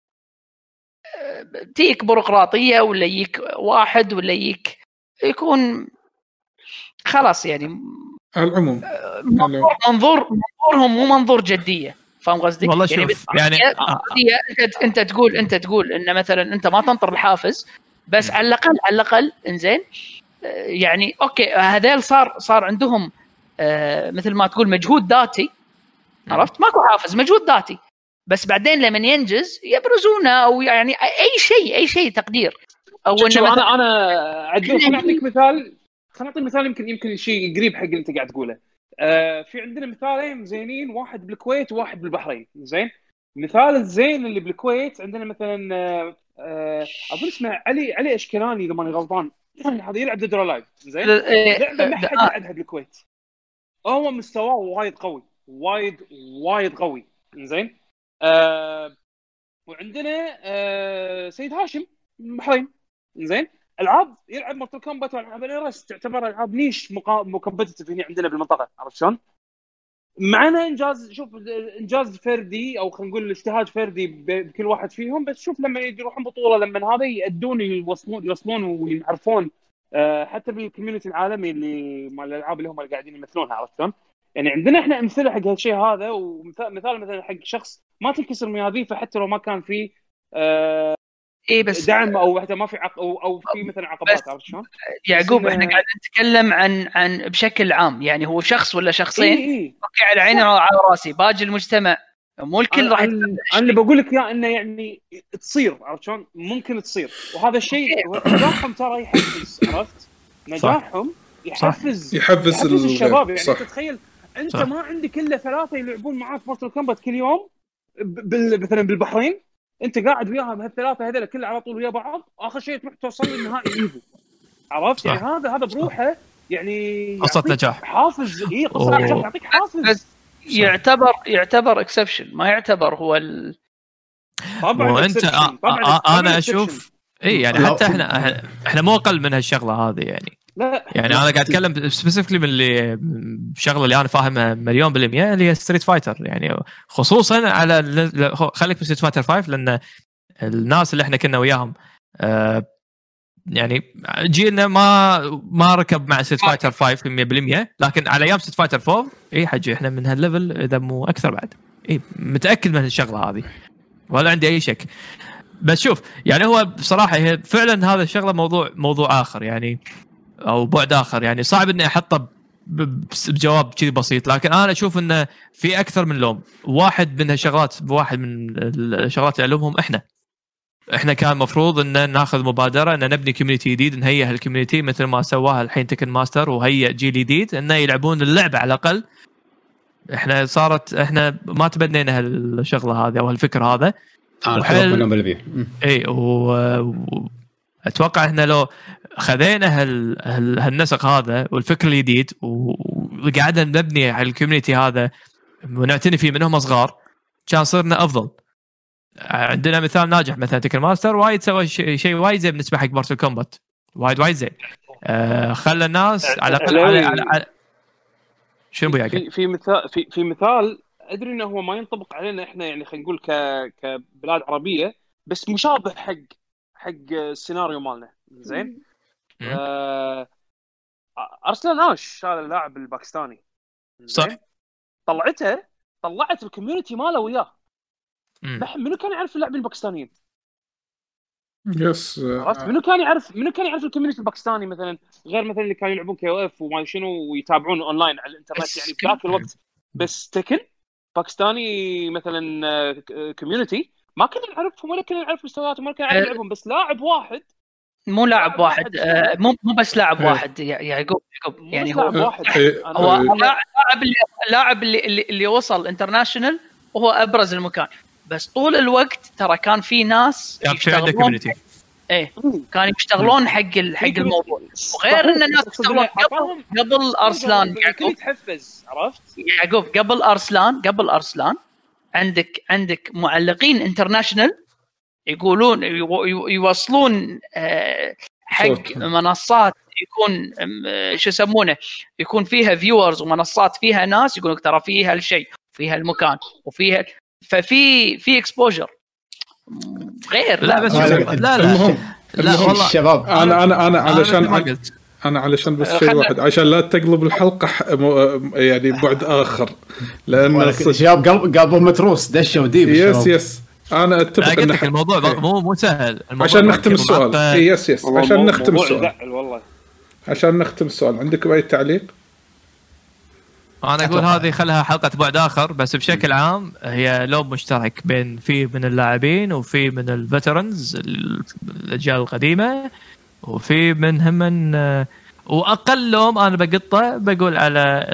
S2: تيك بيروقراطيه ولا يك واحد ولا يك يكون خلاص يعني
S4: العموم
S2: منظورهم مو منظور جديه. فاهم قصدي؟
S3: والله
S2: يعني
S3: شوف يعني
S2: انت تقول ان مثلا انت ما تنطر الحافز، بس على الاقل انزين يعني اوكي هذول صار عندهم مثل ما تقول مجهود ذاتي، عرفت؟ ماكو حافز، مجهود ذاتي، بس بعدين لما ينجز يبرزونه، او يعني اي شيء تقدير. او
S1: انه انا عدول خليني اعطيك مثال، يمكن شيء قريب حق اللي انت قاعد تقوله. في عندنا مثالين زينين، واحد بالكويت وواحد بالبحرين. زين، مثال الزين اللي بالكويت عندنا مثلا اظن اسمه علي اشكراني اذا ماني غلطان، هذا يلعب ديد اور لايف. زين، لعبه ما حد يلعبها بالكويت، هو مستواه وايد قوي، وايد قوي. زين، وعندنا سيد هاشم بحرين. زين، العاب يلعب مورتال كومبات والعاب الرس تعتبر العاب نيش مكومبتيتيف هنا عندنا بالمنطقه، عرفت شلون؟ معنا انجاز، شوف انجاز فردي او خلينا نقول الاجتهاد فردي بكل واحد فيهم، بس شوف لما يروحون بطوله، لما هذا يأدون يوصلون ويعرفون حتى بالكوميونتي العالمي اللي مال الالعاب اللي هم اللي قاعدين يمثلونها، عرفت شلون؟ يعني عندنا احنا امثله حق هالشيء هذا، ومثال مثلا حق شخص ما تنكسر مياديفه حتى لو ما كان في
S2: بس
S1: دعم او حتى ما في او في مثلا عقبات، عرفت شلون؟
S2: يعقوب احنا قاعد نتكلم عن بشكل عام، يعني هو شخص ولا شخصين اوكي على عيني وعلى راسي، باقي المجتمع مو الكل راح
S1: انا اللي بقول لك يا انه يعني تصير، عرفت شلون؟ ممكن تصير، وهذا الشيء نجاحهم ترى يحفز، عرفت؟ نجاحهم يحفز الشباب. يعني تتخيل انت ما عندك الا 3 يلعبون معاك مورتال كومبات كل يوم مثلا بالبحرين، انت قاعد وياهم هالثلاثه هذول كله على طول ويا بعض، اخر شيء تروح توصل للنهائي ايفو، عرفت؟ يعني هذا بروحه يعني
S3: قصة نجاح،
S1: حافز. قصة نجاح يعطيك حافز.
S2: يعتبر اكسبشن، ما يعتبر هو
S1: طبعا
S3: وانت انا اشوف يعني حتى احنا مو اقل من هالشغله هذه يعني.
S1: لا
S3: يعني انا قاعد اتكلم سبيسيفيكلي من اللي شغله اللي انا فاهمها 100% اللي هي ستريت فايتر، يعني خصوصا على خليك ستريت فايتر 5، لان الناس اللي احنا كنا وياهم يعني جينا ما ركب مع ستريت فايتر 5 100%، لكن على ايام ستريت فايتر 4 اي حجي احنا من هالليفل اذا مو اكثر بعد، اي متاكد من الشغله هذه ولا عندي اي شك. بس شوف يعني هو بصراحه هي فعلا هذا الشغله موضوع اخر يعني، او بعد اخر، يعني صعب اني احطه بجواب كذي بسيط، لكن انا اشوف انه في اكثر من لوم. واحد من هالشغلات، واحد من الشغلات اللي الومهم احنا كان مفروض ان ناخذ مبادره ان نبني كوميونتي جديد، نهيئ هالكوميونتي مثل ما سواها الحين تكن ماستر، وهيئ جيل جديد انه يلعبون اللعبه على الاقل. احنا ما تبنينا هالشغله هذه او هالفكر هذا. اي اتوقع احنا لو خذينا هالنسق هذا والفكر الجديد وقعدنا نبني على الكوميونتي هذا ونعتني فيه منهم صغار، كان صرنا افضل. عندنا مثال ناجح مثلا تكن ماستر، وايد سوى شيء وايد زين بالنسبه حق مارتل كومبات، وايد زين. خلى الناس على الاقل شنو بيعقل
S1: في مثال ادري انه هو ما ينطبق علينا احنا، يعني خلينا نقول كبلاد عربيه، بس مشابه حق السيناريو مالنا. زين، ارسلان اوش هذا اللاعب الباكستاني
S3: صح.
S1: زين؟ طلعت الكوميونتي ماله وياه. منو كان يعرف اللاعبين الباكستانيين؟
S4: يس
S1: عرفت منو كان يعرف الكوميونتي الباكستاني مثلا، غير مثلا اللي كانوا يلعبون كي او اف وما شنو ويتابعون اونلاين على الانترنت يعني بذاك الوقت. بس تكن باكستاني مثلا كوميونتي ما كنا نعرفهم ولا كنا نعرف مستوياتهم ولا كنا نعرف لعبهم، بس لاعب واحد
S2: مو لاعب واحد مو بس لاعب واحد يا يعقوب يعني هو لاعب اللي وصل انترناشونال وهو ابرز المكان، بس طول الوقت ترى كان في ناس يشتغلون كانوا يشتغلون حق الموضوع، وغير ان الناس يشتغلون قبل ارسلان يعقوب
S1: تحفز. عرفت
S2: يعقوب قبل ارسلان عندك معلقين انترناشونال يقولون يوصلون حق منصات يكون شو يسمونه يكون فيها فيورز ومنصات فيها ناس يقولون ترى فيها الشيء فيها المكان وفيها ففي اكسبوجر غير.
S3: لا بس لا
S4: والله الشباب انا علشان بس شيء واحد عشان لا تقلب الحلقه يعني بعد اخر، لان
S5: الشباب قلبهم متروس دشوا ديب.
S4: يس انا اتفق ان
S3: الموضوع مو سهل
S4: عشان نختم السؤال. يس عشان نختم السؤال
S1: والله
S4: عشان نختم السؤال عندك اي تعليق؟
S3: انا اقول هذه خلها حلقه بعد اخر، بس بشكل عام هي لوب مشترك بين في من اللاعبين وفي من الفترنز الاجيال القديمه وفي منهم من واقل لوم انا بقطه بقول على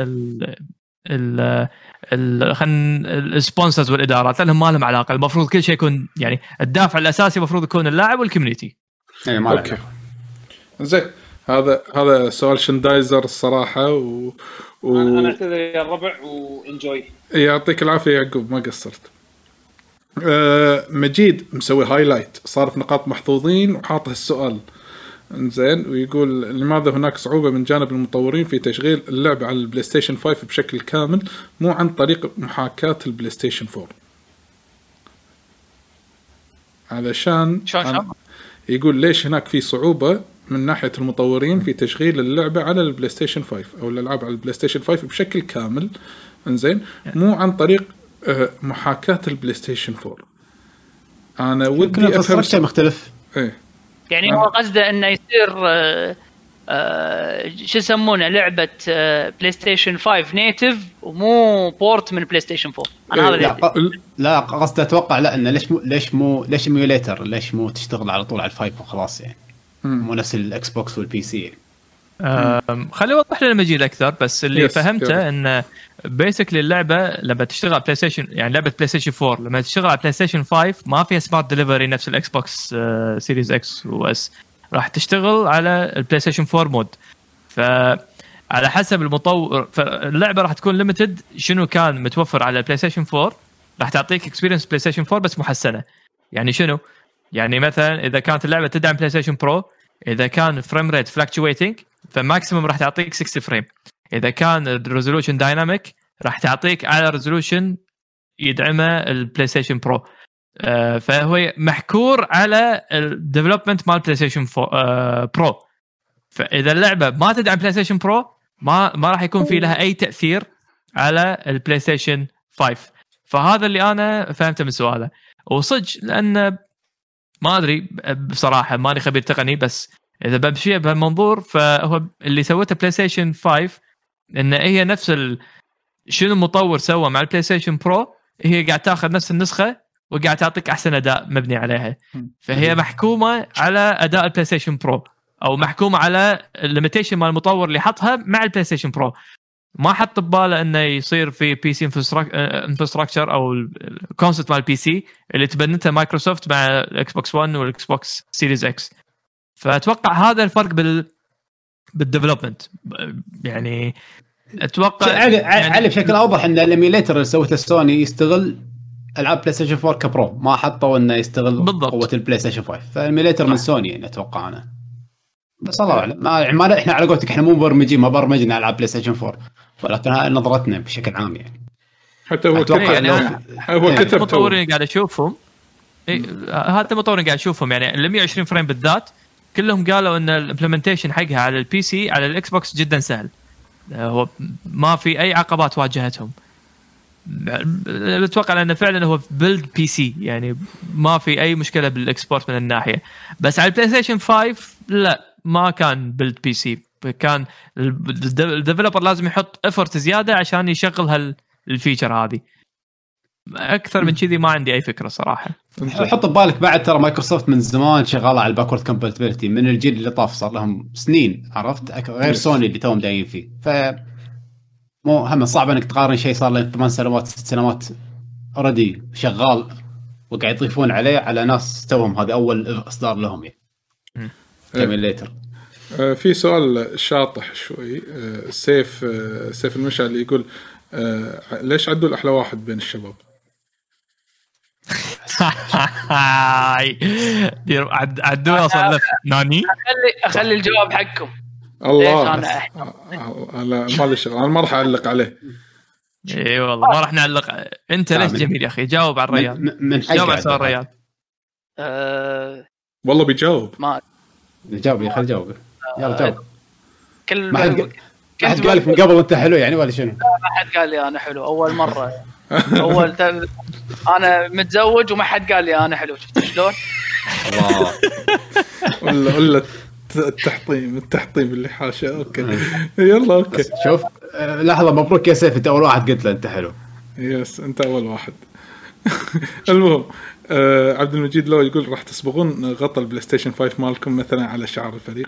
S3: السبونسرز والادارات لانهم ما لهم علاقه. المفروض كل شيء يكون يعني الدافع الاساسي المفروض يكون اللاعب والكوميونتي.
S4: اوكي زين. هذا سؤال شندايزر الصراحه
S1: انا اعتذر يا الربع وانجوي.
S4: يعطيك العافيه يعقوب ما قصرت. مجيد مسوي هايلايت صارف نقاط محظوظين وحاطه السؤال زين، ويقول لماذا هناك صعوبة من جانب المطورين في تشغيل اللعبة على البلاي ستيشن 5 بشكل كامل مو عن طريق محاكاة البلاي ستيشن 4؟ علشان يقول ليش هناك في صعوبة من ناحية المطورين في تشغيل اللعبة على البلاي ستيشن 5 أو الألعاب على البلاي ستيشن 5 بشكل كامل انزين مو عن طريق محاكاة البلاي ستيشن 4. أنا ودي
S5: أفهم شيء مختلف.
S2: يعني هو قصده انه يصير شو يسمونه لعبه بلاي ستيشن 5 نيتيف ومو بورت من بلاي ستيشن 4. انا هذا
S5: لا قصده اتوقع لا انه ليش ايميوليتر ليش مو تشتغل على طول على الفايف وخلاص يعني مو نفس الاكس بوكس والبي سي.
S3: خلي اوضح لنا مجيد اكثر. بس اللي فهمته ان بيسكلي اللعبه لما تشتغل على بلاي ستيشن يعني لعبه بلاي ستيشن 4 لما تشتغل على بلاي ستيشن 5 ما فيها سمارت ديليفري نفس الاكس بوكس سيريز اكس واس، راح تشتغل على البلاي ستيشن 4 مود. فعلى حسب المطور اللعبه راح تكون ليميتد شنو كان متوفر على البلاي ستيشن 4 راح تعطيك اكسبيرينس بلاي ستيشن 4 بس محسنه. يعني شنو يعني مثلا اذا كانت اللعبه تدعم بلاي ستيشن برو اذا كان فريم ريت فلكتويتنج فماكسيمم راح تعطيك 60 فريم. اذا كان الريزولوشن دايناميك راح تعطيك اعلى ريزولوشن يدعمه البلاي ستيشن برو. فهو محكور على الديفلوبمنت مال بلاي ستيشن برو. فاذا اللعبه ما تدعم بلاي ستيشن برو ما راح يكون في لها اي تاثير على البلاي ستيشن 5. فهذا اللي انا فهمته من سؤاله. وصدق لان ما ادري بصراحه ماني خبير تقني، بس اذا بمشي بهالمنظور فهو اللي سوته بلاي ستيشن 5 ان هي نفس شنو المطور سوى مع البلاي ستيشن برو هي قاعد تاخذ نفس النسخه وقاعد تعطيك احسن اداء مبني عليها. فهي محكومه على اداء البلاي ستيشن برو او محكومه على الليميتيشن مال المطور اللي حطها مع البلاي ستيشن برو. ما حط بباله انه يصير في بي سي انفراستراكشر او الكونسبت مال البي سي اللي تبنته مايكروسوفت مع الاكس بوكس 1 والاكس بوكس سيريز اكس. فاتوقع هذا الفرق بالديفلوبمنت. يعني اتوقع
S5: على بشكل اوضح ان الايميوليتر اللي سوته سوني يستغل العاب بلاي ستيشن 4 كبرو، ما حطوا انه يستغل بالضبط قوه البلاي ستيشن 5. فالايميوليتر من سوني يعني اتوقع انا. بس الله اعلم ما احنا على قولتك احنا مو مبرمجين ما برمجنا العاب بلاي ستيشن 4، ولكن هاي نظرتنا بشكل عام يعني.
S4: حتى هو كتب
S3: مطورين قاعد اشوفهم هذا المطورين قاعد اشوفهم يعني ال 120 فريم بالذات كلهم قالوا ان الامبلمنتيشن حقها على البي سي على الاكس بوكس جدا سهل. هو ما في اي عقبات واجهتهم. اتوقع انه فعلا هو بيلد بي سي، يعني ما في اي مشكله بالاكسبورت من الناحيه. بس على البلاي ستيشن 5 لا، ما كان بيلد بي سي، كان الديفلوبر لازم يحط افورت زياده عشان يشغل الفيتشر هذه. اكثر من كذي ما عندي اي فكره صراحه.
S5: حط ببالك بعد ترى مايكروسوفت من زمان شغاله على الباكورد كومباتيبلتي من الجيل اللي طاف، صار لهم سنين، عرفت؟ غير سوني اللي توم دايين فيه. ف مو هم صعب انك تقارن شيء صار له 8 سنوات 6 سنوات اوريدي شغال وقاعد يضيفون عليه على ناس توهم هذا اول اصدار لهم يعني. كمل ليتر.
S4: في سؤال شاطح شوي. سيف المشعل يقول ليش عدوا الأحلى واحد بين الشباب؟
S3: عدوا أصلف ناني.
S2: أخلي الجواب حقكم.
S4: الله أنا ما شغل، أنا ما راح أعلق عليه.
S3: إيه والله ما راح نعلق. أنت ليش جميل يا أخي؟ جاوب على الريال.
S5: من
S3: جاوب على سؤال الريال.
S4: والله بيجاوب.
S2: ما
S5: جاوب يا أخي جاوب. يلا جاوب.
S2: كل
S5: ما حد قال لك من قبل أنت حلو يعني ولا شنو؟
S2: ما حد قال لي أنا حلو أول مرة. أنا متزوج وما حد قال لي أنا حلو. شفت شلون؟
S4: ولا التحطيم اللي حاشا. اوكي يلا اوكي.
S5: شوف لحظه، مبروك يا سيف، انت اول واحد قلت له انت حلو.
S4: يس انت اول واحد. المهم عبد المجيد لو يقول راح تصبغون غطى البلاي ستيشن 5 مالكم مثلا على شعار الفريق.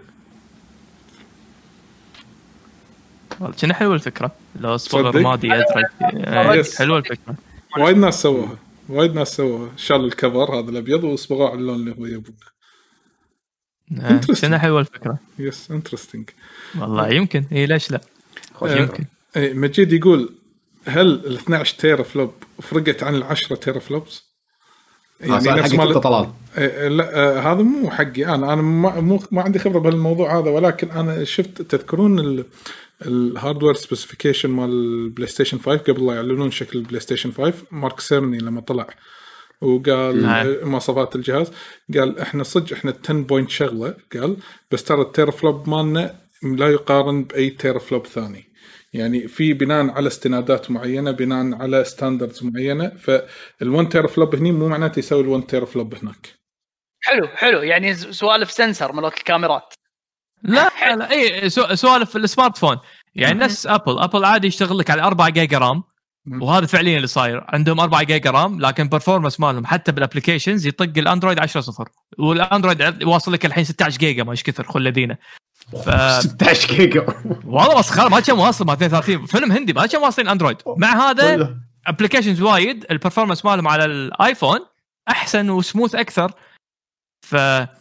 S3: والله كنا حلوه الفكره لو صبغ رمادي ازرق. حلوه الفكره.
S4: وايد ناس سووها شالوا الكفر هذا الابيض وصبغوه على اللون اللي هو يبونه.
S3: كنا حلوه الفكره.
S4: يس انترستينج
S3: والله يمكن. ليش لا يمكن.
S4: مجيد يقول هل ال 12 تيرا فلوب فرقت عن ال 10 تيرا فلوبس؟
S5: يعني نفس مال طلال.
S4: لا هذا مو حقي انا ما عندي خبره بهالموضوع هذا، ولكن انا شفت تذكرون الهاردوير سبيسيفيكيشن مال البلاي ستيشن 5 قبل لا يعلنون شكل البلاي ستيشن 5. مارك سيرني لما طلع وقال مواصفات الجهاز، قال احنا 10 بوينت شغله، قال بس ترى التيرا فلوب مالنا لا يقارن باي تيرا فلوب ثاني، يعني في بناء على استنادات معينه، بناء على ستاندردز معينه. فال1 تيرا فلوب هني مو معناته يسوي ال1 تيرا فلوب هناك.
S2: حلو يعني سوالف سنسر مالت الكاميرات.
S3: لا اي سوالف السمارت فون يعني نفس ابل عادي يشتغل لك على 4 جيجا رام، وهذا فعليا اللي صاير عندهم 4 جيجا رام، لكن برفورمانس مالهم حتى بالابلكيشنز يطق الاندرويد 10.0 والاندرويد واصل لك الحين 16 جيجا ما ايش كثر خلدينا
S5: 16 جيجا
S3: والله بس ما كان واصل مع 32 فيلم هندي ما كان واصلين اندرويد. مع هذا ابلكيشنز وايد البرفورمانس مالهم على الايفون احسن وسموث اكثر. ف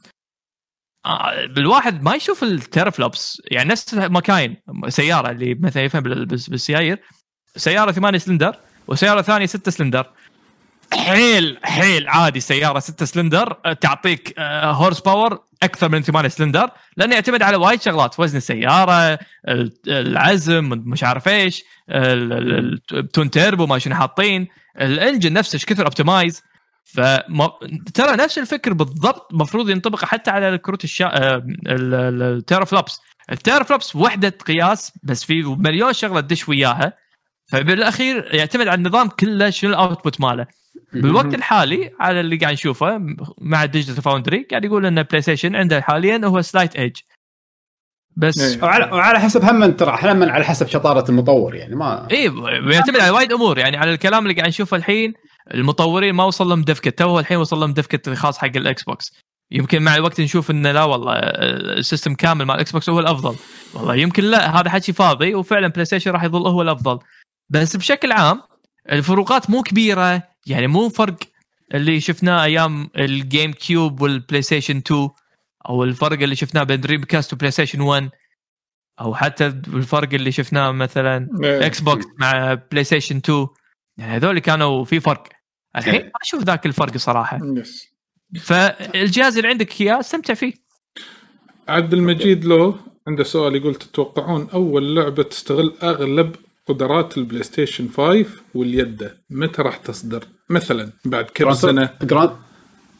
S3: بالواحد ما يشوف التيرافلوبس يعني نفس مكاين سياره اللي مثلا يفهم بالسيايير، سياره 8 سلندر وسياره ثانيه 6 سلندر، حيل عادي سياره 6 سلندر تعطيك هورس باور اكثر من 8 سلندر، لانه يعتمد على وايد شغلات، وزن السياره، العزم، مش عارف ايش، التون تيربو ما شنو حاطين، الانجن نفسه ايش كثر اوبتمايز. ترى نفس الفكر بالضبط مفروض ينطبق حتى على الكروت التيرافلوبس. التيرافلوبس وحده قياس بس في مليون شغله تدش وياها، فبالاخير يعتمد على النظام كله شنو الاوتبوت ماله. بالوقت الحالي على اللي قاعد نشوفه مع الديجيتال فاوندري قاعد يقول ان بلاي ستيشن عنده حاليا هو سلايت ايدج بس
S5: وعلى حسب هم ترى احيانا على حسب شطاره المطور يعني ما
S3: يعتمد على وايد امور. يعني على الكلام اللي قاعد نشوفه الحين المطورين ما وصل لهم دفكت، تو الحين وصل لهم دفكت خاص حق الاكس بوكس. يمكن مع الوقت نشوف ان لا والله السيستم كامل مع الاكس بوكس هو الافضل، والله يمكن لا هذا حكي فاضي وفعلا بلاي ستيشن راح يظل هو الافضل. بس بشكل عام الفروقات مو كبيره، يعني مو فرق اللي شفناه ايام الجيم كيوب والبلاي ستيشن 2 او الفرق اللي شفناه بين دريم كاست وبلاي ستيشن 1، او حتى الفرق اللي شفناه مثلا اكس بوكس مع بلاي ستيشن 2. يعني هذول كانوا في فرق، الحين ما اشوف ذاك الفرق صراحه. فالجهاز اللي عندك اياه استمتع فيه.
S4: عبد المجيد له عنده سؤال يقول تتوقعون اول لعبه تستغل اغلب قدرات البلاي ستيشن 5 واليد متى راح تصدر؟ مثلا بعد كم سنه؟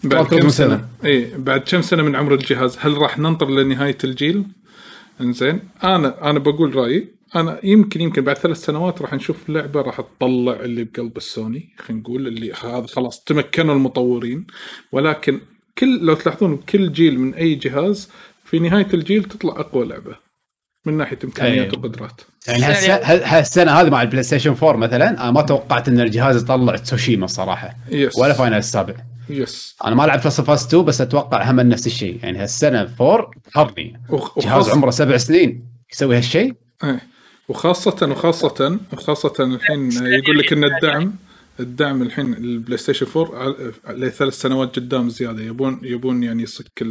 S4: بعد كم سنة بعد كم سنة من عمر الجهاز هل راح ننطر لنهاية الجيل؟ انزين انا بقول رأيي انا يمكن بعد 3 سنوات راح نشوف لعبة راح تطلع اللي بقلب السوني، خلينا نقول اللي هذا خلاص تمكنوا المطورين. ولكن لو تلاحظون كل جيل من اي جهاز في نهاية الجيل تطلع اقوى لعبة من ناحية امكانيات وقدرات.
S5: يعني هالسنة هذه مع البلاي ستيشن 4 مثلا انا ما توقعت ان الجهاز يطلع تسوشيما صراحة ولا فاينل السابع. انا ما لعبت فاست 2 بس اتوقع هم نفس الشيء. يعني هالسنة 4 حرني جهاز عمره 7 سنين يسوي هالشيء.
S4: وخاصة الحين يقول لك ان الدعم الحين البلاي ستيشن 4 ل3 سنوات قدام زيادة. يبون يعني يصك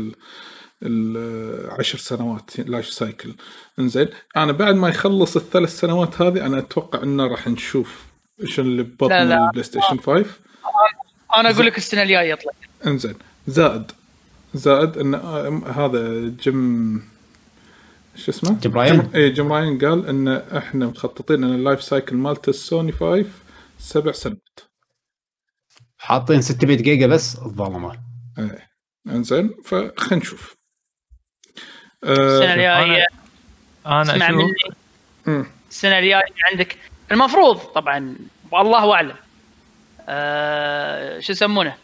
S4: 10 سنوات لايف سايكل. انزين انا بعد ما يخلص ال3 سنوات هذه انا اتوقع انه راح نشوف ايش اللي ببطن البلاي ستيشن 5.
S2: انا اقول لك السنه الجايه يطلع.
S4: انزين زائد ان هذا جيم ايش اسمه جيم راين قال ان احنا مخططين ان اللايف سايكل مالت السوني 5 7 سنوات،
S5: حاطين 600 جيجا بس الظلمه.
S4: انزين فخلينا نشوف
S2: السنه الجايه.
S3: انا اشوف
S2: السنه الجايه عندك المفروض طبعا والله اعلم شو يسمونه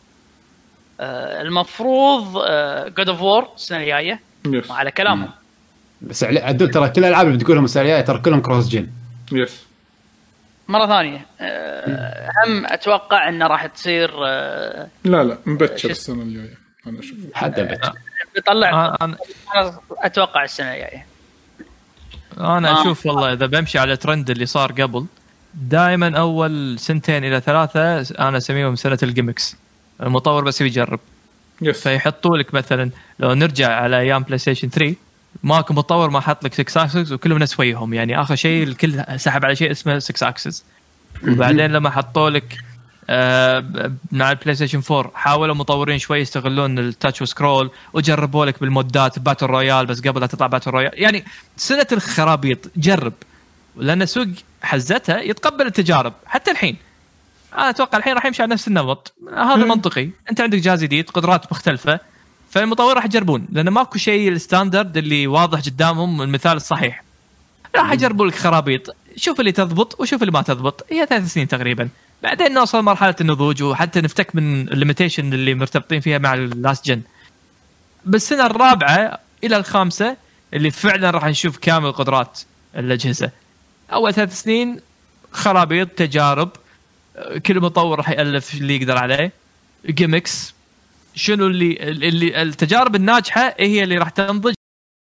S2: المفروض God of War السنه الجايه على كلامهم.
S5: بس عدول ترى كل الالعاب اللي بتقولهم السنه الجايه ترى كلهم كروس جن.
S2: مره ثانيه هم اتوقع انه راح تصير
S4: لا مبكر السنه الجايه. انا اشوف
S5: حتى
S2: بيطلع انا اتوقع السنه الجايه.
S3: انا اشوف والله اذا بمشي على ترند اللي صار قبل دائما اول 2 إلى 3 انا اسميهم سنه الجيمكس. المطور بس يجرب فيحطوا لك مثلا لو نرجع على ايام بلاي ستيشن 3 ماكو مطور ما حط لك 6 اكسس وكلهم ناس وياهم. يعني اخر شيء الكل سحب على شيء اسمه 6 اكسس. وبعدين لما حطوا لك مع البلاي ستيشن 4 حاولوا مطورين شوي يستغلون التاتش وسكرول وجربوا لك بالمودات باتل رويال بس قبل لا تطلع باتل رويال. يعني سنه الخرابيط جرب لان السوق حزتها يتقبل التجارب. حتى الحين انا اتوقع الحين راح يمشي على نفس النمط هذا منطقي. انت عندك جهاز جديد قدرات مختلفه فالمطور راح يجربون لان ماكو شيء الستاندرد اللي واضح قدامهم المثال الصحيح. راح يجربوا لك خرابيط شوف اللي تضبط وشوف اللي ما تضبط. هي 3 سنين تقريبا بعدين نوصل مرحله النضوج وحتى نفتك من الليميتيشن اللي مرتبطين فيها مع اللاست جن. بالسنه الرابعه الى الخامسه اللي فعلا راح نشوف كامل قدرات الاجهزه. اول 3 سنين خرابيط تجارب كل مطور راح يألف اللي يقدر عليه جيمكس. شنو اللي التجارب الناجحه هي اللي راح تنضج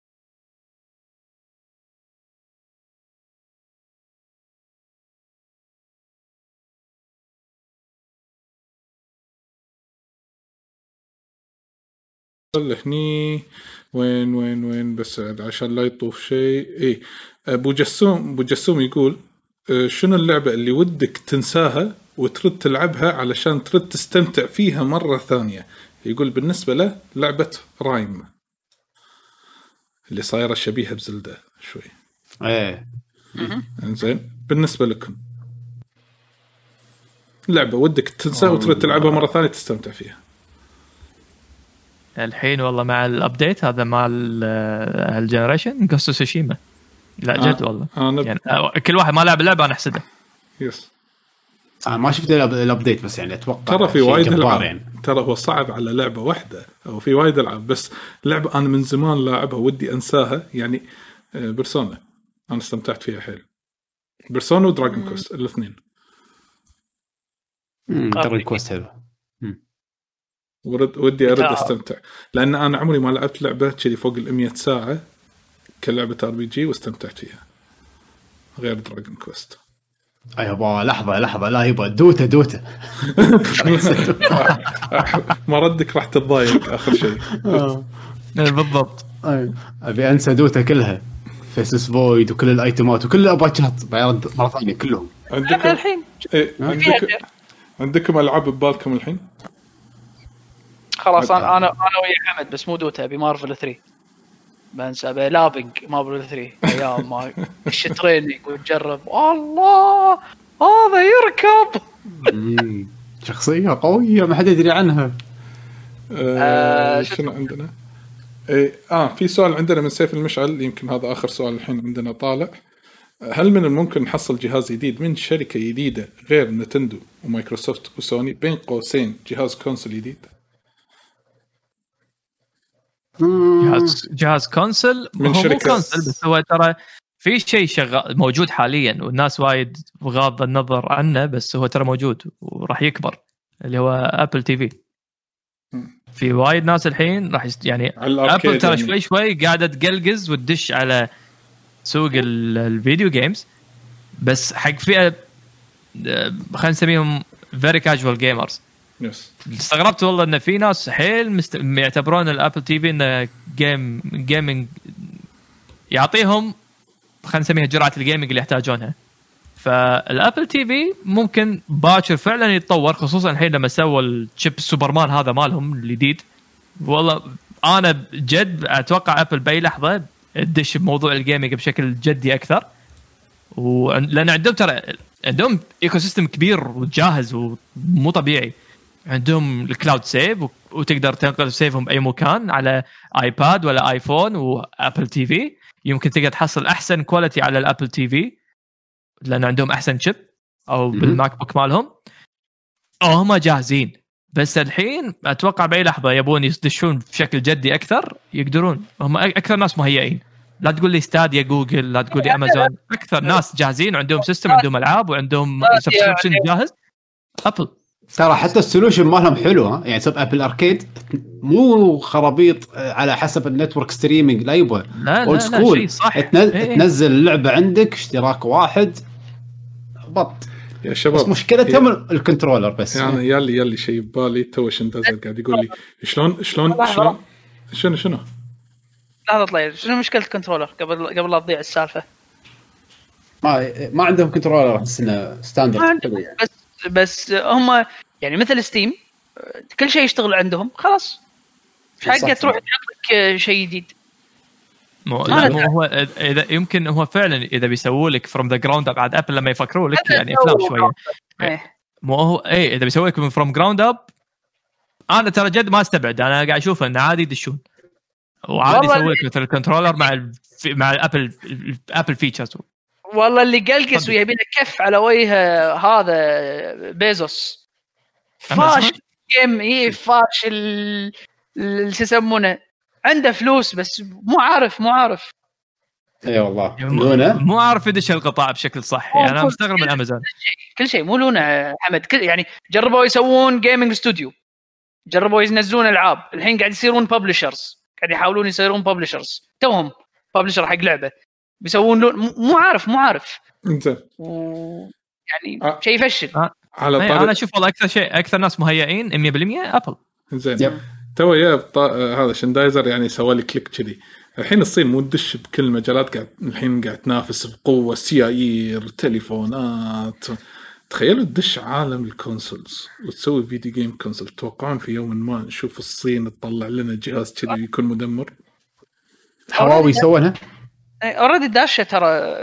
S4: هني وين بس عشان لا يطوف شيء. ابو جسوم يقول شنو اللعبه اللي ودك تنساها وترد تلعبها علشان ترد تستمتع فيها مره ثانيه؟ يقول بالنسبه له لعبه رايم اللي صايره شبيهه بزلدة شوي. انزين بالنسبه لكم لعبه ودك تنساها وترد تلعبها مره ثانيه تستمتع فيها
S3: الحين؟ والله مع الابديت هذا مع الجنريشن جوست سوشيما. لا جد والله يعني كل واحد ما لعب اللعبه انا احسده.
S5: انا ما شفت الابديت بس يعني اتوقع
S4: ترى في وايد العاب يعني. ترى هو صعب على لعبه واحده او في وايد العاب بس لعبه انا من زمان لاعبها ودي انساها يعني بيرسونا. انا استمتعت فيها حيل. بيرسونا ودراجون كوست الاثنين.
S5: دراجون كوست حلو.
S4: ودي ارد استمتع لان انا عمري ما لعبت لعبه كذي فوق 100 ساعه كلعبه ار بي جي واستمتعت فيها غير دراجون كوست.
S5: ايوه لحظه لا يبا دوتا
S4: ما ردك راح تتضايق اخر شيء.
S3: بالضبط.
S5: ابي انسى دوتا كلها فيسس فويد وكل الايتمات وكل الاباتشات بعد مره ثانيه كلهم.
S4: عندكم العاب ببالكم الحين؟
S2: خلاص انا ويا حمد بس مو دوتا ابي مارفل 3 بنسى بلابنج مارفل 3 ايام ما تريننج وتجرب الله هذا يركب
S5: شخصيه قويه ما حد يدري عنها.
S4: شنو عندنا؟ في سؤال عندنا من سيف المشعل، يمكن هذا آخر سؤال الحين عندنا طالع. هل من الممكن نحصل جهاز جديد من شركة جديدة غير نتندو ومايكروسوفت وسوني، بين قوسين جهاز كونسول جديد؟
S3: جهاز كونسول
S4: من
S3: هو
S4: شركة
S3: كونسول، بس هو ترى في شيء شغال موجود حاليا والناس وايد بغض النظر عنه، بس هو ترى موجود وراح يكبر، اللي هو ابل تي في. في وايد ناس الحين راح يعني ابل ترى
S4: يعني.
S3: شوي قاعده تقلقز وتدش على سوق الفيديو جيمز، بس حق فئه خلينا نسميهم فيري كاجوال جيمرز. استغربت والله ان في ناس حيل يعتبرون الابل تي في انه جيمنج يعطيهم، خلينا نسميها جرعه الجيمنج اللي يحتاجونها. فالابل تي في ممكن باكر فعلا يتطور، خصوصا الحين لما سووا الشيب سوبرمان هذا مالهم الجديد. والله انا جد اتوقع ابل باي لحظه تدش بموضوع الجيمنج بشكل جدي اكثر، لان عندهم ترى عندهم ايكو سيستم كبير وجاهز ومو طبيعي. عندهم الكلاود سيف وتقدر تنقل سيفهم باي مكان على ايباد ولا ايفون وابل تي في. يمكن تقدر تحصل احسن كواليتي على الابل تي في لان عندهم احسن شيب، او بالماك بوك مالهم هم جاهزين. بس الحين اتوقع باي لحظه يبون يدشون بشكل جدي اكثر، يقدرون. هم اكثر ناس مهيئين. لا تقول لي ستاديا جوجل، لا تقول لي امازون، اكثر ناس جاهزين، عندهم سيستم، عندهم العاب، وعندهم سبسكريبشن جاهز. ابل
S5: ترى حتى السولوشن مالهم حلو، ها يعني سب ابل اركيد مو خرابيط على حسب النتورك ستريمينج، لا يبغى اولد سكول. تنزل اللعبه عندك اشتراك واحد بط
S4: يا شباب.
S5: بس مشكلتهم الكنترولر بس.
S4: يعني يلي شيء ببالي تو شندازر قاعد يقول لي شلون شنو
S2: لا طلع شنو مشكله الكنترولر قبل لا تضيع السالفه.
S5: ما عندهم كنترولر، احس انه ستاندرد.
S2: بس هم يعني مثل ستيم كل شيء يشتغل عندهم خلاص، مش حقه تروح تحط لك شيء جديد.
S3: مو هو اذا يمكن هو فعلا اذا بيسووا لك فروم ذا جراوند اب، عاد ابل لما يفكروا لك يعني افلام شويه. مو هو اذا بيسووا لك من فروم جراوند اب، انا ترى جد ما استبعد، انا قاعد اشوف انه عادي يدشون وعادي يسوي لك مثل الكنترولر مع الابل فيتشرز.
S2: والله اللي قلقس ويبي له كف على وجه هذا بيزوس. فاش جيم فاشل شو يسمونه، عنده فلوس بس مو عارف.
S5: اي والله
S3: مو عارف يدش القطاع بشكل صح. يعني انا مستغرب من امازون
S2: كل شيء مو لونه حمد. يعني جربوا يسوون جيمنج استوديو، جربوا ينزلون العاب، الحين قاعد يصيرون ببلشرز، قاعد يحاولون يصيرون ببلشرز، توهم ببلشر حق لعبه بيسوون مو عارف
S4: انت
S2: يعني شيء يفشل.
S4: على
S3: انا اشوف والله اكثر ناس مهيئين 100% ابل.
S4: زين تو هذا شندايزر يعني سوى لي كليك كذي. الحين الصين مو تدش بكل المجالات، الحين قاعد تنافس بقوه، سيايير، تليفونات. تخيلوا تدش عالم الكونسولز وتسوي فيديو جيم كونسول. توقعون في يوم ما نشوف الصين تطلع لنا جهاز كذي يكون مدمر؟
S5: هواوي يسوونها
S2: اوريدي داشه ترى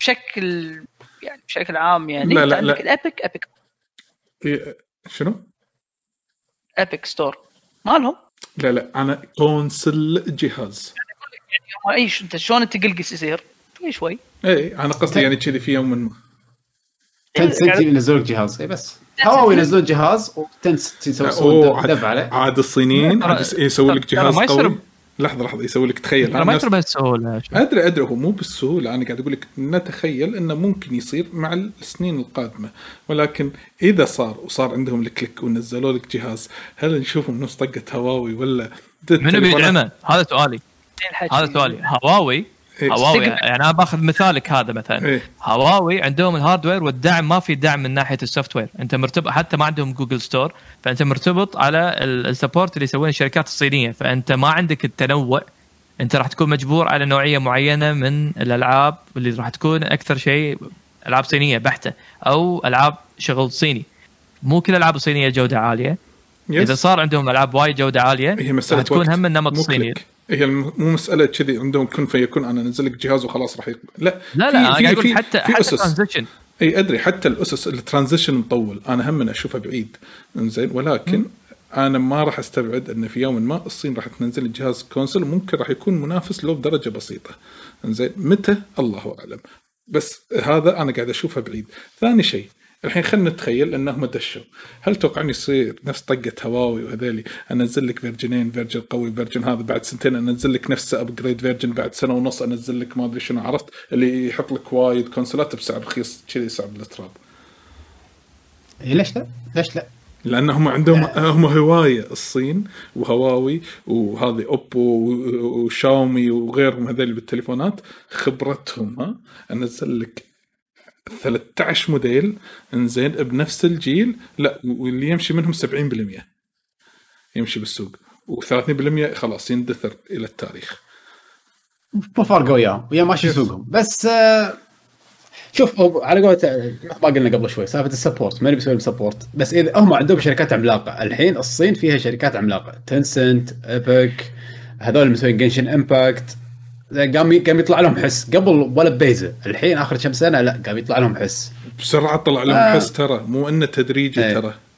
S2: بشكل عام. يعني
S4: لا
S2: الابيك
S4: شنو
S2: ابيك ستور مالهم.
S4: لا انا كونسل جهاز
S2: يعني ايش انت شلون تقلقس يصير شوي.
S4: اي انا قصدي يعني كذي في يوم ما
S5: تنسنت ينزلوا جهاز. بس هواوي ينزلون جهاز وتنسنت يسوون دفع عليه.
S4: عاد الصينيين يسوي لك جهاز قوي. لحظة يسوي لك تخيل.
S3: ما يصير بهالسهولة.
S4: أدري هو مو بالسهولة. أنا قاعد أقول لك نتخيل إنه ممكن يصير مع السنين القادمة، ولكن إذا صار عندهم الكليك ونزلوا لك جهاز، هل نشوفهم نفس طقة هواوي ولا
S3: منو بيدعمه؟ هذا سؤالي. هواوي يعني أنا باخذ مثالك هذا مثلا. هواوي عندهم الهاردوير والدعم، ما في دعم من ناحية السوفت وير. أنت مرتبط، حتى ما عندهم جوجل ستور، فأنت مرتبط على السبورت اللي يسوونه الشركات الصينية، فأنت ما عندك التنوع. أنت راح تكون مجبور على نوعية معينة من الألعاب اللي راح تكون أكثر شيء ألعاب صينية بحتة أو ألعاب شغل صيني. مو كل الألعاب الصينية جودة عالية. إذا صار عندهم ألعاب وايد جودة عالية راح تكون هم النمط الصيني.
S4: هي مو مسألة كذي عندهم كن فيكون أنا نزل لك جهاز وخلاص راح
S3: لا أنا أقول حتى ترانزيشن.
S4: أي أدري حتى الأسس الترانزيشن مطول، أنا هم من أشوفه بعيد. إنزين ولكن انا ما راح استبعد ان في يوم ما الصين راح تنزل الجهاز كونسول، ممكن راح يكون منافس له بدرجه بسيطه. انزين متى الله اعلم، بس هذا انا قاعد اشوفه بعيد. ثاني شيء الحين خلينا نتخيل انهم دشوا، هل توقعني يصير نفس طقه هواوي وهذيلي انزل لك فيرجنين، فيرجن قوي فيرجن هذا بعد سنتين انزل لك نفس ابجريد فيرجن بعد سنه ونص انزل لك ما ادري شنو، عرفت اللي يحط لك وايد كونسولات بسعر رخيص كذي صعب التراب.
S5: ليش لا؟ ليش لا؟
S4: لانهم عندهم هم هوايه الصين وهواوي وهذه اوبو وشاومي وغيرهم هذول بالتليفونات، خبرتهم ها انزل لك 13 موديل انزين بنفس الجيل، لا واللي يمشي منهم 70% يمشي بالسوق و30% خلاص يندثر الى التاريخ.
S5: مو فرق وياه ماشي سوقهم. بس شوف على قولة ما قلنا قبل شوي سالفه السبورت، ما نبي نسوي سبورت، بس اذا هم عندهم شركات عملاقه الحين، الصين فيها شركات عملاقه، تنسنت، ايبك، هذول مسوين جنشن امباكت، قام يطلع لهم حس قبل ولا بيزه، الحين اخر كم سنه لا قام يطلع لهم حس
S4: بسرعه، طلع لهم حس ترى مو انه تدريجي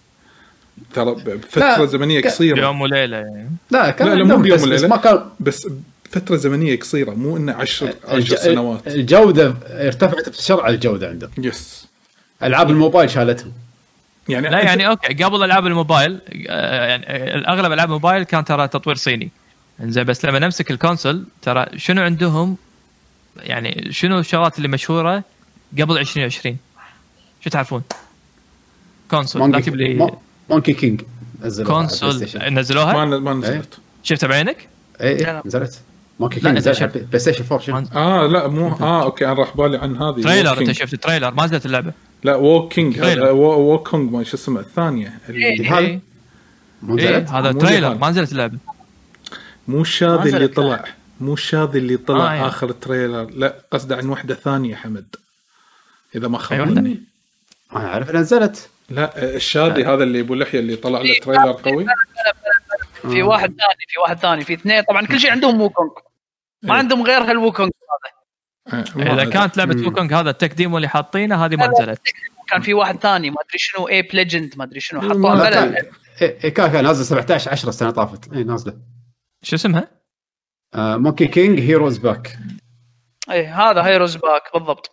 S4: ترى بفتره زمنيه قصيره
S3: يوم وليله يعني.
S5: لا كان
S4: لا مو بيوم وليله،
S5: ما كان
S4: بس فتره زمنيه قصيره، مو انه 10 سنوات.
S5: الجوده ارتفعت بسرعه، الجوده عندهم.
S4: يس
S5: العاب الموبايل شالتهم
S3: يعني لا يعني اوكي قبل العاب الموبايل يعني الاغلب العاب الموبايل كان ترى تطوير صيني انزين، بس لما نمسك الكونسول ترى شنو عندهم، يعني شنو الشغلات اللي مشهوره قبل 2020 شو تعرفون؟ كونسول لا تجيب لي
S5: مونكي كينج
S3: كونسول نزلوها
S4: ما نزلت.
S3: شفتها بعينك؟
S5: ايه نزلت مونكي كينج نزلت بلاي ستيشن 4
S4: لا مو اوكي انا راح بالي عن هذه
S3: تريلر. انت شفت التريلر؟ ما نزلت اللعبه.
S4: لا ووكينج هذا ووكينج ما شو اسمه الثانيه
S5: هذا
S3: هذا تريلر ما نزلت اللعبه.
S4: مو الشاذي اللي طلع، مو الشاذي اللي طلع
S3: يعني.
S4: اخر التريلر، لا قصد عن وحده ثانيه حمد اذا ما خاب
S3: أيوة.
S5: انا عارف نزلت.
S4: لا الشاذي هذا اللي ابو لحيه اللي طلع له تريلر قوي.
S2: في واحد ثاني في اثنين طبعا كل شيء عندهم ووكونغ، ما عندهم غير هالووكونغ هذا.
S3: اذا كانت لعبه ووكونغ هذا التك ديمو اللي حاطينه هذه ما نزلت.
S2: كان في واحد ثاني ما ادري شنو ايب ليجند ما ادري شنو حطوها بلا
S5: كان نازل 17 10 السنه طافت. اي نازله.
S3: شو اسمها؟
S5: مونكي كينج هيروز باك.
S2: اي هذا هيروز باك بالضبط.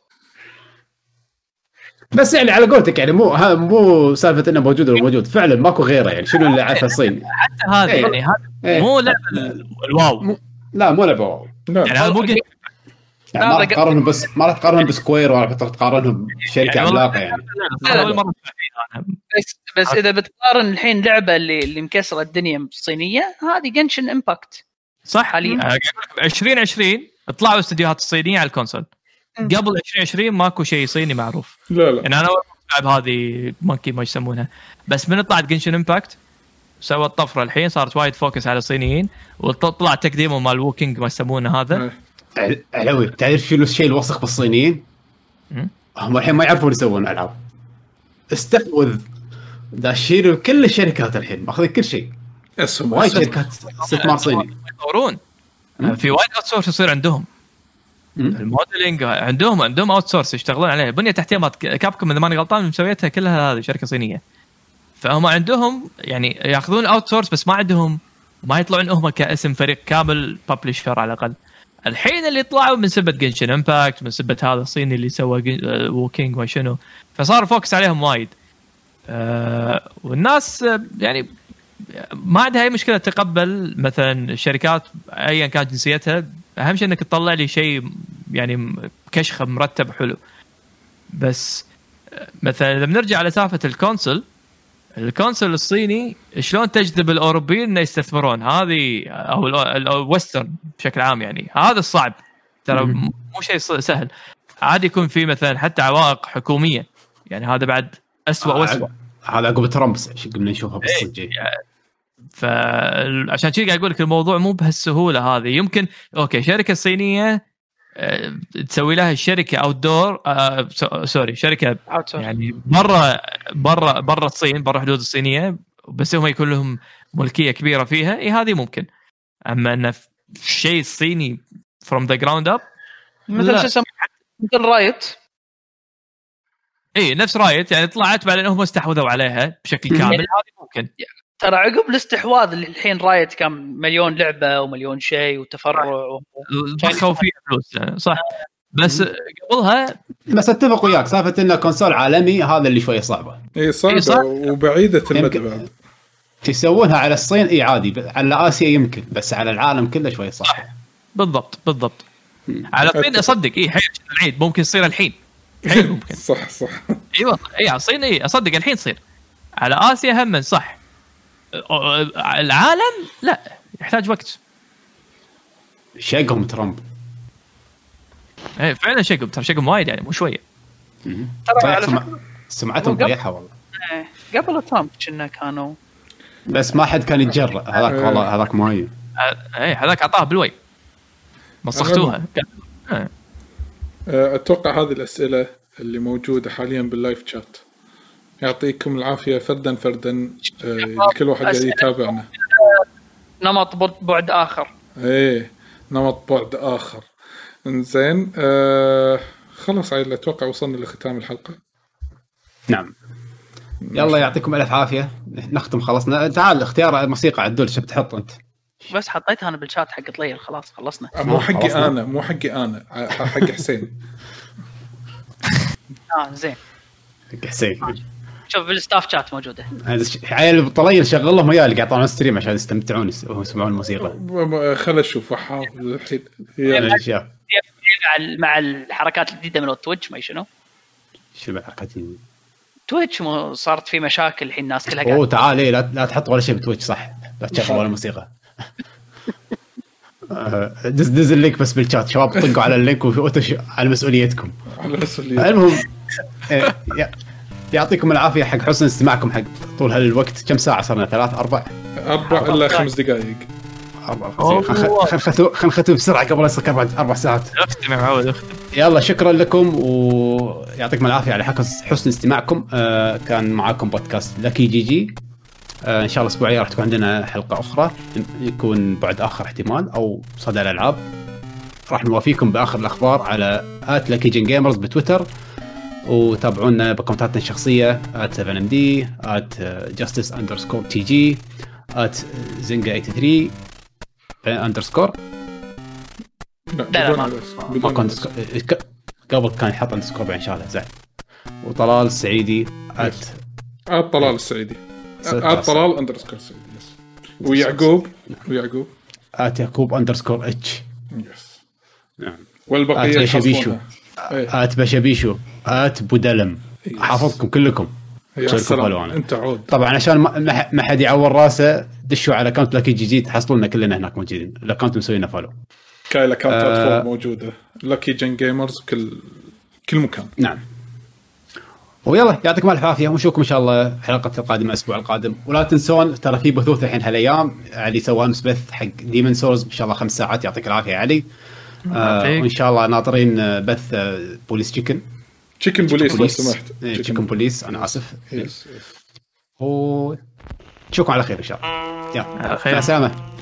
S5: بس يعني على قولتك يعني مو سالفه انه موجود ولا موجود، فعلا ماكو غيره يعني. شنو اللي عارفه الصين
S3: حتى هذا يعني هذا مو لعبه الواو.
S5: لا مو لعبه واو
S3: يعني هذا مو
S5: يعني ما تقارنهم بس ما تقارنهم بسكوير ولا تقارنهم بشركه عملاقه يعني.
S3: اول مره
S2: بس اذا بتقارن الحين لعبه اللي مكسره الدنيا الصينيه هذه جنشن امباكت
S3: صح حاليا 2020 طلعوا استديوهات الصينيه على الكونسول. قبل 2020 ماكو شيء صيني معروف.
S4: لا
S3: يعني انا لعب هذه مونكي ما يسمونها، بس من طلعت جنشن امباكت سوت طفره. الحين صارت وايد فوكس على الصينيين، وطلع تك ديمو مال ووكينج ما يسمونه هذا.
S5: علوي تعرف شنو الشيء الوسخ بالصينيين؟ هم الحين ما يعرفون يسوون العاب، استحوذ داشين كل الشركات الحين ماخذين كل شيء. وايد شركات استثمار صيني
S3: يطورون في وايد اوت سورس يصير عندهم. الموديلينج عندهم اوت سورس يشتغلون عليه. بنيه تحتيه ما كابكم اذا ماني غلطان مسويتها كلها هذه شركه صينيه، فهم عندهم يعني ياخذون اوت سورس بس ما عندهم ما يطلعون هم كاسم فريق كامل ببلشر على الاقل. الحين اللي طلعوا من سبه جنشن امباكت، من سبه هذا الصيني اللي سوى ووكينج ما شنو، فصار فوكس عليهم وايد. والناس يعني ما عندها اي مشكله تقبل مثلا الشركات ايا كانت جنسيتها، اهم شيء انك تطلع لي شيء يعني كشخه مرتب حلو. بس مثلا اذا بنرجع على سالفه الكونسول الصيني شلون تجذب الاوروبيين انه يستثمرون هذه او الويسترن بشكل عام، يعني هذا الصعب ترى مو شيء سهل. عادي يكون في مثلا حتى عوائق حكوميه، يعني هذا بعد أسوأ وأسوأ.
S5: هذا عقب ترامب قمنا نشوفها بالصجي.
S3: فعشان كذا قاعد اقول لك الموضوع مو بهالسهوله هذه. يمكن اوكي شركه صينيه تسوي لها الشركه اوت دور سوري شركه يعني برا الصين، برا حدود الصينيه، بس هم يكون لهم ملكيه كبيره فيها. هذه ممكن. اما ان شيء صيني from the ground up
S2: مثل رايت.
S3: نفس رايت يعني طلعت بعدين هم استحوذوا عليها بشكل كامل. هذه ممكن
S2: ترى عقب الاستحواذ اللي الحين رايت كان مليون لعبه ومليون شيء وتفرع
S3: ضخوا فيها فلوس يعني صح. بس قبلها
S5: بس اتفق وياك سالفه انه كونسول عالمي هذا اللي شويه صعبه.
S4: اي صعبه وبعيده المدى بعد.
S5: تسوونها على الصين اي عادي، على اسيا يمكن، بس على العالم كله شويه صعب.
S3: بالضبط على الصين اصدق اي حين العيد ممكن يصير الحين ممكن
S4: صح
S3: ايوه على الصين اي اصدق الحين تصير. على اسيا هم صح. العالم لا يحتاج وقت.
S5: شقهم ترامب
S3: ايه فعلا شقهم وايد يعني مو شويه.
S2: ترى على
S5: سمعتهم ضيعها والله.
S2: قبل ترامب كنا كانوا
S5: بس ما حد كان يتجرأ. هذاك والله هذاك ماي
S3: ايه هذاك عطاه بالوي مسختوها.
S4: اتوقع هذه الاسئله اللي موجوده حاليا باللايف شات. يعطيكم العافيه فردا كل واحد قاعد يتابعنا.
S2: نمط بعد اخر.
S4: ايه نمط بعد اخر. انزين خلاص عيل اتوقع وصلنا لختام الحلقه.
S5: نعم يلا يعطيكم الف عافيه. نختم خلصنا. تعال اختيار الموسيقى عدول شو بتحط انت؟
S2: بس حطيتها انا بالشات حق طليل. خلاص خلصنا.
S4: مو حقي انا حق حسين.
S2: زين
S5: حق حسين.
S2: شوف بالستاف شات موجوده.
S5: عيل طليل شغل لهم اياه اللي قاعد يطلعون ستريم عشان يستمتعون ويسمعون الموسيقى.
S4: خل اشوف احاول الحين.
S2: مع الحركات الجديده من التويتش ما شنو
S5: الحركات
S2: تويتش صارت في مشاكل الحين الناس كلها قاعده.
S5: تعال إيه لا تحط ولا شيء بتويتش صح. لا تشغل ولا موسيقى. دز اللينك بس بالشات شباب طقوا على اللينك على مسؤوليتكم. المهم يعطيكم العافيه حق حسن استماعكم حق طول هالوقت. كم ساعه صرنا 4 إلا 5
S4: دقائق.
S5: 4 خلينا نختم بسرعه قبل يصير 4 ساعات.
S3: اختم يا معود
S5: يلا شكرا لكم ويعطيكم العافيه على حسن استماعكم. كان معاكم بودكاست لكي جي. ان شاء الله اسبوعيا راح تكون عندنا حلقه اخرى يكون بعد اخر احتمال او صدى الالعاب. راح نوافيكم باخر الاخبار على @luckygengamers بتويتر وتابعونا بكونتاتنا الشخصيه @7md @justice_tg @zinga83 _
S2: لا
S5: ما كان قبل كان يحط اندرسكور بعدين شاله زين. وطلال السعيدي
S4: طلال السعيدي طلال اندرسكور سعيدي ويعقوب
S5: @يعقوب_اتش
S4: يس. نعم والبقيه
S5: بشبيشو بشبيشو بودلم. حافظكم كلكم.
S4: انت عود
S5: طبعا عشان ما حد يعور راسه. دشوا على اكونت لاكي جي تحصلوننا كلنا هناك موجودين. الاكونت مسوينا فولو.
S4: كاي الاكونتات موجوده لاكي جن جيمرز كل مكان.
S5: نعم ويلا يعطيكم الف عافيه ونشوفكم ان شاء الله حلقه القادمه الاسبوع القادم. ولا تنسون ترى في بثوث الحين هالايام علي سوى امس بث حق ديمن سورز ان شاء الله 5 ساعات. يعطيك العافيه علي. وان شاء الله ناطرين بث بوليس تشيكن
S4: بوليس لو سمحت.
S5: تشيكن بوليس انا اسف. ونشوفكم على خير ان شاء الله. يلا مع السلامه.